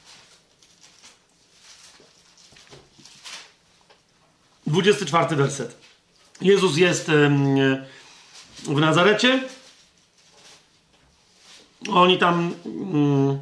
dwudziesty czwarty werset. Jezus jest w Nazarecie. Oni tam mm,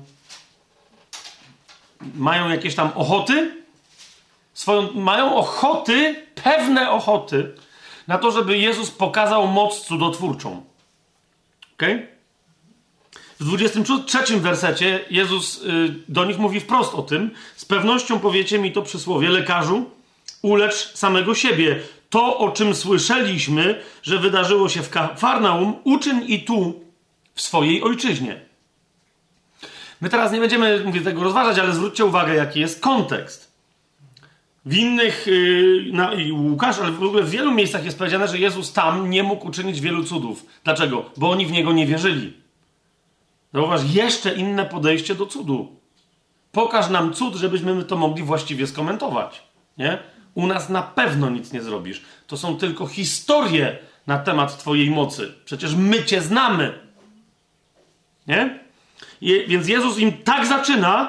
mają jakieś tam ochoty. Swoją, mają ochoty, pewne ochoty na to, żeby Jezus pokazał moc cudotwórczą. Okej? Okay? W dwudziestym trzecim wersecie Jezus y, do nich mówi wprost o tym. Z pewnością powiecie mi to przysłowie, lekarzu, ulecz samego siebie. To, o czym słyszeliśmy, że wydarzyło się w Kafarnaum, uczyń i tu, w swojej ojczyźnie. My teraz nie będziemy, mówię, tego rozważać, ale zwróćcie uwagę, jaki jest kontekst. W innych, yy, na, i Łukasz, ale w ogóle w wielu miejscach jest powiedziane, że Jezus tam nie mógł uczynić wielu cudów. Dlaczego? Bo oni w Niego nie wierzyli. Zauważ, jeszcze inne podejście do cudu. Pokaż nam cud, żebyśmy to mogli właściwie skomentować. Nie? U nas na pewno nic nie zrobisz. To są tylko historie na temat Twojej mocy. Przecież my Cię znamy. Nie? I, więc Jezus im tak zaczyna,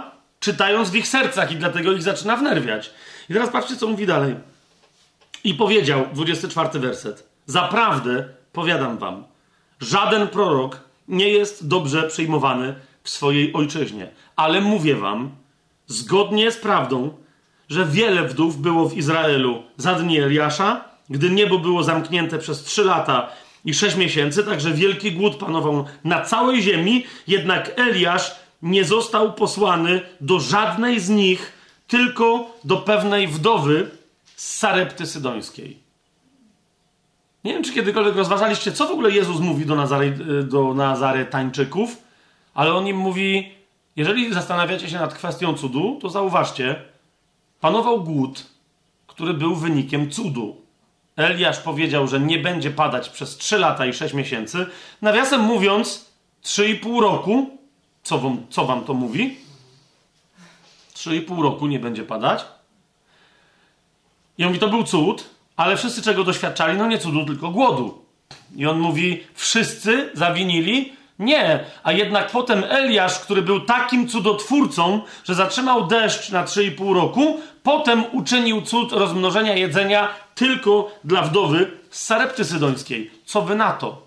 czytając w ich sercach i dlatego ich zaczyna wnerwiać. I teraz patrzcie, co mówi dalej. I powiedział, dwudziesty czwarty werset. Zaprawdę, powiadam wam, żaden prorok nie jest dobrze przyjmowany w swojej ojczyźnie. Ale mówię wam, zgodnie z prawdą, że wiele wdów było w Izraelu za dni Eliasza, gdy niebo było zamknięte przez trzy lata i sześć miesięcy, także wielki głód panował na całej ziemi, jednak Eliasz nie został posłany do żadnej z nich, tylko do pewnej wdowy z Sarepty Sydońskiej. Nie wiem, czy kiedykolwiek rozważaliście, co w ogóle Jezus mówi do, Nazare, do Nazaretańczyków, ale on im mówi, jeżeli zastanawiacie się nad kwestią cudu, to zauważcie, panował głód, który był wynikiem cudu. Eliasz powiedział, że nie będzie padać przez trzy lata i sześć miesięcy. Nawiasem mówiąc, trzy i pół roku, co wam, co wam to mówi? Trzy i pół roku nie będzie padać. I on mówi, to był cud, ale wszyscy czego doświadczali? No nie cudu, tylko głodu. I on mówi, wszyscy zawinili? Nie, a jednak potem Eliasz, który był takim cudotwórcą, że zatrzymał deszcz na trzy i pół roku, potem uczynił cud rozmnożenia jedzenia tylko dla wdowy z Sarepty Sydońskiej. Co wy na to?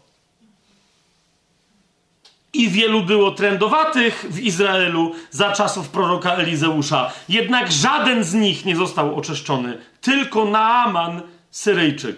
I wielu było trędowatych w Izraelu za czasów proroka Elizeusza. Jednak żaden z nich nie został oczyszczony. Tylko Naaman, Syryjczyk.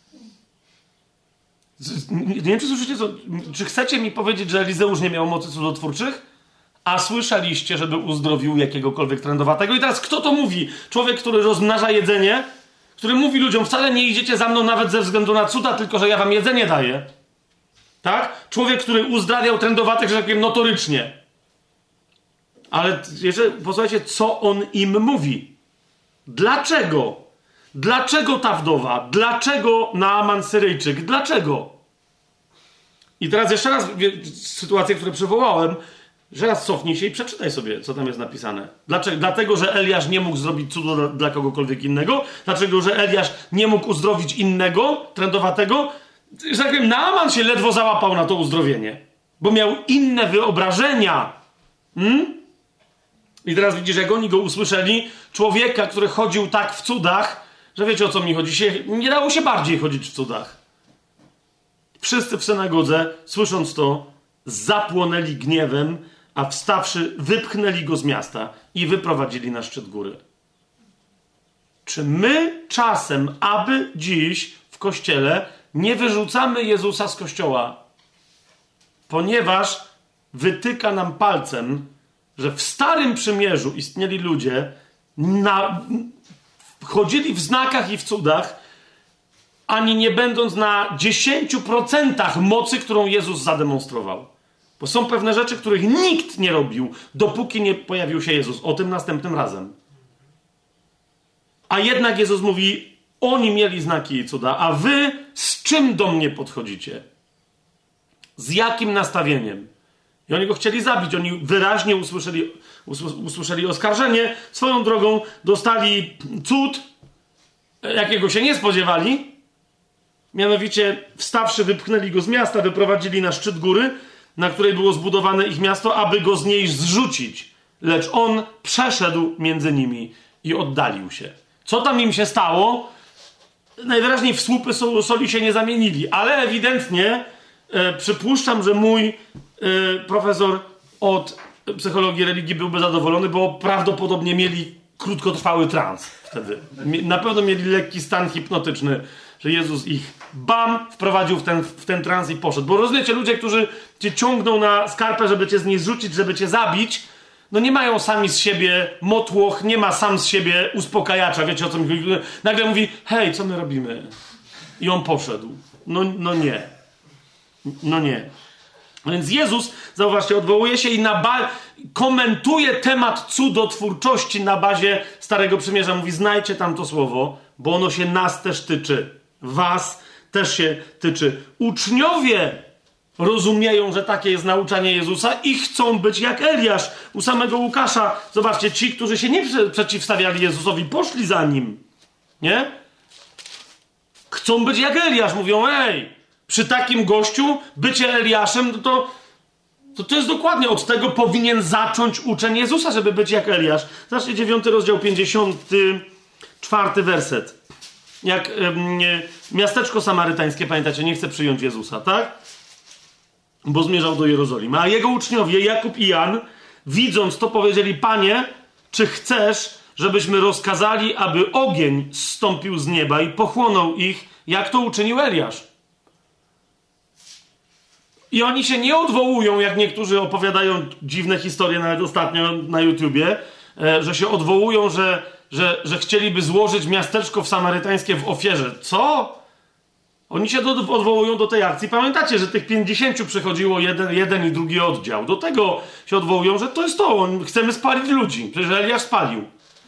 Nie wiem, czy słyszycie, co, czy chcecie mi powiedzieć, że Elizeusz nie miał mocy cudotwórczych? A słyszeliście, żeby uzdrowił jakiegokolwiek trędowatego? I teraz kto to mówi? Człowiek, który rozmnaża jedzenie, który mówi ludziom, wcale nie idziecie za mną nawet ze względu na cuda, tylko że ja wam jedzenie daję. Tak? Człowiek, który uzdrawiał trędowatych, że tak powiem, notorycznie. Ale jeszcze posłuchajcie, co on im mówi. Dlaczego? Dlaczego ta wdowa? Dlaczego Naaman Syryjczyk? Dlaczego? I teraz jeszcze raz sytuację, którą przywołałem, że raz cofnij się i przeczytaj sobie, co tam jest napisane. Dlaczego? Dlatego, że Eliasz nie mógł zrobić cudu dla, dla kogokolwiek innego? Dlaczego, że Eliasz nie mógł uzdrowić innego, trędowatego? Że tak powiem, Naaman się ledwo załapał na to uzdrowienie, bo miał inne wyobrażenia. Hmm? I teraz widzisz, jak oni go usłyszeli, człowieka, który chodził tak w cudach, że wiecie, o co mi chodzi. Się, nie dało się bardziej chodzić w cudach. Wszyscy w synagodze, słysząc to, zapłonęli gniewem, a wstawszy, wypchnęli go z miasta i wyprowadzili na szczyt góry. Czy my czasem, aby dziś w kościele nie wyrzucamy Jezusa z kościoła, ponieważ wytyka nam palcem, że w Starym Przymierzu istnieli ludzie, na, chodzili w znakach i w cudach, ani nie będąc na dziesięciu procentach mocy, którą Jezus zademonstrował. Bo są pewne rzeczy, których nikt nie robił, dopóki nie pojawił się Jezus. O tym następnym razem. A jednak Jezus mówi, oni mieli znaki i cuda, a wy z czym do mnie podchodzicie? Z jakim nastawieniem? I oni go chcieli zabić. Oni wyraźnie usłyszeli, usłyszeli oskarżenie. Swoją drogą dostali cud, jakiego się nie spodziewali. Mianowicie wstawszy, wypchnęli go z miasta, wyprowadzili na szczyt góry, na której było zbudowane ich miasto, aby go z niej zrzucić. Lecz on przeszedł między nimi i oddalił się. Co tam im się stało? Najwyraźniej w słupy soli się nie zamienili, ale ewidentnie e, przypuszczam, że mój e, profesor od psychologii religii byłby zadowolony, bo prawdopodobnie mieli krótkotrwały trans wtedy. Na pewno mieli lekki stan hipnotyczny, że Jezus ich bam, wprowadził w ten, w ten trans i poszedł. Bo rozumiecie, ludzie, którzy cię ciągną na skarpę, żeby cię z niej zrzucić, żeby cię zabić, no nie mają sami z siebie motłoch, nie ma sam z siebie uspokajacza, wiecie o co mi chodzi. Nagle mówi, hej, co my robimy? I on poszedł. No, no nie. No nie. Więc Jezus, zauważcie, odwołuje się i na ba- komentuje temat cudotwórczości na bazie Starego Przymierza. Mówi, znajdźcie tam to słowo, bo ono się nas też tyczy. Was też się tyczy. Uczniowie rozumieją, że takie jest nauczanie Jezusa i chcą być jak Eliasz. U samego Łukasza, zobaczcie, ci, którzy się nie przeciwstawiali Jezusowi, poszli za nim. Nie? Chcą być jak Eliasz. Mówią, ej, przy takim gościu bycie Eliaszem, to To, to jest dokładnie od tego powinien zacząć uczeń Jezusa, żeby być jak Eliasz. Zobaczcie, dziewiąty rozdział, pięćdziesiąty czwarty werset. Jak ym, miasteczko samarytańskie, pamiętacie, nie chce przyjąć Jezusa, tak? Bo zmierzał do Jerozolimy. A jego uczniowie, Jakub i Jan, widząc to, powiedzieli: Panie, czy chcesz, żebyśmy rozkazali, aby ogień zstąpił z nieba i pochłonął ich, jak to uczynił Eliasz? I oni się nie odwołują, jak niektórzy opowiadają dziwne historie, nawet ostatnio na YouTubie, że się odwołują, że, że, że chcieliby złożyć miasteczko w samarytańskie w ofierze. Co? Oni się do, odwołują do tej akcji. Pamiętacie, że tych pięćdziesięciu przychodziło jeden, jeden i drugi oddział. Do tego się odwołują, że to jest to. Chcemy spalić ludzi. Przecież Eliasz spalił.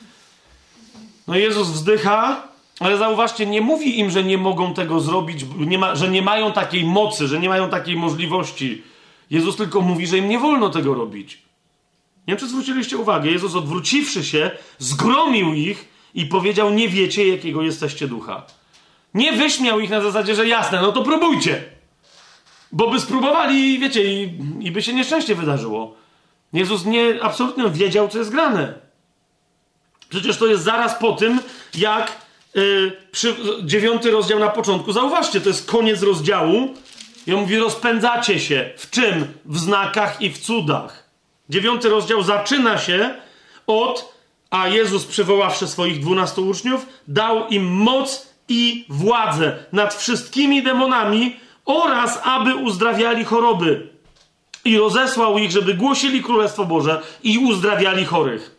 No Jezus wzdycha, ale zauważcie, nie mówi im, że nie mogą tego zrobić, nie ma, że nie mają takiej mocy, że nie mają takiej możliwości. Jezus tylko mówi, że im nie wolno tego robić. Nie wiem, czy zwróciliście uwagę. Jezus, odwróciwszy się, zgromił ich i powiedział: nie wiecie, jakiego jesteście ducha. Nie wyśmiał ich na zasadzie, że jasne, no to próbujcie. Bo by spróbowali, wiecie, i, i by się nieszczęście wydarzyło. Jezus nie, absolutnie wiedział, co jest grane. Przecież to jest zaraz po tym, jak yy, przy, dziewiąty rozdział na początku. Zauważcie, to jest koniec rozdziału. I on mówi: rozpędzacie się. W czym? W znakach i w cudach. Dziewiąty rozdział zaczyna się od: a Jezus, przywoławszy swoich dwunastu uczniów, dał im moc i władzę nad wszystkimi demonami oraz aby uzdrawiali choroby. I rozesłał ich, żeby głosili Królestwo Boże i uzdrawiali chorych.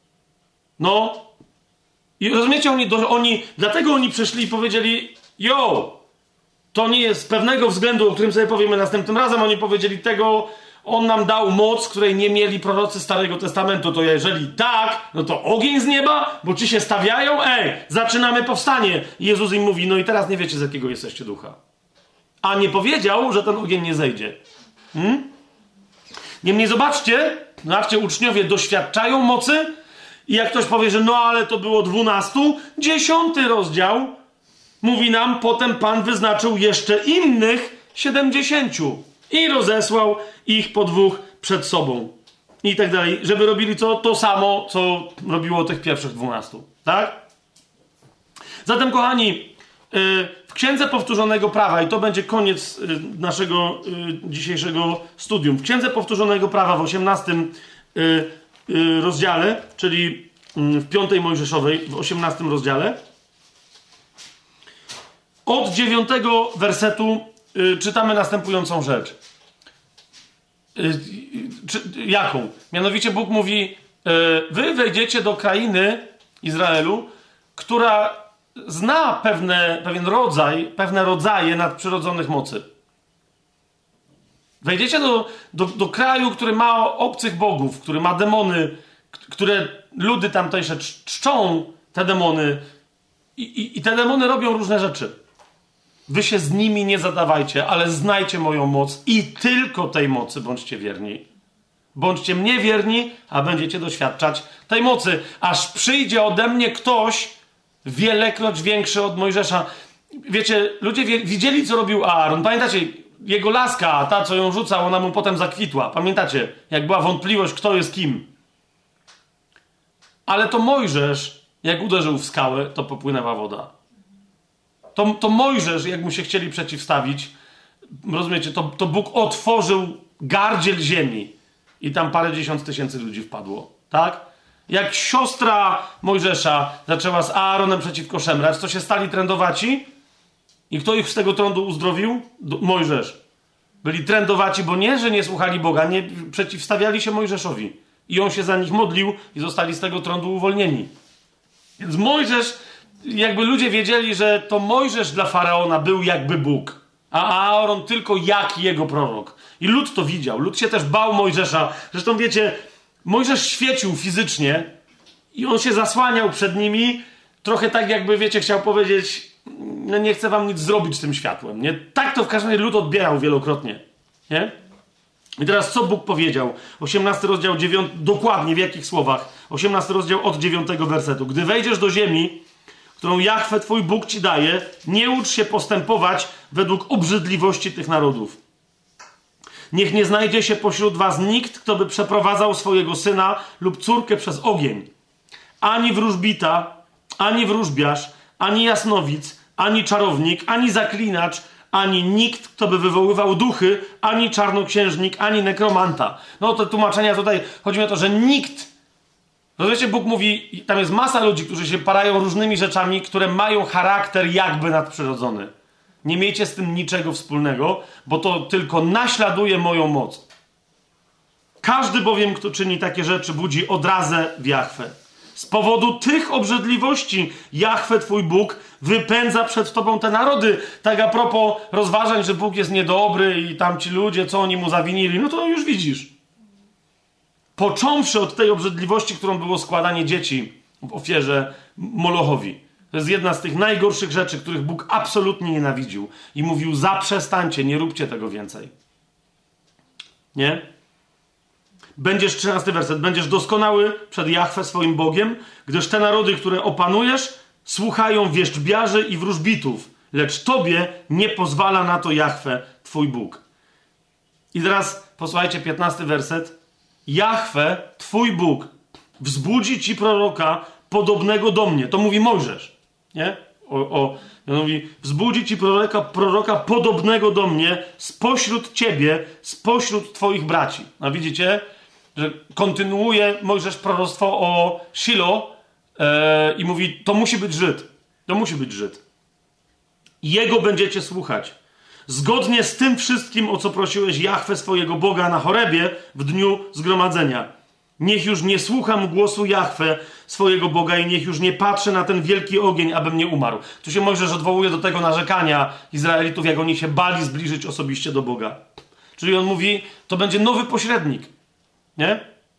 No. I rozumiecie, oni, oni, dlatego oni przyszli i powiedzieli: jo, to nie jest z pewnego względu, o którym sobie powiemy następnym razem. Oni powiedzieli: tego on nam dał moc, której nie mieli prorocy Starego Testamentu. To jeżeli tak, no to ogień z nieba, bo ci się stawiają, ej, zaczynamy powstanie. I Jezus im mówi: no i teraz nie wiecie, z jakiego jesteście ducha. A nie powiedział, że ten ogień nie zejdzie. Hmm? Niemniej zobaczcie, zobaczcie, uczniowie doświadczają mocy i jak ktoś powie, że no ale to było dwunastu, dziesiąty rozdział mówi nam: potem Pan wyznaczył jeszcze innych siedemdziesięciu i rozesłał ich po dwóch przed sobą. I tak dalej, żeby robili co? To samo, co robiło tych pierwszych dwunastu. Tak? Zatem, kochani, w Księdze Powtórzonego Prawa, i to będzie koniec naszego dzisiejszego studium, w Księdze Powtórzonego Prawa w osiemnastym rozdziale, czyli w piątej Mojżeszowej, w osiemnastym rozdziale, od dziewiątego wersetu czytamy następującą rzecz. Czy, jaką? Mianowicie Bóg mówi: wy wejdziecie do krainy Izraelu, która zna pewne, pewien rodzaj, pewne rodzaje nadprzyrodzonych mocy. Wejdziecie do, do, do kraju, który ma obcych bogów, który ma demony, które ludy tamtejsze czczą te demony i, i, i te demony robią różne rzeczy. Wy się z nimi nie zadawajcie, ale znajcie moją moc i tylko tej mocy bądźcie wierni. Bądźcie mnie wierni, a będziecie doświadczać tej mocy. Aż przyjdzie ode mnie ktoś wielekroć większy od Mojżesza. Wiecie, ludzie wie, widzieli, co robił Aaron. Pamiętacie, jego laska, ta, co ją rzucał, ona mu potem zakwitła. Pamiętacie, jak była wątpliwość, kto jest kim. Ale to Mojżesz, jak uderzył w skałę, to popłynęła woda. To, to Mojżesz, jak mu się chcieli przeciwstawić, rozumiecie, to, to Bóg otworzył gardziel ziemi i tam parę dziesiąt tysięcy ludzi wpadło, tak? Jak siostra Mojżesza zaczęła z Aaronem przeciwko szemrać, to się stali trędowaci i kto ich z tego trądu uzdrowił? Mojżesz. Byli trędowaci, bo nie, że nie słuchali Boga, nie przeciwstawiali się Mojżeszowi. I on się za nich modlił i zostali z tego trądu uwolnieni. Więc Mojżesz, jakby ludzie wiedzieli, że to Mojżesz dla Faraona był jakby Bóg, a Aaron tylko jak jego prorok. I lud to widział. Lud się też bał Mojżesza. Zresztą wiecie, Mojżesz świecił fizycznie i on się zasłaniał przed nimi, trochę tak jakby, wiecie, chciał powiedzieć: no nie chcę wam nic zrobić z tym światłem. Nie? Tak to w każdym razie lud odbierał wielokrotnie. Nie? I teraz co Bóg powiedział? osiemnasty rozdział, dziewiąty, dokładnie w jakich słowach? osiemnasty rozdział od dziewiątego wersetu. Gdy wejdziesz do ziemi, którą Jahwe twój Bóg ci daje, nie ucz się postępować według obrzydliwości tych narodów. Niech nie znajdzie się pośród was nikt, kto by przeprowadzał swojego syna lub córkę przez ogień. Ani wróżbita, ani wróżbiarz, ani jasnowic, ani czarownik, ani zaklinacz, ani nikt, kto by wywoływał duchy, ani czarnoksiężnik, ani nekromanta. No te tłumaczenia tutaj, chodzi mi o to, że nikt. No wiecie, Bóg mówi, tam jest masa ludzi, którzy się parają różnymi rzeczami, które mają charakter jakby nadprzyrodzony. Nie miejcie z tym niczego wspólnego, bo to tylko naśladuje moją moc. Każdy bowiem, kto czyni takie rzeczy, budzi odrazę w Jahwe. Z powodu tych obrzydliwości Jahwe, twój Bóg, wypędza przed tobą te narody. Tak a propos rozważań, że Bóg jest niedobry i tamci ludzie, co oni mu zawinili, no to już widzisz. Począwszy od tej obrzydliwości, którą było składanie dzieci w ofierze Molochowi. To jest jedna z tych najgorszych rzeczy, których Bóg absolutnie nienawidził. I mówił, zaprzestańcie, nie róbcie tego więcej. Nie? Będziesz, trzynasty werset, będziesz doskonały przed Jahwe swoim Bogiem, gdyż te narody, które opanujesz, słuchają wierzchbiarzy i wróżbitów, lecz tobie nie pozwala na to Jahwe, twój Bóg. I teraz posłuchajcie, piętnasty werset. Jahwe, twój Bóg, wzbudzi ci proroka podobnego do mnie. To mówi Mojżesz, nie? O, o, on mówi, wzbudzi ci proroka, proroka podobnego do mnie spośród ciebie, spośród twoich braci. A widzicie, że kontynuuje Mojżesz proroctwo o Shilo e, i mówi, to musi być Żyd. To musi być Żyd. Jego będziecie słuchać. Zgodnie z tym wszystkim, o co prosiłeś Jahwe swojego Boga na Chorebie w dniu zgromadzenia. Niech już nie słucham głosu Jahwe swojego Boga i niech już nie patrzę na ten wielki ogień, abym nie umarł. Tu się Mojżesz odwołuje do tego narzekania Izraelitów, jak oni się bali zbliżyć osobiście do Boga. Czyli on mówi, to będzie nowy pośrednik. Nie?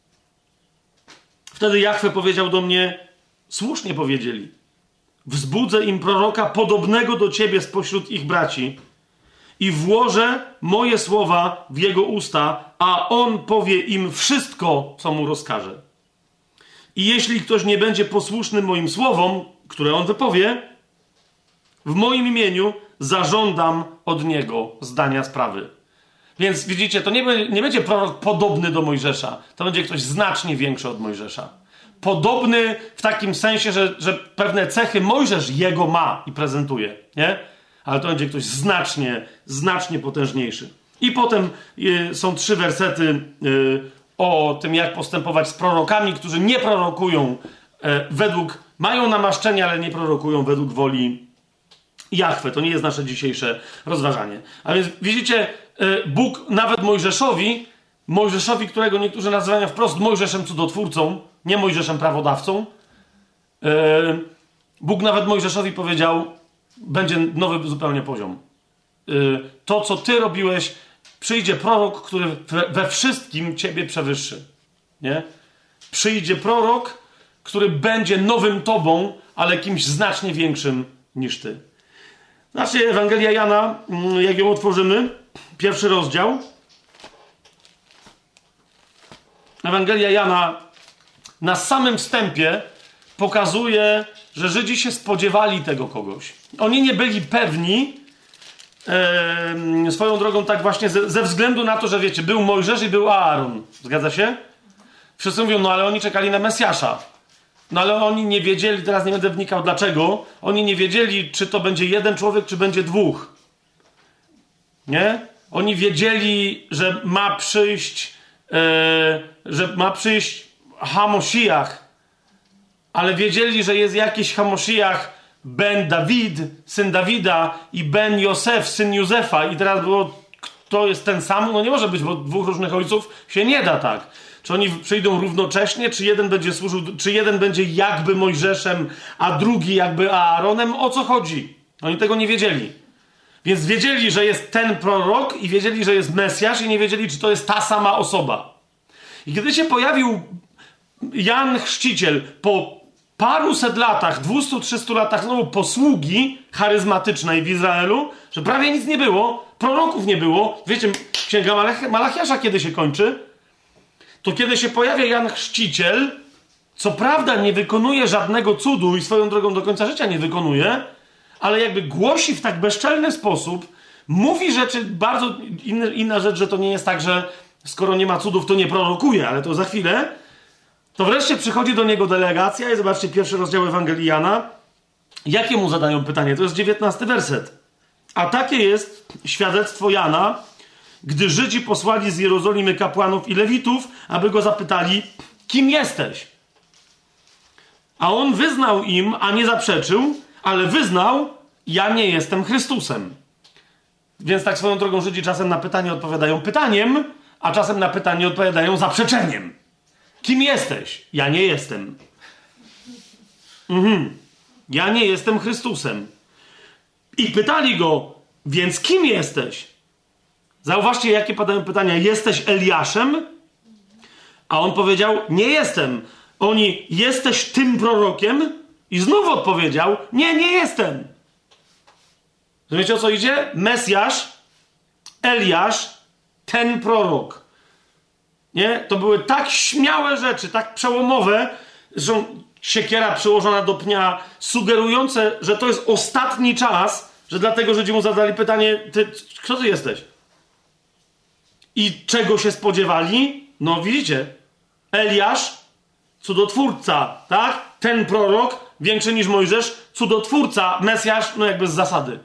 Wtedy Jahwe powiedział do mnie, słusznie powiedzieli, wzbudzę im proroka podobnego do ciebie spośród ich braci i włożę moje słowa w jego usta, a on powie im wszystko, co mu rozkaże. I jeśli ktoś nie będzie posłuszny moim słowom, które on wypowie, w moim imieniu zażądam od niego zdania sprawy. Więc widzicie, to nie, nie będzie prorok podobny do Mojżesza. To będzie ktoś znacznie większy od Mojżesza. Podobny w takim sensie, że, że pewne cechy Mojżesz jego ma i prezentuje, nie? Ale to będzie ktoś znacznie, znacznie potężniejszy. I potem y, są trzy wersety y, o tym, jak postępować z prorokami, którzy nie prorokują y, według, mają namaszczenie, ale nie prorokują według woli Jahwe. To nie jest nasze dzisiejsze rozważanie. A więc widzicie, y, Bóg nawet Mojżeszowi, Mojżeszowi, którego niektórzy nazywają wprost Mojżeszem cudotwórcą, nie Mojżeszem prawodawcą, y, Bóg nawet Mojżeszowi powiedział, będzie nowy zupełnie poziom. Yy, to, co ty robiłeś, przyjdzie prorok, który we, we wszystkim ciebie przewyższy. Nie? Przyjdzie prorok, który będzie nowym tobą, ale kimś znacznie większym niż ty. Znaczy, Ewangelia Jana, jak ją otworzymy, pierwszy rozdział. Ewangelia Jana na samym wstępie pokazuje, że Żydzi się spodziewali tego kogoś. Oni nie byli pewni e, swoją drogą tak właśnie ze, ze względu na to, że wiecie, był Mojżesz i był Aaron. Zgadza się? Wszyscy mówią, no ale oni czekali na Mesjasza. No ale oni nie wiedzieli, teraz nie będę wnikał dlaczego, oni nie wiedzieli, czy to będzie jeden człowiek, czy będzie dwóch. Nie? Oni wiedzieli, że ma przyjść e, że ma przyjść Hamoshiach, ale wiedzieli, że jest jakiś Hamoshiach Ben Dawid, syn Dawida i Ben Josef, syn Józefa. I teraz było, kto jest ten sam? No nie może być, bo dwóch różnych ojców się nie da tak. Czy oni przyjdą równocześnie, czy jeden będzie służył, czy jeden będzie jakby Mojżeszem, a drugi jakby Aaronem? O co chodzi? Oni tego nie wiedzieli. Więc wiedzieli, że jest ten prorok i wiedzieli, że jest Mesjasz i nie wiedzieli, czy to jest ta sama osoba. I kiedy się pojawił Jan Chrzciciel po paruset latach, dwustu trzystu latach znowu posługi charyzmatycznej w Izraelu, że prawie nic nie było, proroków nie było. Wiecie, księga Malach- Malachiasza kiedy się kończy? To kiedy się pojawia Jan Chrzciciel, co prawda nie wykonuje żadnego cudu i swoją drogą do końca życia nie wykonuje, ale jakby głosi w tak bezczelny sposób, Mówi rzeczy, bardzo inna, inna rzecz, że to nie jest tak, że skoro nie ma cudów, to nie prorokuje, ale to za chwilę. To wreszcie przychodzi do niego delegacja i zobaczcie pierwszy rozdział Ewangelii Jana. Jakie mu zadają pytanie? To jest dziewiętnasty werset. A takie jest świadectwo Jana, gdy Żydzi posłali z Jerozolimy kapłanów i lewitów, aby go zapytali, kim jesteś? A on wyznał im, a nie zaprzeczył, ale wyznał, ja nie jestem Chrystusem. Więc tak swoją drogą Żydzi czasem na pytanie odpowiadają pytaniem, a czasem na pytanie odpowiadają zaprzeczeniem. Kim jesteś? Ja nie jestem. Mhm. Ja nie jestem Chrystusem. I pytali go, więc kim jesteś? Zauważcie, jakie padają pytania. Jesteś Eliaszem? A on powiedział, nie jestem. Oni, jesteś tym prorokiem? I znów odpowiedział, nie, nie jestem. Wiecie, o co idzie? Mesjasz, Eliasz, ten prorok. Nie? To były tak śmiałe rzeczy, tak przełomowe, że siekiera przyłożona do pnia, sugerujące, że to jest ostatni czas, że dlatego Żydzi mu zadali pytanie, ty, kto ty jesteś? I czego się spodziewali? No widzicie, Eliasz, cudotwórca, tak? Ten prorok, większy niż Mojżesz, cudotwórca, Mesjasz, no jakby z zasady.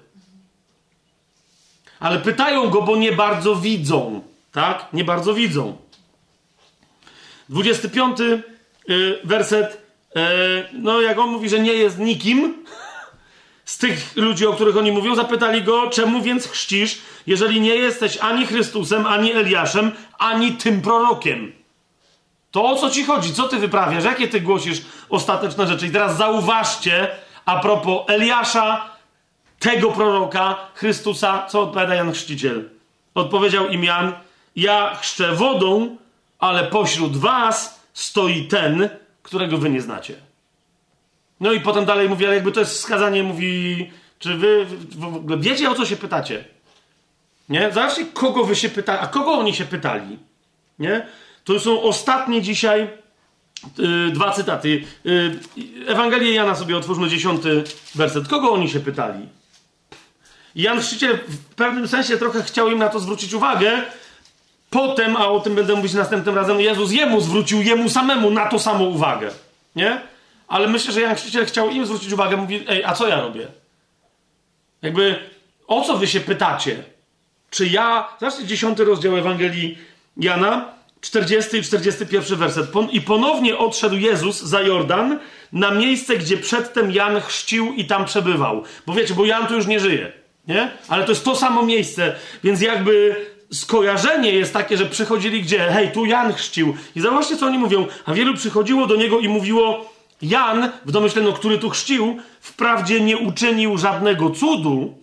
Ale pytają go, bo nie bardzo widzą, tak? Nie bardzo widzą. dwudziesty piąty yy, werset, yy, no jak on mówi, że nie jest nikim, z tych ludzi, o których oni mówią, zapytali go, czemu więc chrzcisz, jeżeli nie jesteś ani Chrystusem, ani Eliaszem, ani tym prorokiem? To o co ci chodzi? Co ty wyprawiasz? Jakie ty głosisz ostateczne rzeczy? I teraz zauważcie, a propos Eliasza, tego proroka, Chrystusa, co odpowiada Jan Chrzciciel? Odpowiedział im Jan, ja chrzczę wodą, ale pośród was stoi ten, którego wy nie znacie. No i potem dalej mówi, ale jakby to jest wskazanie, mówi, czy wy w ogóle wiecie, o co się pytacie? Nie? Zobaczcie, kogo wy się pytali, a kogo oni się pytali? Nie? To są ostatnie dzisiaj yy, dwa cytaty. Yy, Ewangelię Jana sobie otwórzmy, dziesiąty werset. Kogo oni się pytali? Jan Chrzciciel w pewnym sensie trochę chciał im na to zwrócić uwagę. Potem, a o tym będę mówić następnym razem, Jezus jemu zwrócił, jemu samemu na to samą uwagę. Nie? Ale myślę, że Jan Chrzciciel chciał im zwrócić uwagę. Mówi, ej, a co ja robię? Jakby, o co wy się pytacie? Czy ja... Zobaczcie, dziesiąty rozdział Ewangelii Jana, czterdziesty i czterdziesty pierwszy werset. I ponownie odszedł Jezus za Jordan na miejsce, gdzie przedtem Jan chrzcił i tam przebywał. Bo wiecie, bo Jan tu już nie żyje. Nie? Ale to jest to samo miejsce, więc jakby skojarzenie jest takie, że przychodzili gdzie? Hej, tu Jan chrzcił. I zobaczcie, co oni mówią. A wielu przychodziło do niego i mówiło, Jan, w domyśle, który tu chrzcił, wprawdzie nie uczynił żadnego cudu,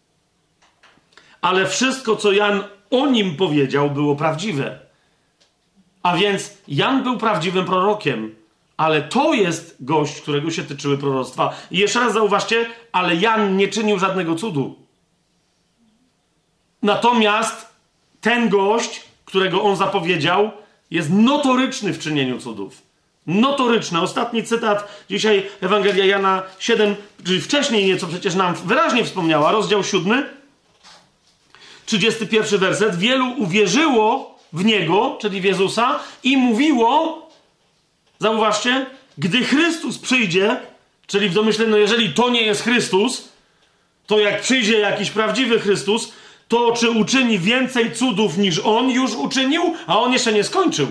ale wszystko, co Jan o nim powiedział, było prawdziwe. A więc Jan był prawdziwym prorokiem, ale to jest gość, którego się tyczyły proroctwa. I jeszcze raz zauważcie, ale Jan nie czynił żadnego cudu. Natomiast ten gość, którego on zapowiedział, jest notoryczny w czynieniu cudów. Notoryczny. Ostatni cytat, dzisiaj Ewangelia Jana siedem, czyli wcześniej nieco przecież nam wyraźnie wspomniała, rozdział siódmy, trzydziesty pierwszy werset. Wielu uwierzyło w Niego, czyli w Jezusa, i mówiło, zauważcie, gdy Chrystus przyjdzie, czyli w domyśle, no jeżeli to nie jest Chrystus, to jak przyjdzie jakiś prawdziwy Chrystus, to czy uczyni więcej cudów niż On już uczynił, a On jeszcze nie skończył.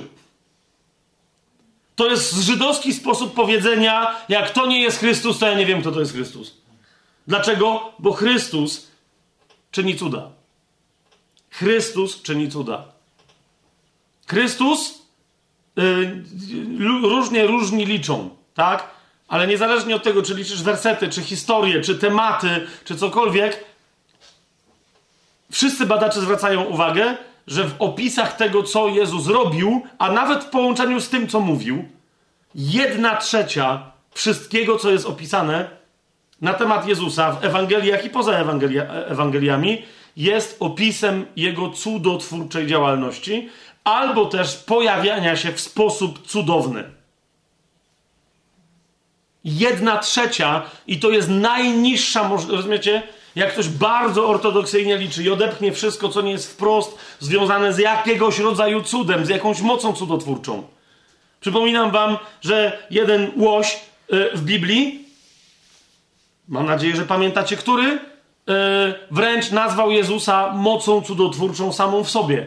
To jest żydowski sposób powiedzenia, jak to nie jest Chrystus, to ja nie wiem, kto to jest Chrystus. Dlaczego? Bo Chrystus czyni cuda. Chrystus czyni cuda. Chrystus yy, różnie różni liczą, tak? Ale niezależnie od tego, czy liczysz wersety, czy historie, czy tematy, czy cokolwiek, wszyscy badacze zwracają uwagę, że w opisach tego, co Jezus robił, a nawet w połączeniu z tym, co mówił, jedna trzecia wszystkiego, co jest opisane na temat Jezusa w Ewangeliach i poza Ewangelia, Ewangeliami, jest opisem Jego cudotwórczej działalności, albo też pojawiania się w sposób cudowny. Jedna trzecia, i to jest najniższa możliwość, rozumiecie? Jak ktoś bardzo ortodoksyjnie liczy i odepchnie wszystko, co nie jest wprost związane z jakiegoś rodzaju cudem, z jakąś mocą cudotwórczą. Przypominam wam, że jeden łoś yy, w Biblii, mam nadzieję, że pamiętacie, który, yy, wręcz nazwał Jezusa mocą cudotwórczą samą w sobie.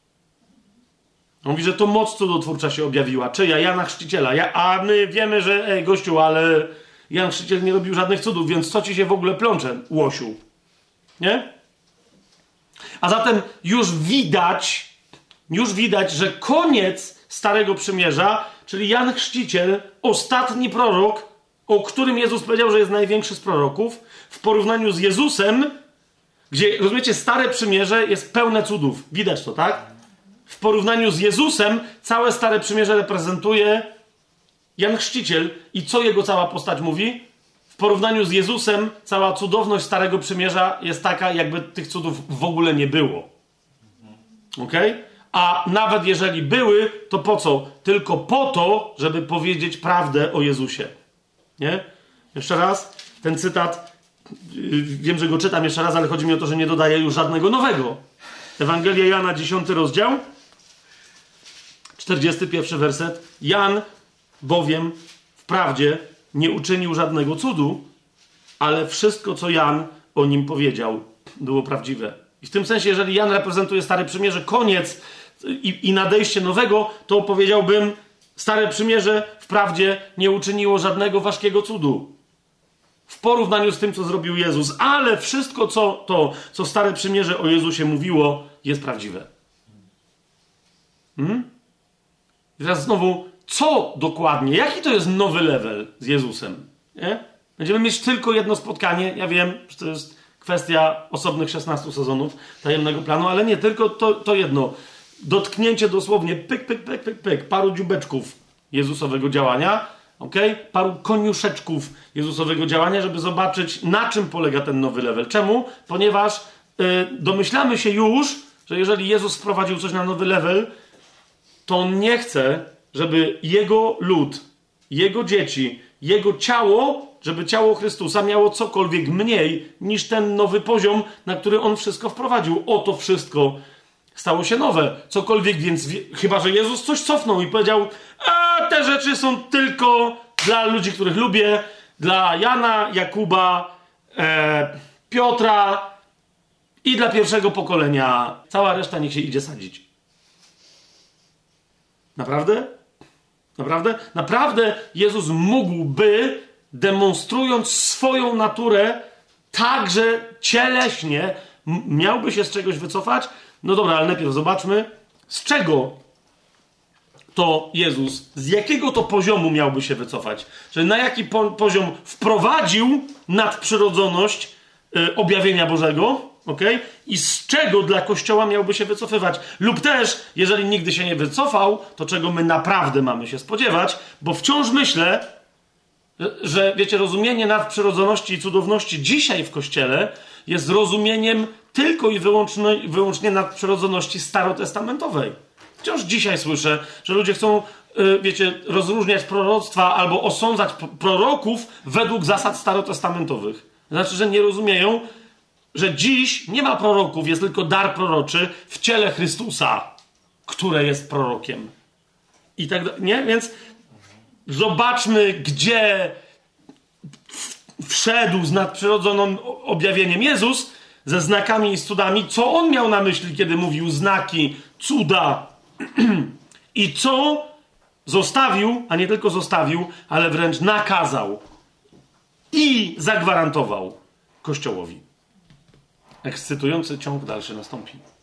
On mówi, że to moc cudotwórcza się objawiła. Czyja? Jana Chrzciciela. Ja, a my wiemy, że ej, gościu, ale Jan Chrzciciel nie robił żadnych cudów, więc co ci się w ogóle plącze, łosiu? Nie? A zatem już widać, już widać, że koniec Starego Przymierza, czyli Jan Chrzciciel, ostatni prorok, o którym Jezus powiedział, że jest największy z proroków, w porównaniu z Jezusem, gdzie, rozumiecie, Stare Przymierze jest pełne cudów. Widać to, tak? W porównaniu z Jezusem całe Stare Przymierze reprezentuje Jan Chrzciciel i co jego cała postać mówi? W porównaniu z Jezusem cała cudowność Starego Przymierza jest taka, jakby tych cudów w ogóle nie było. Okej? Okay? A nawet jeżeli były, to po co? Tylko po to, żeby powiedzieć prawdę o Jezusie. Nie? Jeszcze raz, ten cytat, wiem, że go czytam jeszcze raz, ale chodzi mi o to, że nie dodaję już żadnego nowego. Ewangelia Jana, dziesiąty rozdział, czterdziesty pierwszy werset. Jan bowiem wprawdzie nie uczynił żadnego cudu, ale wszystko, co Jan o nim powiedział, było prawdziwe. I w tym sensie, jeżeli Jan reprezentuje Stare Przymierze, koniec i, i nadejście nowego, to powiedziałbym, Stare Przymierze wprawdzie nie uczyniło żadnego ważkiego cudu w porównaniu z tym, co zrobił Jezus, ale wszystko, co to, co Stare Przymierze o Jezusie mówiło, jest prawdziwe. Hmm? I teraz znowu, co dokładnie, jaki to jest nowy level z Jezusem? Nie? Będziemy mieć tylko jedno spotkanie, ja wiem, że to jest kwestia osobnych szesnastu sezonów tajemnego planu, ale nie, tylko to, to jedno. Dotknięcie dosłownie pyk, pyk, pyk, pyk, pyk, paru dziubeczków Jezusowego działania, okay? Paru koniuszeczków Jezusowego działania, żeby zobaczyć, na czym polega ten nowy level. Czemu? Ponieważ yy, domyślamy się już, że jeżeli Jezus wprowadził coś na nowy level, to On nie chce, żeby Jego lud, Jego dzieci, Jego ciało, żeby ciało Chrystusa miało cokolwiek mniej niż ten nowy poziom, na który On wszystko wprowadził. Oto wszystko stało się nowe. Cokolwiek więc, chyba że Jezus coś cofnął i powiedział, a te rzeczy są tylko dla ludzi, których lubię, dla Jana, Jakuba, e, Piotra i dla pierwszego pokolenia. Cała reszta niech się idzie sadzić. Naprawdę? Naprawdę? Naprawdę Jezus mógłby, demonstrując swoją naturę, także cieleśnie, miałby się z czegoś wycofać? No dobra, ale najpierw zobaczmy, z czego to Jezus, z jakiego to poziomu miałby się wycofać? Czyli na jaki po- poziom wprowadził nadprzyrodzoność y, objawienia Bożego, okay? I z czego dla Kościoła miałby się wycofywać? Lub też, jeżeli nigdy się nie wycofał, to czego my naprawdę mamy się spodziewać? Bo wciąż myślę, że, wiecie, rozumienie nadprzyrodzoności i cudowności dzisiaj w Kościele jest rozumieniem tylko i wyłącznie, wyłącznie nadprzyrodzoności starotestamentowej. Wciąż dzisiaj słyszę, że ludzie chcą, yy, wiecie, rozróżniać proroctwa albo osądzać proroków według zasad starotestamentowych. Znaczy, że nie rozumieją, że dziś nie ma proroków, jest tylko dar proroczy w ciele Chrystusa, które jest prorokiem. I tak dalej. Nie? Więc zobaczmy, gdzie wszedł z nadprzyrodzonym objawieniem Jezus, ze znakami i z cudami, co On miał na myśli, kiedy mówił znaki, cuda i co zostawił, a nie tylko zostawił, ale wręcz nakazał i zagwarantował Kościołowi. Ekscytujący ciąg dalszy nastąpi.